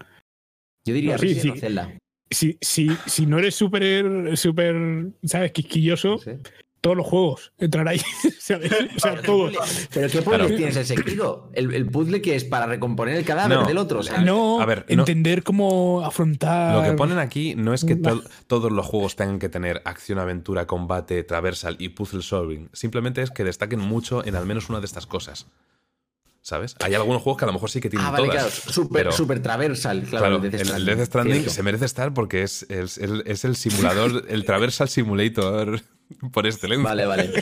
Yo diría No, sí, Resident sí. o Zelda. Si, si, si no eres súper, súper, ¿sabes? Quisquilloso, No sé. todos los juegos entrar ahí. ¿Sabes? O sea, todos. Pero ¿qué puzzle Claro. tienes el Sekiro? El, el puzzle que es para recomponer el cadáver No. del otro. O sea, No, A ver, no- entender cómo afrontar. Lo que ponen aquí no es que Va. to- todos los juegos tengan que tener acción, aventura, combate, traversal y puzzle solving. Simplemente es que destaquen mucho en al menos una de estas cosas. ¿Sabes? Hay algunos juegos que a lo mejor sí que tienen ah, vale, todas. claro. Super, pero- super Traversal. Claro, Claro, el Death el, el Stranding. Death Stranding Cierto. se merece estar porque es, es, el- es el simulador, el Traversal Simulator por excelencia. Vale, vale.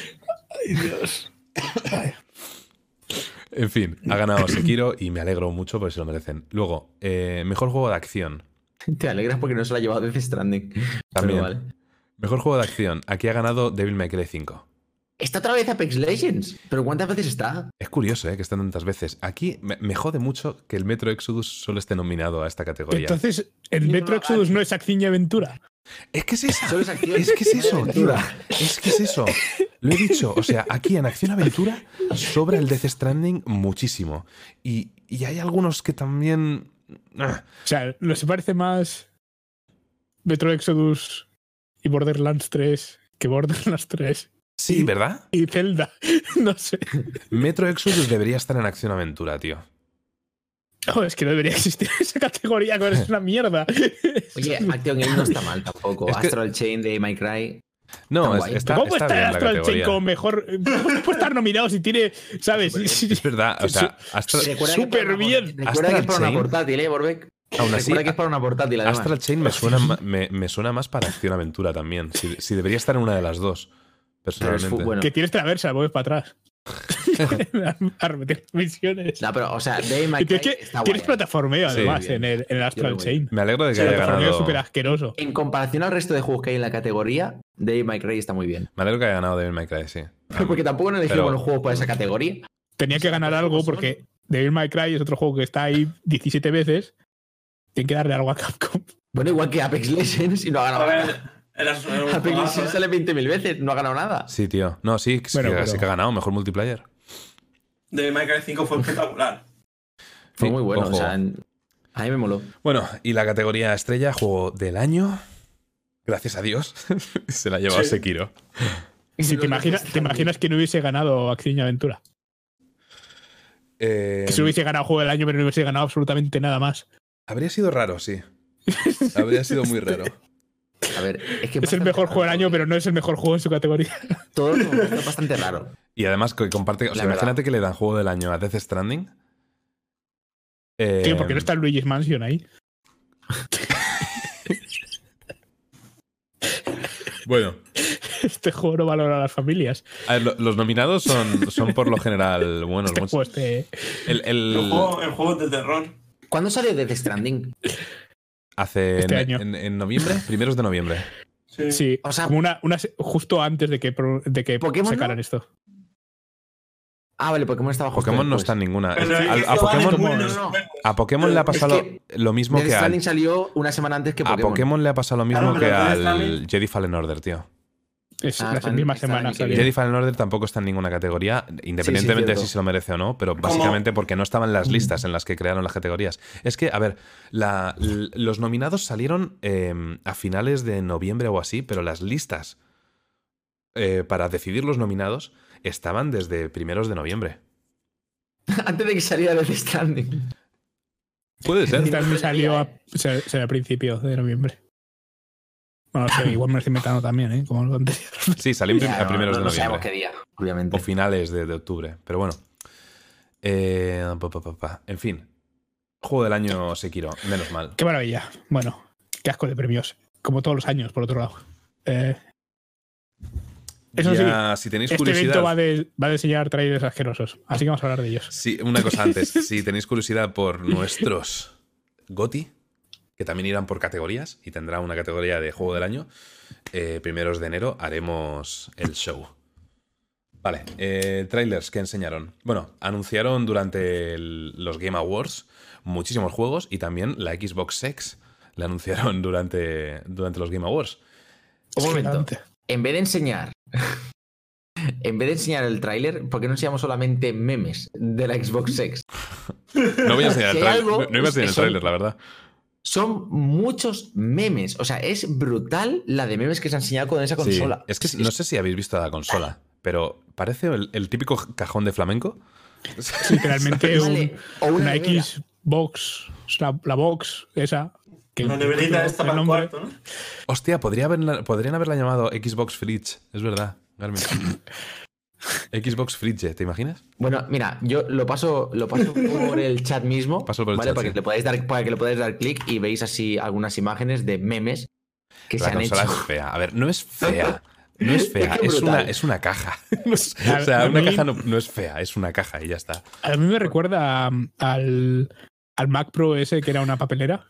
Ay, Dios. En fin, ha ganado Sekiro y me alegro mucho porque se lo merecen. Luego, eh, mejor juego de acción. Te alegras porque no se lo ha llevado Death Stranding. También. Pero vale. Mejor juego de acción. Aquí ha ganado Devil May Cry cinco. Está otra vez Apex Legends. ¿Pero cuántas veces está? Es curioso, ¿eh? Que están tantas veces. Aquí me, me jode mucho que el Metro Exodus solo esté nominado a esta categoría. Entonces, el Sí, Metro no, Exodus ah, no es acción y aventura. Es que es esa. Solo es acción. Es que es eso, tío. Aventura. Es que es eso. Lo he dicho. O sea, aquí en Acción Aventura sobra el Death Stranding muchísimo. Y, y hay algunos que también. Ah, O sea, ¿no se parece más Metro Exodus y Borderlands tres que Borderlands tres sí, ¿verdad? y Zelda? No sé. Metro Exodus debería estar en Acción Aventura, tío. Oh, es que no debería existir esa categoría, que es una mierda. Oye, Action Game no está mal tampoco. Es que- Astral Chain de My Cry. No, Está es- guay. está, ¿Cómo está está bien la Astral Chain categoría. como mejor? ¿Cómo puede estar nominado si tiene, sabes? Es verdad, o sea, Astral, Recuerda que es Súper para una- bien. Recuerda Astral que es para una Chain. portátil, ¿eh, Borbeck? Aún así, Recuerda que es para una portátil, además. Astral Chain me suena, ma- me, me suena más para Acción Aventura también. Si, si debería estar en una de las dos, Pero es personalmente. fu- bueno. Que tienes traversa, vuelves para atrás. A repetir misiones. No, pero, o sea, Devil May Y Cry tienes que- está tienes guay. plataformeo, Sí. además, Bien. en el, en el Astral Yo lo Chain. Me alegro de que Sí, el haya plataformeo es ganado. súper asqueroso. En comparación al resto de juegos que hay en la categoría, Devil May Cry está muy bien. Me alegro que haya ganado Devil May Cry, sí. Porque tampoco han elegido Pero- buenos juegos para esa categoría. Tenía que ganar algo porque Devil May Cry es otro juego que está ahí diecisiete veces. Tiene que darle algo a Capcom. Bueno, igual que Apex Legends y no ha A ganado ver, nada. era su- era un Apex juegazo, Legends ¿eh? sale veinte mil veces, no ha ganado nada. Sí, tío. No, sí, sí, Bueno, que, pero- sí que ha ganado. Mejor multiplayer. Devil May Cry cinco fue espectacular. Fue Sí, muy bueno, buen o sea, juego. en- a mí me moló. Bueno, y la categoría estrella, juego del año. Gracias a Dios. Se la ha llevado Sí. Sekiro. Si te imaginas, te imaginas que no hubiese ganado Acción y Aventura. Eh, Que se hubiese ganado Juego del Año, pero no hubiese ganado absolutamente nada más. Habría sido raro, sí. Habría sido muy raro. A ver, es que Es el mejor juego del año, pero no es el mejor juego en su categoría. todo es bastante raro. Y además que comparte. O sea, La verdad. imagínate que le dan juego del año a Death Stranding. Eh, Tío, porque no está Luigi's Mansion ahí. Bueno, Este juego no valora a las familias. a ver, lo- los nominados son, son por lo general buenos. Este muchos- juego, este. El, el- El juego, el juego de terror. ¿Cuándo salió Death Stranding? hace este en, año. en- en noviembre, primeros de noviembre. Sí. Sí, O sea- como una, una se- justo antes de que, pro- de que ¿Pokémon sacaran no? esto. Ah, vale, Pokémon estaba justo Pokémon no después. está en ninguna. Pero a, es que a esto vale Pokémon, como no, unos no, no. juegos. a Pokémon le ha pasado Es que lo mismo Death que al. Stranding salió una semana antes que A Pokémon. Pokémon le ha pasado lo mismo Claro, que pero Death al Stranding- Jedi Fallen Order, tío. Es Ah, la están- misma están semana aquí salió. bien. Jedi Fallen Order tampoco está en ninguna categoría, independientemente de cierto. si se lo merece o no, pero básicamente porque no estaban en las listas en las que crearon las categorías. Es que, a ver, la- l- los nominados salieron eh, a finales de noviembre o así, pero las listas eh, para decidir los nominados estaban desde primeros de noviembre. Antes de que saliera Death Stranding. Puede ser. También salió a, se- se- a principios de noviembre. Bueno, no sé, igual me lo estoy inventando también, ¿eh? Como lo anterior. Sí, salió en prim- Ya, a primeros no, de no sabemos noviembre. qué día, obviamente. O finales de, de octubre. Pero bueno. Eh, pa, pa, pa, pa. En fin. Juego del año Sekiro. Menos mal. Qué maravilla. Bueno, qué asco de premios. Como todos los años, por otro lado. Eh, eso Ya, si tenéis este curiosidad. evento va, de, va a enseñar trailers asquerosos. Así que vamos a hablar de ellos. Sí, una cosa antes. Si tenéis curiosidad por nuestros GOTY, que también irán por categorías y tendrá una categoría de juego del año, eh, primeros de enero haremos el show. Vale, eh, trailers que enseñaron. Bueno, anunciaron durante el- los Game Awards muchísimos juegos y también la Xbox X la anunciaron durante, durante los Game Awards. Un momento. Gigante. En vez de enseñar. En vez de enseñar el tráiler, ¿por qué no enseñamos solamente memes de la Xbox X? No voy a enseñar Si el hay tráiler, algo, no, no iba a enseñar el es que son- tráiler, la verdad. Son muchos memes. O sea, es brutal la de memes que se han enseñado con esa Sí, consola. es que no sé si habéis visto la consola, pero parece el, el típico cajón de flamenco. Literalmente Vale, o un- una una nevera. Xbox, la, la box, esa. Que La neverita esta el para el nombre. cuarto, ¿no? Hostia, podría haberla- podrían haberla llamado Xbox Fridge. Es verdad, Garmin. Xbox Fridge, ¿te imaginas? Bueno, mira, yo lo paso, lo paso por el chat mismo, Paso por el ¿vale? chat, para, sí. que le podáis dar, para que le podáis dar clic y veis así algunas imágenes de memes que La se han consola hecho. es fea. A ver, no es fea. No es fea, Es que es una, brutal. es una caja. O sea, A- a una mí- caja no, no es fea, es una caja y ya está. A mí me recuerda um, al, al Mac Pro ese que era una papelera.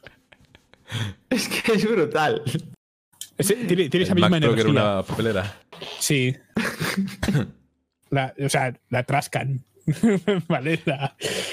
Es que es brutal. Ese- tiene, tiene esa El misma Mac Pro, que energía. era una papelera. Sí. La- o sea, la trascan. ¿Vale? La-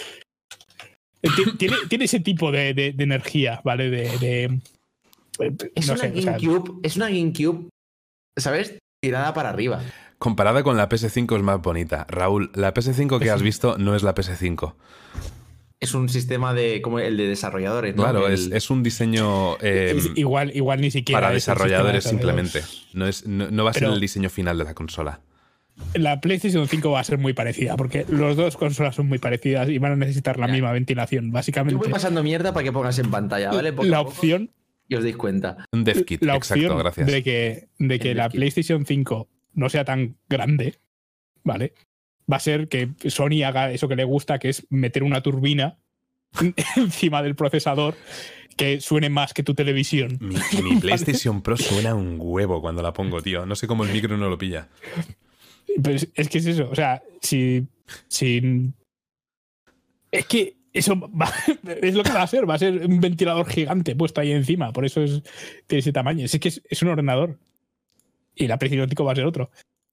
Ti- Tiene, tiene ese tipo de, de- de energía, ¿vale? De. de- Es no una sé, o sea, GameCube, es una GameCube, ¿sabes? Tirada para arriba. Comparada con la P S cinco es más bonita. Raúl, la P S cinco que has visto no es la P S cinco. Es un sistema de como el de desarrolladores, ¿no? Claro, El- es, es un diseño eh, es igual, igual ni siquiera. para es el desarrolladores sistema de simplemente. desarrolladores. No, es, no, no va a ser Pero- el diseño final de la consola. La PlayStation cinco va a ser muy parecida, porque los dos consolas son muy parecidas y van a necesitar la Ya. misma ventilación. Yo Básicamente, voy pasando mierda para que pongas en pantalla, ¿vale? Poco la a poco opción, y os deis cuenta. Un dev kit, la exacto, opción gracias. de que, de que El la dev kit. PlayStation cinco no sea tan grande, ¿vale? Va a ser que Sony haga eso que le gusta, que es meter una turbina encima del procesador que suene más que tu televisión. Mi, mi PlayStation Pro suena un huevo cuando la pongo, tío. No sé cómo el micro no lo pilla. Pues es que es eso, o sea, si, si es que eso va- es lo que va a ser, va a ser un ventilador gigante puesto ahí encima, por eso es, tiene ese tamaño. Es que es, es un ordenador y la PlayStation cinco va a ser otro.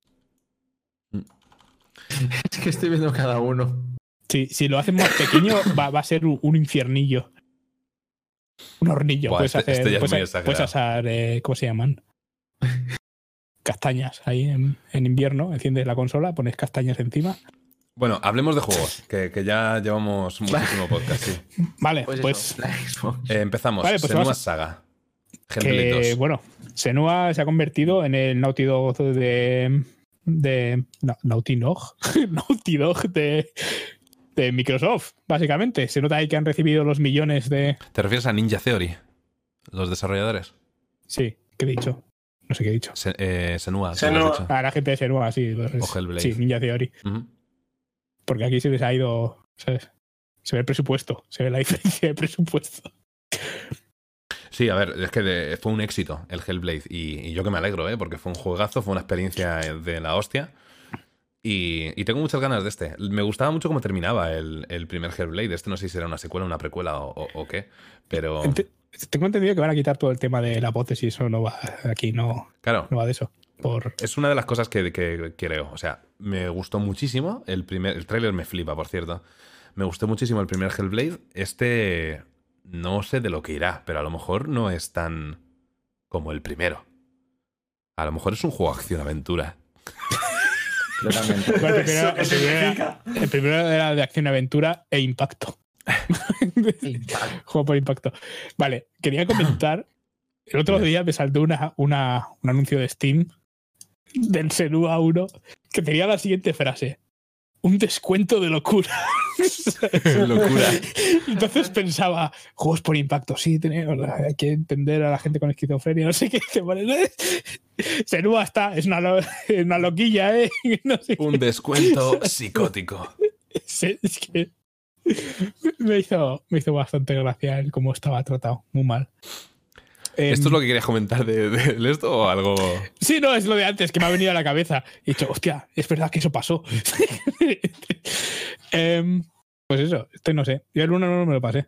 Es que estoy viendo cada uno. Si, si lo hacen más pequeño, va, va a ser un, un infiernillo. Un hornillo. Buah, puedes este- hacer, este ya es puedes, muy ha- exagerado. puedes asar, eh, ¿cómo se llaman? Castañas ahí en, en invierno. Enciendes la consola, pones castañas encima. Bueno, hablemos de juegos, que, que ya llevamos muchísimo podcast, sí. Vale, Pues, pues, eso, la Xbox. Eh, empezamos. Vale, pues Senua vamos- Saga. Hellblade que, dos. bueno, Senua se ha convertido en el Naughty Dog de. de no, Naughty Dog. Naughty Dog de, de Microsoft, básicamente. Se nota ahí que han recibido los millones de. ¿Te refieres a Ninja Theory? Los desarrolladores. Sí, ¿qué he dicho? No sé qué he dicho. Se- eh, Senua. Senua. ¿qué has dicho? A la gente de Senua, sí. Los, O Hellblade. sí, Ninja Theory. Ujú. Porque aquí se les ha ido. ¿Sabes? Se ve el presupuesto. Se ve la diferencia de presupuesto. Sí, a ver, es que de- fue un éxito el Hellblade. Y, y yo que me alegro, ¿eh? Porque fue un juegazo, fue una experiencia de la hostia. Y, y tengo muchas ganas de este. Me gustaba mucho cómo terminaba el, el primer Hellblade. Este no sé si era una secuela, una precuela o, o- o qué. Pero, Ent- Tengo entendido que van a quitar todo el tema de la voces y eso no va. Aquí no, claro, no va de eso. Por... Es una de las cosas que, que, que creo. O sea, me gustó muchísimo. El primer, el tráiler me flipa, por cierto. Me gustó muchísimo el primer Hellblade. Este no sé de lo que irá, pero a lo mejor no es tan como el primero. A lo mejor es un juego acción-aventura. Claramente. Bueno, el, primero, ¿Eso qué el, primero era, significa? el primero era de acción-aventura e impacto. Juego por impacto. Vale, quería comentar. El otro día me saltó una, una, un anuncio de Steam del Senua uno que tenía la siguiente frase: un descuento de locura. Locura. Entonces pensaba, juegos por impacto, sí, tenemos, hay que entender a la gente con esquizofrenia, no sé qué. Senua está, es una, lo, una loquilla, ¿eh? No sé Un descuento psicótico. Sí, es que me hizo, me hizo bastante gracia el cómo estaba tratado, muy mal. ¿Esto es lo que querías comentar de, de, de esto o algo? Sí, no, es lo de antes que me ha venido a la cabeza. He dicho, hostia, es verdad que eso pasó. um, pues eso, este no sé. Yo el uno no me lo pasé.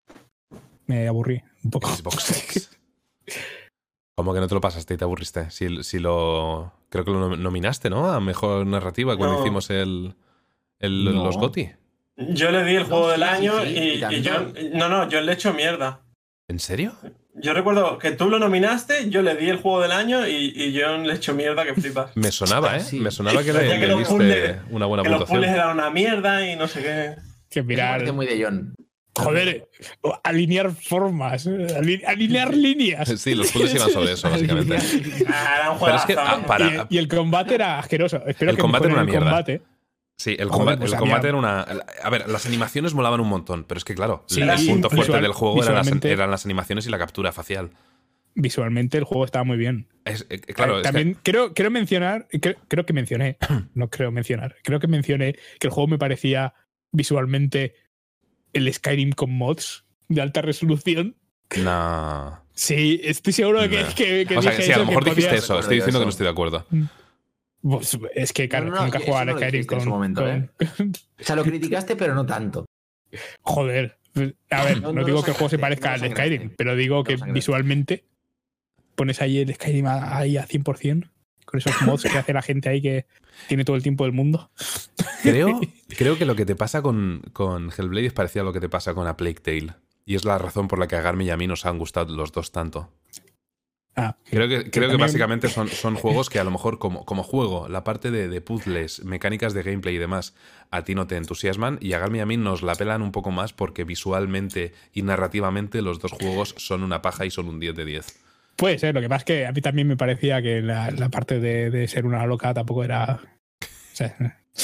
Me aburrí un poco. Xbox. ¿Cómo que no te lo pasaste y te aburriste? Si, si lo... Creo que lo nominaste, ¿no? A Mejor Narrativa cuando no. hicimos el, el No. los GOTY. Yo le di el juego No, del sí, año sí, sí, y, y tanto. y yo... No, no, yo le echo mierda. ¿En serio? Yo recuerdo que tú lo nominaste, yo le di el juego del año y, y yo le echo mierda que flipas. Me sonaba, ¿eh? Sí. Me sonaba que Parecía le, que le los diste puzzles- una buena Que los puntuación. puzzles eran una mierda y no sé qué. Que Me mirar, parece muy de John. joder, alinear formas, aline- alinear líneas. Sí, los puzzles iban sobre eso, básicamente. Ah, era un Pero es juegazo. que, ah, para- Y, y el combate era asqueroso. Espero El que combate era mejoren una el mierda. combate. Sí, el, Joder, combate, pues el había- combate era una... A ver, las animaciones molaban un montón, pero es que claro, Sí, el sí, punto fuerte visual- del juego eran las, visualmente- eran las animaciones y la captura facial. Visualmente el juego estaba muy bien. Es, eh, claro, Eh, es también que- creo, creo mencionar, creo, creo que mencioné, no creo mencionar, creo que mencioné que el juego me parecía visualmente el Skyrim con mods de alta resolución. No. Sí, estoy seguro de que, No. que, que O sea, dije que sí, a lo eso, mejor que dijiste podías- eso. Estoy recuerdo diciendo que eso. no estoy de acuerdo. Pues, es que, claro, No, no, nunca eso jugaba no al lo Skyrim dijiste en con, su momento, con- ¿eh? O sea, lo criticaste, pero no tanto. Joder. A ver, No, no, no lo digo que el juego se sangraste, parezca no lo al sangraste. Skyrim, pero digo No que lo sangraste. visualmente pones ahí el Skyrim ahí a cien por ciento con esos mods que hace la gente ahí que tiene todo el tiempo del mundo. Creo, creo que lo que te pasa con, con Hellblade es parecido a lo que te pasa con A Plague Tale. Y es la razón por la que a Garmi y a mí nos han gustado los dos tanto. Ah, Creo que, creo que también- básicamente son, son juegos que a lo mejor como, como juego, la parte de, de puzzles, mecánicas de gameplay y demás, a ti no te entusiasman y a Garmi y a mí nos la pelan un poco más porque visualmente y narrativamente los dos juegos son una paja y son un diez de diez. Puede ser, lo que pasa es que a mí también me parecía que la, la parte de, de ser una loca tampoco era... O sea,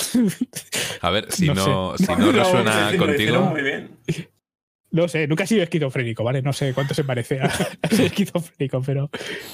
A ver, si No no, sé. si no resuena sí, lo hicieron contigo... muy bien. no sé, nunca he sido esquizofrénico, ¿vale? No sé cuánto se parece a, a ser esquizofrénico, pero...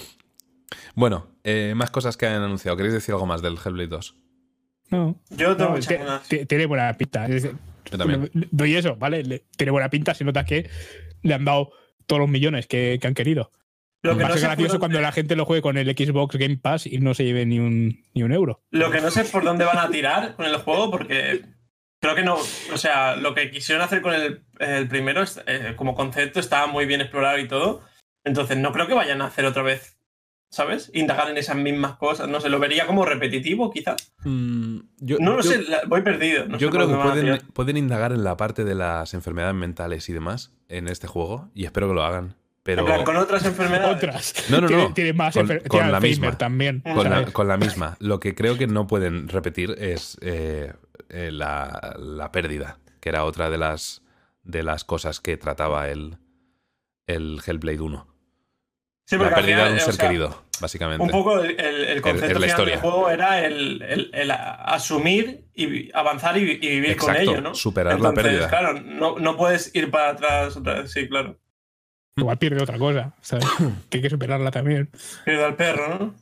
Bueno, eh, más cosas que han anunciado. ¿Queréis decir algo más del Hellblade dos? No, Yo tengo no, muchas te- ganas. te- tiene buena pinta. Es decir, Yo también. le- doy eso, ¿vale? Le- tiene buena pinta, se nota que le han dado todos los millones que, que han querido. Lo que, Va a no ser sé gracioso por cuando dónde, la gente lo juegue con el Xbox Game Pass y no se lleve ni un, ni un euro. lo que no sé es por dónde van a tirar con el juego, porque creo que no. O sea, lo que quisieron hacer con el, el primero, es, eh, como concepto, estaba muy bien explorado y todo. Entonces, no creo que vayan a hacer otra vez, ¿sabes? Indagar en esas mismas cosas. No sé, lo vería como repetitivo, quizás. Mm, yo, No lo yo- sé, la- voy perdido. No Yo sé por creo que dónde van a pueden, tirar. pueden indagar en la parte de las enfermedades mentales y demás en este juego y espero que lo hagan. Pero En plan, con otras enfermedades. Otras. No, no, tiene, no. tiene más Con- enfer- con tiene la Alzheimer misma. también. con, la, ¿sabes? con la misma. Lo que creo que no pueden repetir es eh, eh, la, la pérdida, que era otra de las, de las cosas que trataba el, el Hellblade uno. Sí, La porque al pérdida final, de un o ser sea, querido, básicamente. Un poco el, el- el concepto Es la final historia. del juego era el, el- el asumir y vi- avanzar y, vi- y vivir Exacto, con ello, ¿no? superar la Entonces, pérdida. Claro, no, no puedes ir para atrás otra vez, sí, claro. Igual pierde otra cosa, ¿sabes? que hay que superarla también. Pierde al perro, ¿no?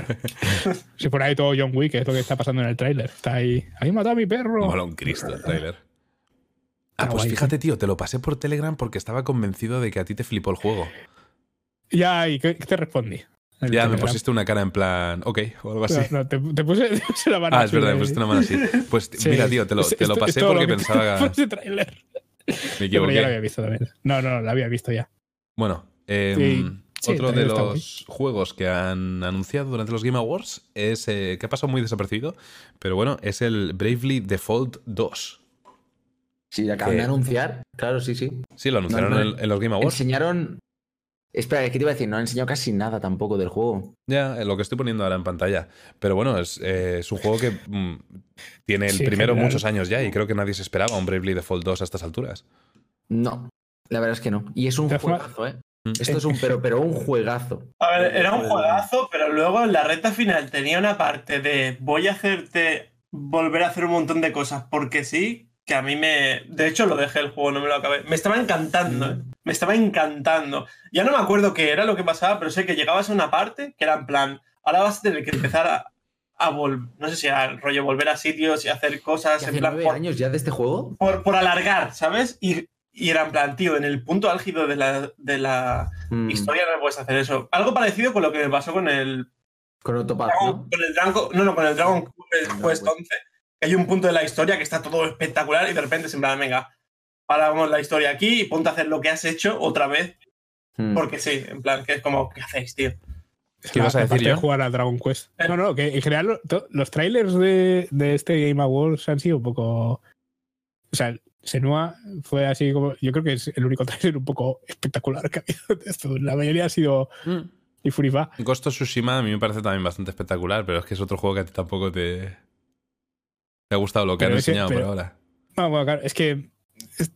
Si por ahí todo John Wick, es lo que está pasando en el tráiler. Está ahí. ¡Ahí matado a mi perro! Mola un Cristo el tráiler. Ah, Está pues guay, fíjate, tío, te lo pasé por Telegram porque estaba convencido de que a ti te flipó el juego. Ya, ¿y qué, qué te respondí? En el Ya me Telegram. pusiste una cara en plan, ok, o algo así. No, no, te, te puse, te puse la mano Ah, es así verdad, de- me pusiste una mano así. Pues Sí. mira, tío, te lo, Es- te lo esto- es pasé todo porque lo que te- pensaba... por ese tráiler. Me Yo, pero ya lo equivoqué. había visto también. No, no, no, lo había visto ya. Bueno, eh, Sí. Sí, otro de también está los juegos que han anunciado durante los Game Awards es, eh, que ha pasado muy desapercibido, pero bueno, es el Bravely Default dos. Sí, acaban que- de anunciar. Claro, sí, sí. Sí, lo anunciaron No, no, en, en los Game Awards. Enseñaron. Espera, ¿qué te iba a decir? No han enseñado casi nada tampoco del juego. Ya, lo que estoy poniendo ahora en pantalla. Pero bueno, es, eh, es un juego que mm, tiene el Sí, primero general. muchos años ya y creo que nadie se esperaba un Bravely Default dos a estas alturas. No, la verdad es que no. Y es un De forma- juegazo, ¿eh? Mm. Esto es un pero, pero un juegazo. A ver, era un juegazo, pero luego en la recta final tenía una parte de voy a hacerte volver a hacer un montón de cosas porque sí, que a mí me... De hecho, lo dejé el juego, no me lo acabé. Me estaba encantando, ¿eh? Me estaba encantando. Ya no me acuerdo qué era lo que pasaba, pero sé que llegabas a una parte que era en plan, ahora vas a tener que empezar a, a volver, no sé si a rollo volver a sitios y hacer cosas en ¿Hace plan... nueve Por, años ya de este juego? por, por alargar, ¿sabes? Y, y era en plan, tío, en el punto álgido de la, de la Mm, historia no puedes hacer eso. Algo parecido con lo que me pasó con el Con Octopath, Dragon, ¿no? con el Dragon, no, no, con el Dragon Quest Quest. once, que hay un punto de la historia que está todo espectacular y de repente se en plan, venga, paramos la historia aquí y ponte a hacer lo que has hecho otra vez, Mm. porque sí, en plan, que es como, ¿qué hacéis, tío? ¿Qué ibas a La decir, parte de John? jugar a Dragon Quest. Eh. No, no, que en general lo- to- los trailers de, de este Game Awards han sido un poco... O sea, Senua fue así como... Yo creo que es el único trailer un poco espectacular que ha habido de esto. La mayoría ha sido... Mm. Y Furifa. Ghost of Tsushima a mí me parece también bastante espectacular, pero es que es otro juego que a ti tampoco te, te ha gustado lo que Pero han ese- enseñado pero- por ahora. Bueno, bueno, claro, es que... es-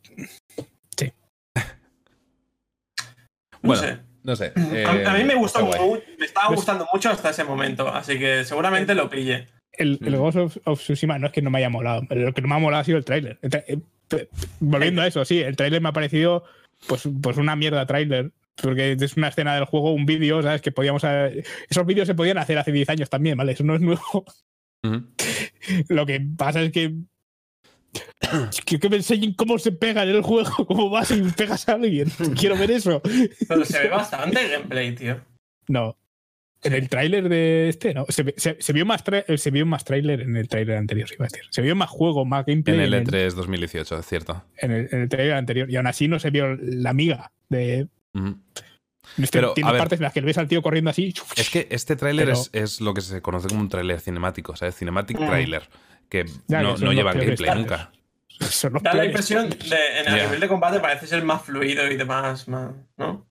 No Bueno, sé. no sé. A, eh, a mí me gustó está guay. mucho, me estaba Pues- gustando mucho hasta ese momento, así que seguramente lo pille. El, el Mm. Ghost of, of Tsushima no es que no me haya molado, pero lo que no me ha molado ha sido el tráiler. El tra- eh, eh, Volviendo a eso, sí, el tráiler me ha parecido pues, pues una mierda tráiler. Porque es una escena del juego, un vídeo, ¿sabes? Que podíamos haber- Esos vídeos se podían hacer hace diez años también, ¿vale? Eso no es nuevo. Ujú. Lo que pasa es que. Quiero que me enseñen cómo se pega en el juego, cómo vas y pegas a alguien. Quiero ver eso. Pero se ve bastante gameplay, tío. No. En el tráiler de este, no. Se, ve- se- se vio más tra- se vio más tráiler en el tráiler anterior, iba a decir. Se vio más juego, más gameplay. En el E tres dos mil dieciocho, es cierto. En el, en el tráiler anterior. Y aún así no se vio la miga de. Ujú. Este, Pero, tiene a ver. partes en las que ves al tío corriendo así. Es que este tráiler Pero- es, es lo que se conoce como un tráiler cinemático, ¿sabes? Cinematic Mm. trailer, que Ya, que no, son no los llevan peores gameplay trailers. nunca. Son los Da la peores. impresión de en el Ya. nivel de combate parece ser más fluido y demás, más, ¿no?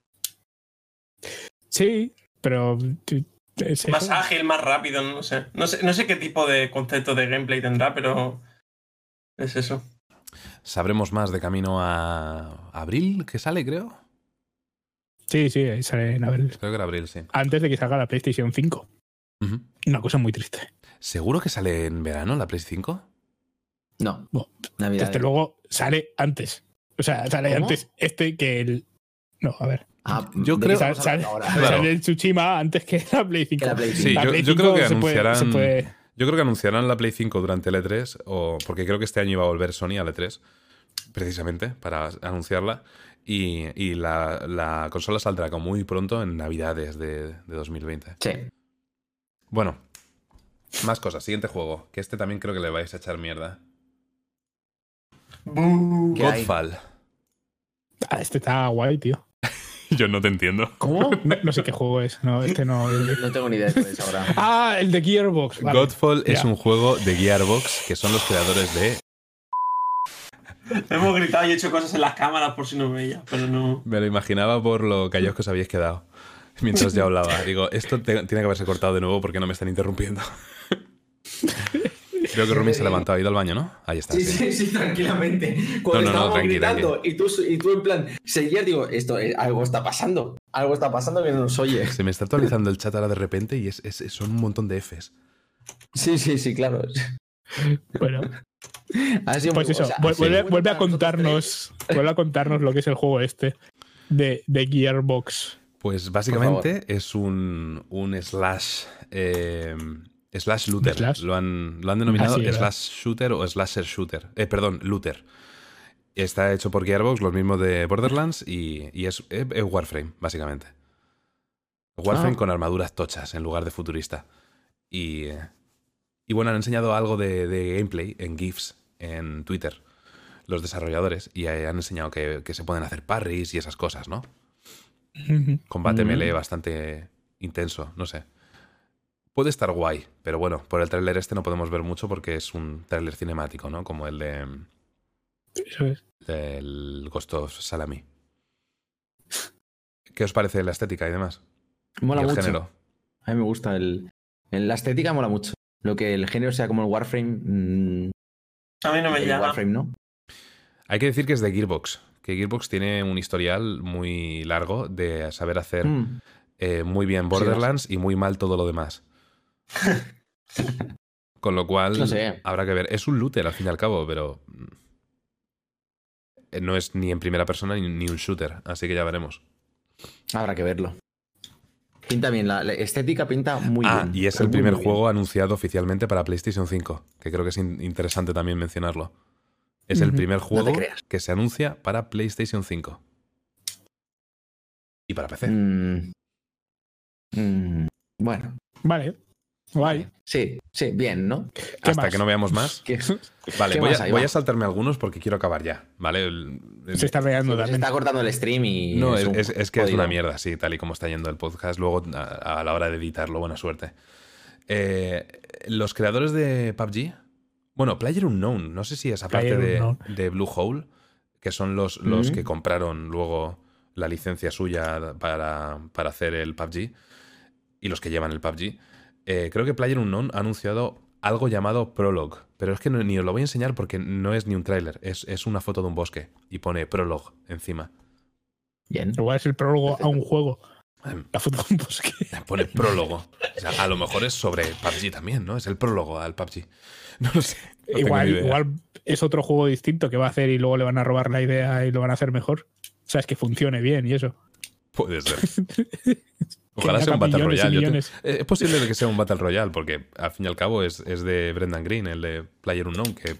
Sí, pero. es Más eso. ágil, más rápido, no sé. No sé, no sé qué tipo de concepto de gameplay tendrá, pero es eso. Sabremos más de camino a abril, que sale, creo. Sí, sí, ahí sale en abril. Creo que era abril, sí. Antes de que salga la PlayStation cinco. Ujú. Una cosa muy triste. ¿Seguro que sale en verano la Play cinco? No. Bueno, Navidad. Desde luego sale antes. O sea, sale ¿Cómo? antes este que el. No, a ver. Ah, Yo ¿de creo- qué estamos hablando Sale, ahora? Claro. sale el Tsushima antes que la Play cinco. Que la Play Sí, cinco. La yo, Play yo creo que cinco se puede- anunciarán. se puede- Yo creo que anunciarán la Play cinco durante el E tres, o, porque creo que este año iba a volver Sony al E tres, precisamente, para anunciarla. Y, y la, la consola saldrá como muy pronto en Navidades de, de dos mil veinte. Sí. Bueno, más cosas. Siguiente juego, que este también creo que le vais a echar mierda. Buh. ¿Qué hay? Godfall. Ah, este está guay, tío. Yo no te entiendo. ¿Cómo? No, no sé qué juego es. No, este no. No tengo ni idea de qué es ahora. Ah, el de Gearbox. Vale. Godfall es Ya. un juego de Gearbox, que son los creadores de... Hemos gritado y hecho cosas en las cámaras por si no veía, pero no. Me lo imaginaba por lo callados que os habíais quedado mientras yo hablaba. Digo, esto te- tiene que haberse cortado de nuevo porque no me están interrumpiendo. Creo que Rumi se ha levantado, ha ido al baño, ¿no? Ahí está. Sí, sí. sí, sí, tranquilamente. No, Cuando no, no, estábamos tranqui, gritando y tú, y tú en plan seguías, digo, esto, eh, algo está pasando. Algo está pasando que no nos oye. Se me está actualizando el chat ahora de repente y es, es- son un montón de Fs. Sí, sí, sí, claro. Bueno, Ha sido pues muy- eso. o sea, vuel- ha sido vuelve, bueno vuelve a para nosotros contarnos. Vuelve a contarnos lo que es el juego este de, de Gearbox. Pues básicamente es un, un slash... eh, slash looter. ¿Slash? Lo, han, lo han denominado Ah, sí, ¿verdad? slash shooter o slasher shooter. Eh, perdón, looter. Está hecho por Gearbox, los mismos de Borderlands, y, y es, es Warframe, básicamente. Warframe Ah. con armaduras tochas en lugar de futurista. Y, eh, y bueno, han enseñado algo de, de gameplay en GIFs en Twitter, los desarrolladores, y eh, han enseñado que, que se pueden hacer parries y esas cosas, ¿no? Combate Mm. melee bastante intenso, no sé. Puede estar guay, pero bueno, por el tráiler este no podemos ver mucho porque es un tráiler cinemático, ¿no? Como el de Eso es. del Ghost of Salami. ¿Qué os parece la estética y demás? Mola y el mucho. género. A mí me gusta el, el- la estética, mola mucho. Lo que el género sea como el Warframe. mmm, A mí no me el llama. Warframe, ¿no? Hay que decir que es de Gearbox, que Gearbox tiene un historial muy largo de saber hacer Mm. eh, muy bien Borderlands y muy mal todo lo demás. Con lo cual, No sé. habrá que ver. Es un looter al fin y al cabo, pero mm, no es ni en primera persona ni, ni un shooter, así que ya veremos. Habrá que verlo. Pinta bien, la, la estética pinta muy ah, bien. y es pero el muy, primer muy bien. juego anunciado oficialmente para PlayStation cinco, que creo que es in- interesante también mencionarlo. Es el Ujú. primer juego creas. que se anuncia para PlayStation cinco. Y para P C. Mm. Mm. Bueno, Vale. Guay. sí, sí, bien, ¿no? Hasta más? que no veamos más. ¿Qué- Vale, ¿Qué voy, más a, hay, voy va? a saltarme algunos porque quiero acabar ya, ¿vale? El- el- Se está pegando Se también. está cortando el stream y. no, es, un es- es que es jodido. una mierda, sí, tal y como está yendo el podcast. Luego, a, a la hora de editarlo, buena suerte. Eh, los creadores de P U B G, bueno, PlayerUnknown, no sé si es aparte de, PlayerUnknown. de Bluehole, que son los, los Mm. que compraron luego la licencia suya para, para hacer el P U B G y los que llevan el P U B G. Eh, creo que PlayerUnknown ha anunciado algo llamado Prologue, pero es que no- ni os lo voy a enseñar porque no es ni un tráiler, es, es una foto de un bosque y pone Prologue encima. Bien. Igual es el prólogo a un juego. Em, La foto de un bosque. Pone prólogo. O sea, a lo mejor es sobre P U B G también, ¿no? Es el prólogo al P U B G. No lo sé. No tengo igual, ni idea. igual es otro juego distinto que va a hacer y luego le van a robar la idea y lo van a hacer mejor. O sea, es que funcione bien y eso. Puede ser. Que Ojalá me sea un haga Battle millones y Royale. Yo te- millones. eh, es posible que sea un Battle Royale porque al fin y al cabo es, es de Brendan Green, el de PlayerUnknown, que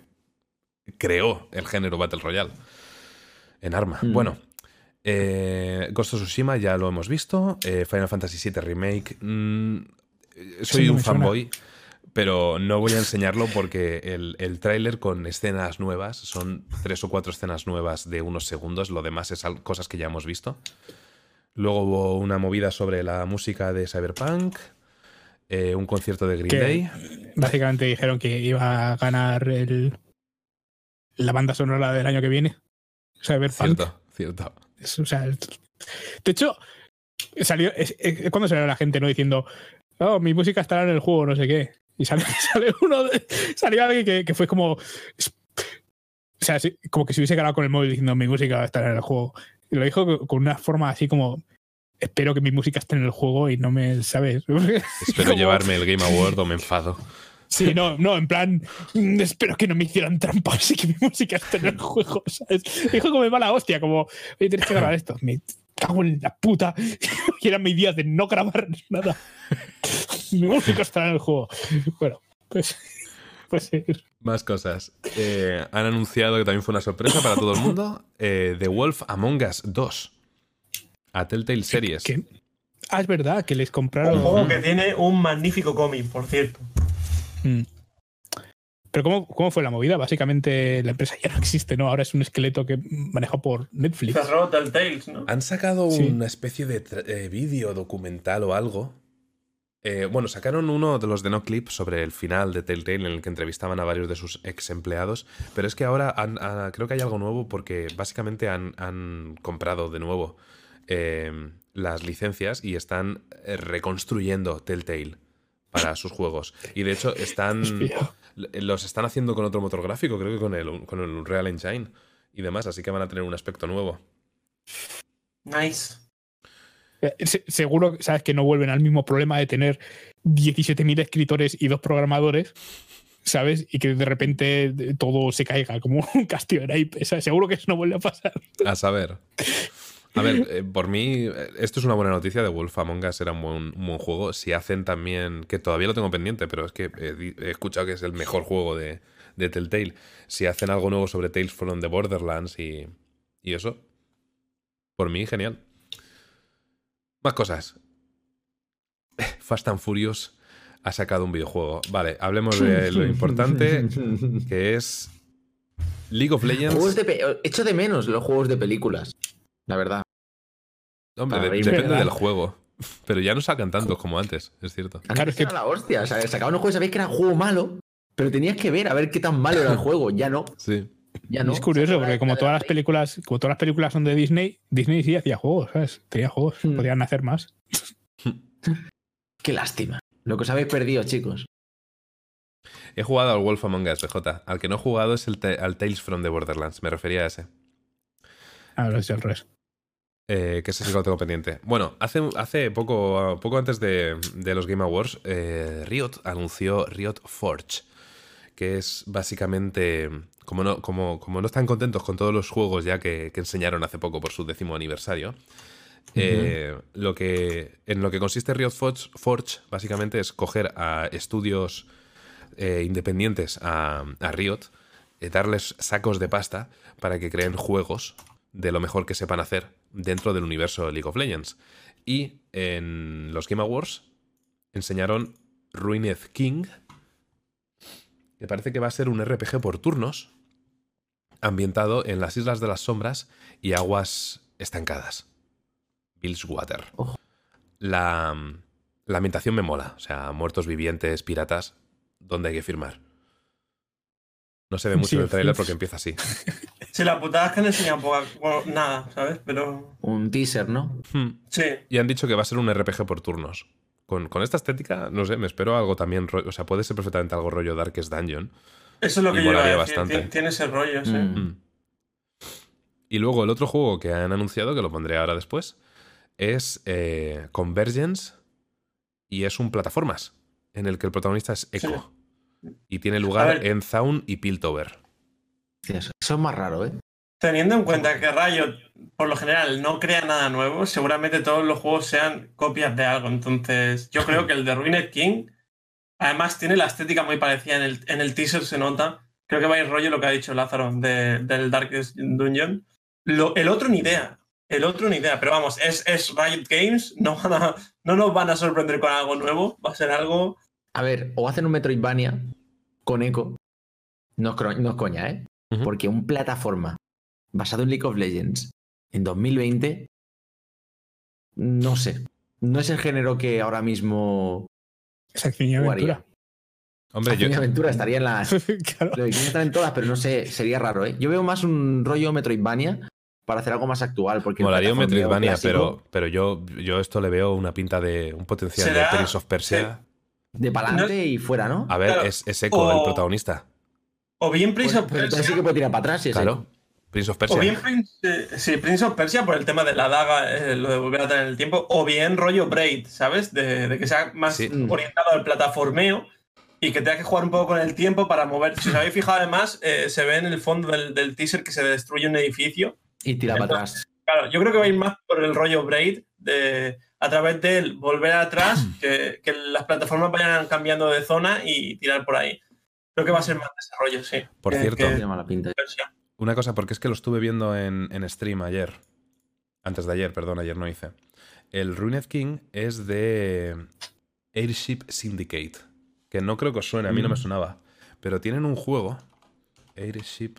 creó el género Battle Royale en Arma. Mm. Bueno, eh, Ghost of Tsushima ya lo hemos visto. eh, Final Fantasy siete Remake. mm, soy Sí, no un me suena. fanboy, pero no voy a enseñarlo porque el, el tráiler con escenas nuevas son tres o cuatro escenas nuevas de unos segundos. Lo demás es al- cosas que ya hemos visto. Luego hubo una movida sobre la música de Cyberpunk, eh, un concierto de Green Que Day. básicamente dijeron que iba a ganar el, la banda sonora del año que viene. Cyberpunk. Cierto, cierto. Es- o sea, es- de hecho, salió, es, es cuando salió la gente no diciendo, oh, mi música estará en el juego, no sé qué. Y sale, sale uno, de- salió alguien que, que fue como, es- o sea, sí, como que se hubiese quedado con el móvil diciendo, mi música va a estar en el juego. Y lo dijo con- con una forma así como, espero que mi música esté en el juego y no me, ¿sabes? Espero Como- llevarme el Game Award o me enfado. Sí, no, no, en plan, mm, espero que no me hicieran trampas y que mi música esté en el juego, ¿sabes? Dijo como de mala hostia, como, oye, tienes que grabar esto. Me cago en la puta. Y era mi día de no grabar nada. Mi música está en el juego. Bueno, pues, pues sí. Más cosas. Eh, han anunciado que también fue una sorpresa para todo el mundo. eh, The Wolf Among Us dos. A Telltale Series. ¿Qué? Ah, es verdad, que les Un compraron. juego que tiene un magnífico cómic, por cierto. Mm. Pero ¿cómo, ¿cómo fue la movida? Básicamente la empresa ya no existe, ¿no? Ahora es un esqueleto que manejado por Netflix. Cerró Telltales, ¿no? Han sacado Sí. una especie de tra- eh, vídeo documental o algo. Eh, bueno, sacaron uno de los de No Clip sobre el final de Telltale en el que entrevistaban a varios de sus ex empleados. Pero es que ahora han- ah, creo que hay algo nuevo porque básicamente han, han comprado de nuevo eh, las licencias y están eh, reconstruyendo Telltale para sus juegos. Y de hecho están Hostia. los están haciendo con otro motor gráfico, creo que con el, con el Unreal Engine y demás, así que van a tener un aspecto nuevo. Nice. Eh, se- Seguro, sabes, que no vuelven al mismo problema de tener diecisiete mil escritores y dos programadores, ¿sabes? Y que de repente de- todo se caiga como un castillo de naipes. O sea, seguro que eso no vuelve a pasar. A saber. A ver, eh, por mí, eh, esto es una buena noticia. De Wolf Among Us era un buen, un buen juego. Si hacen también, que todavía lo tengo pendiente, pero es que he, di- he escuchado que es el mejor juego de, de Telltale. Si hacen algo nuevo sobre Tales from the Borderlands y, y eso, por mí, genial. Más cosas. Fast and Furious ha sacado un videojuego. Vale, hablemos de lo importante, que es League of Juegos Legends. de pe- Echo de menos los juegos de películas, la verdad. Hombre, de, depende del juego. Pero ya no sacan tantos como antes, es cierto. Claro, es que era la hostia. O sea, sacaban un juego y sabéis que era un juego malo, pero tenías que ver a ver qué tan malo era el juego. Ya no. Sí. Ya no. Es curioso, porque como todas las películas, como todas las películas son de Disney, Disney sí hacía juegos, ¿sabes? Tenía juegos, hmm. podían hacer más. Qué lástima. Lo que os habéis perdido, chicos. He jugado al Wolf Among Us, B J. Al que no he jugado es el al Tales from the Borderlands. Me refería a ese. Ahora es el resto. Eh, que ese sí que lo tengo pendiente. Bueno, hace, hace poco, poco antes de, de los Game Awards, eh, Riot anunció Riot Forge, que es básicamente, como no, como, como no están contentos con todos los juegos ya que, que enseñaron hace poco por su décimo aniversario, uh-huh. eh, lo que, en lo que consiste Riot Forge, Forge básicamente es coger a estudios eh, independientes a, a Riot, eh, darles sacos de pasta para que creen juegos de lo mejor que sepan hacer dentro del universo de League of Legends. Y en los Game Awards enseñaron Ruined King, que parece que va a ser un R P G por turnos, ambientado en las Islas de las Sombras y aguas estancadas. Bilgewater. Oh. La, la ambientación me mola. O sea, muertos vivientes, piratas, ¿dónde hay que firmar? No se ve mucho sí, en el trailer porque empieza así. Sí, la putada es que no enseñan poca, bueno, nada, ¿sabes? Pero... Un teaser, ¿no? Hmm. Sí. Y han dicho que va a ser un R P G por turnos. Con, con esta estética, no sé, me espero algo también... O sea, puede ser perfectamente algo rollo Darkest Dungeon. Eso es lo que yo iba a decir. Bastante. Tiene ese rollo, sí. Mm. Y luego el otro juego que han anunciado, que lo pondré ahora después, es eh, Convergence, y es un plataformas en el que el protagonista es Echo. Sí. Y tiene lugar en Zaun y Piltover. Eso es más raro, ¿eh? Teniendo en cuenta que Riot, por lo general, no crea nada nuevo, seguramente todos los juegos sean copias de algo. Entonces, yo creo que el de Ruined King, además, tiene la estética muy parecida. En el, en el teaser se nota. Creo que va a ir rollo lo que ha dicho Lázaro de, del Darkest Dungeon. Lo, el otro ni idea. El otro ni idea. Pero vamos, es, es Riot Games. No, van a, no nos van a sorprender con algo nuevo. Va a ser algo... A ver, o hacen un Metroidvania con Echo. No es, no es coña, ¿eh? Uh-huh. Porque un plataforma basado en League of Legends en dos mil veinte, no sé. No es el género que ahora mismo... Es acción y aventura. Hombre, acción yo... y aventura estaría en las... claro. Lo estar en todas, pero no sé, sería raro, ¿eh? Yo veo más un rollo Metroidvania para hacer algo más actual. Porque molaría un Metroidvania, clásico, pero, pero yo, yo esto le veo una pinta de un potencial ¿será? De Prince of Persia... Sí. De pa'lante no, y fuera, ¿no? A ver, claro. es, es Echo o, el protagonista. O bien Prince pues, of Persia. Pero sí que puede tirar para atrás, sí. Claro, Prince of Persia. O bien Prince, eh, sí, Prince of Persia por el tema de la daga, eh, lo de volver a tener el tiempo. O bien rollo Braid, ¿sabes? De, de que sea más sí. orientado al plataformeo y que tenga que jugar un poco con el tiempo para mover. Si os habéis fijado, además, eh, se ve en el fondo del, del teaser que se destruye un edificio. Y tira Entonces, para atrás. Claro, yo creo que va a ir más por el rollo Braid de... a través de él volver atrás, que, que las plataformas vayan cambiando de zona y tirar por ahí. Creo que va a ser más desarrollo, sí. Por que, cierto, que mala pinta. Una cosa, porque es que lo estuve viendo en, en stream ayer. Antes de ayer, perdón, ayer no hice. El Ruined King es de Airship Syndicate, que no creo que os suene, a mí mm. no me sonaba. Pero tienen un juego, Airship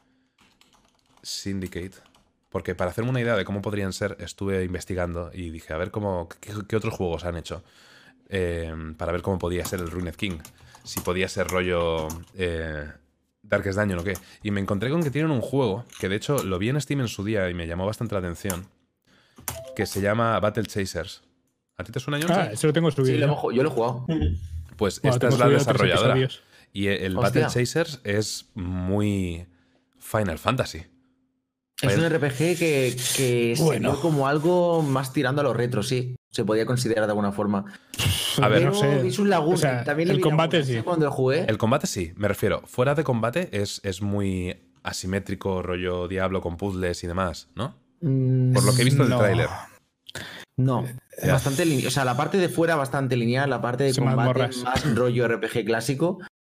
Syndicate... Porque para hacerme una idea de cómo podrían ser, estuve investigando y dije, a ver cómo qué, qué otros juegos han hecho. Eh, para ver cómo podía ser el Ruined King. Si podía ser rollo eh, Darkest Dungeon o qué. Y me encontré con que tienen un juego, que de hecho lo vi en Steam en su día y me llamó bastante la atención, que se llama Battle Chasers. ¿A ti te suena, John? Ah, eso lo tengo subido. Sí, lo hemos, yo lo he jugado. Pues bueno, esta es la desarrolladora. Y el Hostia. Battle Chasers es muy Final Fantasy. Es un R P G que, que bueno. se vio como algo más tirando a los retros, sí. Se podía considerar de alguna forma. A ver, pero no sé. Es un laguna. O sea, también el combate laguna, sí. Cuando lo jugué. El combate sí, me refiero. Fuera de combate es, es muy asimétrico, rollo Diablo con puzzles y demás, ¿no? Mm, Por lo que he visto no. del tráiler. No, es bastante lineal. O sea, la parte de fuera bastante lineal, la parte de combate mazmorras. Más rollo R P G clásico.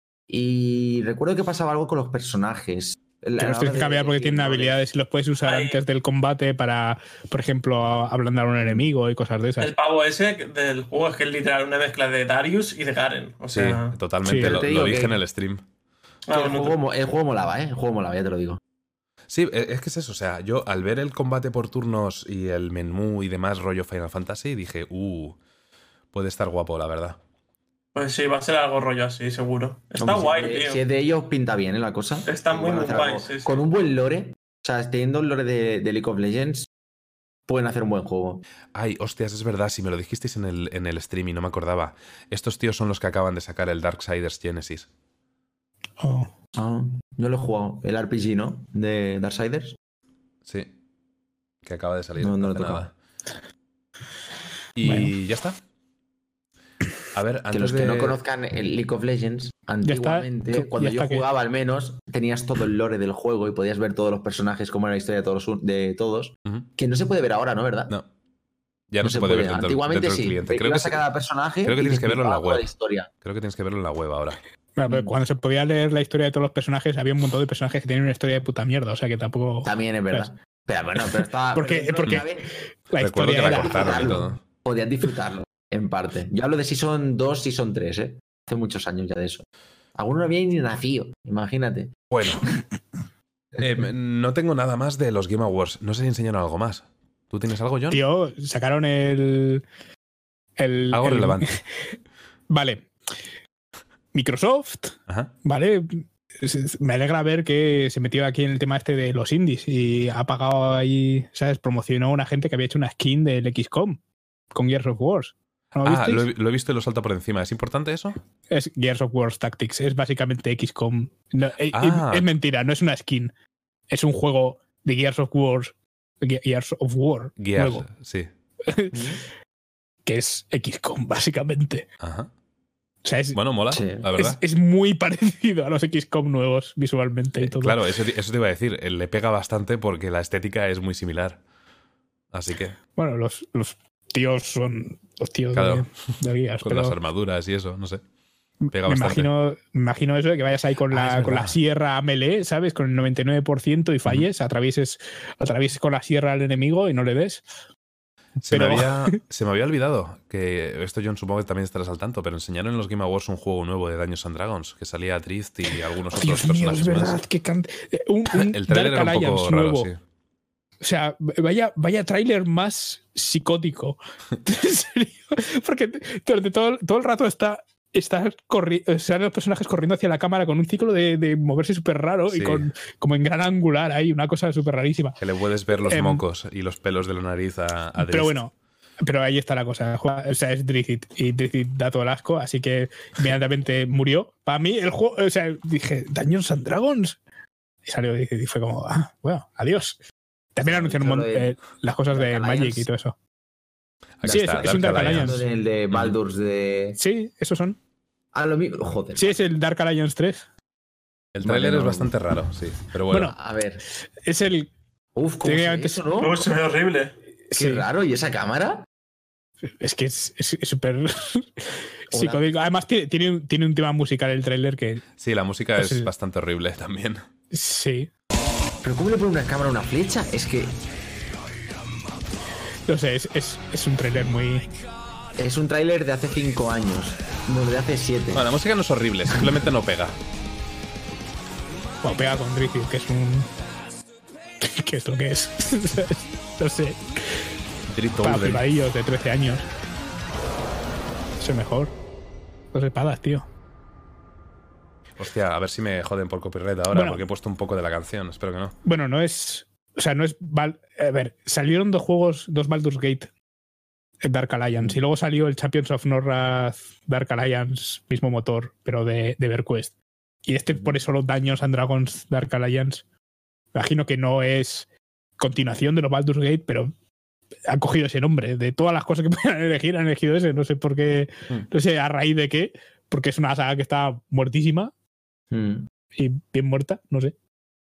Y recuerdo que pasaba algo con los personajes. Que los tienes que cambiar porque tienen habilidades y los puedes usar Ahí. antes del combate para, por ejemplo, ablandar a un enemigo y cosas de esas. El pavo ese del juego es que es literal una mezcla de Darius y de Garen. O sea... Sí, totalmente. Sí, lo, lo dije en el stream. Ah, el, juego, el juego molaba, ¿eh? El juego molaba, ya te lo digo. Sí, es que es eso. O sea, yo al ver el combate por turnos y el menú y demás rollo Final Fantasy, dije, uh, puede estar guapo, la verdad. Pues sí, va a ser algo rollo así, seguro. Está Hombre, guay, si de, tío. Si de ellos pinta bien, ¿eh? La cosa. Está muy, muy guay, algo, sí, sí. Con un buen lore, o sea, teniendo el lore de, de League of Legends, pueden hacer un buen juego. Ay, hostias, es verdad, si me lo dijisteis en el, en el stream y no me acordaba. Estos tíos son los que acaban de sacar el Darksiders Genesis. Oh. Ah, yo lo he jugado. El R P G, ¿no? De Darksiders. Sí. Que acaba de salir. No, no lo hace he tocado. nada. Y Bueno. ya está. A ver, antes Que los de... que no conozcan el League of Legends, antiguamente, está, cuando ya yo está que- jugaba al menos, tenías todo el lore del juego y podías ver todos los personajes, cómo era la historia de todos, de todos. Ujú. Que no se puede ver ahora, ¿no? ¿Verdad? No. Ya no, se puede, ver dentro, Antiguamente dentro del sí. cliente. Creo que, Ibas a se- cada personaje creo que y tienes te que verlo en la explicaba toda web. la historia. creo que tienes que verlo en la web ahora. Bueno, pero cuando se podía leer la historia de todos los personajes, había un montón de personajes que tenían una historia de puta mierda, o sea que tampoco... También es verdad. Pero bueno, pero estaba... Porque- pero porque- una vez La Recuerdo historia que la era... cortaron y disfrutarlo. todo. Podías disfrutarlo, en parte. Yo hablo de Season dos, Season tres, ¿eh? Hace muchos años ya de eso. Alguno no había ni nacido, imagínate. Bueno. Eh, no tengo nada más de los Game Awards. No sé si enseñaron algo más. ¿Tú tienes algo, John? Tío, sacaron el... el Algo el- relevante. Vale. Microsoft, Ajá. ¿vale? Es- Me alegra ver que se metió aquí en el tema este de los indies y ha pagado ahí, ¿sabes? Promocionó a una gente que había hecho una skin del X COM con Gears of War. ¿No lo Ah, visteis? lo he, lo he visto y lo salto por encima. ¿Es importante eso? Es Gears of War Tactics, es básicamente X COM. No, eh, Ah. es, es mentira, no es una skin. Es un juego de Gears of War, Ge- Gears of War Gears, nuevo, sí. que es X COM, básicamente. Ajá. O sea, es, Bueno, mola, Sí. la verdad. es, es muy parecido a los X COM nuevos visualmente y todo. Claro, eso, eso te iba a decir. eh, Le pega bastante porque la estética es muy similar. Así que, Bueno, los, los tíos son los tíos Claro. de, de Gears, con pero las armaduras y eso, no sé. Pega me bastante. imagino, me imagino eso de que vayas ahí con Ah, la, es con la verdad. sierra a melee, ¿sabes? Con el noventa y nueve por ciento y falles, atravieses, atravieses con la sierra al enemigo y no le des. Se, pero- me había, se me había olvidado que esto, John, supongo que también estarás al tanto, pero enseñaron en los Game Awards un juego nuevo de Dungeons and Dragons que salía Trist y algunos otros Dios mío, personajes es verdad, más. que can- eh, un, un El trailer Dark era un Alliance poco raro, nuevo. sí. O sea, vaya, vaya tráiler más psicótico. En serio. Porque durante todo, todo el rato está, está corri- o sea, los personajes corriendo hacia la cámara con un ciclo de, de moverse súper raro Sí. y con como en gran angular ahí, una cosa súper rarísima. Que le puedes ver los Em, mocos y los pelos de la nariz a, a Pero Drizzt. bueno, pero ahí está la cosa. O sea, es Drizzt y Drizzt da todo el asco, así que inmediatamente murió. Para mí, el juego, o sea, dije, Dungeons and Dragons. Y salió Drizzt y fue como, ah, bueno, adiós. También anunciaron un Lo mon- de eh, las cosas de Dark Magic Alliance. y todo eso. Aquí Sí, está, es- es un Dark Alliance. Alliance. El de Baldur's de... Sí, esos son. Ah, lo mismo. Joder. Sí, es el Dark Alliance tres. El Vale, tráiler no, es no. bastante raro, sí. Pero bueno, Bueno, A ver. Es el. Uf, ¿cómo se ve técnicamente eso, no? Uy, se ve horrible. Qué sí, raro. ¿Y esa cámara? es que es es- es súper psicodélico. Además, tiene, tiene, un- tiene un tema musical el tráiler que sí, la música Pues es el- bastante horrible también. sí. ¿Pero cómo le pone una cámara a una flecha? Es que No sé, es, es, es un tráiler muy. es un tráiler de hace cinco años. No, de hace siete. Bueno, la música no es horrible, simplemente no pega. Bueno, pega con Drizzt, que es un. ¿Qué es lo que es? No sé. Trito Para Ulven. privadillos de trece años. Eso es mejor. Dos espadas, tío. Hostia, a ver si me joden por copyright ahora, Bueno. porque he puesto un poco de la canción. Espero que no. Bueno, no es. O sea, no es. Val- a ver, salieron dos juegos, dos Baldur's Gate en Dark Alliance. Y luego salió el Champions of Norrath Dark Alliance, mismo motor, pero de, de EverQuest. Y este pone solo Dungeons and Dragons Dark Alliance. Imagino que no es continuación de los Baldur's Gate, pero han cogido ese nombre. De todas las cosas que puedan elegir, han elegido ese. No sé por qué. Hmm. No sé a raíz de qué. Porque es una saga que está muertísima Mm. y bien muerta. No sé.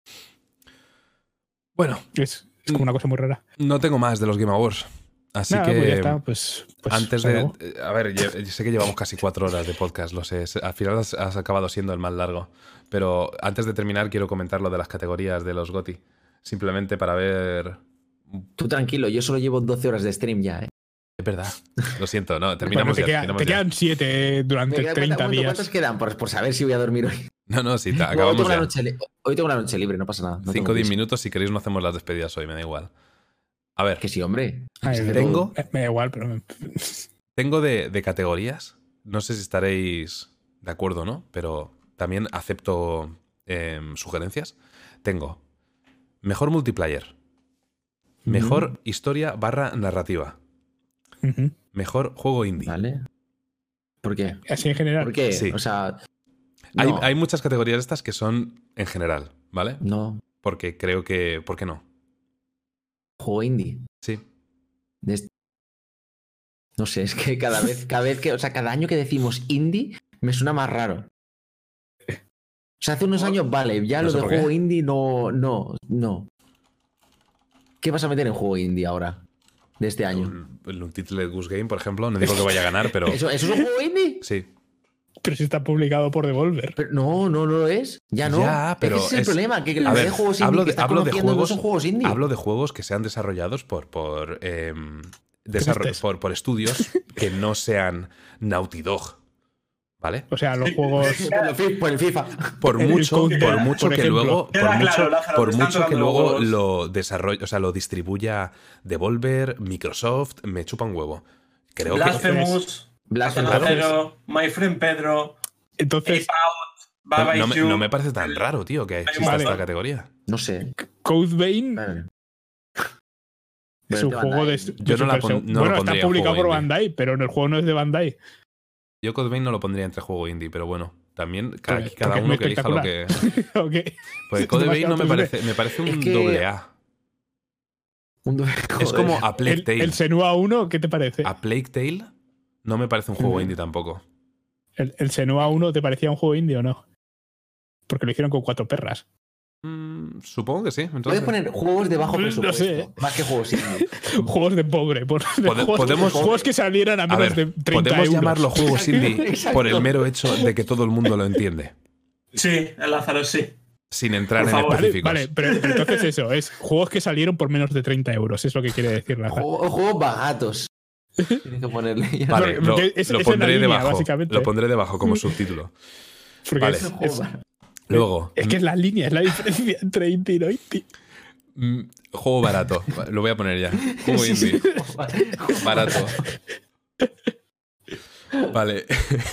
Bueno, Es, es como una cosa muy rara. no tengo más de los Game Awards. Así Nada, que pues ya está. Pues, pues antes se de... acabó. eh, A ver, lle- sé que llevamos casi cuatro horas de podcast, lo sé. Se- Al final has, has acabado siendo el más largo. Pero antes de terminar quiero comentar lo de las categorías de los GOTY. Simplemente para ver... Tú tranquilo, yo solo llevo doce horas de stream ya, ¿eh? Es verdad. Lo siento, no, terminamos Bueno, te, ya, queda- terminamos te ya. quedan siete durante Me queda- treinta ¿cuánto- días. ¿Cuántos quedan? Por, por saber si voy a dormir hoy. No, no, sí, te- No, hoy, acabamos tengo la ya. noche, li- hoy tengo la noche libre, no pasa nada. No cinco o tengo diez prisa. minutos, si queréis no hacemos las despedidas hoy, me da igual. A ver, Que sí, hombre. Ay, Se hace tengo- todo. Eh, Me da igual, pero. me- tengo de, de categorías, no sé si estaréis de acuerdo o no, pero también acepto eh, sugerencias. Tengo mejor multiplayer, mejor historia barra narrativa, Ujú. mejor juego indie. Vale. ¿Por qué? Así en general. ¿Por qué? Sí. O sea. Hay, no, hay muchas categorías estas que son en general, ¿vale? no. Porque creo que... ¿Por qué no? Juego indie. Sí. De est- No sé, es que cada vez, cada vez que, o sea, cada año que decimos indie me suena más raro. O sea, hace unos años, vale, ya No lo sé de por qué. juego indie no, no, no. ¿Qué vas a meter en juego indie ahora? De este año. Un, un Titled Goose Game, por ejemplo, no digo que vaya a ganar, pero... ¿Eso, ¿Eso es un juego indie? Sí. Pero si está publicado por Devolver. Pero no, no, no lo es. Ya no. Ya, Es que pero ese es el es- problema, que la A mayoría ver, de juegos indie hablo que de, está hablo de conociendo no juegos, son juegos indie. hablo de juegos que sean desarrollados por por, eh, desarro- Tristes. por por estudios que no sean Naughty Dog, ¿vale? O sea, los juegos. Por el fi- por el FIFA. Por El mucho, Code por Vein, mucho por que ejemplo. luego, Queda por mucho, claro, Lázaro, por te están mucho que tocando luego los huevos. lo desarrolle, o sea, lo distribuya Devolver, Microsoft, me chupa un huevo. Creo que Blasphemous, Blasphemous. Canacero, My Friend Pedro, Entonces, Ape Out, Baba no, no me, Is You. no me parece tan raro, tío, que exista Vale. esta categoría. No sé. Code Vein Vale. es Pero un te juego de. Bandai. de Yo no la Super pon- Show. no lo bueno, pondría está publicado juego por indie. Bandai, pero el juego no es de Bandai. Yo Code Vein no lo pondría entre juego indie, pero bueno, también ca- Porque- aquí cada porque es uno muy que elija lo que... espectacular. Ok. Pues Code Vein no me Demasiado parece, me parece un Es que- doble A. Un do- Es joder. como A Plague El, Tale. el Senua uno, ¿qué te parece? A Plague Tale no me parece un juego Ujú. indie tampoco. ¿El, el Senua uno te parecía un juego indie o no? Porque lo hicieron con cuatro perras. Mm, supongo que sí. Puedes Entonces, poner juegos de bajo No presupuesto. sé. Más que juegos indie. Juegos de pobre. Por, de Pode- juegos, podemos- juegos que salieran a a menos ver, de treinta podemos euros. llamarlo juegos indie Exacto. por el mero hecho de que todo el mundo lo entiende, Sí, el Lázaro, sí. sin entrar Por en favor. Vale, específicos. vale, pero, pero entonces eso, es juegos que salieron por menos de treinta euros, es lo que quiere decir la Juego- Juegos baratos. Tienes que ponerle. ya. Vale, Porque lo, es- lo esa es la pondré línea, debajo. básicamente. Lo pondré debajo como subtítulo. Porque Vale. es, Juego es- barato. Luego, es que es la línea, es la diferencia entre indie y no indie. mm, juego barato. Lo voy a poner ya. Juego indie. Barato. Vale.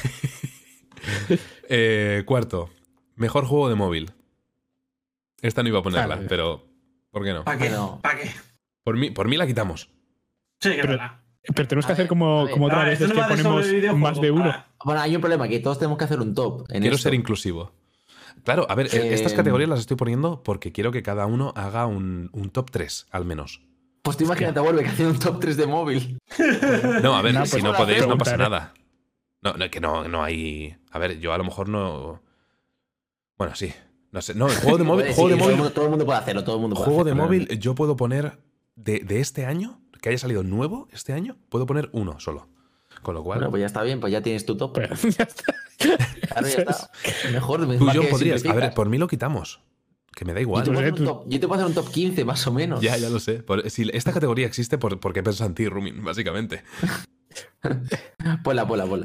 Eh, cuarto. Mejor juego de móvil. Esta no iba a ponerla, Vale. pero ¿por qué no? ¿Para qué? Bueno. ¿Para qué? Por mí, por mí la quitamos. Sí, que Pero- verdad. Pero tenemos A que hacer ver, como, a ver. como otras Ah, esto veces no que va de ponemos sobre videojuegos. más de uno. Ah, Bueno, hay un problema, que todos tenemos que hacer un top. En Quiero esto. ser inclusivo. Claro, a ver, Eh, estas categorías las estoy poniendo porque quiero que cada uno haga un, un top tres, al menos. Pues tú imagínate a Volve que haciendo un top tres de móvil. No, a ver, No, si pues no no la podéis, no pasa preguntaré. nada. No, no, que no, no hay. A ver, yo a lo mejor no. Bueno, sí. No sé. No, el juego de móvil. Sí, juego de todo, móvil el mundo, todo el mundo puede hacerlo, todo el mundo puede juego de hacerlo, móvil, realmente. yo puedo poner. De, de este año, que haya salido nuevo este año, puedo poner uno solo. Con lo cual. Bueno, pues ya está bien, pues ya tienes tu top. Pero ya está. Claro, ya está. Mejor, tú y más yo que podrías. A simplificas. ver, por mí lo quitamos. Que me da Yo igual. te, puedo hacer Tú- un top, yo te puedo hacer un top quince, más o menos. Ya, ya lo sé. Por- si esta categoría existe por, porque pienso en ti, Rumin, básicamente. Ponla, ponla, ponla.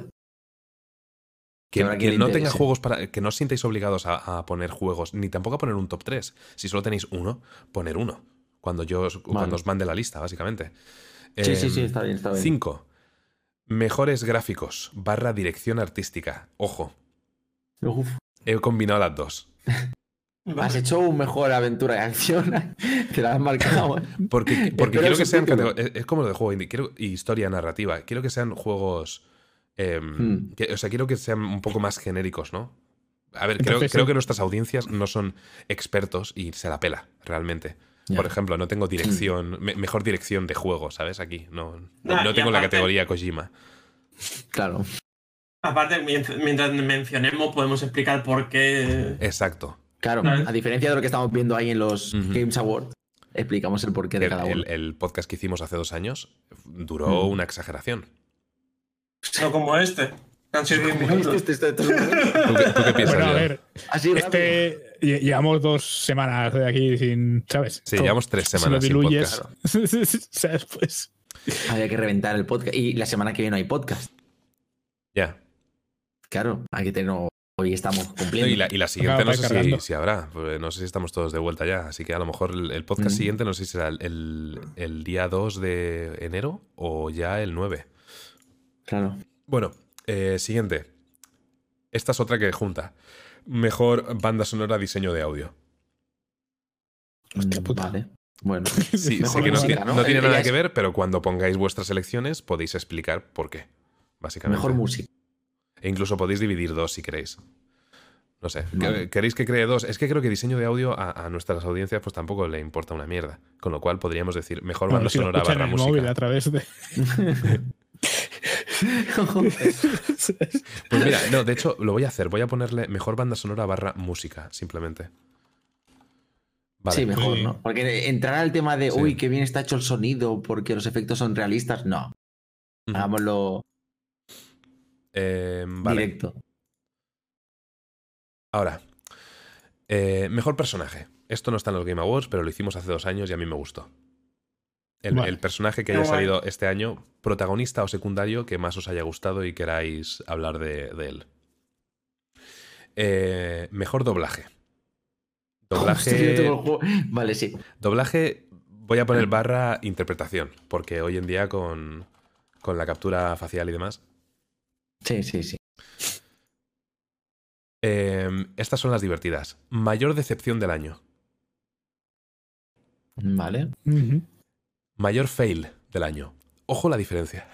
Que, habrá quien que le no tenga interese. juegos para. Que no os sintáis obligados a, a poner juegos, ni tampoco a poner un top tres. Si solo tenéis uno, poner uno. Cuando yo os, cuando os mande la lista, básicamente. Sí, sí, Em, sí, está bien, está bien. Cinco. Mejores gráficos barra dirección artística. Ojo, Uf. he combinado las dos. Has hecho un mejor aventura de acción. Te la has marcado. ¿eh? Porque, porque Espera quiero el que sean. subtítulo. catego- Es, es como lo de juego indie. Quiero, y historia narrativa. Quiero que sean juegos. em, Hmm. que- o sea, quiero que sean un poco más genéricos, ¿no? A ver, creo, Entonces, creo sí. que nuestras audiencias no son expertos y se la pela, realmente. Ya. Por ejemplo, no tengo dirección, me- mejor dirección de juego, ¿sabes? Aquí. No, no, Nah, no y tengo la aparte- categoría Kojima. Claro. Aparte, mien- mientras mencionemos, podemos explicar por qué. Exacto. Claro, Claro. a diferencia de lo que estamos viendo ahí en los Ujú. Games Awards, explicamos el porqué de El, cada uno. el- el podcast que hicimos hace dos años duró Mm. una exageración. No como este. que Han sido diez ¿Cómo minutos. viste este- este- este- ¿Tú qué, tú qué piensas, Bueno, a Joan? ver, Así rápido. este. lle- Llevamos dos semanas de aquí sin. ¿Sabes? Sí, Todo. llevamos tres Si lo semanas sin diluyes, podcast. ¿sabes? Pues. Había que reventar el podcast. Y la semana que viene no hay podcast. Ya. Yeah. Claro, hay que tener... Hoy estamos cumpliendo. No, y, la, y la siguiente Claro, no sé si, si habrá. Pues no sé si estamos todos de vuelta ya. Así que a lo mejor el, el podcast mm. siguiente no sé si será el, el, el día dos de enero o ya el nueve. Claro. Bueno, eh, siguiente. Esta es otra que junta. Mejor banda sonora, diseño de audio. Hostia puta. Vale. Bueno, sí, sí que no, música, ¿no? no tiene nada que ver, pero cuando pongáis vuestras elecciones podéis explicar por qué, básicamente. Mejor música. E incluso podéis dividir dos si queréis. No sé, vale. ¿Queréis que cree dos? Es que creo que diseño de audio a, a nuestras audiencias pues tampoco le importa una mierda. Con lo cual podríamos decir mejor banda bueno, si sonora barra en el música. Móvil a través de... Pues mira, no, de hecho lo voy a hacer. Voy a ponerle mejor banda sonora barra música, simplemente. Vale. Sí, mejor, ¿no? Porque entrar al tema de, sí. uy, qué bien está hecho el sonido porque los efectos son realistas, no. Uh-huh. Hagámoslo eh, vale. directo. Ahora, eh, mejor personaje. Esto no está en los Game Awards, pero lo hicimos hace dos años y a mí me gustó. El, vale. el personaje que haya salido este año, protagonista o secundario, que más os haya gustado y queráis hablar de, de él. Eh, mejor doblaje. Doblaje. Vale, sí. Doblaje, voy a poner barra interpretación, porque hoy en día con, con la captura facial y demás. Sí, sí, sí. Eh, estas son las divertidas. Mayor decepción del año. Vale. Uh-huh. Mayor fail del año. Ojo la diferencia.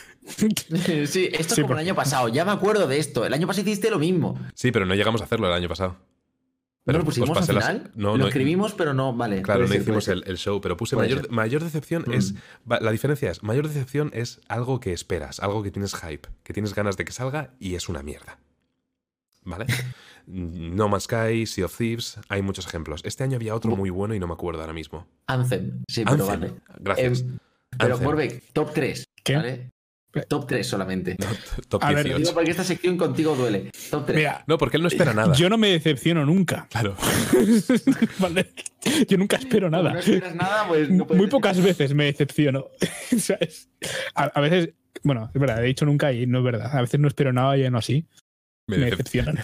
Sí, esto es sí, como el año pasado. Ya me acuerdo de esto. El año pasado hiciste lo mismo. Sí, pero no llegamos a hacerlo el año pasado. Pero ¿no lo pusimos al final? Las... No, lo no, escribimos, pero no, vale. Claro, no hicimos el, el show, pero puse mayor, mayor decepción mm. es... La diferencia es, mayor decepción es algo que esperas, algo que tienes hype, que tienes ganas de que salga y es una mierda. ¿Vale? No Man's Sky, Sea of Thieves, hay muchos ejemplos. Este año había otro muy bueno y no me acuerdo ahora mismo. Anthem, sí, Anthem. pero vale. Gracias. Eh, pero, Borbeck, top tres, ¿qué? ¿vale? Top tres solamente. No, top a dieciocho. Ver, digo porque esta sección contigo duele. Top tres. Mira, no, porque él no espera nada. Yo no me decepciono nunca. Claro. Vale. Yo nunca espero nada. No esperas nada, pues no Muy pocas veces me decepciono. ¿Sabes? A, a veces, bueno, es verdad, he dicho nunca y no es verdad. A veces no espero nada y no así. Me, me decepcionan.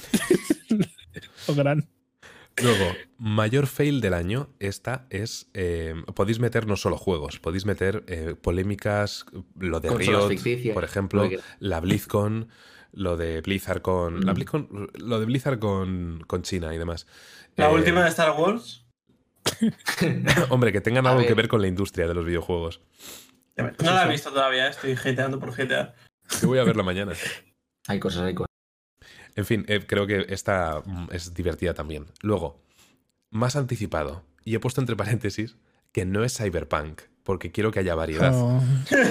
O gran. Luego, mayor fail del año, esta es... Eh, podéis meter no solo juegos, podéis meter eh, polémicas, lo de Riot, por ejemplo, la BlizzCon, lo de Blizzard con... Mm. La BlizzCon, lo de Blizzard con, con China y demás. ¿La eh, última de Star Wars? Hombre, que tengan algo ver. que ver con la industria de los videojuegos. No la he visto todavía, estoy hateando por G T A. Yo voy a verla mañana. Hay cosas, hay cosas. En fin, eh, creo que esta es divertida también. Luego, más anticipado. Y he puesto entre paréntesis que no es Cyberpunk, porque quiero que haya variedad. Oh.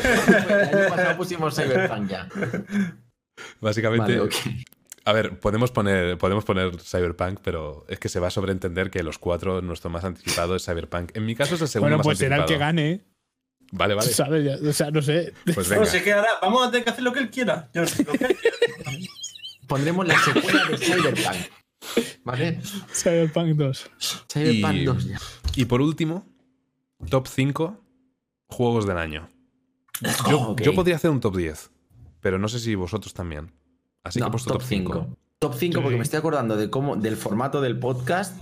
El año pasado pusimos Cyberpunk ya. Básicamente... Vale, okay. A ver, podemos poner, podemos poner Cyberpunk, pero es que se va a sobreentender que los cuatro, nuestro más anticipado es Cyberpunk. En mi caso es el segundo bueno, más pues anticipado. Será el que gane. Vale, vale. ¿Sabes? Ya, o sea, no sé. Pues venga. No sé qué hará. Vamos a tener que hacer lo que él quiera. Yo no sé lo que él quiera. Pondremos la secuela de Cyberpunk. ¿Vale? Cyberpunk dos. Cyberpunk y, dos ya. Y por último, top cinco juegos del año. Yo, oh, okay. yo podría hacer un top diez, pero no sé si vosotros también. Así no, que he puesto top cinco. Top cinco sí. Porque me estoy acordando de cómo, del formato del podcast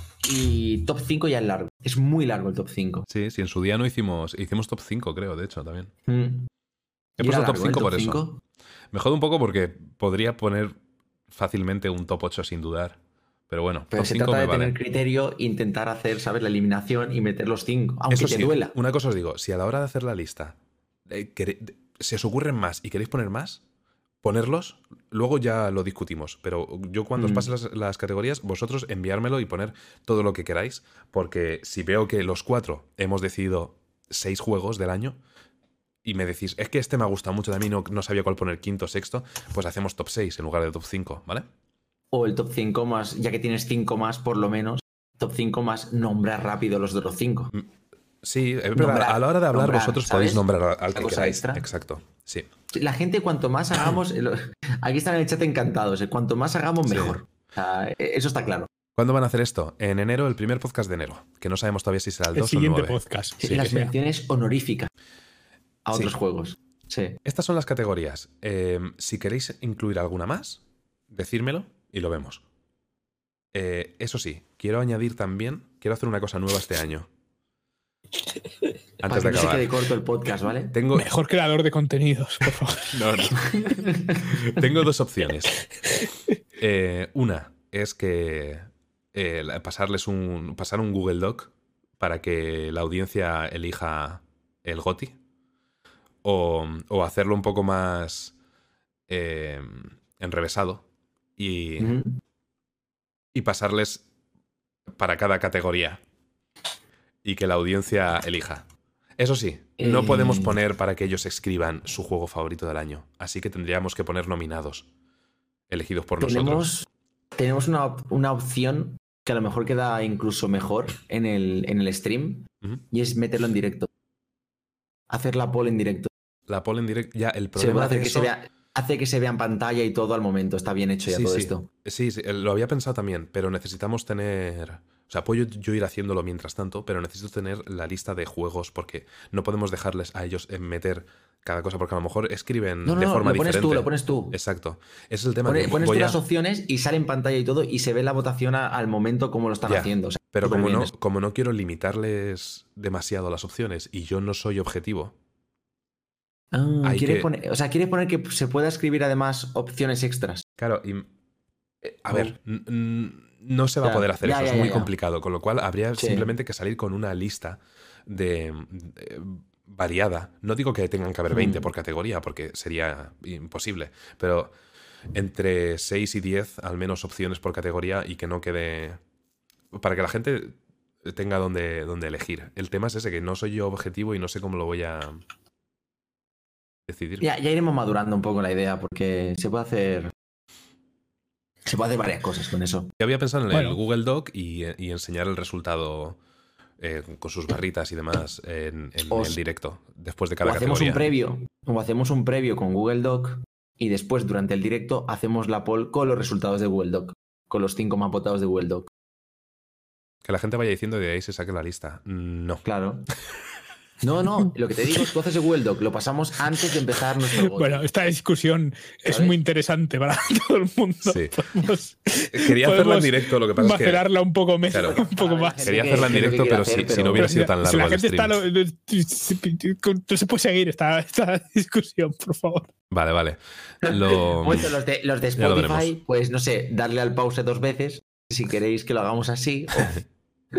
y top cinco ya es largo. Es muy largo el top cinco. Sí, sí, en su día no hicimos, hicimos top cinco, creo, de hecho, también. Mm. He puesto largo, top cinco top por cinco. Eso. Me jode un poco porque podría poner fácilmente un top ocho sin dudar. Pero bueno, pero top se cinco trata de me tener vale. criterio, intentar hacer, ¿sabes? La eliminación y meter los cinco, aunque Eso te sí, duela. Una cosa os digo, si a la hora de hacer la lista eh, quere, se os ocurren más y queréis poner más, ponerlos, luego ya lo discutimos. Pero yo cuando mm. os pase las, las categorías, vosotros enviármelo y poner todo lo que queráis, porque si veo que los cuatro hemos decidido seis juegos del año y me decís, es que este me ha gustado mucho de mí, no, no sabía cuál poner quinto o sexto, pues hacemos top seis en lugar de top cinco, ¿vale? O el top cinco más, ya que tienes cinco más por lo menos, top cinco más nombrar rápido los otros cinco. Sí, es verdad. Nombrar, a la hora de hablar nombrar, vosotros ¿sabes? Podéis nombrar al que queráis. Extra. Exacto, sí. La gente cuanto más hagamos, aquí están en el chat encantados, cuanto más hagamos mejor. Sí. O sea, eso está claro. ¿Cuándo van a hacer esto? En enero, el primer podcast de enero, que no sabemos todavía si será el, el dos siguiente o el nueve. Podcast. Sí, sí, las menciones honoríficas. a otros Sí. juegos. Sí. Estas son las categorías. Eh, si queréis incluir alguna más, decírmelo y lo vemos. Eh, eso sí, quiero añadir también, quiero hacer una cosa nueva este año. Para Antes que de no se acabar. quede corto el podcast, ¿vale? Tengo, Mejor creador de contenidos, por favor. no, no. Tengo dos opciones. Eh, una es que eh, la- pasarles un, pasar un Google Doc para que la audiencia elija el GOTY. O, o hacerlo un poco más eh, enrevesado y, Ujú. y pasarles para cada categoría y que la audiencia elija. Eso sí, no Eh. podemos poner para que ellos escriban su juego favorito del año, así que tendríamos que poner nominados, elegidos por nosotros. Tenemos, tenemos una, op- una opción que a lo mejor queda incluso mejor en el, en el stream Ujú. y es meterlo en directo. Hacer la poll en directo. La poll en directo, ya el Se problema puede hacer de que eso... se vea, hace que se vea en pantalla y todo al momento. Está bien hecho ya sí, todo sí. esto. Sí, sí, lo había pensado también, pero necesitamos tener... O sea, puedo yo ir haciéndolo mientras tanto, pero necesito tener la lista de juegos porque no podemos dejarles a ellos en meter cada cosa, porque a lo mejor escriben No, no, de no, forma lo pones diferente. tú, lo pones tú. Exacto. Ese es el tema. Pone- que pones voy tú a- las opciones y sale en pantalla y todo y se ve la votación a- al momento como lo están Ya, haciendo. O sea, Pero como superbién no, eso. como no quiero limitarles demasiado las opciones y yo no soy objetivo, Ah, hay quiere que- poner, o sea, quiere poner que se pueda escribir además opciones extras. claro, y, eh, a Oh. ver, n- n- no se va Ya, a poder hacer ya, eso, ya, es muy ya. complicado, con lo cual habría Sí. simplemente que salir con una lista de, de- variada. No digo que tengan que haber veinte Mm. por categoría, porque sería imposible, pero entre seis y diez al menos opciones por categoría y que no quede... para que la gente tenga donde, donde elegir. El tema es ese, que no soy yo objetivo y no sé cómo lo voy a decidir. Ya, ya iremos madurando un poco la idea porque se puede hacer. Se puede hacer varias cosas con eso. Yo había pensado en Bueno. el Google Doc y, y enseñar el resultado eh, con sus barritas y demás en, en Os- el directo, después de O cada hacemos categoría. un previo, o hacemos un previo con Google Doc y después durante el directo hacemos la poll con los resultados de Google Doc, con los cinco más votados de Google Doc. Que la gente vaya diciendo y de ahí se saque la lista. No. Claro. No, no, lo que te digo es que tú haces el Google Doc, lo pasamos antes de empezar nuestro G O T Y. Bueno, esta discusión es ¿Sabes? muy interesante para todo el mundo. Sí. Podemos, Quería hacerla en podemos directo, lo que pasa es que... macerarla un poco, me- Claro. un poco Para la más. gente Quería que- hacerla en que lo directo, quiera pero hacer, si, si pero- no hubiera Pero sido tan si largo la el gente stream. está. lo- No se puede seguir esta, esta discusión, por favor. Vale, vale. Lo... Bueno, los de, los de Ya lo Spotify, veremos. pues no sé, darle al pause dos veces si queréis que lo hagamos así. o-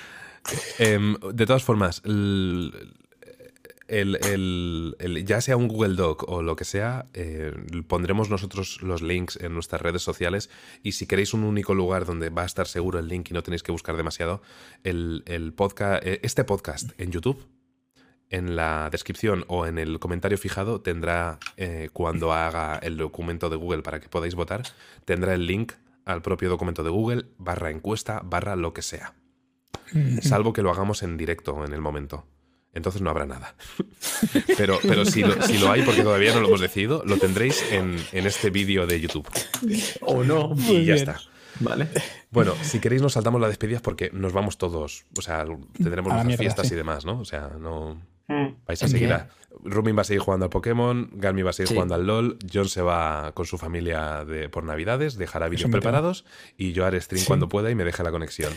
Em, de todas formas, el, el- el- el- ya sea un Google Doc o lo que sea, eh, pondremos nosotros los links en nuestras redes sociales y si queréis un único lugar donde va a estar seguro el link y no tenéis que buscar demasiado, el, el podcast, eh, este podcast en YouTube, en la descripción o en el comentario fijado tendrá, eh, cuando haga el documento de Google para que podáis votar, tendrá el link al propio documento de Google, barra encuesta, barra lo que sea. Salvo que lo hagamos en directo en el momento. Entonces no habrá nada. Pero, pero si, lo, si lo hay, porque todavía no lo hemos decidido, lo tendréis en, en este vídeo de YouTube. O no. Y Muy ya bien. está. Vale. Bueno, si queréis nos saltamos las despedidas porque nos vamos todos. O sea, tendremos A la nuestras mierda, fiestas sí. y demás, ¿no? O sea, no... Mm. Vais a Bien. seguir a... Rumin va a seguir jugando al Pokémon, Garmi va a seguir Sí. jugando al LOL, John se va con su familia de, por Navidades, dejará vídeos me temo. preparados y yo haré stream Sí. cuando pueda y me deje la conexión.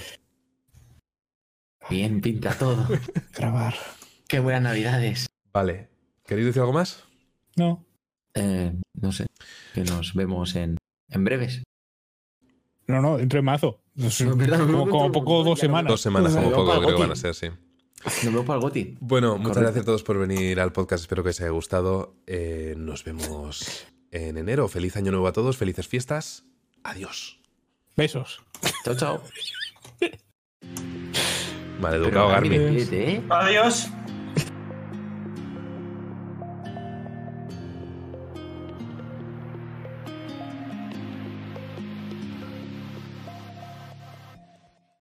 Bien, pinta todo. Grabar. Qué buenas navidades. Vale. ¿Queréis decir algo más? No. Eh, no sé. Que nos vemos en, en breves. No, no, dentro de mazo. No sé, No, verdad, no, como, no, como no, poco no, dos ya no. semanas. Dos semanas Nos como vemos poco para el creo que van a Goti. ser, sí. Nos vemos para el GOTY. Bueno, muchas Correcto. gracias a todos por venir al podcast. Espero que os haya gustado. Eh, nos vemos en enero. Feliz año nuevo a todos. Felices fiestas. Adiós. Besos. Chao, chao. Vale, educado, Garmi. Garmi, despídete, ¿eh? Adiós.